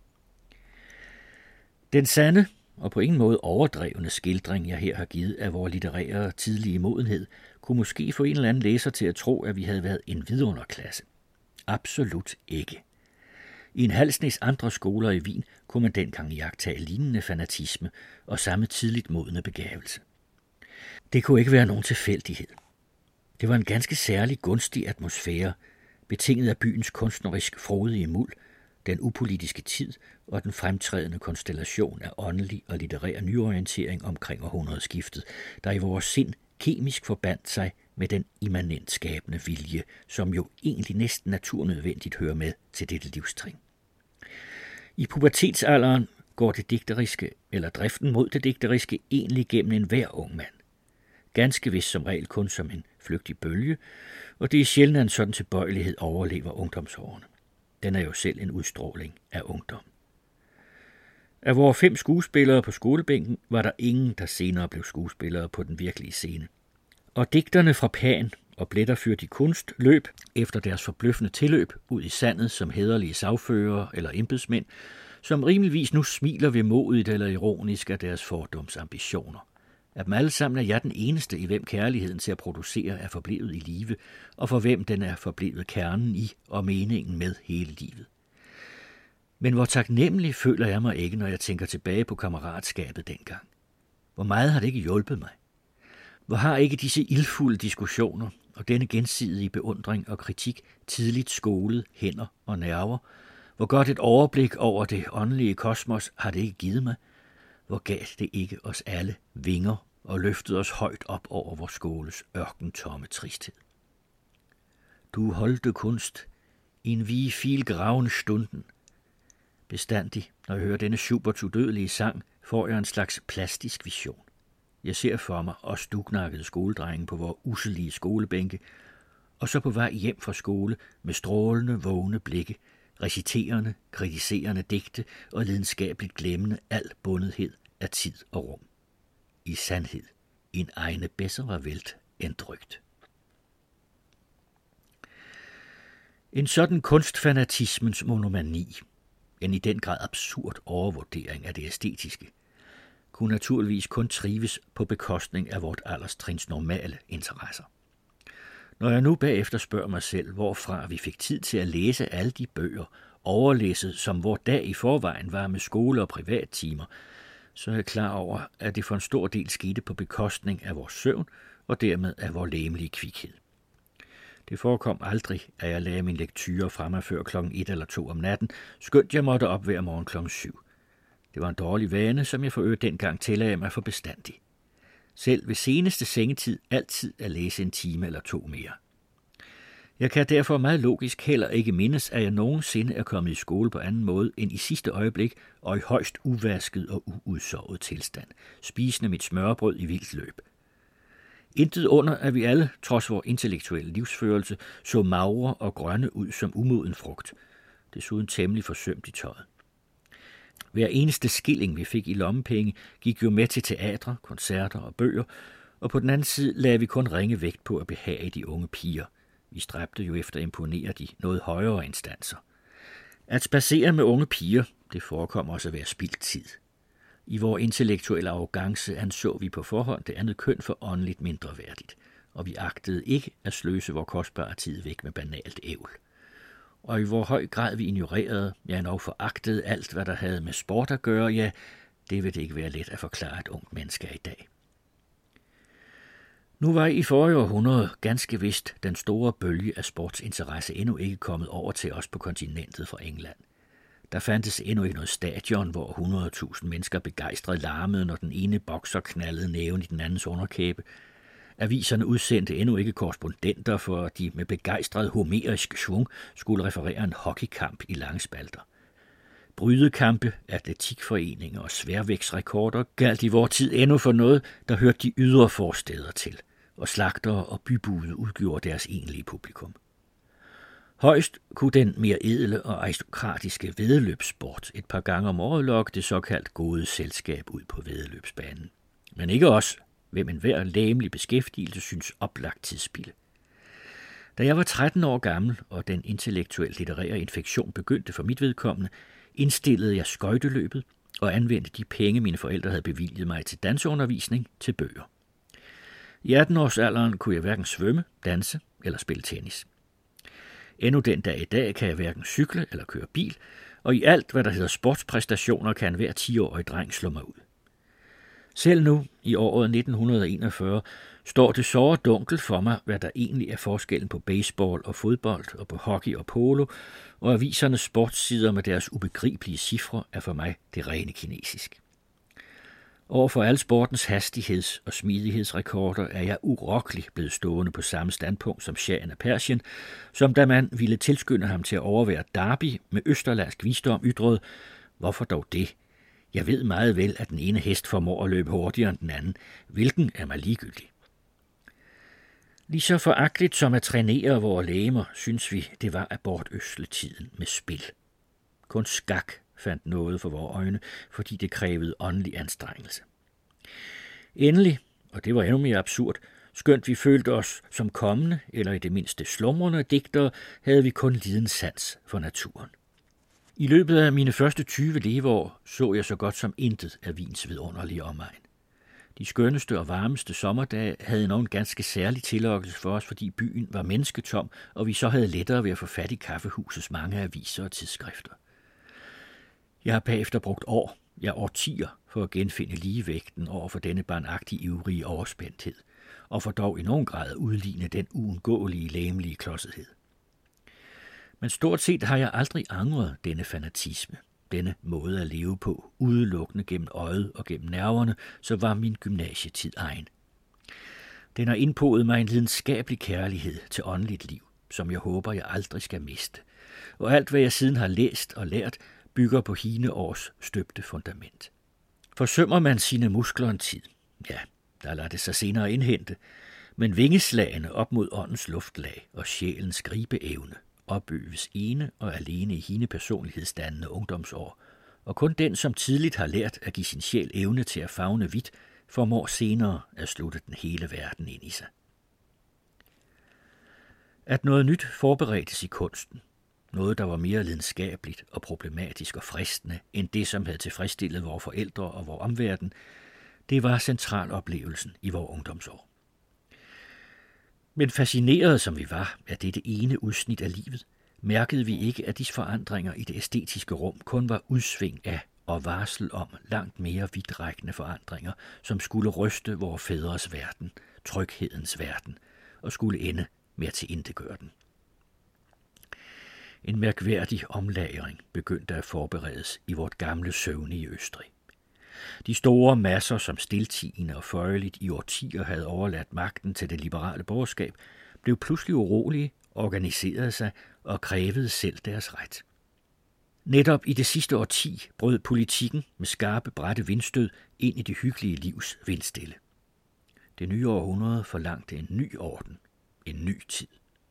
Den sande og på ingen måde overdrevne skildring, jeg her har givet af vores litterære tidlige modenhed, kunne måske få en eller anden læser til at tro, at vi havde været en vidunderklasse. Absolut ikke. I en halv snes andre skoler i Wien kunne man dengang iagttage lignende fanatisme og samme tidligt modne begavelse. Det kunne ikke være nogen tilfældighed. Det var en ganske særlig gunstig atmosfære, betinget af byens kunstnerisk frodige muld, den upolitiske tid og den fremtrædende konstellation af åndelig og litterær nyorientering omkring århundredeskiftet, der i vores sind kemisk forbandt sig med den immanent skabende vilje, som jo egentlig næsten naturnødvendigt hører med til dette livstrin. I pubertetsalderen går det digteriske, eller driften mod det digteriske, egentlig gennem enhver ung mand. Ganske vist som regel kun som en flygtig bølge, og det er sjældent, at en sådan tilbøjelighed overlever ungdomsårene. Den er jo selv en udstråling af ungdom. Af vores fem skuespillere på skolebænken var der ingen, der senere blev skuespillere på den virkelige scene. Og digterne fra Pan og Blætterfyrdig Kunst løb efter deres forbløffende tilløb ud i sandet som hæderlige sagførere eller embedsmænd, som rimeligvis nu smiler vemodigt eller ironisk af deres fordomsambitioner. Af dem alle sammen er jeg den eneste, i hvem kærligheden til at producere er forblevet i live, og for hvem den er forblevet kernen i og meningen med hele livet. Men hvor taknemmelig føler jeg mig ikke, når jeg tænker tilbage på kammeratskabet dengang. Hvor meget har det ikke hjulpet mig? Hvor har ikke disse ildfulde diskussioner og denne gensidige beundring og kritik tidligt skolet hænder og nerver? Hvor godt et overblik over det åndelige kosmos har det ikke givet mig? Hvor gav det ikke os alle vinger og løftede os højt op over vores skoles ørkentomme tristhed? Du holdte kunst, in wie viel grauen Stunden. Bestandig, når jeg hører denne Schuberts udødelige sang, får jeg en slags plastisk vision. Jeg ser for mig os dugnakkede skoledrenge på vores usselige skolebænke, og så på vej hjem fra skole med strålende, vågne blikke, reciterende, kritiserende digte og lidenskabeligt glemmende al bundethed af tid og rum. I sandhed, en egne bessere Welt entrückt. En sådan kunstfanatismens monomani, en i den grad absurd overvurdering af det æstetiske, kunne naturligvis kun trives på bekostning af vort alderstrins normale interesser. Når jeg nu bagefter spørger mig selv, hvorfra vi fik tid til at læse alle de bøger, overlæsset som vor dag i forvejen var med skole- og privattimer, så er jeg klar over, at det for en stor del skete på bekostning af vores søvn og dermed af vores legemlige kvikhed. Det forekom aldrig, at jeg lagde min lektyre fra mig før klokken et eller to om natten, skønt jeg måtte op hver morgen klokken syv. Det var en dårlig vane, som jeg for øvrigt dengang tillagde mig for bestandig. Selv ved seneste sengetid altid at læse en time eller to mere. Jeg kan derfor meget logisk heller ikke mindes, at jeg nogensinde er kommet i skole på anden måde end i sidste øjeblik og i højst uvasket og uudsovet tilstand, spisende mit smørbrød i vildt løb. Intet under, at vi alle, trods vores intellektuelle livsførelse, så magre og grønne ud som umoden frugt, desuden temmelig forsømt i tøjet. Hver eneste skilling, vi fik i lommepenge, gik jo med til teatre, koncerter og bøger, og på den anden side lagde vi kun ringe vægt på at behage de unge piger. Vi stræbte jo efter at imponere de noget højere instanser. At spacere med unge piger, det forekom også at være spildt tid. I vores intellektuelle arrogance anså vi på forhånd det andet køn for åndeligt mindre værdigt, og vi agtede ikke at sløse vores kostbare tid væk med banalt ævl. Og i hvor høj grad vi ignorerede, ja nok foragtede alt, hvad der havde med sport at gøre, ja, det vil det ikke være let at forklare et ungt menneske i dag. Nu var i forrige århundrede ganske vist den store bølge af sportsinteresse endnu ikke kommet over til os på kontinentet fra England. Der fandtes endnu ikke noget stadion, hvor hundrede tusind mennesker begejstret larmede, når den ene bokser knaldede næven i den andens underkæbe. Aviserne udsendte endnu ikke korrespondenter, for de med begejstret homerisk schwung skulle referere en hockeykamp i lange spalter. Brydekampe, atletikforeninger og sværvægtsrekorder galt i vor tid endnu for noget, der hørte de ydre forstæder til, og slagtere og bybude udgjorde deres egentlige publikum. Højst kunne den mere edle og aristokratiske væddeløbssport et par gange om året lokke det såkaldt gode selskab ud på væddeløbsbanen. Men ikke os, hvem enhver lægemlig beskæftigelse synes oplagt tidsspilde. Da jeg var tretten år gammel, og den intellektuelt litterære infektion begyndte for mit vedkommende, indstillede jeg skøjteløbet og anvendte de penge, mine forældre havde bevilget mig til danseundervisning, til bøger. I atten-årsalderen kunne jeg hverken svømme, danse eller spille tennis. Endnu den dag i dag kan jeg hverken cykle eller køre bil, og i alt, hvad der hedder sportspræstationer, kan hver ti-årig dreng slå mig ud. Selv nu, i året nitten enogfyrre, står det såre dunkelt for mig, hvad der egentlig er forskellen på baseball og fodbold og på hockey og polo, og avisernes sportssider med deres ubegribelige cifre er for mig det rene kinesisk. Overfor alle sportens hastigheds- og smidighedsrekorder er jeg urokkeligt blevet stående på samme standpunkt som Shahen af Persien, som da man ville tilskynde ham til at overvære Derby med østerlandsk visdom ytrede, hvorfor dog det? Jeg ved meget vel, at den ene hest formår at løbe hurtigere end den anden. Hvilken er mig ligegyldig? Lige så foragteligt som at trænere vores legemer, synes vi, det var at bortøsle tiden med spil. Kun skak fandt noget for vores øjne, fordi det krævede åndelig anstrengelse. Endelig, og det var endnu mere absurd, skønt vi følte os som kommende, eller i det mindste slumrende digtere, havde vi kun lidens sans for naturen. I løbet af mine første tyve leveår så jeg så godt som intet af Wiens vidunderlige omegn. De skønneste og varmeste sommerdage havde endnu en ganske særlig tillokkelse for os, fordi byen var mennesketom, og vi så havde lettere ved at få fat i kaffehusets mange aviser og tidsskrifter. Jeg har bagefter brugt år, ja årtier, for at genfinde ligevægten over for denne barnagtige ivrige overspændthed, og for dog i nogen grad at udligne den uundgåelige læmelige klodsethed. Men stort set har jeg aldrig angret denne fanatisme, denne måde at leve på, udelukkende gennem øjet og gennem nerverne, så var min gymnasietid egen. Den har indpodet mig en lidenskabelig kærlighed til åndeligt liv, som jeg håber, jeg aldrig skal miste. Og alt, hvad jeg siden har læst og lært, bygger på hine års støbte fundament. Forsømmer man sine muskler en tid, ja, der lader det sig senere indhente, men vingeslagene op mod åndens luftlag og sjælens gribeevne opøves ene og alene i hine personlighedsdannende ungdomsår, og kun den, som tidligt har lært at give sin sjæl evne til at favne vidt, formår senere at slutte den hele verden ind i sig. At noget nyt forberedtes i kunsten, noget der var mere lidenskabeligt og problematisk og fristende end det, som havde tilfredsstillet vores forældre og vores omverden, det var centraloplevelsen i vores ungdomsår. Men fascineret som vi var af dette ene udsnit af livet, mærkede vi ikke, at disse forandringer i det æstetiske rum kun var udsving af og varsel om langt mere vidtrækkende forandringer, som skulle ryste vores fædres verden, tryghedens verden, og skulle ende med at tilintetgøre den. En mærkværdig omlagring begyndte at forberedes i vort gamle søvne i Østrig. De store masser, som stiltiende og føjeligt i årtier havde overladt magten til det liberale borgerskab, blev pludselig urolige organiserede sig og krævede selv deres ret. Netop i det sidste årti brød politikken med skarpe, bratte vindstød ind i det hyggelige livs vindstille. Det nye århundrede forlangte en ny orden, en ny tid.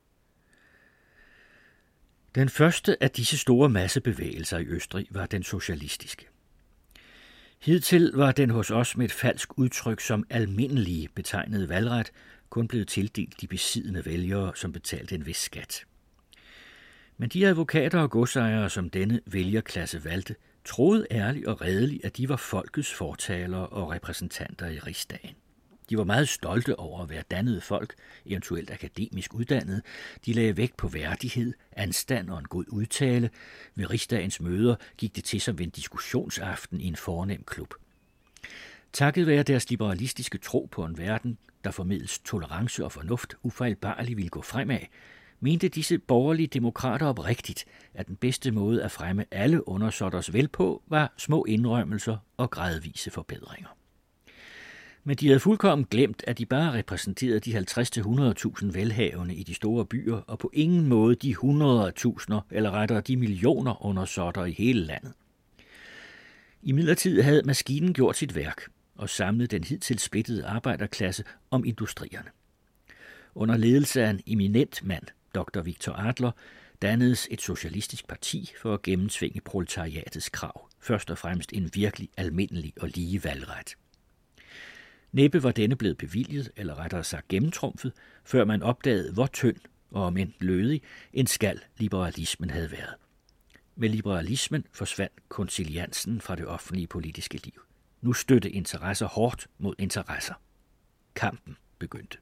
Den første af disse store massebevægelser i Østrig var den socialistiske. Hidtil var den hos os med et falsk udtryk som almindelige betegnede valgret kun blevet tildelt de besiddende vælgere, som betalte en vis skat. Men de advokater og godsejere, som denne vælgerklasse valgte, troede ærligt og redeligt, at de var folkets fortalere og repræsentanter i rigsdagen. De var meget stolte over at være dannede folk, eventuelt akademisk uddannede. De lagde vægt på værdighed, anstand og en god udtale. Ved rigsdagens møder gik det til som en diskussionsaften i en fornem klub. Takket være deres liberalistiske tro på en verden, der formidles tolerance og fornuft, ufejlbarligt ville gå fremad, mente disse borgerlige demokrater oprigtigt, at den bedste måde at fremme alle undersåtters vel på var små indrømmelser og gradvise forbedringer. Men de havde fuldkommen glemt, at de bare repræsenterede de halvtreds til hundrede tusind velhavende i de store byer, og på ingen måde de hundrede tusinder, eller rettere de millioner undersåtter i hele landet. I midlertid havde maskinen gjort sit værk og samlet den hidtil splittede arbejderklasse om industrierne. Under ledelse af en eminent mand, doktor Victor Adler, dannedes et socialistisk parti for at gennemtvinge proletariatets krav, først og fremmest en virkelig almindelig og lige valgret. Næppe var denne blevet bevilget, eller rettere sagt gennemtrumfet, før man opdagede, hvor tynd og om end lødig en skal liberalismen havde været. Med liberalismen forsvandt konsiliansen fra det offentlige politiske liv. Nu stødte interesser hårdt mod interesser. Kampen begyndte.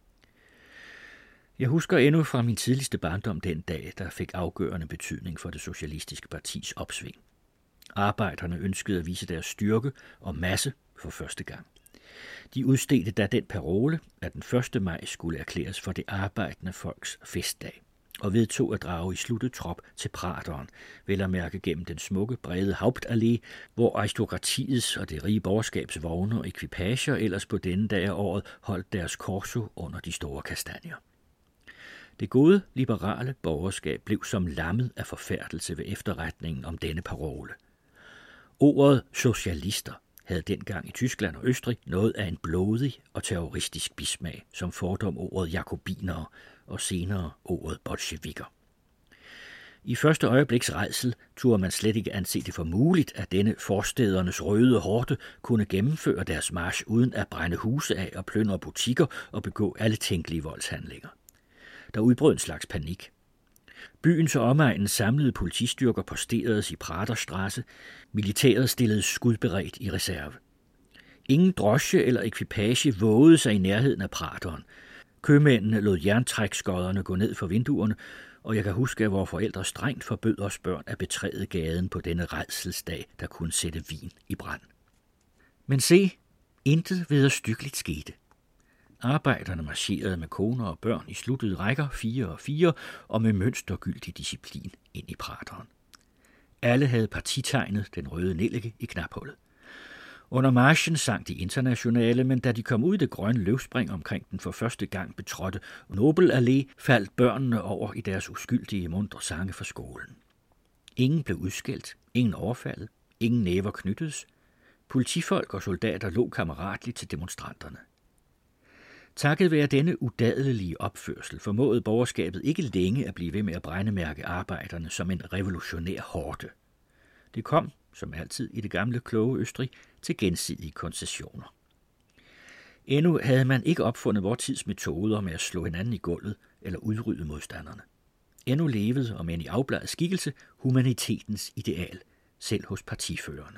Jeg husker endnu fra min tidligste barndom den dag, der fik afgørende betydning for det socialistiske partis opsving. Arbejderne ønskede at vise deres styrke og masse for første gang. De udstedte da den parole, at den første maj skulle erklæres for det arbejdende folks festdag, og vedtog at drage i sluttet trop til Prateren, vel at mærke gennem den smukke, brede Hauptallee, hvor aristokratiets og det rige borgerskabs vogne og ekvipager ellers på denne dag af året holdt deres korso under de store kastanjer. Det gode, liberale borgerskab blev som lammet af forfærdelse ved efterretningen om denne parole. Ordet socialister havde dengang i Tyskland og Østrig noget af en blodig og terroristisk bismag, som fordom ordet jakobinere og senere ordet bolsjevikker. I første øjebliks rædsel turde man slet ikke anse det for muligt, at denne forstædernes røde horde kunne gennemføre deres march uden at brænde huse af og plyndre butikker og begå alle tænkelige voldshandlinger. Der udbrød en slags panik. Byens og omegnen samlede politistyrker posteredes i Praterstrasse. Militæret stillede skudberedt i reserve. Ingen drosje eller ekvipage vågede sig i nærheden af Prateren. Købmændene lod jerntræksskodderne gå ned for vinduerne, og jeg kan huske, at vores forældre strengt forbød os børn at betræde gaden på denne rædselsdag, der kunne sætte vin i brand. Men se, intet vederstyggeligt skete. Arbejderne marcherede med koner og børn i sluttede rækker, fire og fire, og med mønstergyldig disciplin ind i Prateren. Alle havde partitegnet den røde nellike i knaphullet. Under marchen sang de internationale, men da de kom ud i det grønne løvspring omkring den for første gang betrådte Nobel Allé, faldt børnene over i deres uskyldige mundre sange fra skolen. Ingen blev udskældt, ingen overfaldet, ingen næver knyttedes. Politifolk og soldater lå kammeratligt til demonstranterne. Takket være denne udadelige opførsel formåede borgerskabet ikke længe at blive ved med at brændemærke arbejderne som en revolutionær horde. Det kom, som altid i det gamle kloge Østrig, til gensidige koncessioner. Endnu havde man ikke opfundet vor tids metoder med at slå hinanden i gulvet eller udrydde modstanderne. Endnu levede, om end i afbladet skikkelse, humanitetens ideal, selv hos partiførerne.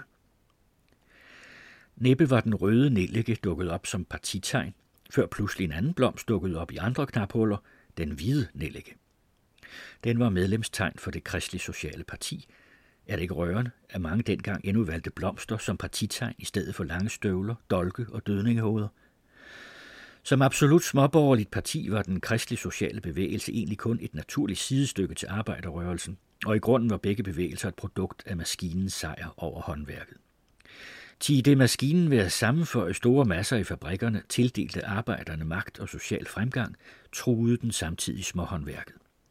Næppe var den røde nellike dukket op som partitegn, før pludselig en anden blomst dukkede op i andre knaphuller, den hvide nellike. Den var medlemstegn for det kristelige sociale parti. Er det ikke rørende, at mange dengang endnu valgte blomster som partitegn i stedet for lange støvler, dolke og dødningehoveder? Som absolut småborgerligt parti var den kristelige sociale bevægelse egentlig kun et naturligt sidestykke til arbejderrørelsen, og i grunden var begge bevægelser et produkt af maskinens sejr over håndværket. Ti det maskinen ved at sammenføje store masser i fabrikkerne tildelte arbejderne magt og social fremgang, truede den samtidig småhåndværket.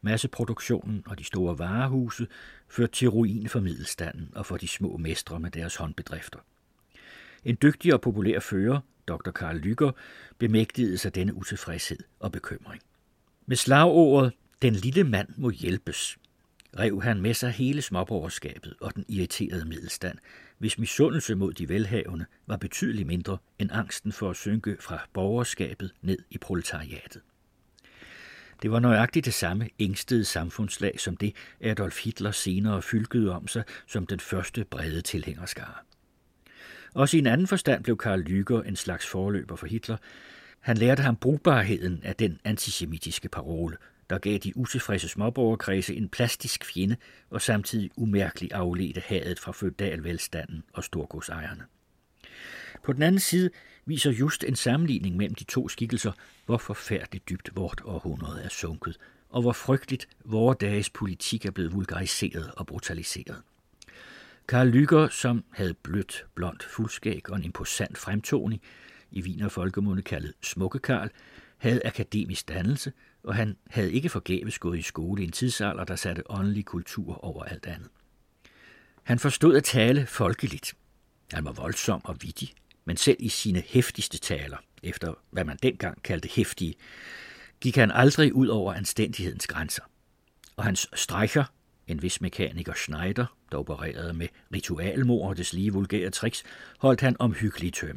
Masseproduktionen og de store varehuse førte til ruin for middelstanden og for de små mestre med deres håndbedrifter. En dygtig og populær fører, doktor Karl Lüger, bemægtigede sig denne utilfredshed og bekymring. Med slagordet "Den lille mand må hjælpes" rev han med sig hele småborgerskabet og den irriterede middelstand, hvis misundelse mod de velhavende var betydeligt mindre end angsten for at synke fra borgerskabet ned i proletariatet. Det var nøjagtigt det samme ængstede samfundslag som det, Adolf Hitler senere fylkede om sig som den første brede tilhængerskare. Også i en anden forstand blev Karl Lüger en slags forløber for Hitler. Han lærte ham brugbarheden af den antisemitiske parole, der gav de utilfredse småborgerkredse en plastisk fjende og samtidig umærkeligt afledte hadet fra feudalvelstanden og storgodsejerne. På den anden side viser just en sammenligning mellem de to skikkelser, hvor forfærdeligt dybt vort århundrede er sunket, og hvor frygteligt vore dages politik er blevet vulgariseret og brutaliseret. Karl Lüger, som havde blødt, blondt fuldskæg og en imposant fremtoning, i Wiener folkemunde kaldet Smukke Karl, havde akademisk dannelse, og han havde ikke forgæves gået i skole i en tidsalder, der satte åndelig kultur over alt andet. Han forstod at tale folkeligt. Han var voldsom og vittig, men selv i sine heftigste taler, efter hvad man dengang kaldte heftige, gik han aldrig ud over anstændighedens grænser. Og hans strækker, en vis mekaniker Schneider, der opererede med ritualmord og deslige vulgære tricks, holdt han omhyggelig tømme.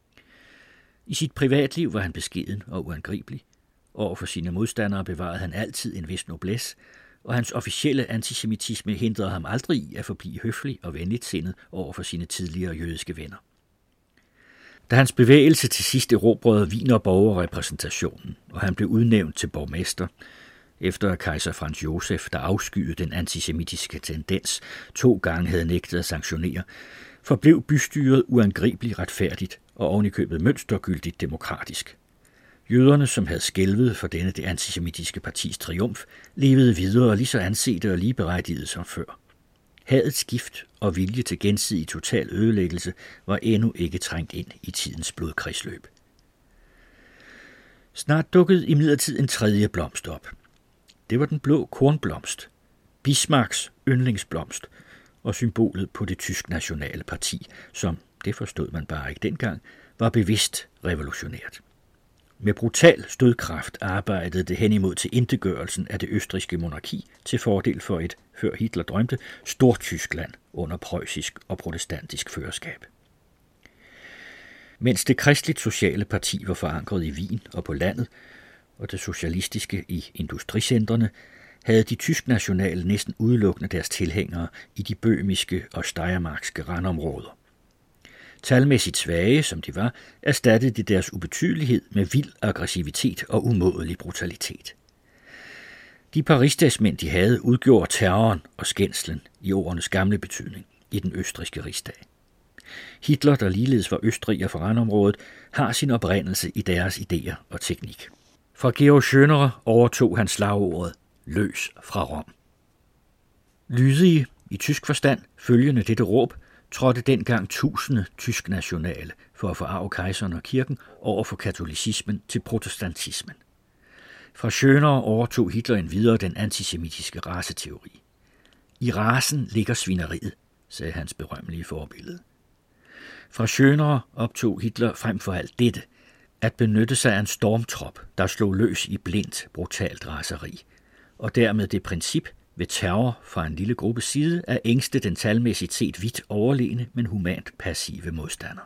I sit privatliv var han beskeden og uangribelig. Over for sine modstandere bevarede han altid en vis noblesse, og hans officielle antisemitisme hindrede ham aldrig i at forblive høflig og venligt sindet over for sine tidligere jødiske venner. Da hans bevægelse til sidst erobrede Wiener borgerrepræsentationen, og han blev udnævnt til borgmester, efter at kejser Franz Josef, der afskyede den antisemitiske tendens, to gange havde nægtet at sanktionere, forblev bystyret uangribeligt retfærdigt og ovenikøbet mønstergyldigt demokratisk. Jøderne, som havde skælvet for denne det antisemitiske partis triumf, levede videre lige så ansete og ligeberettigede som før. Hadets skift og vilje til gensidig total ødelæggelse var endnu ikke trængt ind i tidens blodkredsløb. Snart dukkede imidlertid en tredje blomst op. Det var den blå kornblomst, Bismarcks yndlingsblomst og symbolet på det tysk nationale parti, som, det forstod man bare ikke dengang, var bevidst revolutionært. Med brutal stødkraft arbejdede det hen imod til integørelsen af det østrigske monarki til fordel for et, før Hitler drømte, Stortyskland under preussisk og protestantisk førerskab. Mens det kristeligt sociale parti var forankret i Wien og på landet, og det socialistiske i industricentrene, havde de tysk-nationale næsten udelukkende deres tilhængere i de bøhmiske og steiermarkske randområder. Talmæssigt svage, som de var, erstattede de deres ubetydelighed med vild aggressivitet og umådelig brutalitet. De parisdagsmænd, de havde, udgjorde terroren og skændslen i ordenes gamle betydning i den østrigske rigsdag. Hitler, der ligeledes var østriger fra randområdet, har sin oprindelse i deres idéer og teknik. Fra Georg Schönerer overtog han slagordet løs fra Rom. Lydige, i tysk forstand, følgende dette råb, trådte dengang tusinde tysk-nationale for at forarve kejseren og kirken over for katolicismen til protestantismen. Fra Schönerer overtog Hitler en videre den antisemitiske raceteori. I racen ligger svineriet, sagde hans berømmelige forbillede. Fra Schönerer optog Hitler frem for alt dette, at benytte sig af en stormtrop, der slog løs i blindt, brutalt raseri, og dermed det princip ved terror fra en lille gruppe side at ængste den talmæssigt set vidt overlegne, men humant passive modstander.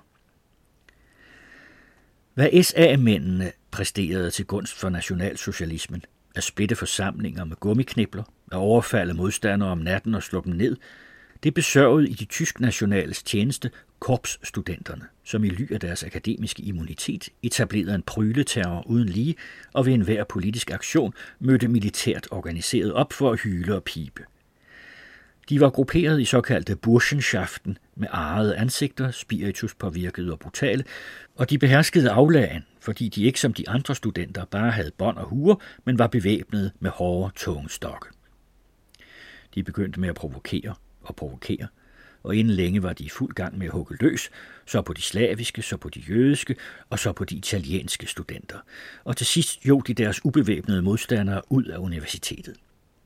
Hvad S A-mændene præsterede til gunst for nationalsocialismen, at splitte forsamlinger med gummiknibler, at overfalde modstandere om natten og slå dem ned, det besørgede i de tysk-nationales tjeneste korpsstudenterne, som i ly af deres akademiske immunitet etablerede en pryleterror uden lige, og ved enhver politisk aktion mødte militært organiseret op for at hyle og pibe. De var grupperet i såkaldte Burschenschaften med arrede ansigter, spiritus påvirkede og brutale, og de beherskede aflagen, fordi de ikke som de andre studenter bare havde bånd og huer, men var bevæbnede med hårde, tunge stokke. De begyndte med at provokere og provokere, og inden længe var de i fuld gang med at hugge løs, så på de slaviske, så på de jødiske, og så på de italienske studenter. Og til sidst jog de deres ubevæbnede modstandere ud af universitetet.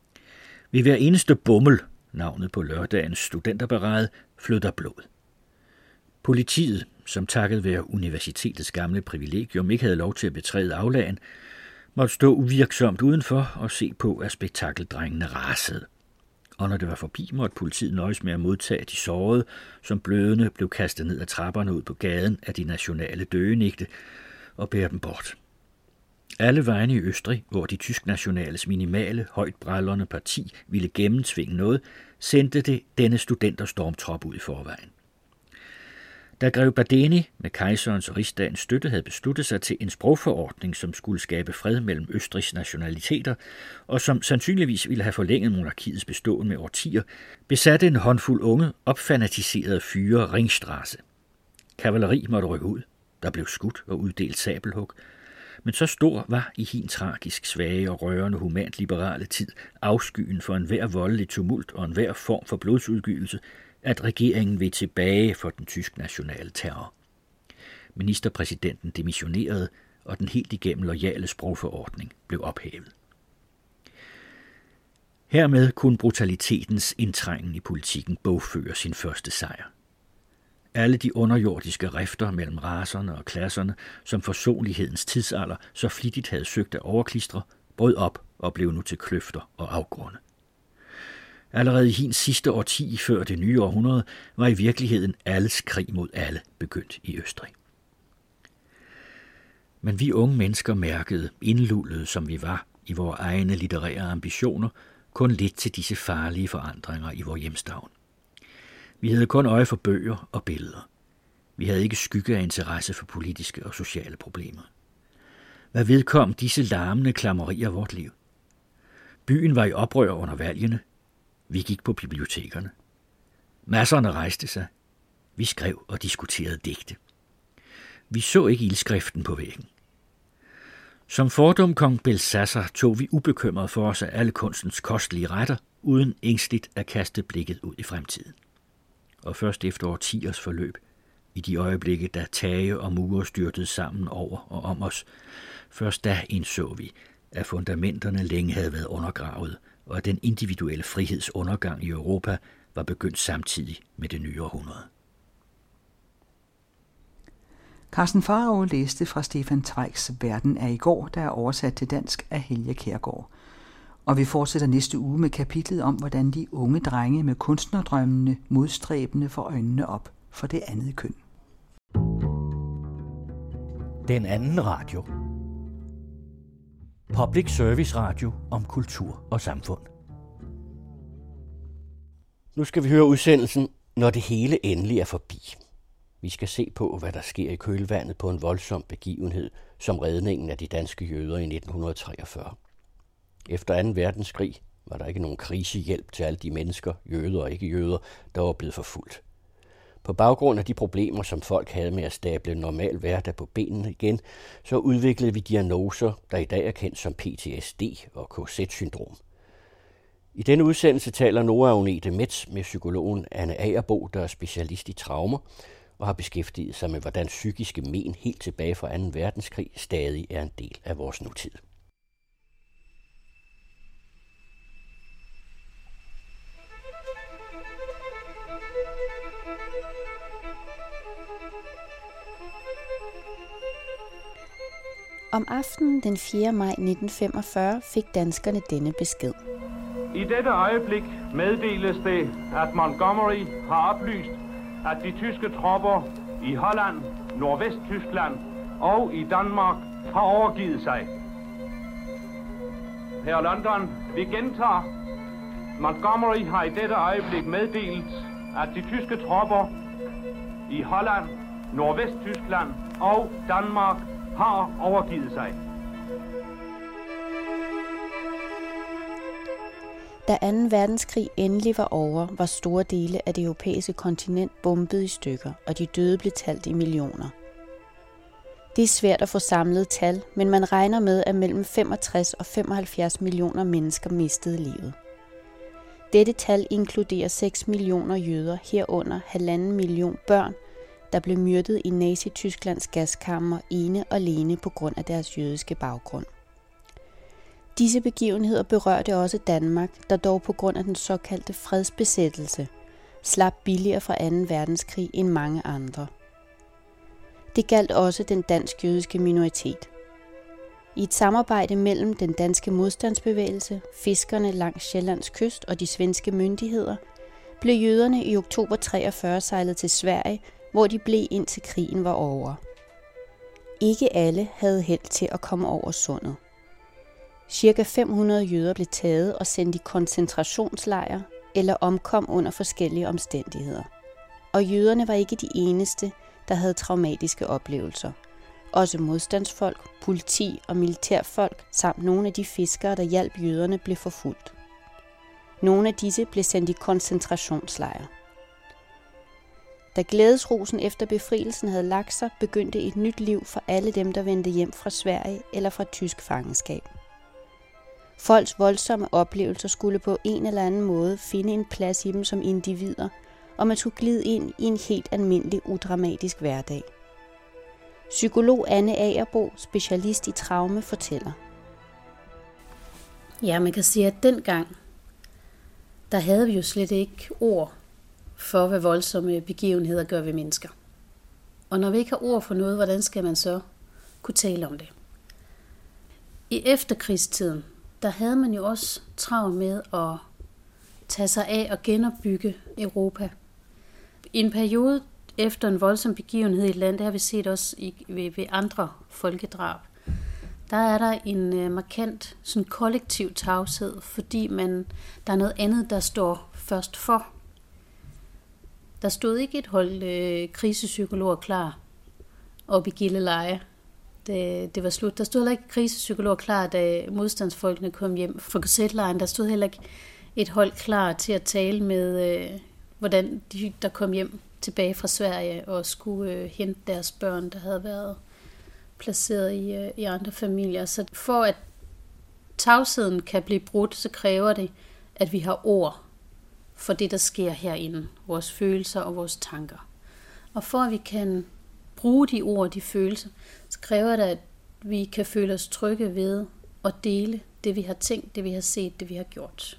Ved hver eneste bummel, navnet på lørdagens studenterparade, flød der blod. Politiet, som takket være universitetets gamle privilegium ikke havde lov til at betræde aflagen, måtte stå uvirksomt udenfor og se på, at spektakeldrengene rasede. Og når det var forbi, måtte politiet nøjes med at modtage de sårede, som blødende blev kastet ned ad trapperne ud på gaden af de nationale døgenigte og bære dem bort. Alle vegne i Østrig, hvor de tysk-nationales minimale, højtbrallerne parti ville gennemtvinge noget, sendte det denne studenterstormtrop ud i forvejen. Da grev Badeni med kejserens og rigsdagens støtte havde besluttet sig til en sprogforordning, som skulle skabe fred mellem Østrigs nationaliteter, og som sandsynligvis ville have forlænget monarkiets beståen med årtier, besatte en håndfuld unge, opfanatiserede fyre Ringstrasse. Kavaleri måtte rykke ud, der blev skudt og uddelt sabelhug, men så stor var i hin tragisk svage og rørende humant liberale tid afskyen for enhver voldelig tumult og enhver form for blodsudgivelse, at regeringen vil tilbage for den tysk-nationale terror. Ministerpræsidenten demissionerede, og den helt igennem loyale sprogforordning blev ophævet. Hermed kunne brutalitetens indtrængen i politikken bogføre sin første sejr. Alle de underjordiske rifter mellem racerne og klasserne, som forsonlighedens tidsalder så flittigt havde søgt at overklistre, brød op og blev nu til kløfter og afgrunde. Allerede i hendes sidste årti før det nye århundrede var i virkeligheden alles krig mod alle begyndt i Østrig. Men vi unge mennesker mærkede, indlullede som vi var i vores egne litterære ambitioner, kun lidt til disse farlige forandringer i vores hjemstavn. Vi havde kun øje for bøger og billeder. Vi havde ikke skygge af interesse for politiske og sociale problemer. Hvad vedkom disse larmende klammerier af vort liv? Byen var i oprør under valgene. Vi gik på bibliotekerne. Masserne rejste sig. Vi skrev og diskuterede digte. Vi så ikke ildskriften på væggen. Som fordum kong Belsassar tog vi ubekymret for os af alle kunstens kostelige retter, uden ængstligt at kaste blikket ud i fremtiden. Og først efter årtiers forløb, i de øjeblikke, da tage og mure styrtede sammen over og om os, først da indså vi, at fundamenterne længe havde været undergravet, og at den individuelle friheds undergang i Europa var begyndt samtidig med det nye århundrede. Carsten Faurå læste fra Stefan Zweigs Verden er i går, der er oversat til dansk af Helge Kjærgaard. Og vi fortsætter næste uge med kapitlet om, hvordan de unge drenge med kunstnerdrømmene modstræbende får øjnene op for det andet køn. Den anden radio. Public Service Radio om kultur og samfund. Nu skal vi høre udsendelsen, når det hele endelig er forbi. Vi skal se på, hvad der sker i kølvandet på en voldsom begivenhed, som redningen af de danske jøder i nitten treogfyrre. Efter anden verdenskrig var der ikke nogen krisehjælp til alle de mennesker, jøder og ikke-jøder, der var blevet forfulgt. På baggrund af de problemer, som folk havde med at stable normal hverdag på benene igen, så udviklede vi diagnoser, der i dag er kendt som P T S D og K Z-syndrom. I denne udsendelse taler Nora Agnete Metz med psykologen Anne Agerbo, der er specialist i traumer, og har beskæftiget sig med, hvordan psykiske men helt tilbage fra anden verdenskrig stadig er en del af vores nutid. Om aftenen den fjerde maj nitten femogfyrre fik danskerne denne besked. I dette øjeblik meddeles det, at Montgomery har oplyst, at de tyske tropper i Holland, Nordvesttyskland og i Danmark har overgivet sig. Her i London, vi gentager. Montgomery har i dette øjeblik meddelt, at de tyske tropper i Holland, Nordvesttyskland og Danmark har overgivet sig. Da anden verdenskrig endelig var over, var store dele af det europæiske kontinent bombet i stykker, og de døde blev talt i millioner. Det er svært at få samlet tal, men man regner med, at mellem femogtres og femoghalvfjerds millioner mennesker mistede livet. Dette tal inkluderer seks millioner jøder, herunder halvanden million børn, der blev myrdet i Nazi-Tysklands gaskammer ene og alene på grund af deres jødiske baggrund. Disse begivenheder berørte også Danmark, der dog på grund af den såkaldte fredsbesættelse slap billigere fra anden verdenskrig end mange andre. Det galt også den dansk-jødiske minoritet. I et samarbejde mellem den danske modstandsbevægelse, fiskerne langs Sjællands kyst og de svenske myndigheder, blev jøderne i oktober treogfyrre sejlet til Sverige, hvor de blev indtil krigen var over. Ikke alle havde held til at komme over sundet. Cirka fem hundrede jøder blev taget og sendt i koncentrationslejre eller omkom under forskellige omstændigheder. Og jøderne var ikke de eneste, der havde traumatiske oplevelser. Også modstandsfolk, politi og militærfolk samt nogle af de fiskere, der hjalp jøderne, blev forfulgt. Nogle af disse blev sendt i koncentrationslejre. Da glædesrosen efter befrielsen havde lagt sig, begyndte et nyt liv for alle dem, der vendte hjem fra Sverige eller fra tysk fangenskab. Folks voldsomme oplevelser skulle på en eller anden måde finde en plads i dem som individer, og man skulle glide ind i en helt almindelig, udramatisk hverdag. Psykolog Anne Agerbo, specialist i traume, fortæller. Ja, man kan sige, at dengang, der havde vi jo slet ikke ord for, hvad voldsomme begivenheder gør ved mennesker. Og når vi ikke har ord for noget, hvordan skal man så kunne tale om det? I efterkrigstiden, der havde man jo også travlt med at tage sig af og genopbygge Europa. I en periode efter en voldsom begivenhed i et land, det har vi set også i, ved, ved andre folkedrab, der er der en uh, markant sådan kollektiv tavshed, fordi man, der er noget andet, der står først for. Der stod ikke et hold øh, krisepsykologer klar op i Gilleleje. Det, det var slut. Der stod heller ikke krisepsykologer klar, da modstandsfolkene kom hjem fra K Z-lejren. Der stod heller ikke et hold klar til at tale med, øh, hvordan de, der kom hjem tilbage fra Sverige og skulle øh, hente deres børn, der havde været placeret i, øh, i andre familier. Så for at tavsheden kan blive brudt, så kræver det, at vi har ord for det, der sker herinde. Vores følelser og vores tanker. Og for at vi kan bruge de ord, de følelser, så kræver det, at vi kan føle os trygge ved at dele det, vi har tænkt, det, vi har set, det, vi har gjort.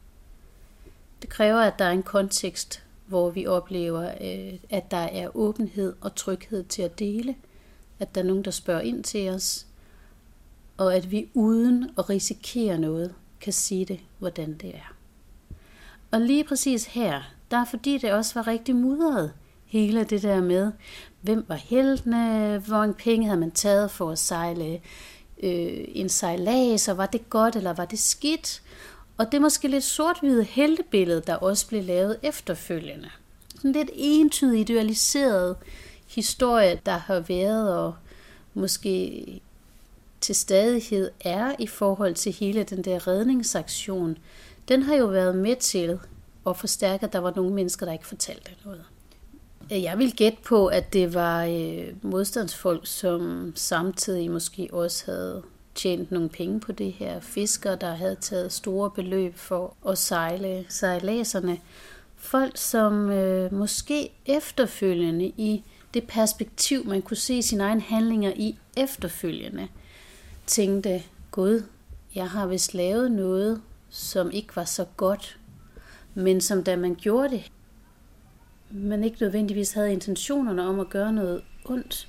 Det kræver, at der er en kontekst, hvor vi oplever, at der er åbenhed og tryghed til at dele, at der er nogen, der spørger ind til os, og at vi uden at risikere noget, kan sige det, hvordan det er. Og lige præcis her, der er fordi det også var rigtig mudret, hele det der med, hvem var heltene, hvor mange penge havde man taget for at sejle øh, en sejlads, og var det godt, eller var det skidt? Og det er måske lidt sort-hvide heltebillede, der også blev lavet efterfølgende. Sådan lidt entydigt idealiseret historie, der har været, og måske til stadighed er i forhold til hele den der redningsaktion, den har jo været med til at forstærke, at der var nogle mennesker, der ikke fortalte noget. Jeg vil gætte på, at det var øh, modstandsfolk, som samtidig måske også havde tjent nogle penge på det her. Fiskere, der havde taget store beløb for at sejle sejladserne. Folk, som øh, måske efterfølgende i det perspektiv, man kunne se sine egne handlinger i efterfølgende, tænkte, Gud, jeg har vist lavet noget, som ikke var så godt, men som da man gjorde det, man ikke nødvendigvis havde intentionerne om at gøre noget ondt.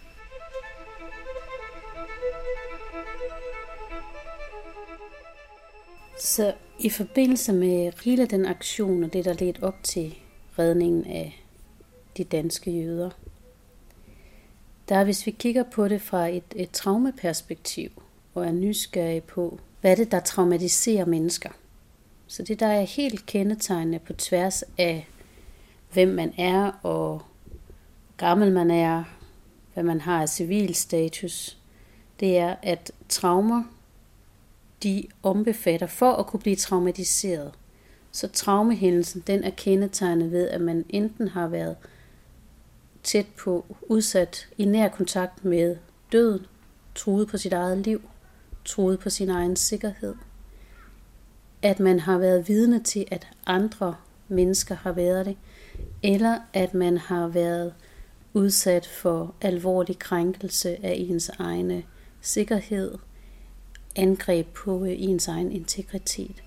Så i forbindelse med hele den aktion og det, der ledte op til redningen af de danske jøder, der hvis vi kigger på det fra et, et traumeperspektiv og er nysgerrige på, hvad er det, der traumatiserer mennesker. Så det, der er helt kendetegnende på tværs af, hvem man er og hvor gammel man er, hvad man har af civilstatus, det er, at traumer, de ombefatter for at kunne blive traumatiseret. Så traumehændelsen, den er kendetegnet ved, at man enten har været tæt på, udsat i nær kontakt med døden, truet på sit eget liv, truet på sin egen sikkerhed. At man har været vidne til, at andre mennesker har været det, eller at man har været udsat for alvorlig krænkelse af ens egne sikkerhed, angreb på ens egen integritet.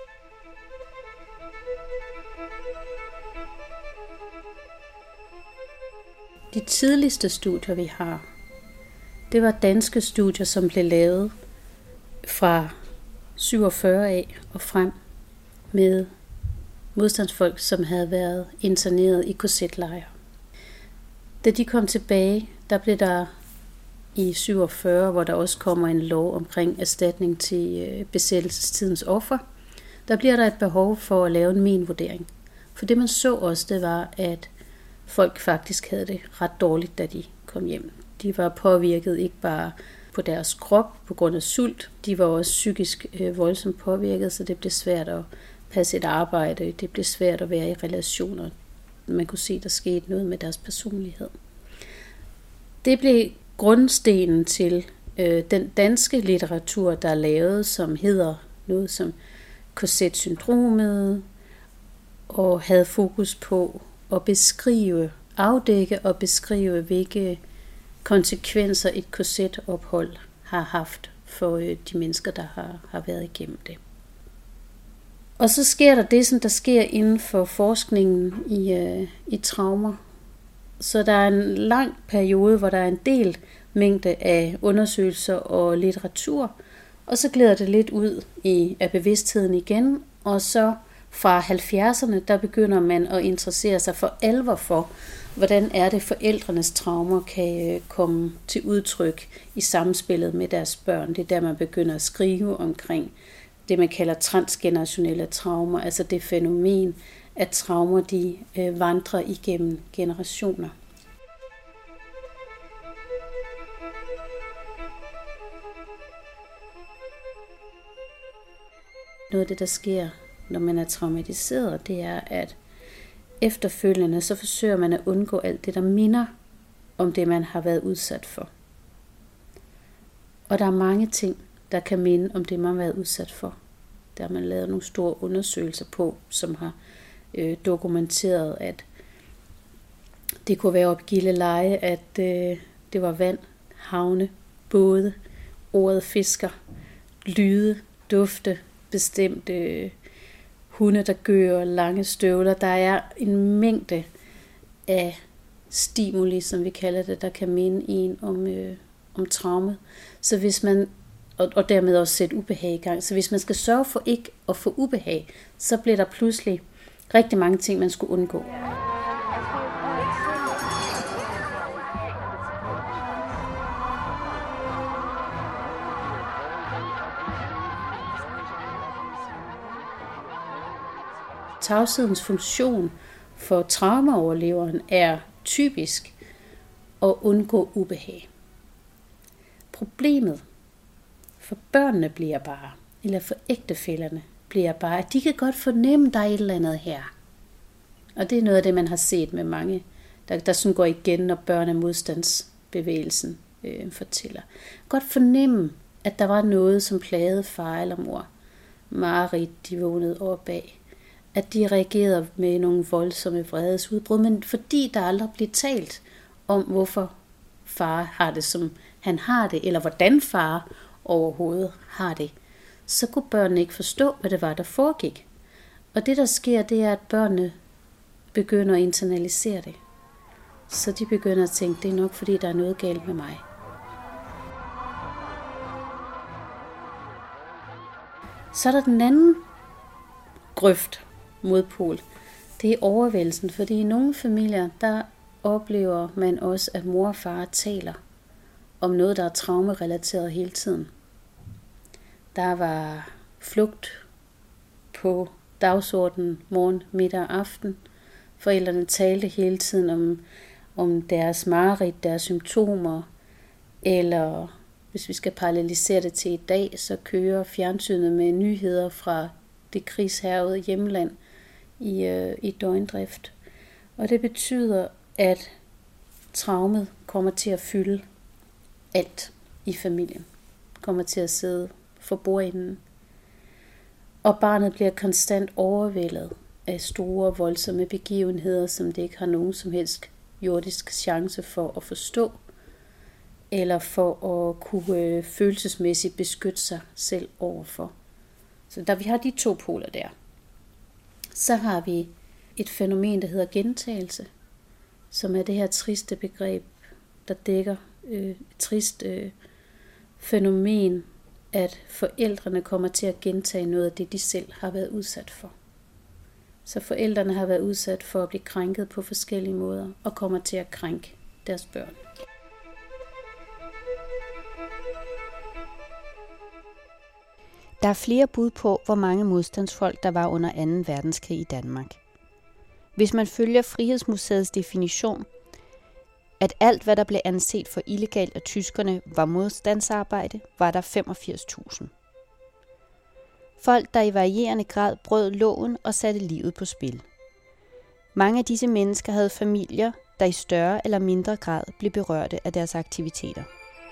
De tidligste studier, vi har, det var danske studier, som blev lavet fra syvogfyrre af og frem med modstandsfolk, som havde været interneret i K Z-lejre. Da de kom tilbage, der blev der i syvogfyrre, hvor der også kommer en lov omkring erstatning til besættelsestidens offer, der bliver der et behov for at lave en minvurdering. For det man så også, det var, at folk faktisk havde det ret dårligt, da de kom hjem. De var påvirket ikke bare på deres krop på grund af sult, de var også psykisk øh, voldsomt påvirket, så det blev svært at passe et arbejde, det blev svært at være i relationer. Man kunne se, der skete noget med deres personlighed. Det blev grundstenen til øh, den danske litteratur, der er lavet, som hedder noget som K Z-syndromet, og havde fokus på at beskrive, afdække og beskrive, hvilke konsekvenser et K Z-ophold har haft for øh, de mennesker, der har, har været igennem det. Og så sker der det, som der sker inden for forskningen i, øh, i traumer. Så der er en lang periode, hvor der er en del mængde af undersøgelser og litteratur, og så glider det lidt ud i, af bevidstheden igen, og så fra halvfjerdserne, der begynder man at interessere sig for alvor for, hvordan er det forældrenes traumer kan komme til udtryk i samspillet med deres børn. Det er der, man begynder at skrive omkring det, man kalder transgenerationelle traumer, altså det fænomen, at traumer de øh, vandrer igennem generationer. Noget af det, der sker, når man er traumatiseret, det er, at efterfølgende så forsøger man at undgå alt det, der minder om det, man har været udsat for. Og der er mange ting, der kan minde om det, man har været udsat for. Der har man lavet nogle store undersøgelser på, som har øh, dokumenteret, at det kunne være op Gilleleje, at øh, det var vand, havne, både, ordet fisker, lyde, dufte, bestemte øh, hunde, der gør, lange støvler. Der er en mængde af stimuli, som vi kalder det, der kan minde en om, øh, om traumet. Så hvis man, og, og dermed også sætte ubehag i gang. Så hvis man skal sørge for ikke at få ubehag, så bliver der pludselig rigtig mange ting, man skulle undgå. Tavshedens funktion for traumaoverleveren er typisk at undgå ubehag. Problemet for børnene bliver bare, eller for ægtefællerne bliver bare, at de kan godt fornemme, at der er et eller andet her. Og det er noget af det, man har set med mange, der, der sådan går igen, når børn af modstandsbevægelsen øh, fortæller. Godt fornemme, at der var noget, som plagede far eller mor. Marit, de vågnede op af. At de reagerede med nogle voldsomme vredesudbrud, men fordi der aldrig blev talt om, hvorfor far har det, som han har det, eller hvordan far overhovedet har det, så kunne børnene ikke forstå, hvad det var, der foregik. Og det, der sker, det er, at børnene begynder at internalisere det. Så de begynder at tænke, det er nok, fordi der er noget galt med mig. Så er der den anden grøft, modpol. Det er overvældelsen, fordi i nogle familier, der oplever man også, at mor og far taler om noget, der er traumerelateret hele tiden. Der var flugt på dagsordenen morgen, middag og aften. Forældrene talte hele tiden om, om deres mareridt, deres symptomer, eller hvis vi skal parallelisere det til i dag, så kører fjernsynet med nyheder fra det krigshærgede hjemland i, øh, i døgndrift. Og det betyder, at traumet kommer til at fylde alt i familien. Kommer til at sidde for bordenden. Og barnet bliver konstant overvældet af store, voldsomme begivenheder, som det ikke har nogen som helst jordisk chance for at forstå. eller for at kunne øh, følelsesmæssigt beskytte sig selv overfor. Så der vi har de to poler der. Så har vi et fænomen, der hedder gentagelse, som er det her triste begreb, der dækker øh, et trist øh, fænomen, at forældrene kommer til at gentage noget af det, de selv har været udsat for. Så forældrene har været udsat for at blive krænket på forskellige måder, og kommer til at krænke deres børn. Der er flere bud på, hvor mange modstandsfolk der var under anden verdenskrig i Danmark. Hvis man følger Frihedsmuseets definition, at alt, hvad der blev anset for illegalt af tyskerne, var modstandsarbejde, var der femogfirs tusind. Folk, der i varierende grad brød loven og satte livet på spil. Mange af disse mennesker havde familier, der i større eller mindre grad blev berørte af deres aktiviteter.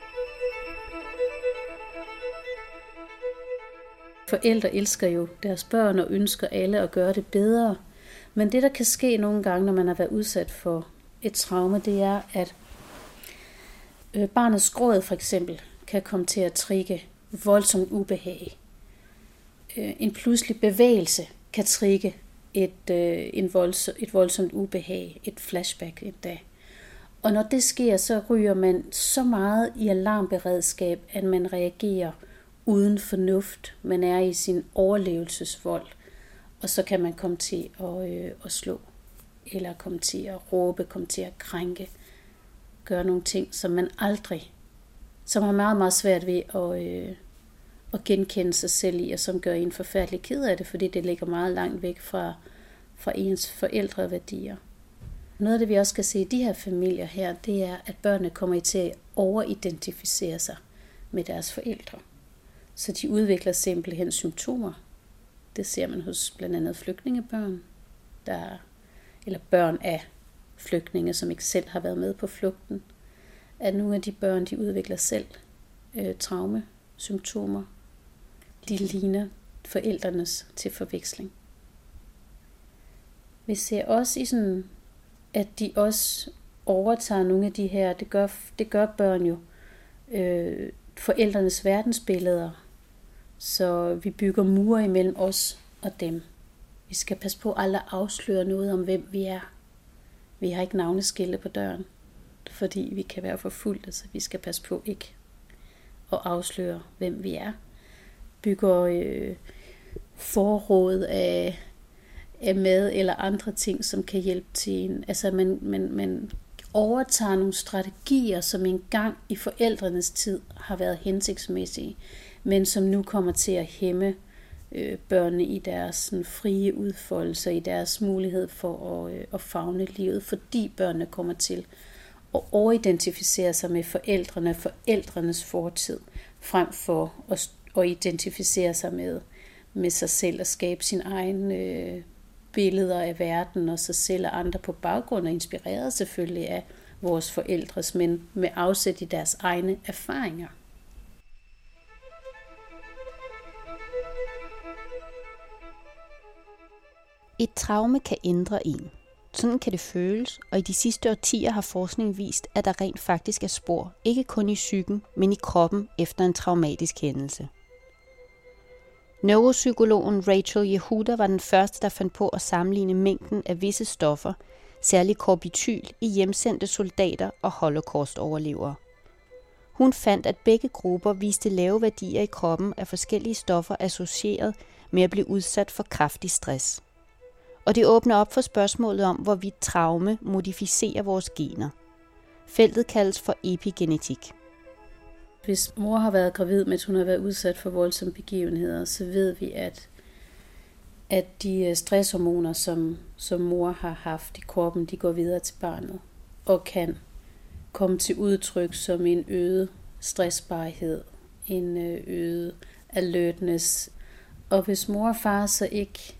Forældre elsker jo deres børn og ønsker alle at gøre det bedre. Men det, der kan ske nogle gange, når man har været udsat for et traume, det er, at barnets gråd for eksempel kan komme til at trigge voldsomt ubehag. En pludselig bevægelse kan trigge et, en voldsom, et voldsomt ubehag, et flashback en dag. Og når det sker, så ryger man så meget i alarmberedskab, at man reagerer uden fornuft. Man er i sin overlevelsesvold, og så kan man komme til at, øh, at slå, eller komme til at råbe, komme til at krænke, gøre nogle ting, som man aldrig, som har meget, meget svært ved at, øh, at genkende sig selv i, og som gør en forfærdelig ked af det, fordi det ligger meget langt væk fra, fra ens forældreværdier. Noget af det, vi også skal se i de her familier her, det er, at børnene kommer til at overidentificere sig med deres forældre. Så de udvikler simpelthen symptomer. Det ser man hos blandt andet flygtningebørn, der, eller børn af flygtninge, som ikke selv har været med på flugten. At nogle af de børn, de udvikler selv øh, traume, symptomer. De ligner forældrenes til forveksling. Vi ser også i sådan, at de også overtager nogle af de her, det gør, det gør børn jo, øh, forældrenes verdensbilleder. Så vi bygger mure imellem os og dem. Vi skal passe på aldrig at afsløre noget om, hvem vi er. Vi har ikke navneskilte på døren, fordi vi kan være forfulgte, så vi skal passe på ikke at afsløre, hvem vi er. Bygger øh, forråd af, af mad eller andre ting, som kan hjælpe til en. Altså man, man, man overtager nogle strategier, som engang i forældrenes tid har været hensigtsmæssige, men som nu kommer til at hæmme øh, børnene i deres sådan, frie udfoldelse, i deres mulighed for at, øh, at favne livet, fordi børnene kommer til at overidentificere sig med forældrene, forældrenes fortid, frem for at, at identificere sig med, med sig selv og skabe sin egen øh, billeder af verden og sig selv og andre på baggrund, og inspireret selvfølgelig af vores forældres, men med afsæt i deres egne erfaringer. Et traume kan ændre en. Sådan kan det føles, og i de sidste årtier har forskning vist, at der rent faktisk er spor, ikke kun i psyken, men i kroppen efter en traumatisk hændelse. Neuropsykologen Rachel Yehuda var den første, der fandt på at sammenligne mængden af visse stoffer, særligt corbityl, i hjemsendte soldater og holocaust-overlevere. Hun fandt, at begge grupper viste lave værdier i kroppen af forskellige stoffer associeret med at blive udsat for kraftig stress. Og det åbner op for spørgsmålet om, hvorvidt traume modificerer vores gener. Feltet kaldes for epigenetik. Hvis mor har været gravid, mens hun har været udsat for voldsomme begivenheder, så ved vi, at, at de stresshormoner, som, som mor har haft i kroppen, de går videre til barnet og kan komme til udtryk som en øget stressbarhed, en øget alertness. Og hvis mor og far så ikke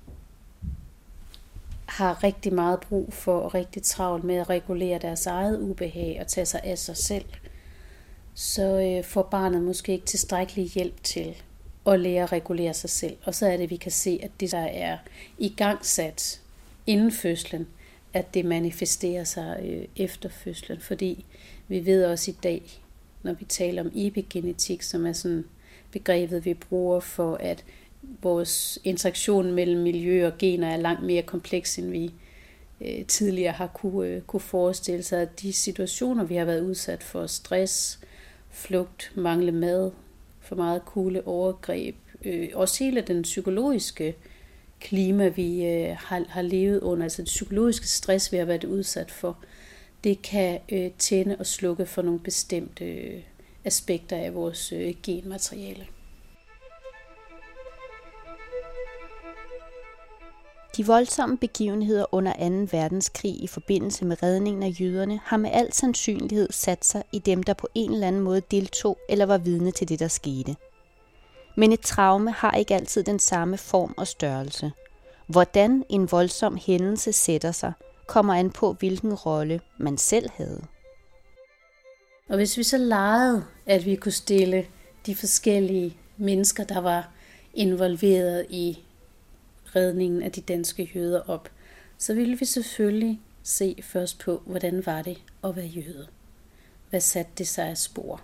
har rigtig meget brug for og rigtig travlt med at regulere deres eget ubehag og tage sig af sig selv, så øh, får barnet måske ikke tilstrækkelig hjælp til at lære at regulere sig selv. Og så er det, vi kan se, at det, der er igangsat inden fødslen, at det manifesterer sig øh, efter fødslen. Fordi vi ved også i dag, når vi taler om epigenetik, som er sådan begrebet, vi bruger for, at vores interaktion mellem miljø og gener er langt mere kompleks, end vi øh, tidligere har kunne, øh, kunne forestille sig. At de situationer, vi har været udsat for, stress, flugt, mangle mad, for meget kulde, overgreb, øh, også hele den psykologiske klima, vi øh, har, har levet under, altså det psykologiske stress, vi har været udsat for, det kan øh, tænde og slukke for nogle bestemte øh, aspekter af vores øh, genmateriale. De voldsomme begivenheder under anden verdenskrig i forbindelse med redningen af jøderne har med al sandsynlighed sat sig i dem, der på en eller anden måde deltog eller var vidne til det, der skete. Men et traume har ikke altid den samme form og størrelse. Hvordan en voldsom hændelse sætter sig, kommer an på, hvilken rolle man selv havde. Og hvis vi så legede, at vi kunne stille de forskellige mennesker, der var involveret i redningen af de danske jøder op, så ville vi selvfølgelig se først på, hvordan var det at være jøde. Hvad satte det sig af spor?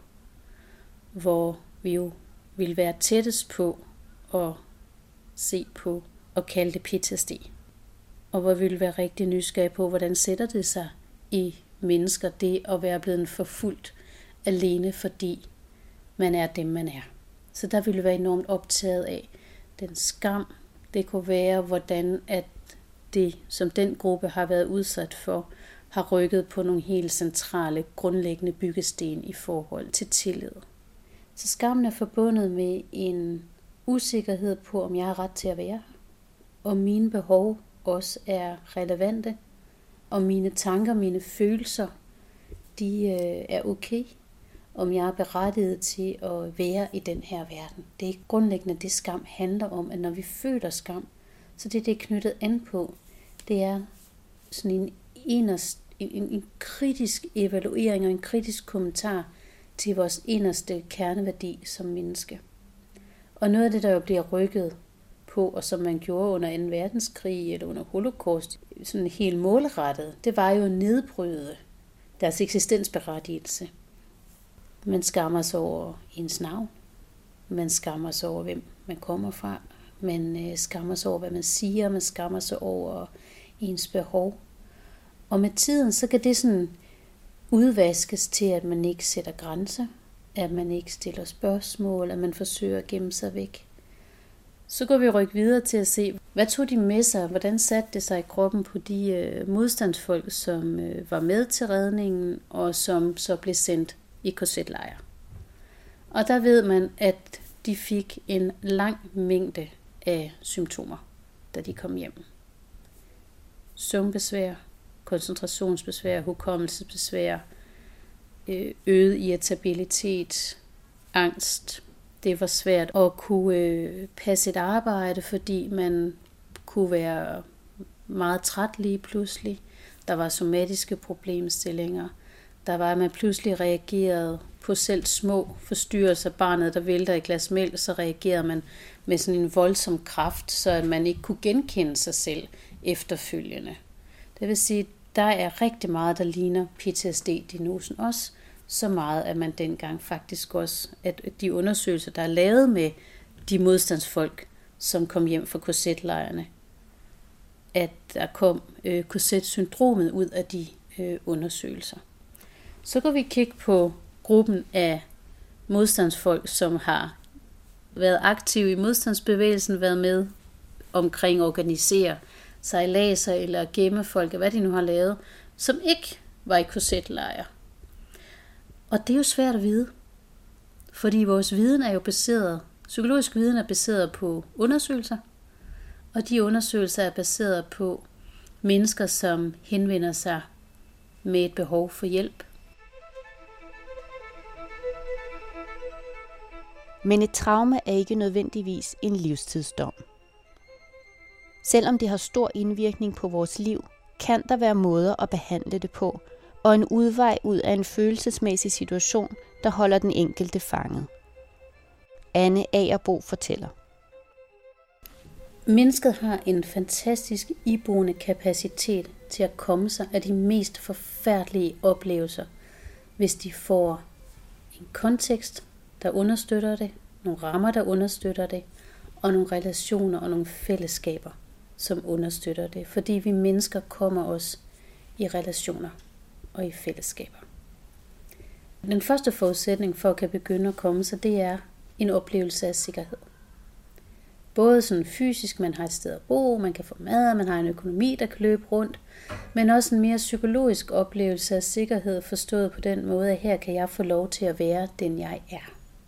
Hvor vi jo ville være tættest på at se på og kalde det P T S D. Og hvor vi ville være rigtig nysgerrige på, hvordan sætter det sig i mennesker, det at være blevet forfulgt alene, fordi man er dem, man er. Så der ville vi være enormt optaget af den skam. Det kunne være, hvordan at det, som den gruppe har været udsat for, har rykket på nogle helt centrale, grundlæggende byggesten i forhold til tillid. Så skammen er forbundet med en usikkerhed på, om jeg har ret til at være her, om mine behov også er relevante, om mine tanker, mine følelser, de øh, er okay, om jeg er berettiget til at være i den her verden. Det er grundlæggende, det skam handler om, at når vi føler skam, så det, det er knyttet an på, det er sådan en, inderst, en, en kritisk evaluering og en kritisk kommentar til vores inderste kerneværdi som menneske. Og noget af det, der jo bliver rykket på, og som man gjorde under anden verdenskrig eller under holocaust, sådan helt målrettet, det var jo at nedbryde deres eksistensberettigelse. Man skammer sig over ens navn. Man skammer sig over, hvem man kommer fra. Man skammer sig over, hvad man siger. Man skammer sig over ens behov. Og med tiden, så kan det sådan udvaskes til, at man ikke sætter grænser, at man ikke stiller spørgsmål, at man forsøger at gemme sig væk. Så går vi rykke videre til at se, hvad tog de med sig, hvordan satte det sig i kroppen på de øh, modstandsfolk, som øh, var med til redningen, og som så blev sendt i K Z-lejre. Og der ved man, at de fik en lang mængde af symptomer, da de kom hjem. Søvnbesvær, koncentrationsbesvær, hukommelsesbesvær, øget irritabilitet, angst. Det var svært at kunne passe et arbejde, fordi man kunne være meget træt lige pludselig. Der var somatiske problemstillinger. Der var, at man pludselig reagerede på selv små forstyrrelser. Barnet, der vælter et glas mælk, så reagerede man med sådan en voldsom kraft, så at man ikke kunne genkende sig selv efterfølgende. Det vil sige, der er rigtig meget, der ligner P T S D-diagnosen også. Så meget, at man dengang faktisk også, at de undersøgelser, der er lavet med de modstandsfolk, som kom hjem fra K Z-lejrene, at der kom øh, K Z-syndromet ud af de øh, undersøgelser. Så kan vi kigge på gruppen af modstandsfolk, som har været aktive i modstandsbevægelsen, været med omkring at organisere sejladser eller gemmefolk, hvad de nu har lavet, som ikke var i K Z-lejre. Og det er jo svært at vide, fordi vores viden er jo baseret, psykologisk viden er baseret på undersøgelser, og de undersøgelser er baseret på mennesker, som henvender sig med et behov for hjælp. Men et traume er ikke nødvendigvis en livstidsdom. Selvom det har stor indvirkning på vores liv, kan der være måder at behandle det på, og en udvej ud af en følelsesmæssig situation, der holder den enkelte fanget. Anne Agerbo fortæller. Mennesket har en fantastisk iboende kapacitet til at komme sig af de mest forfærdelige oplevelser, hvis de får en kontekst, der understøtter det, nogle rammer, der understøtter det, og nogle relationer og nogle fællesskaber, som understøtter det. Fordi vi mennesker kommer også i relationer og i fællesskaber. Den første forudsætning for at kan begynde at komme sig, det er en oplevelse af sikkerhed. Både sådan fysisk, man har et sted at bo, man kan få mad, man har en økonomi, der kan løbe rundt, men også en mere psykologisk oplevelse af sikkerhed, forstået på den måde, at her kan jeg få lov til at være den, jeg er.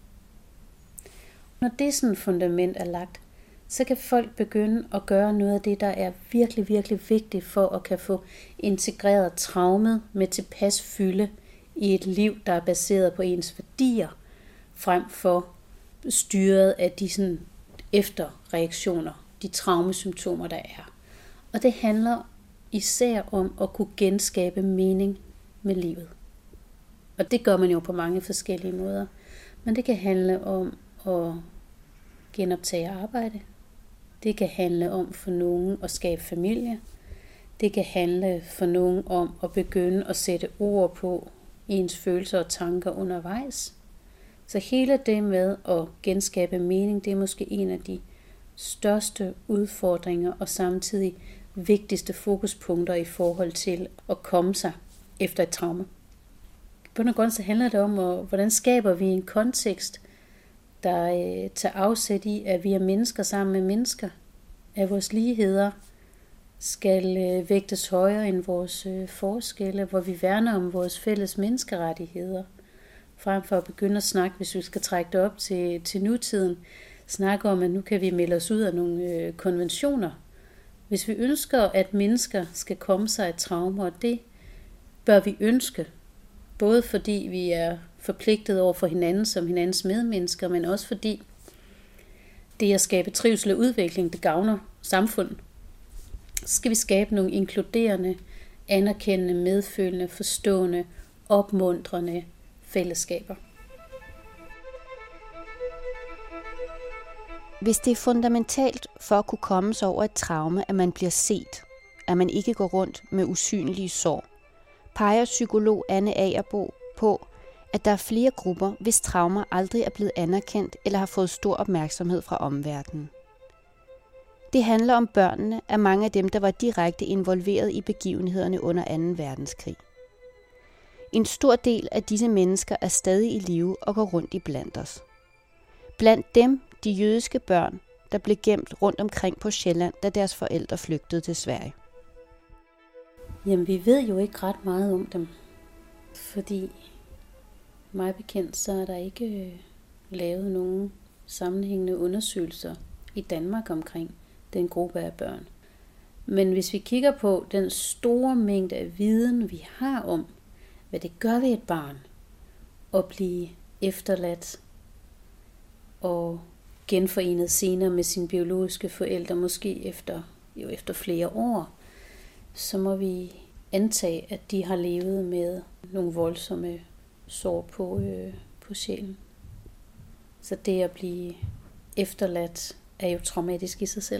Når det sådan fundament er lagt, så kan folk begynde at gøre noget af det, der er virkelig, virkelig vigtigt for at kan få integreret traumet med tilpas fylde i et liv, der er baseret på ens værdier, frem for styret af de sådan efterreaktioner, de traumesymptomer, der er. Og det handler især om at kunne genskabe mening med livet. Og det gør man jo på mange forskellige måder. Men det kan handle om at genoptage arbejde. Det kan handle om for nogen at skabe familie. Det kan handle for nogen om at begynde at sætte ord på ens følelser og tanker undervejs. Så hele det med at genskabe mening, det er måske en af de største udfordringer og samtidig vigtigste fokuspunkter i forhold til at komme sig efter et traume. På den grund så handler det om, at, hvordan skaber vi en kontekst, der øh, tager afsæt i, at vi er mennesker sammen med mennesker. At vores ligheder skal øh, vægtes højere end vores øh, forskelle, hvor vi værner om vores fælles menneskerettigheder. Frem for at begynde at snakke, hvis vi skal trække det op til, til nutiden, snakke om, at nu kan vi melde os ud af nogle øh, konventioner. Hvis vi ønsker, at mennesker skal komme sig af traumer, og det bør vi ønske, både fordi vi er forpligtet over for hinanden som hinandens medmennesker, men også fordi det at skabe trivsel og udvikling, det gavner samfundet. Så skal vi skabe nogle inkluderende, anerkendende, medfølende, forstående, opmuntrende fællesskaber. Hvis det er fundamentalt for at kunne komme sig over et traume, at man bliver set, at man ikke går rundt med usynlige sår, peger psykolog Anne Agerbo på, at der er flere grupper, hvis traumer aldrig er blevet anerkendt eller har fået stor opmærksomhed fra omverdenen. Det handler om børnene af mange af dem, der var direkte involveret i begivenhederne under anden verdenskrig. En stor del af disse mennesker er stadig i live og går rundt i blandt os. Blandt dem de jødiske børn, der blev gemt rundt omkring på Sjælland, da deres forældre flygtede til Sverige. Jamen, vi ved jo ikke ret meget om dem, fordi mig bekendt, så er der ikke lavet nogen sammenhængende undersøgelser i Danmark omkring den gruppe af børn. Men hvis vi kigger på den store mængde af viden, vi har om, hvad det gør ved et barn at blive efterladt og genforenet senere med sine biologiske forældre, måske efter, jo efter flere år, så må vi antage, at de har levet med nogle voldsomme sår på, øh, på sjælen. Så det at blive efterladt er jo traumatisk i sig selv.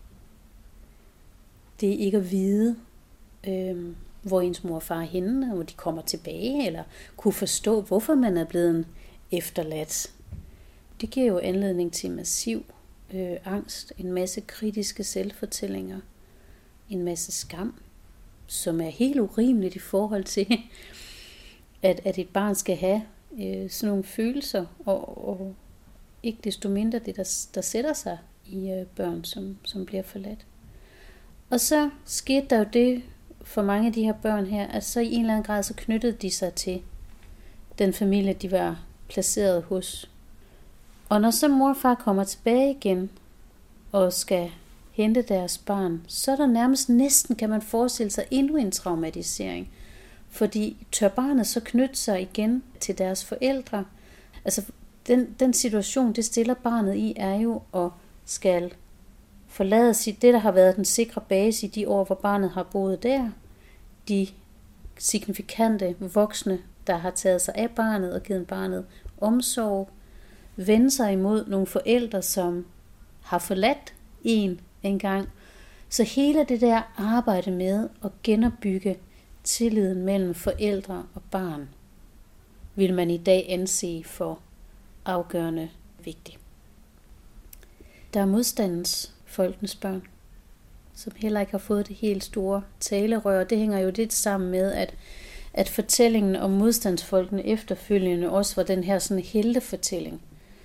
Det er ikke at vide, øh, hvor ens mor og far er henne, og hvor de kommer tilbage, eller kunne forstå, hvorfor man er blevet efterladt. Det giver jo anledning til massiv øh, angst, en masse kritiske selvfortællinger, en masse skam, som er helt urimeligt i forhold til, at, at et barn skal have øh, sådan nogle følelser, og, og ikke desto mindre det, der, der sætter sig i øh, børn, som, som bliver forladt. Og så skete der jo det for mange af de her børn her, at så i en eller anden grad, så knyttede de sig til den familie, de var placeret hos. Og når så mor og far kommer tilbage igen, og skal hente deres barn, så er der nærmest næsten, kan man forestille sig, endnu en traumatisering. Fordi tør barnet så knytte sig igen til deres forældre. Altså den, den situation, det stiller barnet i, er jo at skal forlade sit, det, der har været den sikre base i de år, hvor barnet har boet der. De signifikante voksne, der har taget sig af barnet og givet barnet omsorg. Vende sig imod nogle forældre, som har forladt en engang. Så hele det der arbejde med at genopbygge tilliden mellem forældre og barn vil man i dag anse for afgørende vigtig. Der er modstandens folkenes børn, som heller ikke har fået det helt store talerør. Det hænger jo lidt sammen med, at, at fortællingen om modstandsfolkene efterfølgende også var den her sådan heltefortælling.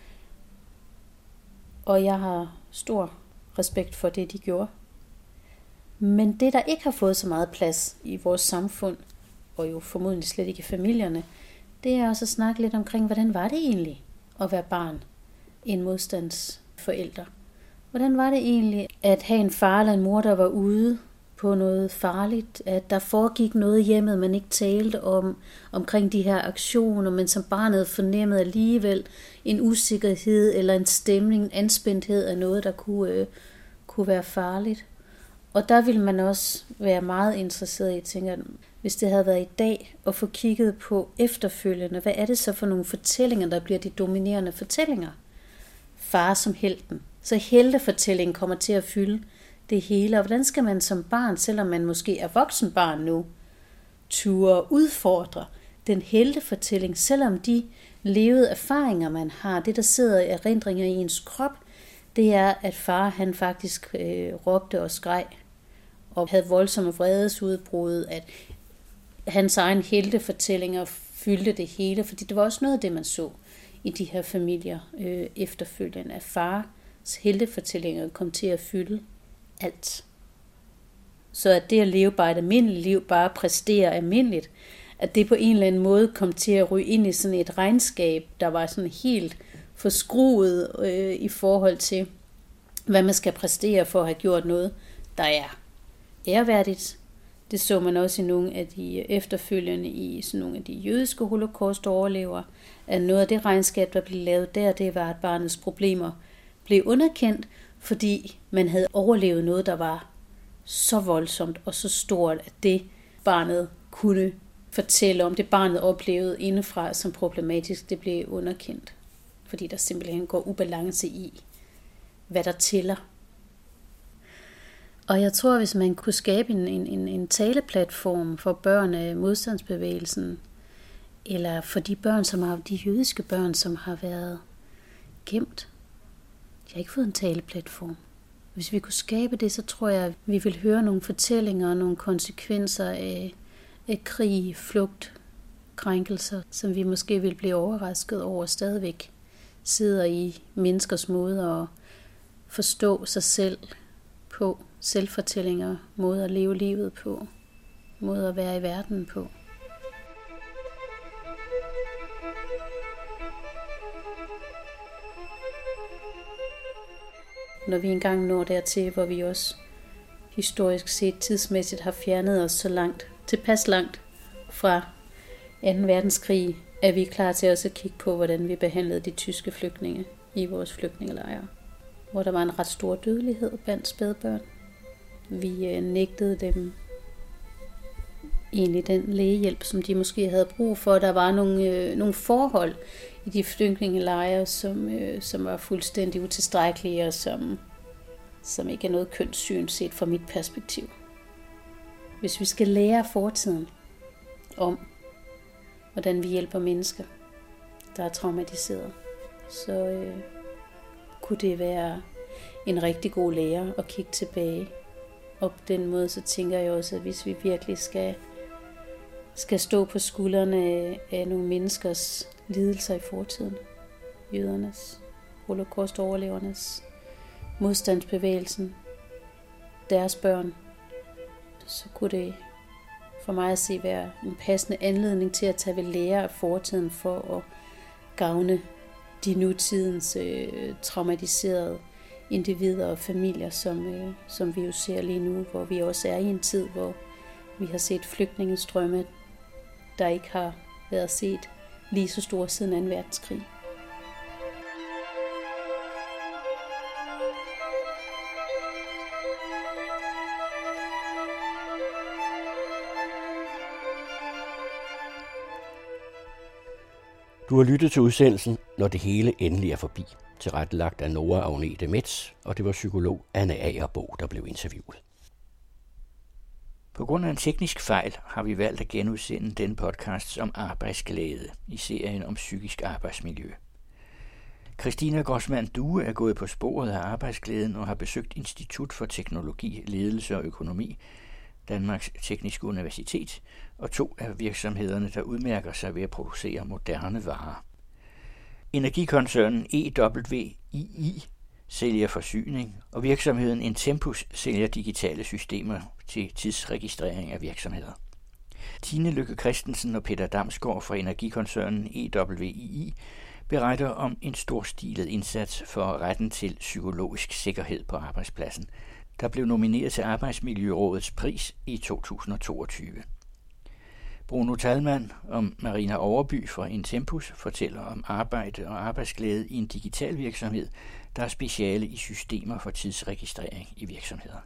Og jeg har stor respekt for det, de gjorde. Men det, der ikke har fået så meget plads i vores samfund, og jo formodentlig slet ikke i familierne, det er også at snakke lidt omkring, hvordan var det egentlig at være barn, en modstandsforælder. Hvordan var det egentlig at have en far eller en mor, der var ude på noget farligt, at der foregik noget i hjemmet, man ikke talte om, omkring de her aktioner, men som barnet fornemmede alligevel en usikkerhed eller en stemning, en anspændthed af noget, der kunne, øh, kunne være farligt. Og der ville man også være meget interesseret i, jeg tænker, hvis det havde været i dag, at få kigget på efterfølgende, hvad er det så for nogle fortællinger, der bliver de dominerende fortællinger? Far som helten. Så heltefortællingen kommer til at fylde det hele. Og hvordan skal man som barn, selvom man måske er voksen barn nu, ture udfordre den heltefortælling, selvom de levede erfaringer, man har, det der sidder i erindringer i ens krop, det er, at far han faktisk øh, råbte og skreg og havde voldsomme vredesudbrud, at hans egen heltefortællinger fyldte det hele, fordi det var også noget af det, man så i de her familier øh, efterfølgende, at fars heltefortællinger kom til at fylde alt. Så at det at leve bare et almindeligt liv, bare præstere almindeligt, at det på en eller anden måde kom til at ryge ind i sådan et regnskab, der var sådan helt forskruet øh, i forhold til, hvad man skal præstere for at have gjort noget, der er æreværdigt. Det så man også i nogle af de efterfølgende i sådan nogle af de jødiske holocaust-overlevere, at noget af det regnskab, der blev lavet der, det var, at barnets problemer blev underkendt, fordi man havde overlevet noget, der var så voldsomt og så stort, at det barnet kunne fortælle om, det barnet oplevede indefra som problematisk, det blev underkendt. Fordi der simpelthen går ubalance i, hvad der tæller. Og jeg tror, hvis man kunne skabe en, en, en taleplatform for børn af modstandsbevægelsen, eller for de børn, som har, de jødiske børn, som har været gemt, de har ikke fået en taleplatform. Hvis vi kunne skabe det, så tror jeg, at vi vil høre nogle fortællinger og nogle konsekvenser af, af krig, flugt, krænkelser, som vi måske vil blive overrasket over stadigvæk sidder i menneskers måde at forstå sig selv på, selvfortællinger, måde at leve livet på, måde at være i verden på. Når vi engang når dertil, hvor vi også historisk set tidsmæssigt har fjernet os så langt, tilpas langt fra anden verdenskrig, er vi klar til også at kigge på, hvordan vi behandlede de tyske flygtninge i vores flygtningelejre, hvor der var en ret stor dødelighed blandt spædbørn. Vi nægtede dem egentlig den lægehjælp, som de måske havde brug for. Der var nogle, øh, nogle forhold i de flygtningelejre, som, øh, som var fuldstændig utilstrækkelige, og som, som ikke er noget kønssyn set fra mit perspektiv. Hvis vi skal lære fortiden om, hvordan vi hjælper mennesker, der er traumatiseret, så øh, kunne det være en rigtig god lærer at kigge tilbage. Og på den måde, så tænker jeg også, at hvis vi virkelig skal, skal stå på skuldrene af, af nogle menneskers lidelser i fortiden, jødernes, holocaust-overlevernes, modstandsbevægelsen, deres børn, så kunne det for mig at se være en passende anledning til at tage ved lære af fortiden for at gavne de nutidens øh, traumatiserede individer og familier, som, øh, som vi jo ser lige nu, hvor vi også er i en tid, hvor vi har set flygtningestrømme, der ikke har været set lige så store siden anden verdenskrig. Du har lyttet til udsendelsen, Når det hele endelig er forbi, tilrettelagt af Nora Agnete Metz, og det var psykolog Anne Agerbo, der blev interviewet. På grund af en teknisk fejl har vi valgt at genudsende den podcast om arbejdsglæde i serien om psykisk arbejdsmiljø. Christina Grossmann Due er gået på sporet af arbejdsglæden og har besøgt Institut for Teknologi, Ledelse og Økonomi, Danmarks Tekniske Universitet, og to af virksomhederne, der udmærker sig ved at producere moderne varer. Energikoncernen E W I I sælger forsyning, og virksomheden Intempus sælger digitale systemer til tidsregistrering af virksomheder. Tine Lykke Christensen og Peter Damsgaard fra Energikoncernen E W I I beretter om en storstilet indsats for retten til psykologisk sikkerhed på arbejdspladsen, der blev nomineret til Arbejdsmiljørådets pris i to tusind og toogtyve. Bruno Thalmann og Marina Overby fra Intempus fortæller om arbejde og arbejdsglæde i en digital virksomhed, der er speciale i systemer for tidsregistrering i virksomheder.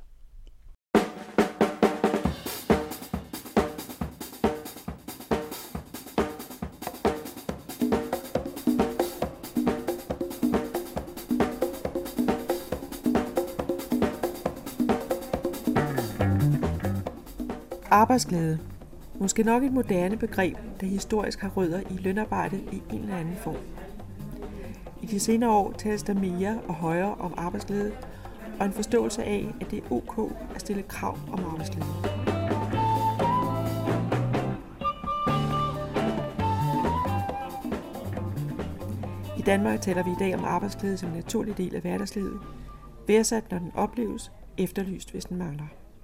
Arbejdsglæde. Måske nok et moderne begreb, der historisk har rødder i lønarbejdet i en eller anden form. I de senere år tales der mere og højere om arbejdsglæde, og en forståelse af, at det er ok at stille krav om arbejdsglæde. I Danmark taler vi i dag om arbejdsglæde som en naturlig del af hverdagslivet, værdsat når den opleves, efterlyst hvis den mangler.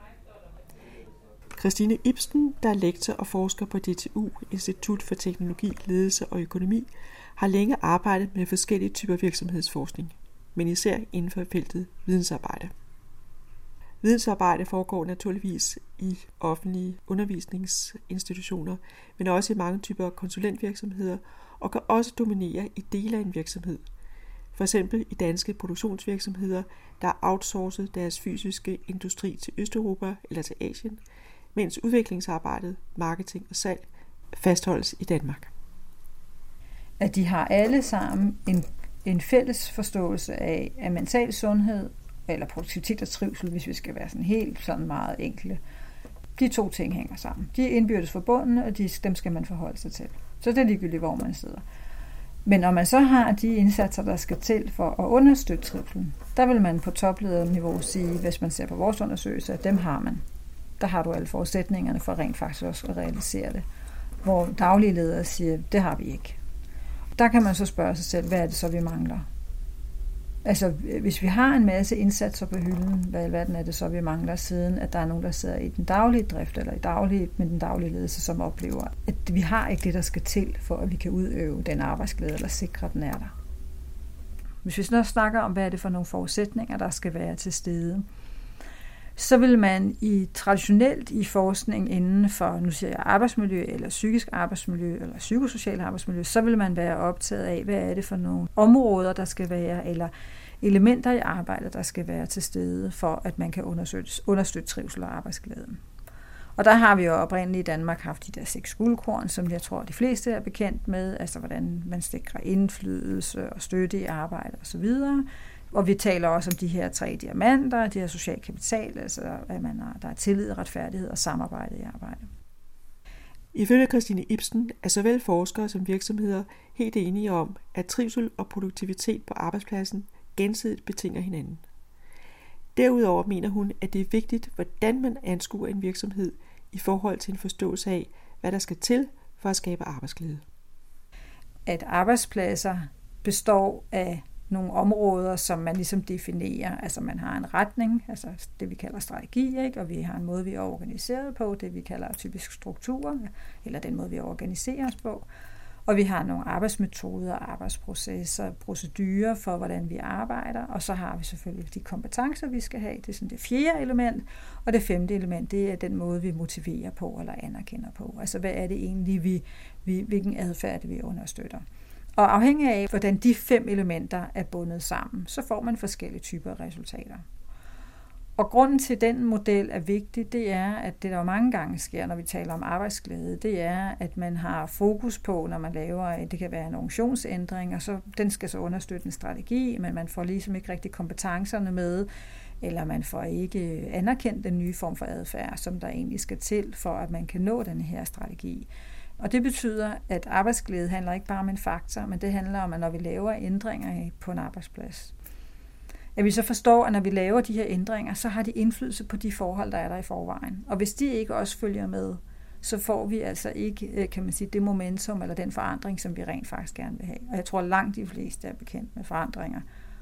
Christine Ibsen, der er lektor og forsker på D T U, Institut for Teknologi, Ledelse og Økonomi, har længe arbejdet med forskellige typer virksomhedsforskning, men især inden for feltet vidensarbejde. Vidensarbejde foregår naturligvis i offentlige undervisningsinstitutioner, men også i mange typer konsulentvirksomheder og kan også dominere i dele af en virksomhed. For eksempel i danske produktionsvirksomheder, der har outsourcet deres fysiske industri til Østeuropa eller til Asien, mens udviklingsarbejdet, marketing og salg fastholdes i Danmark. At de har alle sammen en, en fælles forståelse af, at mental sundhed eller produktivitet og trivsel, hvis vi skal være sådan helt sådan meget enkle, de to ting hænger sammen. De er indbyrdes forbundne, og de, dem skal man forholde sig til. Så det er ligegyldigt, hvor man sidder. Men når man så har de indsatser, der skal til for at understøtte trivselen, der vil man på toplederniveau sige, hvis man ser på vores undersøgelse, at dem har man. Der har du alle forudsætningerne for rent faktisk også at realisere det. Hvor daglige ledere siger, det har vi ikke. Der kan man så spørge sig selv, hvad er det så, vi mangler? Altså, hvis vi har en masse indsatser på hylden, hvad i verden er det så, vi mangler, siden at der er nogen, der sidder i den daglige drift, eller i daglige, med den daglige ledelse, som oplever, at vi har ikke det, der skal til, for at vi kan udøve den arbejdsglæde, eller sikre, at den er der. Hvis vi så snakker om, hvad er det for nogle forudsætninger, der skal være til stede, så vil man i traditionelt i forskning inden for, nu siger jeg arbejdsmiljø, eller psykisk arbejdsmiljø, eller psykosocial arbejdsmiljø, så vil man være optaget af, hvad er det for nogle områder, der skal være, eller elementer i arbejdet, der skal være til stede, for at man kan understøtte, understøtte trivsel og arbejdsglæden. Og der har vi jo oprindeligt i Danmark haft de der seks guldkorn, som jeg tror, de fleste er bekendt med, altså hvordan man sikrer indflydelse og støtte i arbejde osv., og vi taler også om de her tre diamanter, de her social kapital, altså at man har, der er tillid, retfærdighed og samarbejde i arbejde. Ifølge Christine Ibsen er såvel forskere som virksomheder helt enige om, at trivsel og produktivitet på arbejdspladsen gensidigt betinger hinanden. Derudover mener hun, at det er vigtigt, hvordan man anskuer en virksomhed i forhold til en forståelse af, hvad der skal til for at skabe arbejdsglæde. At arbejdspladser består af nogle områder, som man ligesom definerer. Altså man har en retning, altså det vi kalder strategi, ikke? Og vi har en måde, vi er organiseret på, det vi kalder typisk strukturer, eller den måde, vi organiserer os på. Og vi har nogle arbejdsmetoder, arbejdsprocesser, procedurer for, hvordan vi arbejder, og så har vi selvfølgelig de kompetencer, vi skal have. Det er sådan det fjerde element, og det femte element, det er den måde, vi motiverer på eller anerkender på. Altså hvad er det egentlig, vi, vi, hvilken adfærd vi understøtter. Og afhængig af, hvordan de fem elementer er bundet sammen, så får man forskellige typer af resultater. Og grunden til, at den model er vigtig, det er, at det der jo mange gange sker, når vi taler om arbejdsglæde, det er, at man har fokus på, når man laver, det kan være en organisationsændring, og så den skal så understøtte en strategi, men man får ligesom ikke rigtig kompetencerne med, eller man får ikke anerkendt den nye form for adfærd, som der egentlig skal til, for at man kan nå den her strategi. Og det betyder, at arbejdsglæde handler ikke bare om en faktor, men det handler om, at når vi laver ændringer på en arbejdsplads, at vi så forstår, at når vi laver de her ændringer, så har de indflydelse på de forhold, der er der i forvejen. Og hvis de ikke også følger med, så får vi altså ikke, kan man sige, det momentum eller den forandring, som vi rent faktisk gerne vil have. Og jeg tror, langt de fleste er bekendt med forandringer,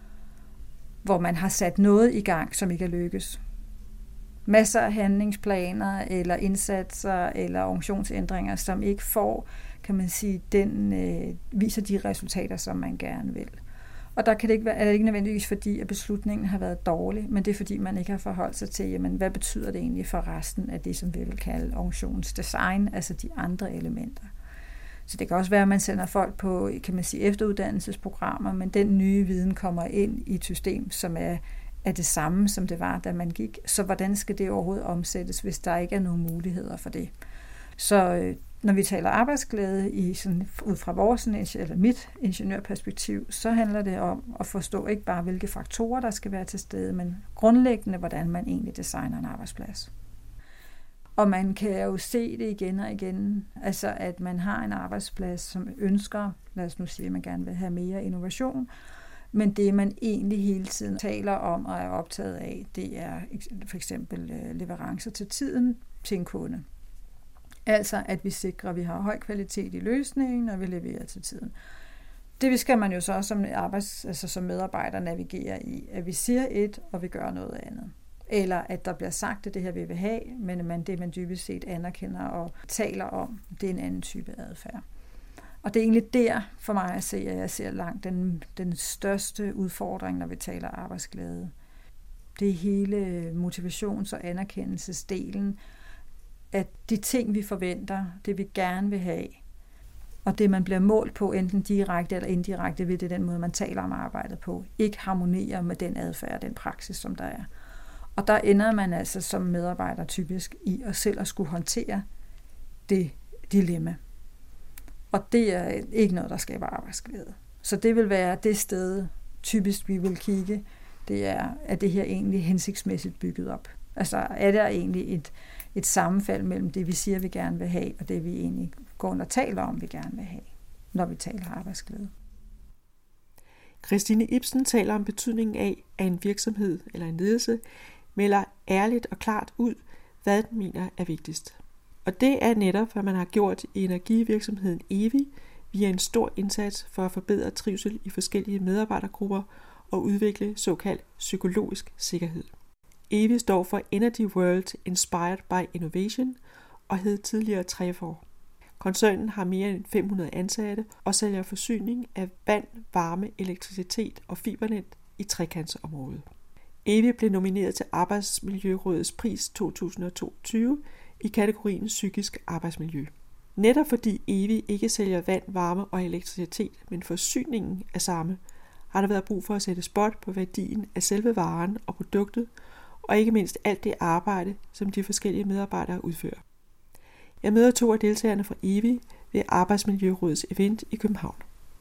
hvor man har sat noget i gang, som ikke er lykkes. Masser af handlingsplaner eller indsatser eller organisationsændringer, som ikke får, kan man sige, den øh, viser de resultater, som man gerne vil. Og der kan det ikke være, er det ikke nødvendigvis fordi, at beslutningen har været dårlig, men det er fordi, man ikke har forholdt sig til, jamen, hvad betyder det egentlig for resten af det, som vi vil kalde organisationens design, altså de andre elementer. Så det kan også være, at man sender folk på, kan man sige, efteruddannelsesprogrammer, men den nye viden kommer ind i et system, som er, er det samme, som det var, da man gik. Så hvordan skal det overhovedet omsættes, hvis der ikke er nogen muligheder for det? Så når vi taler arbejdsglæde i sådan, ud fra vores, eller mit ingeniørperspektiv, så handler det om at forstå ikke bare, hvilke faktorer, der skal være til stede, men grundlæggende, hvordan man egentlig designer en arbejdsplads. Og man kan jo se det igen og igen, altså at man har en arbejdsplads, som ønsker, lad os nu sige, at man gerne vil have mere innovation, men det, man egentlig hele tiden taler om og er optaget af, det er for eksempel leverancer til tiden til en kunde. Altså, at vi sikrer, at vi har høj kvalitet i løsningen, og vi leverer til tiden. Det skal man jo så som, arbejds, altså som medarbejder navigere i, at vi siger et, og vi gør noget andet. Eller at der bliver sagt, at det her vi vil have, men man, det man dybest set anerkender og taler om, det er en anden type adfærd. Og det er egentlig der for mig at se, at jeg ser langt den, den største udfordring, når vi taler arbejdsglæde. Det er hele motivations- og anerkendelsesdelen, at de ting, vi forventer, det vi gerne vil have, og det, man bliver målt på, enten direkte eller indirekte, ved det den måde, man taler om arbejdet på, ikke harmonerer med den adfærd, den praksis, som der er. Og der ender man altså som medarbejder typisk i at selv at skulle håndtere det dilemma. Og det er ikke noget, der skaber arbejdsglæde. Så det vil være det sted, typisk vi vil kigge, det er, at det her egentlig hensigtsmæssigt bygget op. Altså er der egentlig et, et sammenfald mellem det, vi siger, vi gerne vil have, og det, vi egentlig går og taler om, vi gerne vil have, når vi taler arbejdsglæde. Christine Ibsen taler om betydningen af, at en virksomhed eller en ledelse melder ærligt og klart ud, hvad den mener er vigtigst. Og det er netop, hvad man har gjort i energivirksomheden Evi via en stor indsats for at forbedre trivsel i forskellige medarbejdergrupper og udvikle såkaldt psykologisk sikkerhed. Evi står for Energy World Inspired by Innovation og hed tidligere Trefor. Koncernen har mere end fem hundrede ansatte og sælger forsyning af vand, varme, elektricitet og fibernet i trekantsområdet. Evi blev nomineret til Arbejdsmiljørådets pris to tusind og toogtyve i kategorien psykisk arbejdsmiljø. Netop fordi Evi ikke sælger vand, varme og elektricitet, men forsyningen af samme, har der været brug for at sætte spot på værdien af selve varen og produktet, og ikke mindst alt det arbejde, som de forskellige medarbejdere udfører. Jeg møder to af deltagerne fra Evi ved Arbejdsmiljørådets event i København.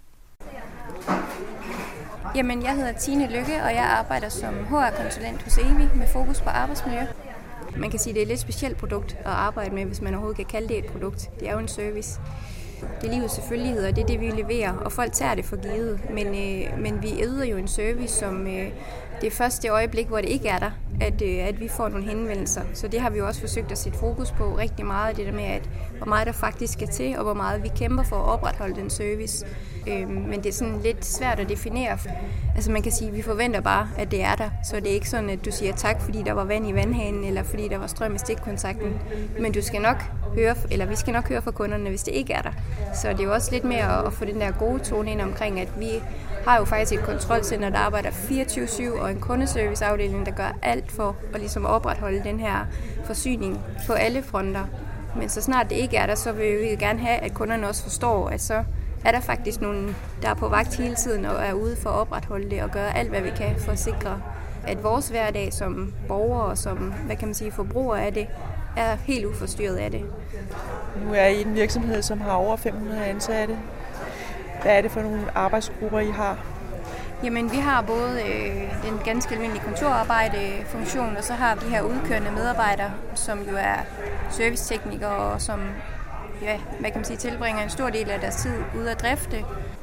Jamen, jeg hedder Tine Lykke, og jeg arbejder som H R-konsulent hos Evi med fokus på arbejdsmiljø. Man kan sige, at det er et lidt specielt produkt at arbejde med, hvis man overhovedet kan kalde det et produkt. Det er jo en service. Det er livets selvfølgeligheder, det er det, vi leverer, og folk tager det for givet. Men, øh, men vi yder jo en service, som øh, det er først det øjeblik, hvor det ikke er der, at, øh, at vi får nogle henvendelser. Så det har vi jo også forsøgt at sætte fokus på rigtig meget, det der med, at hvor meget der faktisk skal til, og hvor meget vi kæmper for at opretholde den service. Øh, men det er sådan lidt svært at definere. Altså man kan sige, at vi forventer bare, at det er der, så det er ikke sådan, at du siger tak, fordi der var vand i vandhanen, eller fordi der var strøm i stikkontakten. Men du skal nok høre, eller vi skal nok høre fra kunderne, hvis det ikke er der. Så det er jo også lidt mere at få den der gode tone ind omkring, at vi har jo faktisk et kontrolcenter, der arbejder fireogtyve syv, og en kundeserviceafdeling, der gør alt for at ligesom opretholde den her forsyning på alle fronter. Men så snart det ikke er der, så vil vi gerne have, at kunderne også forstår, at så er der faktisk nogen, der er på vagt hele tiden og er ude for at opretholde det og gøre alt, hvad vi kan for at sikre, at vores hverdag som borgere og som, hvad kan man sige, forbrugere af det, er helt uforstyrret af det. Nu er I en virksomhed, som har over fem hundrede ansatte. Hvad er det for nogle arbejdsgrupper, I har? Jamen, vi har både øh, den ganske almindelige kontorarbejdefunktion, og så har vi de her udkørende medarbejdere, som jo er serviceteknikere, og som ja, hvad kan man sige, tilbringer en stor del af deres tid ude at drifte.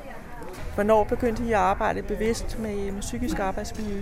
Hvornår begyndte I at arbejde bevidst med, med psykisk arbejdsmiljø?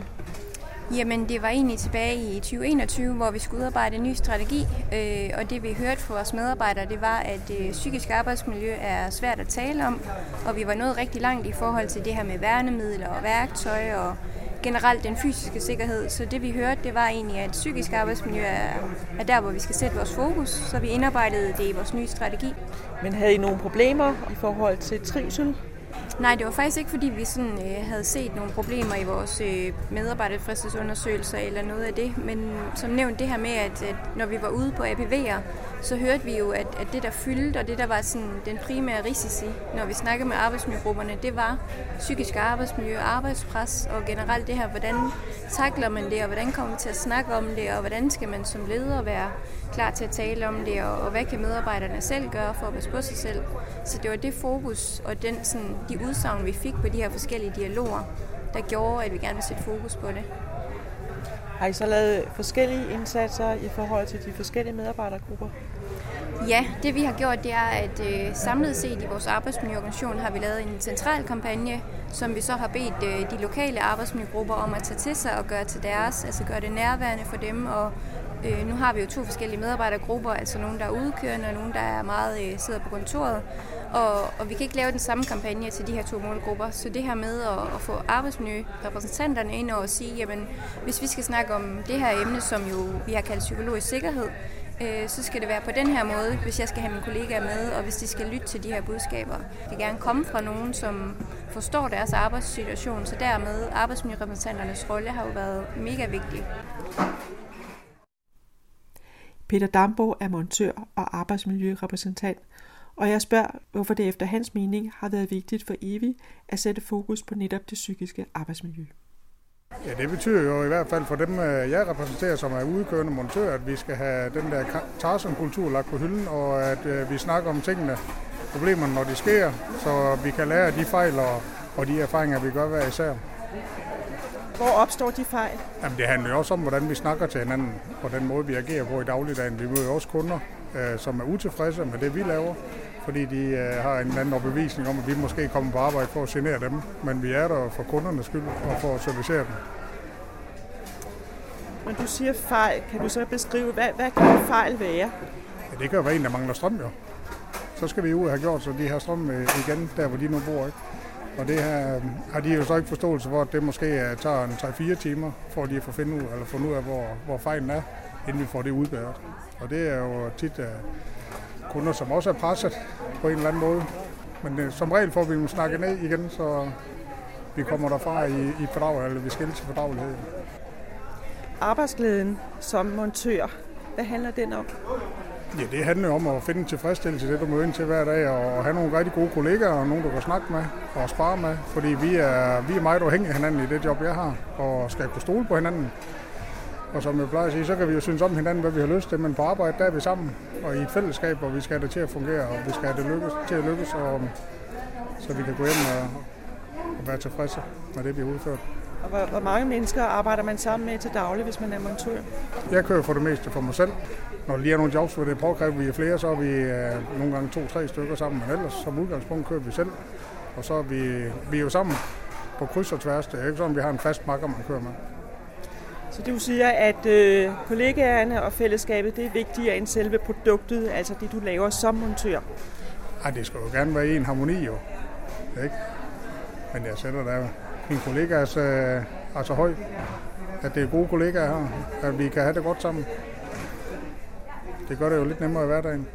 Jamen, det var egentlig tilbage i tyve enogtyve, hvor vi skulle udarbejde en ny strategi, øh, og det vi hørte fra vores medarbejdere, det var, at øh, psykisk arbejdsmiljø er svært at tale om, og vi var nået rigtig langt i forhold til det her med værnemidler og værktøj og generelt den fysiske sikkerhed. Så det vi hørte, det var egentlig, at psykisk arbejdsmiljø er, er der, hvor vi skal sætte vores fokus, så vi indarbejdede det i vores nye strategi. Men havde I nogle problemer i forhold til trivsel? Nej, det var faktisk ikke, fordi vi sådan, øh, havde set nogle problemer i vores øh, medarbejderfristesundersøgelser eller noget af det. Men som nævnt det her med, at, at når vi var ude på A P V'er, så hørte vi jo, at, at det der fyldte, og det der var sådan, den primære risici, når vi snakkede med arbejdsmiljøgrupperne, det var psykisk arbejdsmiljø, arbejdspres og generelt det her, hvordan takler man det, og hvordan kommer vi til at snakke om det, og hvordan skal man som leder være klar til at tale om det, og, og hvad kan medarbejderne selv gøre for at passe på sig selv. Så det var det fokus og den, sådan, de udsagn, vi fik på de her forskellige dialoger, der gjorde, at vi gerne vil sætte fokus på det. Har I så lavet forskellige indsatser i forhold til de forskellige medarbejdergrupper? Ja, det vi har gjort, det er, at øh, samlet set i vores arbejdsmiljøorganisation har vi lavet en central kampagne, som vi så har bedt øh, de lokale arbejdsmiljøgrupper om at tage til sig og gøre til deres, altså gøre det nærværende for dem. Og øh, nu har vi jo to forskellige medarbejdergrupper, altså nogle, der er udkørende, og nogle, der er meget øh, sidder på kontoret. Og, og vi kan ikke lave den samme kampagne til de her to målgrupper. Så det her med at, at få arbejdsmiljørepræsentanterne ind og sige, jamen hvis vi skal snakke om det her emne, som jo vi har kaldt psykologisk sikkerhed, øh, så skal det være på den her måde, hvis jeg skal have mine kollegaer med, og hvis de skal lytte til de her budskaber. Det kan gerne komme fra nogen, som forstår deres arbejdssituation, så dermed arbejdsmiljørepræsentanternes rolle har jo været mega vigtig. Peter Damborg er montør og arbejdsmiljørepræsentant, og jeg spørger, hvorfor det efter hans mening har været vigtigt for E V I at sætte fokus på netop det psykiske arbejdsmiljø. Ja, det betyder jo i hvert fald for dem, jeg repræsenterer, som er udkørende montør, at vi skal have den der Tarzan-kultur lagt på hylden, og at vi snakker om tingene, problemerne, når de sker, så vi kan lære af de fejl og, og de erfaringer, vi gør hver især. Hvor opstår de fejl? Jamen, det handler jo også om, hvordan vi snakker til hinanden, og den måde, vi agerer på i dagligdagen. Vi møder jo også kunder, øh, som er utilfredse med det, vi laver, fordi de øh, har en anden overbevisning om, at vi måske kommer på arbejde for at genere dem, men vi er der for kundernes skyld og for at servicere dem. Men du siger fejl. Kan du så beskrive, hvad, hvad kan fejl være? Ja, det kan jo være en, der mangler strøm, jo. Så skal vi ud og have gjort, så de har strøm igen, der hvor de nu bor, ikke? Og det her har de jo så ikke forståelse for, at det måske tager en tre fire timer, for de at få finde ud, eller finde ud af, hvor, hvor fejlen er, inden vi får det udbedret. Og det er jo tit uh, kunder, som også er presset på en eller anden måde. Men uh, som regel får vi dem snakket ned igen, så vi kommer derfra i, i fordrag, eller vi skiller til fordragelighed. Arbejdsglæden som montør, hvad handler den om? Ja, det handler jo om at finde en tilfredsstillelse i det, du møder ind til hver dag, og have nogle rigtig gode kollegaer, og nogen, du kan snakke med og spare med. Fordi vi er, vi er meget afhængige af hinanden i det job, jeg har, og skal kunne stole på hinanden. Og som jeg plejer at sige, så kan vi jo synes om hinanden, hvad vi har lyst til, men på arbejde, der er vi sammen, og i et fællesskab, hvor vi skal have det til at fungere, og vi skal have det lykkes, til at lykkes, og, så vi kan gå hjem og, og være tilfredse med det, vi har udført. Og hvor, hvor mange mennesker arbejder man sammen med til daglig, hvis man er montør? Jeg kører for det meste for mig selv. Når der lige er nogle jobs, hvor det er påkrævet, vi er flere, så er vi øh, nogle gange to-tre stykker sammen, men ellers som udgangspunkt kører vi selv. Og så er vi, vi er jo sammen på kryds og tværs. Det er ikke sådan, at vi har en fast makker, man kører med. Så du siger, at øh, kollegaerne og fællesskabet, det er vigtigere end selve produktet, altså det, du laver som montør? Ej, det skal jo gerne være i en harmoni, jo. Ikke? Men jeg sætter der mine kollegaer er så, er så høj, at det er gode kollegaer her, at vi kan have det godt sammen. Det gør det jo lidt nemmere i hverdagen.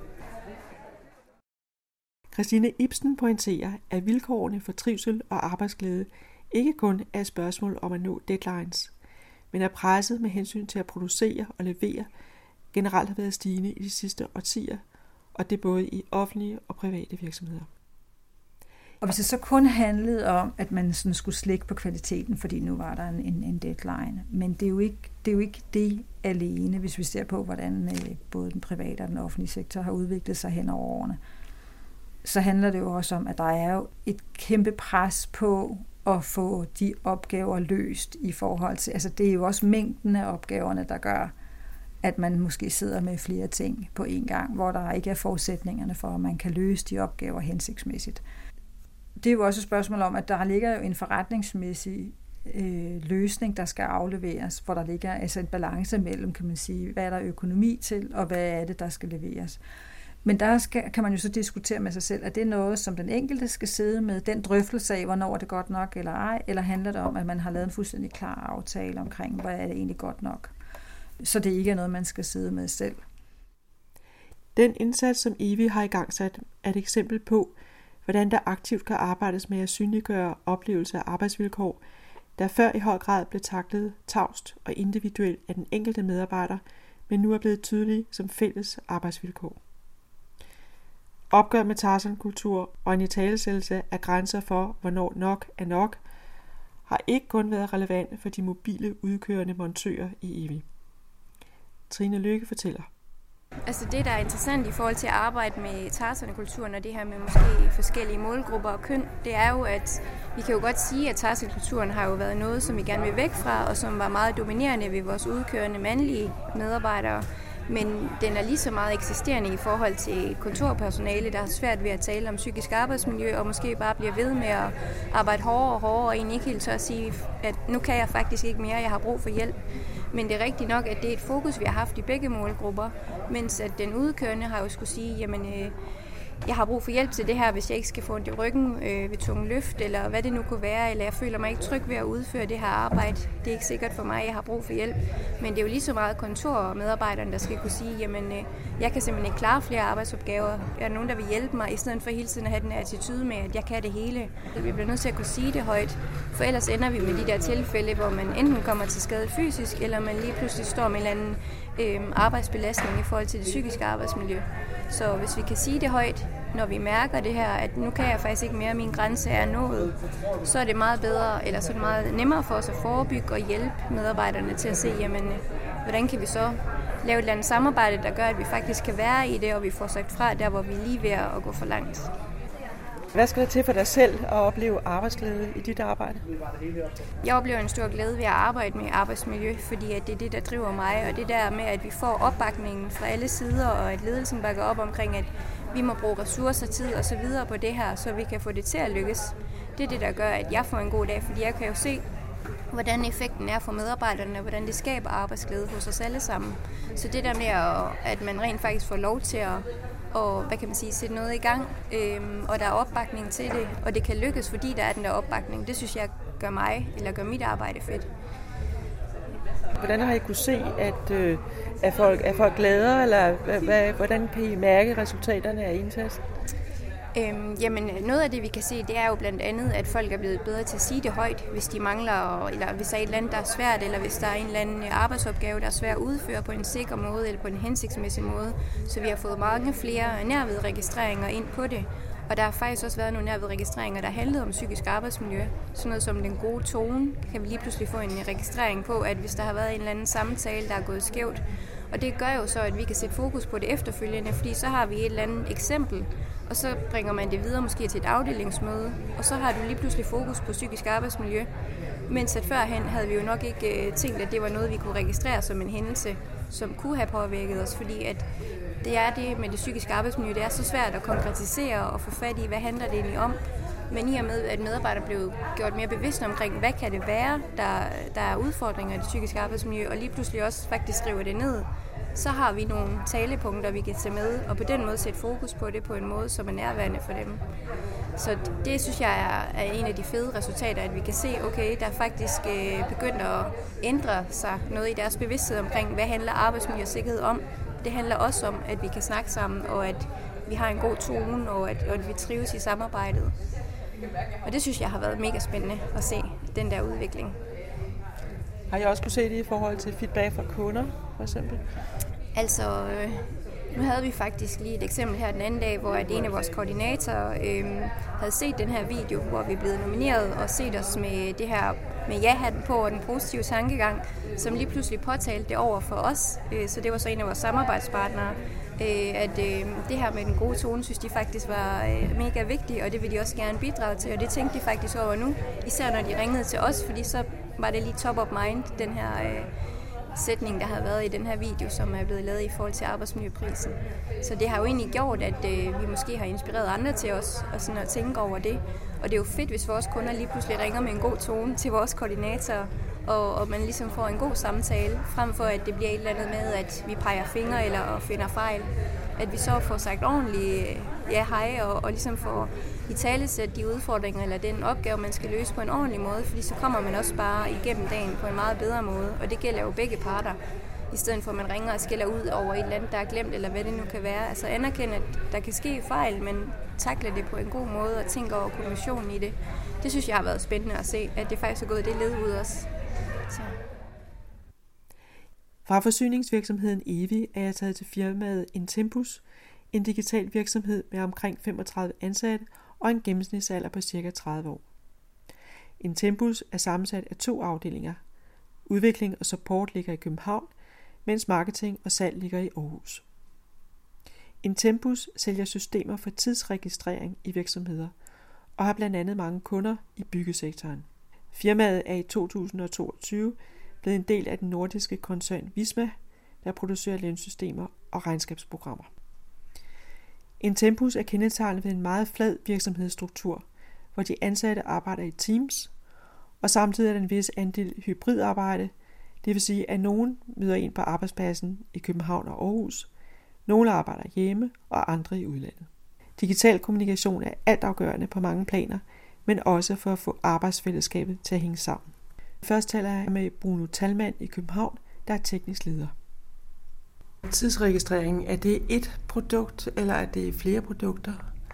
Christine Ibsen pointerer, at vilkårene for trivsel og arbejdsglæde ikke kun er et spørgsmål om at nå deadlines, men er presset med hensyn til at producere og levere generelt har været stigende i de sidste årtier, og det både i offentlige og private virksomheder. Og hvis det så kun handlede om, at man sådan skulle slække på kvaliteten, fordi nu var der en, en, en deadline, men det er, jo ikke, det er jo ikke det alene, hvis vi ser på, hvordan øh, både den private og den offentlige sektor har udviklet sig hen over årene. Så handler det jo også om, at der er jo et kæmpe pres på at få de opgaver løst i forhold til, altså det er jo også mængden af opgaverne, der gør, at man måske sidder med flere ting på en gang, hvor der ikke er forudsætningerne for, at man kan løse de opgaver hensigtsmæssigt. Det er jo også et spørgsmål om, at der ligger jo en forretningsmæssig øh, løsning, der skal afleveres, hvor der ligger altså en balance mellem, kan man sige, hvad er der økonomi til, og hvad er det, der skal leveres. Men der skal, kan man jo så diskutere med sig selv, at det er noget, som den enkelte skal sidde med, den drøftelse af, hvornår er det godt nok eller ej, eller handler det om, at man har lavet en fuldstændig klar aftale omkring, hvad er det egentlig godt nok. Så det ikke er noget, man skal sidde med selv. Den indsats, som Evie har igangsat, er et eksempel på, hvordan der aktivt kan arbejdes med at synliggøre oplevelse af arbejdsvilkår, der før i høj grad blev taklet tavst og individuelt af den enkelte medarbejder, men nu er blevet tydelige som fælles arbejdsvilkår. Opgør med Tarzan-kultur og en italesættelse af grænser for, hvornår nok er nok, har ikke kun været relevante for de mobile udkørende montører i Evie. Trine Lykke fortæller. Altså det, der er interessant i forhold til at arbejde med Tarzan-kulturen og det her med måske forskellige målgrupper og køn, det er jo, at vi kan jo godt sige, at Tarzan-kulturen har jo været noget, som vi gerne vil væk fra, og som var meget dominerende ved vores udkørende mandlige medarbejdere. Men den er lige så meget eksisterende i forhold til kontorpersonale, der har svært ved at tale om psykisk arbejdsmiljø, og måske bare bliver ved med at arbejde hårdere og hårdere, og egentlig ikke helt tør at sige, at nu kan jeg faktisk ikke mere, jeg har brug for hjælp. Men det er rigtigt nok, at det er et fokus, vi har haft i begge målgrupper, mens at den udkørende har jo skulle sige, jamen øh, jeg har brug for hjælp til det her, hvis jeg ikke skal få ondt i ryggen øh, ved tunge løft, eller hvad det nu kunne være, eller jeg føler mig ikke tryg ved at udføre det her arbejde. Det er ikke sikkert for mig, jeg har brug for hjælp. Men det er jo lige så meget kontor og medarbejderne, der skal kunne sige, jamen øh, jeg kan simpelthen ikke klare flere arbejdsopgaver. Er der nogen, der vil hjælpe mig, i stedet for hele tiden at have den attitude med, at jeg kan det hele. Vi bliver nødt til at kunne sige det højt, for ellers ender vi med de der tilfælde, hvor man enten kommer til skade fysisk, eller man lige pludselig står med en eller anden øh, arbejdsbelastning i forhold til det psykiske arbejdsmiljø. Så hvis vi kan sige det højt, når vi mærker det her, at nu kan jeg faktisk ikke mere, min grænse er nået, så er det meget bedre, eller så er det meget nemmere for os at forebygge og hjælpe medarbejderne til at se, jamen, hvordan kan vi så lave et eller andet samarbejde, der gør, at vi faktisk kan være i det, og vi får sagt fra der, hvor vi er lige ved at gå for langt. Hvad skal der til for dig selv at opleve arbejdsglæde i dit arbejde? Jeg oplever en stor glæde ved at arbejde med arbejdsmiljø, fordi at det er det, der driver mig, og det der med, at vi får opbakningen fra alle sider, og at ledelsen bakker op omkring, at vi må bruge ressourcer, tid og så videre på det her, så vi kan få det til at lykkes. Det er det, der gør, at jeg får en god dag, fordi jeg kan jo se, hvordan effekten er for medarbejderne, og hvordan det skaber arbejdsglæde hos os alle sammen. Så det der med, at man rent faktisk får lov til at og hvad kan man sige, sætte noget i gang, øhm, og der er opbakning til det, og det kan lykkes, fordi der er den der opbakning. Det synes jeg gør mig, eller gør mit arbejde fedt. Hvordan har I kunne se, at øh, er, folk, er folk glade, eller hvad, hvordan kan I mærke resultaterne af indsatsen? Øhm, jamen, noget af det, vi kan se, det er jo blandt andet, at folk er blevet bedre til at sige det højt, hvis de mangler, eller hvis der er et eller andet, der er svært, eller hvis der er en eller anden arbejdsopgave, der er svær at udføre på en sikker måde, eller på en hensigtsmæssig måde. Så vi har fået mange flere nærvedregistreringer ind på det. Og der har faktisk også været nogle nærvedregistreringer, der handlede om psykisk arbejdsmiljø. Sådan noget som den gode tone, kan vi lige pludselig få en registrering på, at hvis der har været en eller anden samtale, der er gået skævt. Og det gør jo så, at vi kan sætte fokus på det efterfølgende, fordi så har vi et eller andet eksempel, og så bringer man det videre måske til et afdelingsmøde, og så har du lige pludselig fokus på psykisk arbejdsmiljø. Mens at førhen havde vi jo nok ikke tænkt, at det var noget, vi kunne registrere som en hændelse, som kunne have påvirket os, fordi at det er det med det psykiske arbejdsmiljø, det er så svært at konkretisere og få fat i, hvad handler det egentlig om. Men i og med, at medarbejdere blev gjort mere bevidste omkring, hvad kan det være, der, der er udfordringer i det psykiske arbejdsmiljø, og lige pludselig også faktisk skriver det ned, så har vi nogle talepunkter, vi kan tage med, og på den måde sætte fokus på det på en måde, som er nærværende for dem. Så det synes jeg er, er en af de fede resultater, at vi kan se, okay, der er faktisk øh, begyndt at ændre sig noget i deres bevidsthed omkring, hvad handler arbejdsmiljø og sikkerhed om. Det handler også om, at vi kan snakke sammen, og at vi har en god tone, og at, og at vi trives i samarbejdet. Og det synes jeg har været mega spændende at se, den der udvikling. Har I også kunne se det i forhold til feedback fra kunder, for eksempel? Altså, øh, nu havde vi faktisk lige et eksempel her den anden dag, hvor at en af vores koordinatorer øh, havde set den her video, hvor vi er blevet nomineret, og set os med det her med ja-hatten på og den positive tankegang, som lige pludselig påtalte det over for os. Øh, så det var så en af vores samarbejdspartnere, øh, at øh, det her med den gode tone, synes de faktisk var øh, mega vigtigt, og det vil de også gerne bidrage til, og det tænkte de faktisk over nu, især når de ringede til os, fordi så var det lige top of mind, den her øh, sætning, der har været i den her video, som er blevet lavet i forhold til arbejdsmiljøprisen. Så det har jo egentlig gjort, at øh, vi måske har inspireret andre til os og sådan at tænke over det. Og det er jo fedt, hvis vores kunder lige pludselig ringer med en god tone til vores koordinatorer, og, og man ligesom får en god samtale, frem for at det bliver et eller andet med, at vi peger fingre eller finder fejl. At vi så får sagt ordentligt ja, hej, og, og ligesom får i talesæt de udfordringer eller den opgave, man skal løse på en ordentlig måde, fordi så kommer man også bare igennem dagen på en meget bedre måde, og det gælder jo begge parter. I stedet for at man ringer og skælder ud over et eller andet, der er glemt, eller hvad det nu kan være. Altså anerkende, at der kan ske fejl, men takle det på en god måde og tænke over kommunikationen i det. Det synes jeg har været spændende at se, at det faktisk er gået det led ud også. Så. Fra forsyningsvirksomheden Evi er jeg taget til firmaet Intempus, en digital virksomhed med omkring femogtredive ansatte og en gennemsnitsalder på ca. tredive år. Intempus er sammensat af to afdelinger. Udvikling og support ligger i København, mens marketing og salg ligger i Aarhus. Intempus sælger systemer for tidsregistrering i virksomheder og har blandt andet mange kunder i byggesektoren. Firmaet er i to tusind og toogtyve blevet en del af den nordiske koncern Visma, der producerer lønsystemer og regnskabsprogrammer. Intempus er kendetegnet ved en meget flad virksomhedsstruktur, hvor de ansatte arbejder i teams, og samtidig er der en vis andel hybridarbejde, det vil sige, at nogen møder ind på arbejdspladsen i København og Aarhus, nogle arbejder hjemme og andre i udlandet. Digital kommunikation er altafgørende på mange planer, men også for at få arbejdsfællesskabet til at hænge sammen. Først taler jeg med Bruno Talmand i København, der er teknisk leder. Tidsregistrering, er det et produkt, eller er det flere produkter?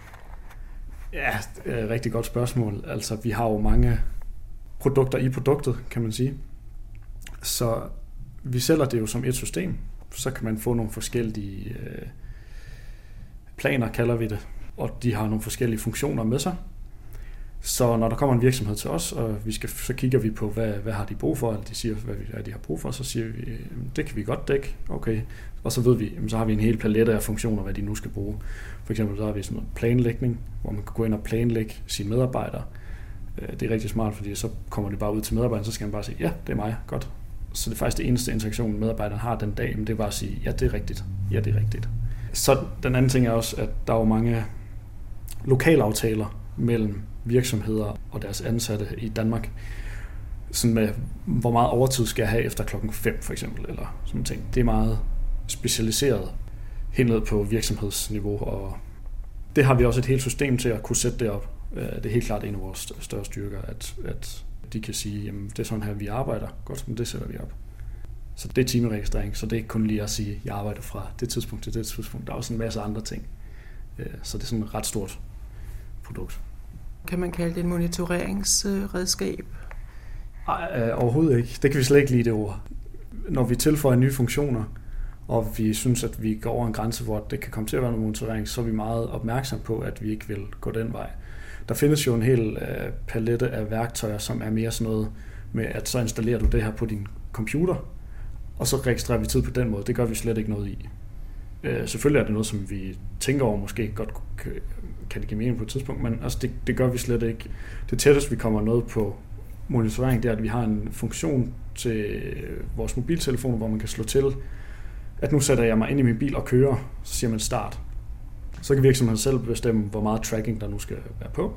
Ja, det er et rigtig godt spørgsmål. Altså, vi har jo mange produkter i produktet, kan man sige. Så vi sælger det jo som et system. Så kan man få nogle forskellige øh, planer, kalder vi det, og de har nogle forskellige funktioner med sig. Så når der kommer en virksomhed til os, og vi skal, så kigger vi på, hvad, hvad har de brug for, eller de siger, hvad, hvad de har brug for, så siger vi, det kan vi godt dække, okay. Og så ved vi, så har vi en hel palette af funktioner, hvad de nu skal bruge. For eksempel så har vi sådan noget planlægning, hvor man kan gå ind og planlægge sine medarbejdere. Det er rigtig smart, fordi så kommer det bare ud til medarbejderen, så skal man bare sige, ja, det er mig, godt. Så det er faktisk det eneste interaktion, medarbejderen har den dag, men det er bare at sige, ja, det er rigtigt, ja, det er rigtigt. Så den anden ting er også, at der er jo mange lokalaftaler mellem virksomheder og deres ansatte i Danmark, sådan med, hvor meget overtid skal jeg have efter klokken fem for eksempel, eller sådan ting. Det er meget specialiseret helt ned på virksomhedsniveau, og det har vi også et helt system til at kunne sætte det op. Det er helt klart en af vores større styrker, at, at de kan sige, jamen det er sådan her, vi arbejder. Godt, men det sætter vi op. Så det er timeregistrering, så det er ikke kun lige at sige, at jeg arbejder fra det tidspunkt til det tidspunkt. Der er også en masse andre ting. Så det er sådan et ret stort produkt. Kan man kalde det et monitoreringsredskab? Nej, overhovedet ikke. Det kan vi slet ikke lide det ord. Når vi tilføjer nye funktioner, og vi synes, at vi går over en grænse, hvor det kan komme til at være noget monitorering, så er vi meget opmærksom på, at vi ikke vil gå den vej. Der findes jo en hel palette af værktøjer, som er mere sådan noget med, at så installerer du det her på din computer, og så registrerer vi tid på den måde. Det gør vi slet ikke noget i. Selvfølgelig er det noget, som vi tænker over, måske godt kan det give mening på et tidspunkt, men altså det, det gør vi slet ikke. Det tætteste, vi kommer noget på monitorering, det er, at vi har en funktion til vores mobiltelefoner, hvor man kan slå til, at nu sætter jeg mig ind i min bil og kører, så siger man start. Så kan virksomheden selv bestemme, hvor meget tracking der nu skal være på.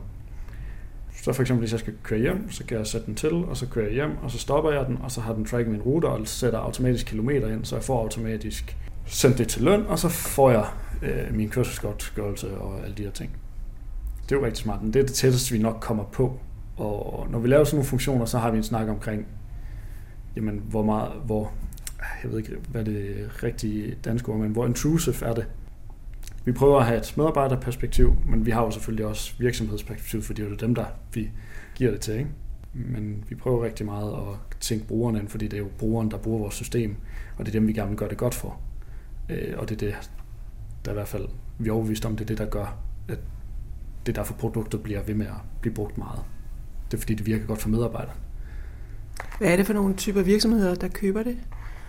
Så for eksempel, hvis jeg skal køre hjem, så kan jeg sætte den til, og så kører jeg hjem, og så stopper jeg den, og så har den tracking min rute, og sætter automatisk kilometer ind, så jeg får automatisk sendt det til løn, og så får jeg øh, min kørselsgodtgørelse og alle de her ting. Det er jo rigtig smart, men det er det tætteste, vi nok kommer på. Og når vi laver sådan nogle funktioner, så har vi en snak omkring, jamen, hvor meget, hvor, jeg ved ikke, hvad det rigtige danske ord, men hvor intrusive er det. Vi prøver at have et medarbejderperspektiv, men vi har jo selvfølgelig også virksomhedsperspektiv, fordi det er dem, der vi giver det til, ikke? Men vi prøver rigtig meget at tænke brugerne ind, fordi det er jo brugeren, der bruger vores system, og det er dem, vi gerne vil gøre det godt for. Og det er det, der i hvert fald, vi er overbevist om, det er det, der gør, at det er derfor produktet bliver ved med at blive brugt meget. Det er fordi, det virker godt for medarbejderne. Hvad er det for nogle typer virksomheder, der køber det?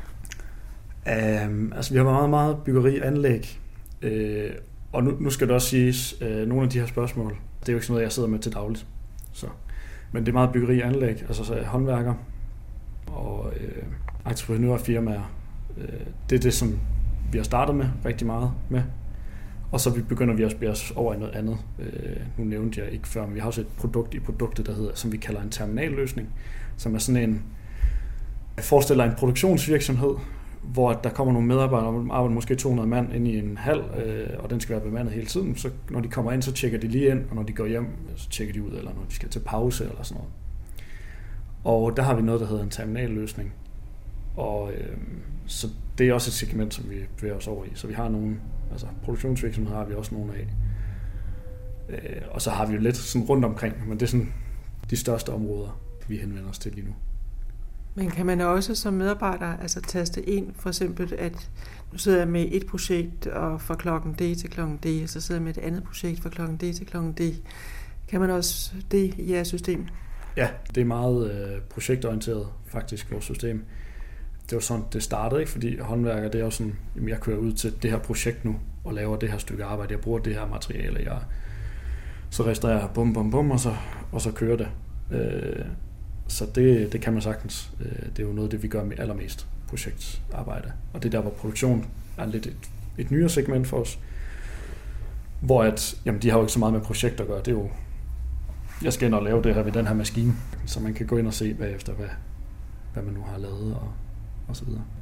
Um, altså vi har meget, meget byggeri anlæg, uh, og nu, nu skal det også siges, uh, nogle af de her spørgsmål, det er jo ikke sådan noget, jeg sidder med til dagligt. Så. Men det er meget byggeri anlæg, altså så håndværker og uh, entreprenørfirmaer. Uh, det er det, som vi har startet med rigtig meget med. Og så begynder vi at spille os over i noget andet. Uh, nu nævnte jeg ikke før, men vi har også et produkt i produktet, der hedder, som vi kalder en terminalløsning, som er sådan en, forestiller en produktionsvirksomhed, hvor der kommer nogle medarbejdere, og arbejder måske to hundrede mand ind i en hal, øh, og den skal være bemandet hele tiden. Så når de kommer ind, så tjekker de lige ind, og når de går hjem, så tjekker de ud, eller når de skal til pause eller sådan noget. Og der har vi noget, der hedder en terminalløsning. Og øh, så det er også et segment, som vi bevæger os over i. Så vi har nogle, altså produktionsvirksomheder har vi også nogle af. Øh, og så har vi jo lidt sådan rundt omkring, men det er sådan de største områder, vi henvender os til lige nu. Men kan man også som medarbejder altså taste ind, for eksempel, at nu sidder jeg med et projekt og fra klokken D til klokken D, og så sidder jeg med et andet projekt fra klokken D til klokken D. Kan man også det i jeres system? Ja, det er meget øh, projektorienteret faktisk, vores system. Det var sådan, det startede, ikke? Fordi håndværker, det er jo sådan, jamen, jeg kører ud til det her projekt nu, og laver det her stykke arbejde, jeg bruger det her materiale, jeg så registrerer jeg bum, bum, bum, og så, og så kører det. Øh, Så det, det kan man sagtens. Det er jo noget af det, vi gør med allermest projektarbejde. Og det er der, hvor produktion er lidt et, et nyere segment for os. Hvor at, jamen, de har jo ikke så meget med projekter at gøre. Det er jo, jeg skal ind og lave det her ved den her maskine, så man kan gå ind og se bagefter, hvad, hvad man nu har lavet og, og så videre.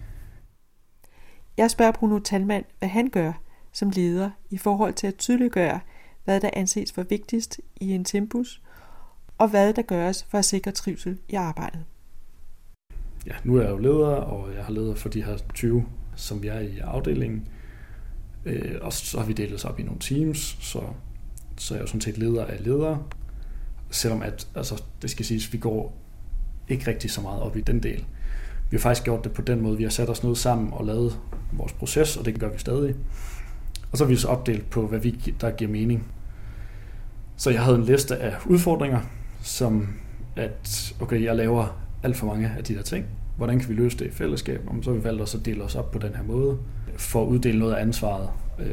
Jeg spørger Bruno Thalmann, hvad han gør som leder i forhold til at tydeliggøre, hvad der anses for vigtigst i en tempus, og hvad der gøres for at sikre trivsel i arbejdet. Ja, nu er jeg jo leder, og jeg har leder for de her tyve, som vi er i afdelingen. Øh, og så har vi delt os op i nogle teams, så, så er jeg jo sådan set leder af ledere. Selvom at, altså, det skal siges, vi går ikke rigtig så meget op i den del. Vi har faktisk gjort det på den måde, vi har sat os ned sammen og lavet vores proces, og det gør vi stadig. Og så har vi så opdelt på, hvad vi, der giver mening. Så jeg havde en liste af udfordringer, som at, okay, jeg laver alt for mange af de der ting. Hvordan kan vi løse det i fællesskab? Og så har vi valgt os at dele os op på den her måde, for at uddele noget af ansvaret.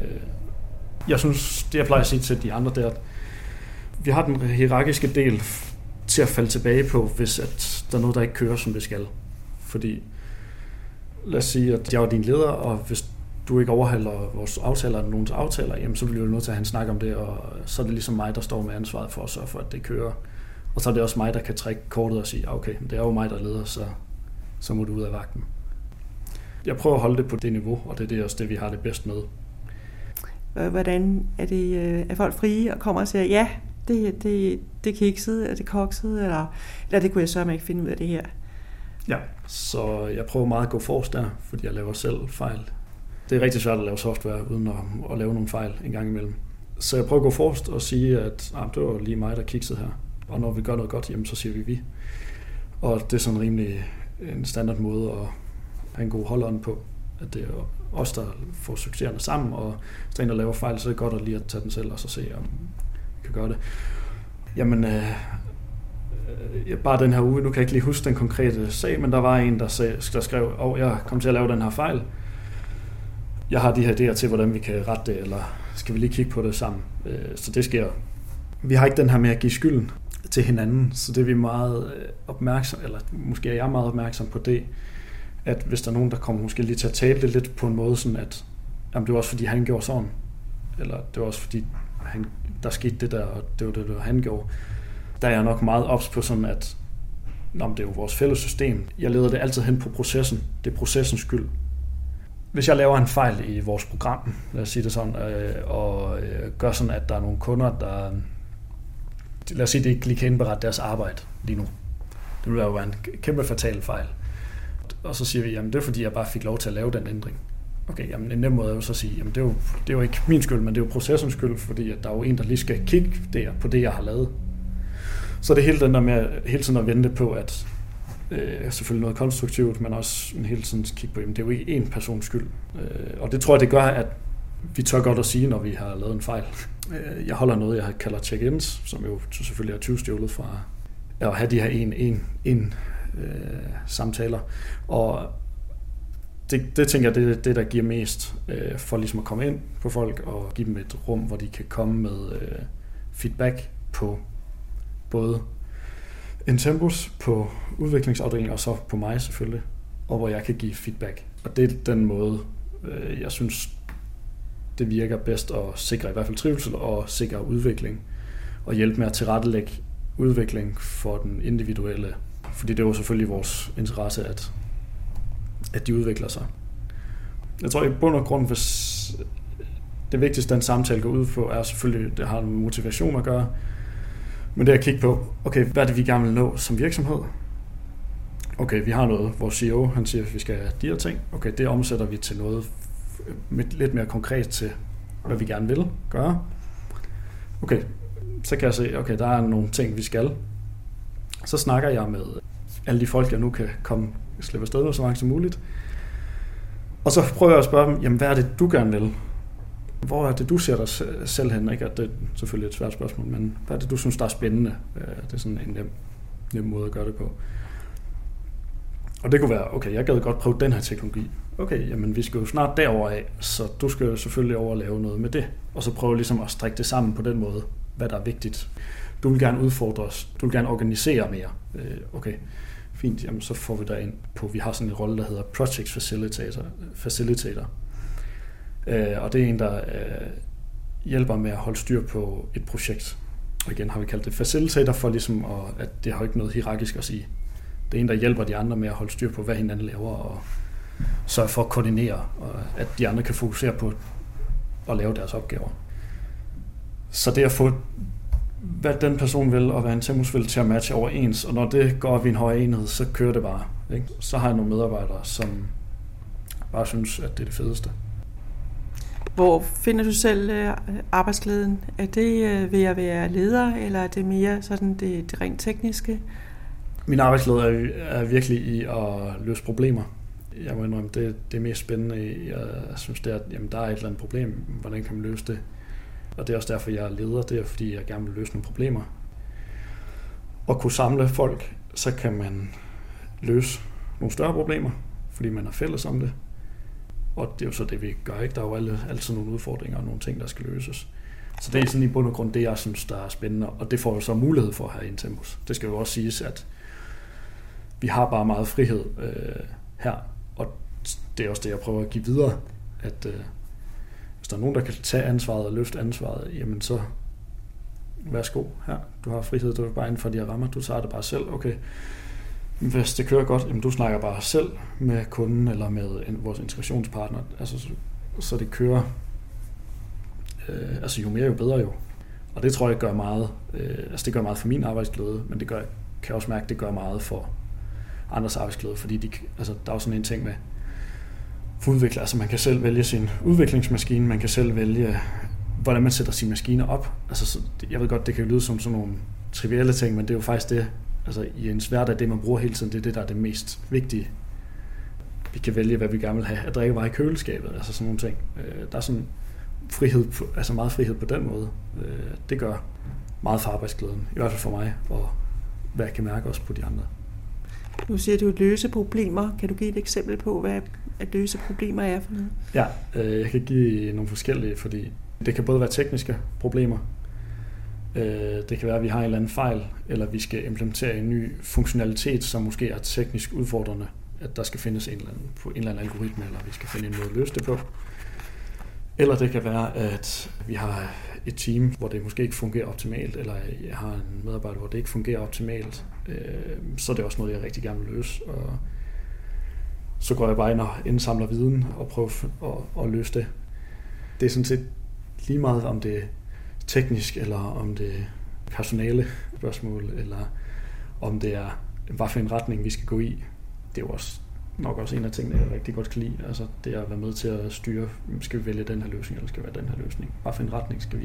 Jeg synes, det jeg plejer at sige til de andre, det er, at vi har den hierarkiske del til at falde tilbage på, hvis at der er noget, der ikke kører, som det skal. Fordi, lad os sige, at jeg var din leder, og hvis du ikke overholder vores aftaler eller nogens aftaler, jamen så bliver du nødt til at have en snak om det, og så er det ligesom mig, der står med ansvaret for at sørge for, at det kører. Og så er det også mig, der kan trække kortet og sige, okay, det er jo mig, der leder, så, så må du ud af vagten. Jeg prøver at holde det på det niveau, og det er også det, vi har det bedst med. Hvordan er det, er folk frie og kommer og siger, ja, det, det, det er kikset, er det kokset, eller, eller det kunne jeg sørge ikke finde ud af det her? Ja, så jeg prøver meget at gå forrest der, fordi jeg laver selv fejl. Det er rigtig svært at lave software, uden at, at lave nogle fejl en gang imellem. Så jeg prøver at gå forrest og sige, at ah, det var lige mig, der kiksede her. Og når vi gør noget godt, jamen, så siger vi vi. Og det er sådan rimelig en standard måde at have en god holdånd på. At det er os, der får succeserne sammen, og hvis der er en, der laver fejl, så er det godt at lige at tage den selv og så se, om vi kan gøre det. Jamen, øh, øh, bare den her uge, nu kan jeg ikke lige huske den konkrete sag, men der var en, der, sag, der skrev, at oh, jeg kom til at lave den her fejl. Jeg har de her idéer til, hvordan vi kan rette det, eller skal vi lige kigge på det sammen. Så det sker. Vi har ikke den her med at give skylden til hinanden, så det er vi meget opmærksom, eller måske er jeg meget opmærksom på det, at hvis der er nogen, der kommer måske lige til at tale det lidt på en måde, sådan at jamen, det var også fordi, han gjorde sådan, eller det var også fordi, han, der skete det der, og det var det, der han gjorde. Der er jeg nok meget ops på sådan, at nå, det er jo vores fælles system. Jeg leder det altid hen på processen. Det er processens skyld. Hvis jeg laver en fejl i vores program, lad os sige det sådan, øh, og øh, gør sådan, at der er nogle kunder, der, lad os sige, de ikke lige kan indberette deres arbejde lige nu. Det vil jo være en kæmpe fatal fejl. Og så siger vi, jamen det er fordi, jeg bare fik lov til at lave den ændring. Okay, jamen en nem måde er jo så at sige, jamen det er jo, det er jo ikke min skyld, men det er jo processens skyld, fordi at der er jo en, der lige skal kigge der på det, jeg har lavet. Så det er hele den der med hele tiden at vente på, at øh, selvfølgelig noget konstruktivt, men også en hele tiden kigge på, jamen det er jo ikke én persons skyld. Øh, og det tror jeg, det gør, at vi tør godt at sige, når vi har lavet en fejl. Øh, jeg holder noget, jeg kalder check-ins, som jo selvfølgelig er tyvstjålet fra at have de her en, en, en øh, samtaler. Og det, det tænker jeg, det er det, der giver mest øh, for ligesom at komme ind på folk og give dem et rum, hvor de kan komme med øh, feedback på både Intembus, på udviklingsafdelingen og så på mig selvfølgelig, og hvor jeg kan give feedback. Og det er den måde, øh, jeg synes, det virker bedst at sikre i hvert fald trivsel og sikre udvikling, og hjælpe med at tilrettelægge udvikling for den individuelle. Fordi det er jo selvfølgelig vores interesse, at, at de udvikler sig. Jeg tror i bund og grund, hvis det vigtigste, den samtale går ud på, er selvfølgelig, det har med motivation at gøre, men det er at kigge på, okay, hvad er det, vi gerne vil nå som virksomhed? Okay, vi har noget, vores C E O, han siger, at vi skal have de her ting. Okay, det omsætter vi til noget lidt mere konkret til, hvad vi gerne vil gøre. Okay, så kan jeg se, okay, der er nogle ting, vi skal. Så snakker jeg med alle de folk, jeg nu kan komme slippe afsted med så mange som muligt. Og så prøver jeg at spørge dem, jamen hvad er det, du gerne vil? Hvor er det, du ser dig selv hen? Ikke? At det er selvfølgelig et svært spørgsmål, men hvad er det, du synes, der er spændende? Det er sådan en nem, nem måde at gøre det på. Og det kunne være, okay, jeg gad godt prøve den her teknologi. Okay, jamen vi skal jo snart derover af, så du skal jo selvfølgelig over og lave noget med det. Og så prøve ligesom at strikke det sammen på den måde, hvad der er vigtigt. Du vil gerne udfordre os, du vil gerne organisere mere. Okay, fint, jamen så får vi der ind på, vi har sådan en rolle, der hedder Project Facilitator. facilitator. Og det er en, der hjælper med at holde styr på et projekt. Og igen har vi kaldt det Facilitator, for ligesom at, at det har ikke noget hierarkisk at sige. Det er en, der hjælper de andre med at holde styr på, hvad hinanden laver, og sørge for at koordinere, og at de andre kan fokusere på at lave deres opgaver. Så det at få, hvad den person vil, og hvad en Intembus vil, til at matche overens, og når det går op i en høj enhed, så kører det bare. Ikke? Så har jeg nogle medarbejdere, som bare synes, at det er det fedeste. Hvor finder du selv arbejdsglæden? Er det ved at være leder, eller er det mere sådan det, det rent tekniske? Min arbejdsglæde er, er virkelig i at løse problemer. Jeg må indrømme, det, det er mest spændende. Jeg synes, det er, at jamen, der er et eller andet problem. Hvordan kan man løse det? Og det er også derfor, jeg er leder. Det er, fordi jeg gerne vil løse nogle problemer. Og kunne samle folk, så kan man løse nogle større problemer, fordi man er fælles om det. Og det er jo så det, vi gør. Ikke? Der er jo alle, altid nogle udfordringer og nogle ting, der skal løses. Så det er sådan i bund og grund det, jeg synes, der er spændende. Og det får jo så mulighed for her i Intembus. Det skal jo også siges, at vi har bare meget frihed øh, her. Og det er også det, jeg prøver at give videre. At øh, hvis der er nogen, der kan tage ansvaret og løfte ansvaret, jamen så værsgo her. Du har frihed, du er bare inden for de her rammer. Du tager det bare selv. Okay. Hvis det kører godt, jamen du snakker bare selv med kunden eller med en, vores integrationspartner. Altså, så, så det kører. Øh, altså jo mere, jo bedre jo. Og det tror jeg gør meget. Øh, altså det gør meget for min arbejdsglæde, men det gør, kan jeg også mærke, det gør meget for andres arbejdsglæde, fordi de, altså, der er jo sådan en ting med for udvikler. Altså man kan selv vælge sin udviklingsmaskine, man kan selv vælge, hvordan man sætter sine maskiner op. Altså, så, jeg ved godt, det kan lyde som sådan nogle trivielle ting, men det er jo faktisk det, altså i ens hverdag, det man bruger hele tiden, det er det, der er det mest vigtige. Vi kan vælge, hvad vi gerne vil have at drikke i køleskabet, altså sådan nogle ting. Der er sådan frihed, på, altså meget frihed på den måde. Det gør meget for arbejdsglæden, i hvert fald for mig, og hvad jeg kan mærke også på de andre. Nu siger du at løse problemer. Kan du give et eksempel på, hvad at løse problemer er for noget? Ja, øh, jeg kan give nogle forskellige, fordi det kan både være tekniske problemer. Øh, det kan være, at vi har en eller anden fejl, eller vi skal implementere en ny funktionalitet, som måske er teknisk udfordrende. At der skal findes en eller anden, på en eller anden algoritme, eller vi skal finde en måde at løse det på. Eller det kan være, at vi har et team, hvor det måske ikke fungerer optimalt, eller jeg har en medarbejder, hvor det ikke fungerer optimalt. Så er det også noget, jeg rigtig gerne vil løse. Og så går jeg bare ind og indsamler viden og prøver at, at løse det. Det er sådan set lige meget, om det er teknisk, eller om det er personale spørgsmål, eller om det er, hvad for en retning vi skal gå i. Det er jo også nok også en af tingene, jeg rigtig godt kan lide. Altså det at være med til at styre, skal vi vælge den her løsning, eller skal vi være den her løsning? Hvad for en retning skal vi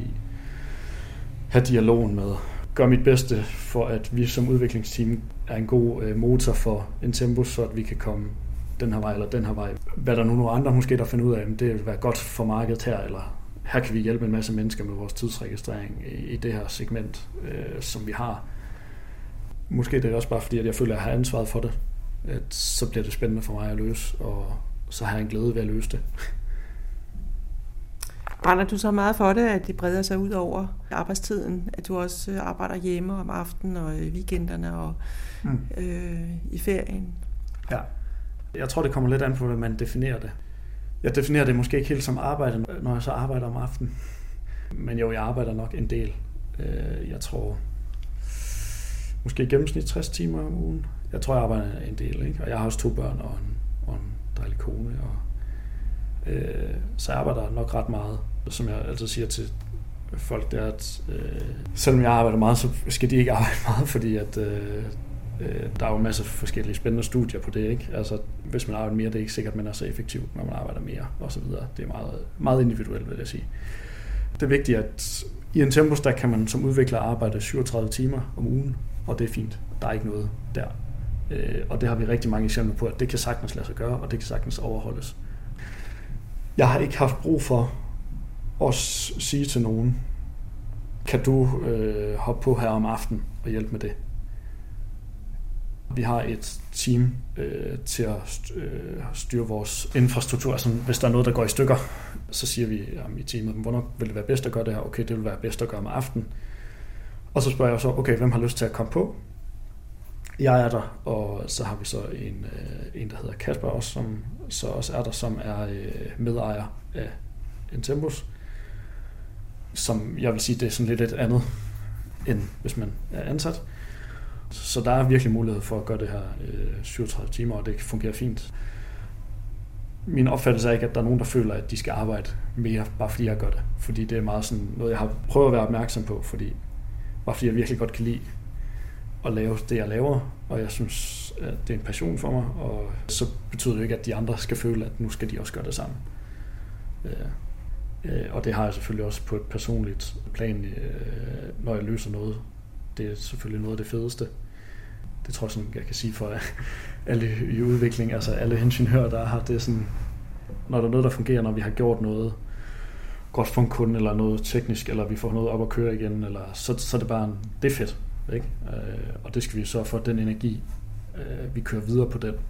have dialogen med? Gør mit bedste for, at vi som udviklingsteam er en god motor for Intembus, så at vi kan komme den her vej eller den her vej. Hvad der nu nogle andre måske, der finder ud af, det vil være godt for markedet her, eller her kan vi hjælpe en masse mennesker med vores tidsregistrering i, i det her segment, øh, som vi har. Måske det er også bare fordi, at jeg føler, at jeg har ansvaret for det. At så bliver det spændende for mig at løse, og så har jeg en glæde ved at løse det. Brænder du så meget for det, at det breder sig ud over arbejdstiden? At du også arbejder hjemme om aftenen og i weekenderne og mm. øh, i ferien? Ja. Jeg tror, det kommer lidt an på, hvordan man definerer det. Jeg definerer det måske ikke helt som arbejde, når jeg så arbejder om aftenen. Men jo, jeg arbejder nok en del. Jeg tror måske i gennemsnit tres timer om ugen. Jeg tror, jeg arbejder en del, ikke? Og jeg har også to børn og en, og en dejlig kone. Og, øh, så jeg arbejder nok ret meget. Som jeg altid siger til folk, det er, at øh, selvom jeg arbejder meget, så skal de ikke arbejde meget, fordi at, øh, øh, der er jo en masse forskellige spændende studier på det, ikke? Altså, hvis man arbejder mere, det er ikke sikkert, at man er så effektiv, når man arbejder mere, og så videre. Det er meget, meget individuelt, vil jeg sige. Det er vigtigt, at i Intembus, der kan man som udvikler arbejde syvogtredive timer om ugen, og det er fint. Der er ikke noget der. Øh, og det har vi rigtig mange eksempler på, at det kan sagtens lade sig gøre, og det kan sagtens overholdes. Jeg har ikke haft brug for at sige til nogen, kan du øh, hoppe på her om aftenen og hjælpe med det? Vi har et team øh, til at øh, styre vores infrastruktur. Altså, hvis der er noget, der går i stykker, så siger vi jamen, i teamet, hvornår vil det være bedst at gøre det her? Okay, det vil være bedst at gøre om aftenen. Og så spørger jeg så, okay, hvem har lyst til at komme på? Jeg er der, og så har vi så en, øh, en der hedder Kasper også, som så også er der, som er øh, medejer af Intembus. Som jeg vil sige, det er sådan lidt et andet, end hvis man er ansat. Så der er virkelig mulighed for at gøre det her øh, syvogtredive timer, og det fungerer fint. Min opfattelse er ikke, at der er nogen, der føler, at de skal arbejde mere, bare fordi jeg gør det. Fordi det er meget sådan noget, jeg har prøvet at være opmærksom på, fordi, bare fordi jeg virkelig godt kan lide at lave det, jeg laver, og jeg synes, at det er en passion for mig, og så betyder det ikke, at de andre skal føle, at nu skal de også gøre det samme. Og det har jeg selvfølgelig også på et personligt plan, når jeg løser noget. Det er selvfølgelig noget af det fedeste. Det tror jeg, sådan, jeg kan sige for alle i udvikling, altså alle ingeniører, der har det sådan, når der er noget, der fungerer, når vi har gjort noget godt for en kunde, eller noget teknisk, eller vi får noget op at køre igen, eller, så, så er det bare en, det er fedt, ikke? Og det skal vi sørge for, den energi, vi kører videre på den.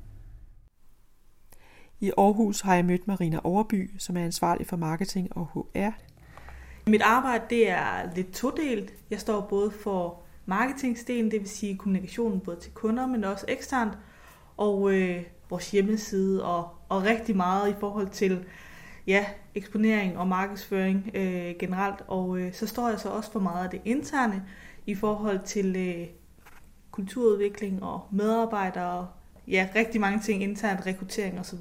I Aarhus har jeg mødt Marina Overby, som er ansvarlig for marketing og H R. Mit arbejde det er lidt todelt. Jeg står både for marketingsdelen, det vil sige kommunikationen både til kunder, men også eksternt, og øh, vores hjemmeside og, og rigtig meget i forhold til ja, eksponering og markedsføring øh, generelt. Og øh, så står jeg så også for meget af det interne i forhold til øh, kulturudvikling og medarbejdere, ja, rigtig mange ting internt, rekruttering osv.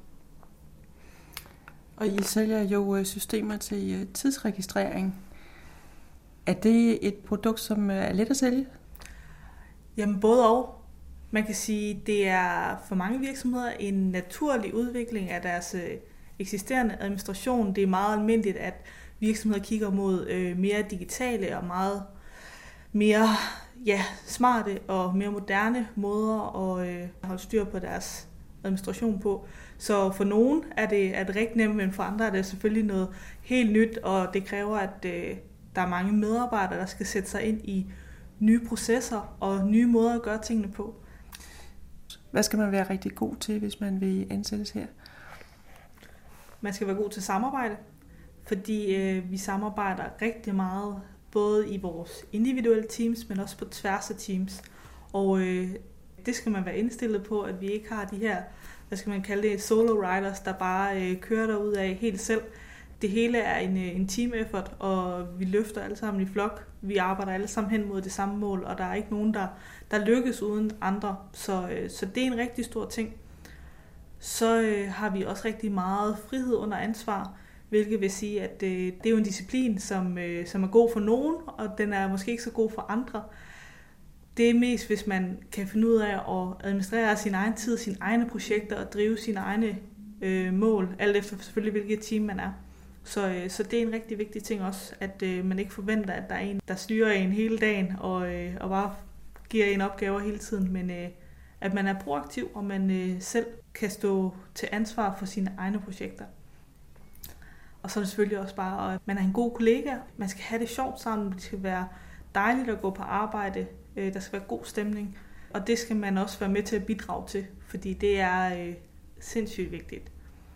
Og I sælger jo systemer til tidsregistrering. Er det et produkt, som er let at sælge? Jamen både og. Man kan sige, det er for mange virksomheder en naturlig udvikling af deres eksisterende administration. Det er meget almindeligt, at virksomheder kigger mod øh, mere digitale og meget mere ja, smarte og mere moderne måder at øh, holde styr på deres administration på. Så for nogen er det, er det rigtig nemt, men for andre er det selvfølgelig noget helt nyt, og det kræver, at øh, der er mange medarbejdere, der skal sætte sig ind i nye processer og nye måder at gøre tingene på. Hvad skal man være rigtig god til, hvis man vil ansættes her? Man skal være god til samarbejde, fordi øh, vi samarbejder rigtig meget, både i vores individuelle teams, men også på tværs af teams. Og øh, det skal man være indstillet på, at vi ikke har de her, hvad skal man kalde det, solo riders, der bare øh, kører derud af helt selv. Det hele er en, en team effort, og vi løfter alle sammen i flok. Vi arbejder alle sammen hen mod det samme mål, og der er ikke nogen, der, der lykkes uden andre. Så, øh, så det er en rigtig stor ting. Så øh, har vi også rigtig meget frihed under ansvar, hvilket vil sige, at øh, det er jo en disciplin, som, øh, som er god for nogen, og den er måske ikke så god for andre. Det er mest, hvis man kan finde ud af at administrere sin egen tid, sine egne projekter og drive sine egne øh, mål, alt efter selvfølgelig, hvilket team man er. Så, øh, så det er en rigtig vigtig ting også, at øh, man ikke forventer, at der er en, der styrer en hele dagen og, øh, og bare giver en opgaver hele tiden, men øh, at man er proaktiv, og man øh, selv kan stå til ansvar for sine egne projekter. Og så er det selvfølgelig også bare, at man er en god kollega. Man skal have det sjovt sammen. Det skal være dejligt at gå på arbejde. Øh, der skal være god stemning. Og det skal man også være med til at bidrage til, fordi det er øh, sindssygt vigtigt.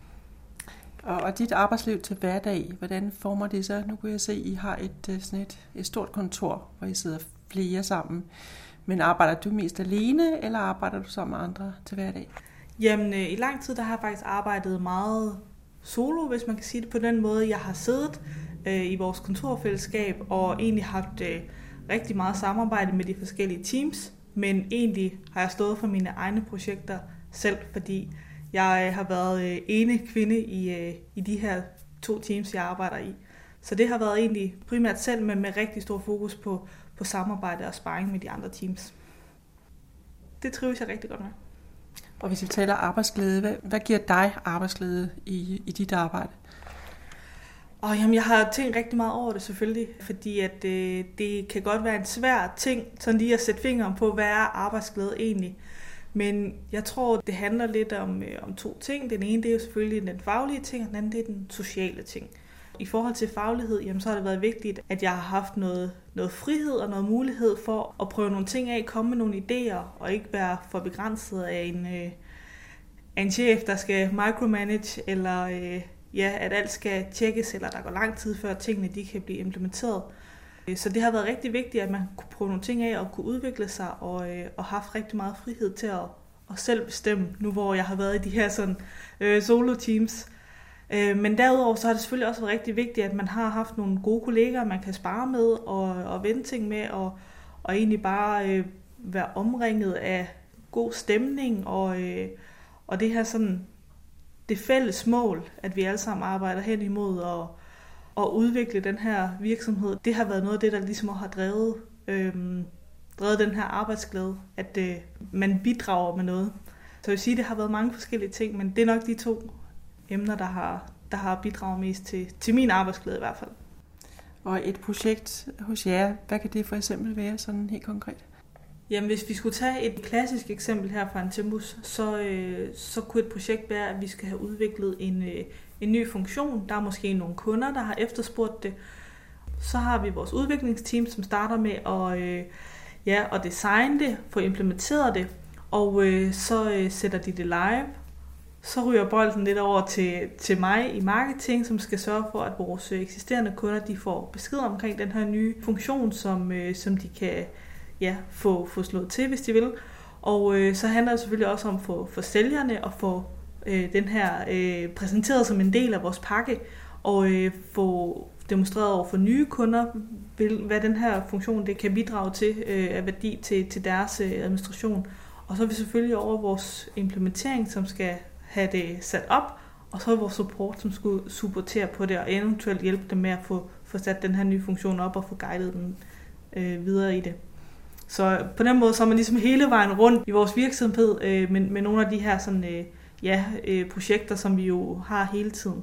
Og, og dit arbejdsliv til hverdag, hvordan former det sig? Nu kunne jeg se, at I har et, sådan et, et stort kontor, hvor I sidder flere sammen. Men arbejder du mest alene, eller arbejder du sammen med andre til hverdag? Jamen, øh, i lang tid der har jeg faktisk arbejdet meget solo, hvis man kan sige det på den måde. Jeg har siddet øh, i vores kontorfællesskab og egentlig haft øh, rigtig meget samarbejde med de forskellige teams, men egentlig har jeg stået for mine egne projekter selv, fordi jeg øh, har været øh, ene kvinde i, øh, i de her to teams, jeg arbejder i. Så det har været egentlig primært selv, men med rigtig stor fokus på, på samarbejde og sparring med de andre teams. Det trives jeg rigtig godt med. Og hvis vi taler arbejdsglæde, hvad, hvad giver dig arbejdsglæde i, i dit arbejde? Og jamen, jeg har tænkt rigtig meget over det selvfølgelig, fordi at, øh, det kan godt være en svær ting, sådan lige at sætte fingeren på, hvad er arbejdsglæde egentlig. Men jeg tror, det handler lidt om, øh, om to ting. Den ene det er jo selvfølgelig den faglige ting, og den anden det er den sociale ting. I forhold til faglighed, jamen, så har det været vigtigt, at jeg har haft noget, noget frihed og noget mulighed for at prøve nogle ting af, komme med nogle idéer, og ikke være for begrænset af en, øh, af en chef, der skal micromanage, eller øh, ja, at alt skal tjekkes, eller der går lang tid før tingene de kan blive implementeret. Så det har været rigtig vigtigt, at man kunne prøve nogle ting af og kunne udvikle sig, og, øh, og haft rigtig meget frihed til at, at selv bestemme, nu hvor jeg har været i de her sådan, øh, solo-teams. Men derudover så har det selvfølgelig også været rigtig vigtigt, at man har haft nogle gode kollegaer, man kan spare med og, og vende ting med, og, og egentlig bare øh, være omringet af god stemning, og, øh, og det her sådan, det fælles mål, at vi alle sammen arbejder hen imod og, og udvikle den her virksomhed. Det har været noget af det, der ligesom har drevet, øh, drevet den her arbejdsglæde, at øh, man bidrager med noget. Så jeg vil sige, at det har været mange forskellige ting, men det er nok de to emner, der har, der har bidraget mest til, til min arbejdsglæde i hvert fald. Og et projekt hos jer, hvad kan det for eksempel være sådan helt konkret? Jamen hvis vi skulle tage et klassisk eksempel her fra Antembus, så, øh, så kunne et projekt være, at vi skal have udviklet en, øh, en ny funktion. Der er måske nogle kunder, der har efterspurgt det. Så har vi vores udviklingsteam, som starter med at, øh, ja, at designe det, få implementeret det, og øh, så øh, sætter de det live. Så ryger bolden lidt over til, til mig i marketing, som skal sørge for, at vores eksisterende kunder de får besked omkring den her nye funktion, som, øh, som de kan ja, få, få slået til, hvis de vil. Og øh, så handler det selvfølgelig også om for, for sælgerne at få øh, den her øh, præsenteret som en del af vores pakke, og øh, få demonstreret over for nye kunder, hvad den her funktion det kan bidrage til øh, af værdi til, til deres øh, administration. Og så er vi selvfølgelig over vores implementering, som skal have det sat op, og så er vores support, som skulle supportere på det, og eventuelt hjælpe dem med at få, få sat den her nye funktion op og få guidet den øh, videre i det. Så på den måde så er man ligesom hele vejen rundt i vores virksomhed øh, med, med nogle af de her sådan, øh, ja, øh, projekter, som vi jo har hele tiden.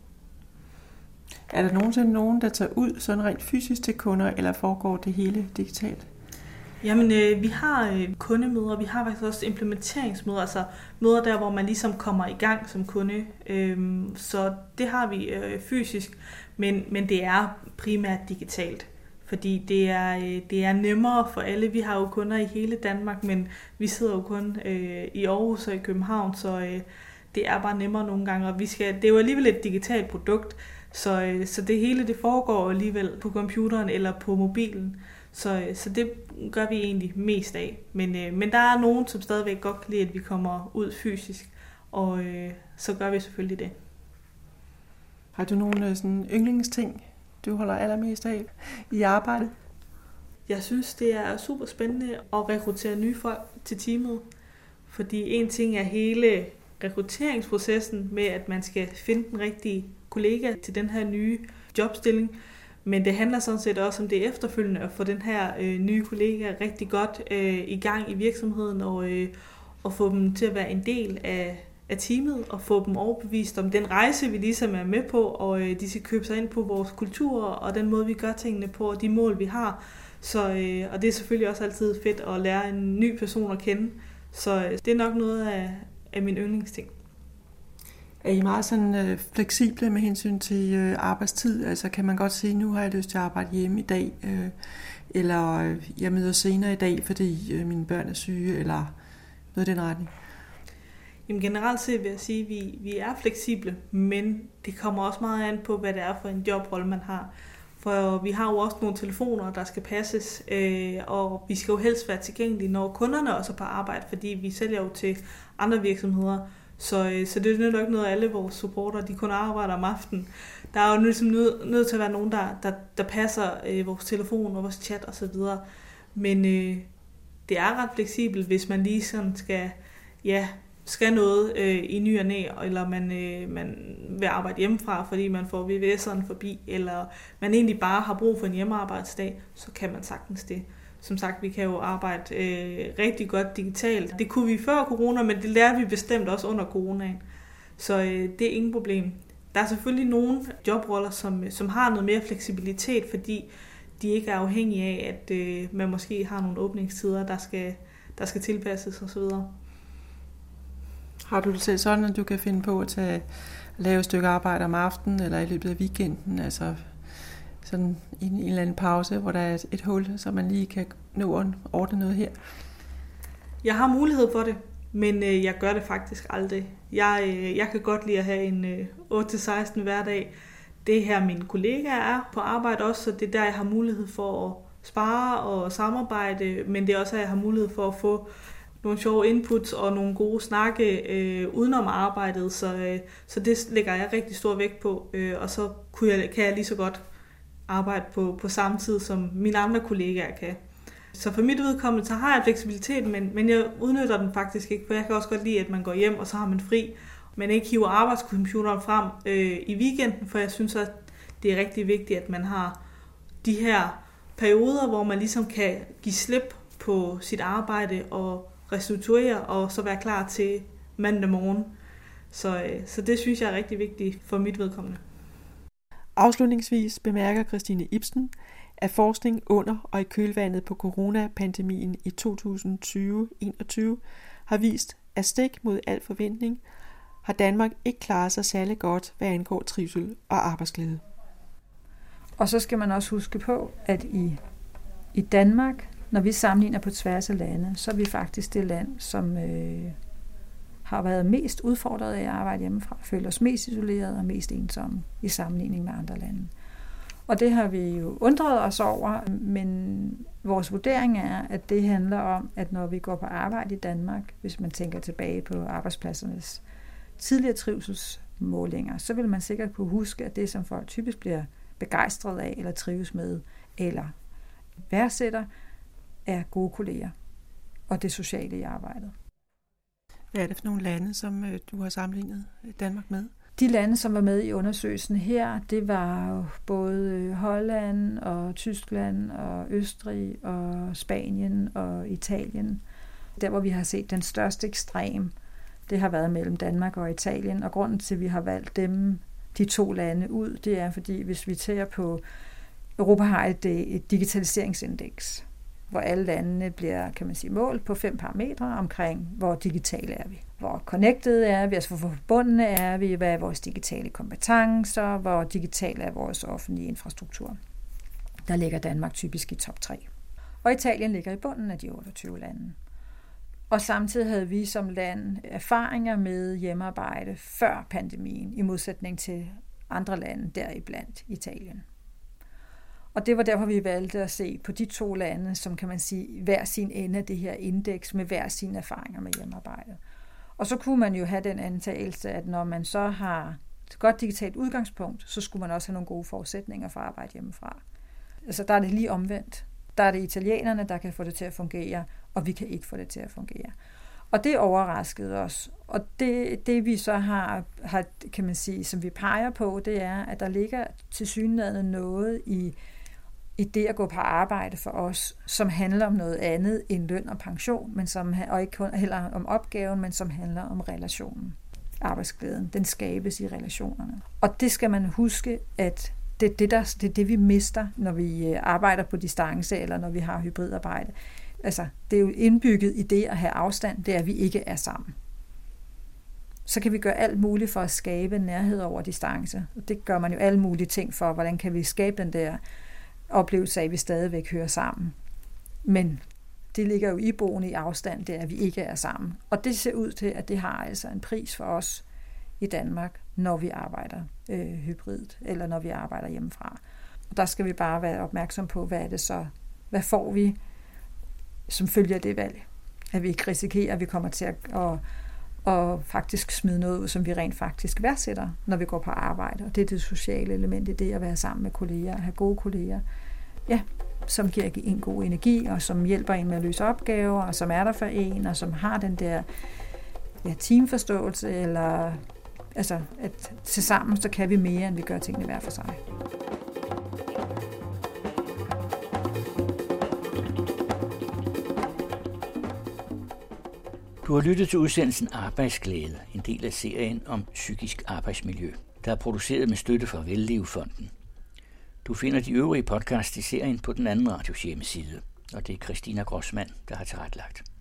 Er der nogensinde nogen, der tager ud sådan rent fysisk til kunder, eller foregår det hele digitalt? Jamen, øh, vi har øh, kundemøder, vi har faktisk også implementeringsmøder, altså møder der, hvor man ligesom kommer i gang som kunde. Øhm, så det har vi øh, fysisk, men, men det er primært digitalt, fordi det er, øh, det er nemmere for alle. Vi har jo kunder i hele Danmark, men vi sidder jo kun øh, i Aarhus og i København, så øh, det er bare nemmere nogle gange. Og vi skal, det er jo alligevel et digitalt produkt, så, øh, så det hele det foregår alligevel på computeren eller på mobilen. Så, så det gør vi egentlig mest af. Men, øh, men der er nogen, som stadigvæk godt kan lide, at vi kommer ud fysisk, og øh, så gør vi selvfølgelig det. Har du nogle sådan yndlingsting, du holder allermest af i arbejdet? Jeg synes, det er super spændende at rekruttere nye folk til teamet, fordi en ting er hele rekrutteringsprocessen med, at man skal finde den rigtige kollega til den her nye jobstilling. Men det handler sådan set også om det efterfølgende at få den her øh, nye kollega rigtig godt øh, i gang i virksomheden og, øh, og få dem til at være en del af, af teamet og få dem overbevist om den rejse, vi ligesom er med på, og øh, de skal købe sig ind på vores kultur og den måde, vi gør tingene på og de mål, vi har. Så, øh, og det er selvfølgelig også altid fedt at lære en ny person at kende. Så øh, det er nok noget af, af min yndlingsting. Er I meget sådan øh, fleksible med hensyn til øh, arbejdstid? Altså kan man godt sige, nu har jeg lyst til at arbejde hjemme i dag, øh, eller øh, jeg møder senere i dag, fordi øh, mine børn er syge, eller noget i den retning? Jamen generelt set vil jeg sige, at vi, vi er fleksible, men det kommer også meget an på, hvad det er for en jobrolle, man har. For vi har jo også nogle telefoner, der skal passes, øh, og vi skal jo helst være tilgængelige, når kunderne også er på arbejde, fordi vi sælger jo til andre virksomheder. Så, øh, så det er jo ikke noget, alle vores supporter, de kun arbejder om aftenen. Der er jo ligesom nødt, nødt til at være nogen, der, der, der passer øh, vores telefon og vores chat osv. Men øh, det er ret fleksibelt, hvis man lige sådan skal, ja, skal noget øh, i ny og næ, eller man, øh, man vil arbejde hjemmefra, fordi man får V V S'eren forbi, eller man egentlig bare har brug for en hjemmearbejdsdag, så kan man sagtens det. Som sagt, vi kan jo arbejde øh, rigtig godt digitalt. Det kunne vi før corona, men det lærer vi bestemt også under coronaen. Så øh, det er ingen problem. Der er selvfølgelig nogle jobroller, som, som har noget mere fleksibilitet, fordi de ikke er afhængige af, at øh, man måske har nogle åbningstider, der skal, der skal tilpasses osv. Har du det selv sådan, at du kan finde på at tage, lave et stykke arbejde om aftenen eller i løbet af weekenden? Altså sådan en, en eller anden pause, hvor der er et, et hul, så man lige kan nå at ordne noget her? Jeg har mulighed for det, men øh, jeg gør det faktisk aldrig. Jeg, øh, jeg kan godt lide at have en øh, otte til seksten hverdag. Det er her mine kollegaer er på arbejde også, så det er der, jeg har mulighed for at spare og samarbejde, men det er også, at jeg har mulighed for at få nogle sjove inputs og nogle gode snakke øh, udenom arbejdet, så, øh, så det lægger jeg rigtig stor vægt på, øh, og så kunne jeg, kan jeg lige så godt arbejde på, på samme tid, som mine andre kollegaer kan. Så for mit vedkommende, så har jeg fleksibilitet, men, men jeg udnytter den faktisk ikke, for jeg kan også godt lide, at man går hjem, og så har man fri, men ikke hiver arbejdscomputeren frem øh, i weekenden, for jeg synes, at det er rigtig vigtigt, at man har de her perioder, hvor man ligesom kan give slip på sit arbejde og restituere og så være klar til mandag morgen. Så, så det synes jeg er rigtig vigtigt for mit vedkommende. Afslutningsvis bemærker Christine Ibsen, at forskning under og i kølvandet på coronapandemien i to tusind tyve til enogtyve har vist, at stik mod al forventning har Danmark ikke klaret sig særlig godt, hvad angår trivsel og arbejdsglæde. Og så skal man også huske på, at i, i Danmark, når vi sammenligner på tværs af lande, så er vi faktisk det land, som øh, har været mest udfordret af at arbejde hjemmefra, føler os mest isoleret og mest ensomme i sammenligning med andre lande. Og det har vi jo undret os over, men vores vurdering er, at det handler om, at når vi går på arbejde i Danmark, hvis man tænker tilbage på arbejdspladsernes tidligere trivselsmålinger, så vil man sikkert kunne huske, at det, som folk typisk bliver begejstret af, eller trives med, eller værdsætter, er gode kolleger og det sociale i arbejdet. Hvad er det for nogle lande, som du har sammenlignet Danmark med? De lande, som var med i undersøgelsen her, det var både Holland og Tyskland og Østrig og Spanien og Italien. Der, hvor vi har set den største ekstrem, det har været mellem Danmark og Italien, og grunden til, at vi har valgt dem, de to lande ud, det er, fordi hvis vi tager på, Europa har et, et digitaliseringsindeks, hvor alle landene bliver, kan man sige, målt på fem parametre omkring, hvor digitale er vi. Hvor connected er vi, altså hvor forbundne er vi, hvad er vores digitale kompetencer, hvor digital er vores offentlige infrastruktur. Der ligger Danmark typisk i top tre. Og Italien ligger i bunden af de otteogtyve lande. Og samtidig havde vi som land erfaringer med hjemmearbejde før pandemien, i modsætning til andre lande, deriblandt Italien. Og det var derfor, vi valgte at se på de to lande, som kan man sige, hver sin ende af det her indeks, med hver sine erfaringer med hjemmearbejde. Og så kunne man jo have den antagelse, at når man så har et godt digitalt udgangspunkt, så skulle man også have nogle gode forudsætninger for at arbejde hjemmefra. Altså der er det lige omvendt. Der er det italienerne, der kan få det til at fungere, og vi kan ikke få det til at fungere. Og det overraskede os. Og det, det vi så har, har, kan man sige, som vi peger på, det er, at der ligger tilsyneladende noget i, i det at gå på arbejde for os, som handler om noget andet end løn og pension, men som, og ikke kun heller om opgaven, men som handler om relationen. Arbejdsglæden, den skabes i relationerne. Og det skal man huske, at det er det, der, det, er det vi mister, når vi arbejder på distance, eller når vi har hybridarbejde. Altså, det er jo indbygget i det at have afstand, det er, at vi ikke er sammen. så kan vi gøre alt muligt for at skabe nærhed over distance. Og det gør man jo alle mulige ting for, hvordan kan vi skabe den der oplevelse af, at vi stadigvæk hører sammen. Men det ligger jo iboende i afstand, det er, at vi ikke er sammen. Og det ser ud til, at det har altså en pris for os i Danmark, når vi arbejder øh, hybridt, eller når vi arbejder hjemmefra. Og der skal vi bare være opmærksom på, hvad er det så, hvad får vi, som følger det valg. At vi ikke risikerer, at vi kommer til at, at, at faktisk smide noget ud, som vi rent faktisk værdsætter, når vi går på arbejde. Og det er det sociale element i det at være sammen med kolleger, have gode kolleger, ja, som giver en god energi, og som hjælper en med at løse opgaver, og som er der for en, og som har den der ja, teamforståelse, eller altså, at til sammen, så kan vi mere, end vi gør tingene hver for sig. Du har lyttet til udsendelsen Arbejdsglæde, en del af serien om psykisk arbejdsmiljø, der er produceret med støtte fra Vellevefonden. Du finder de øvrige podcasts i serien på den anden radios hjemmeside, og det er Christina Grossmann, der har tilrettelagt.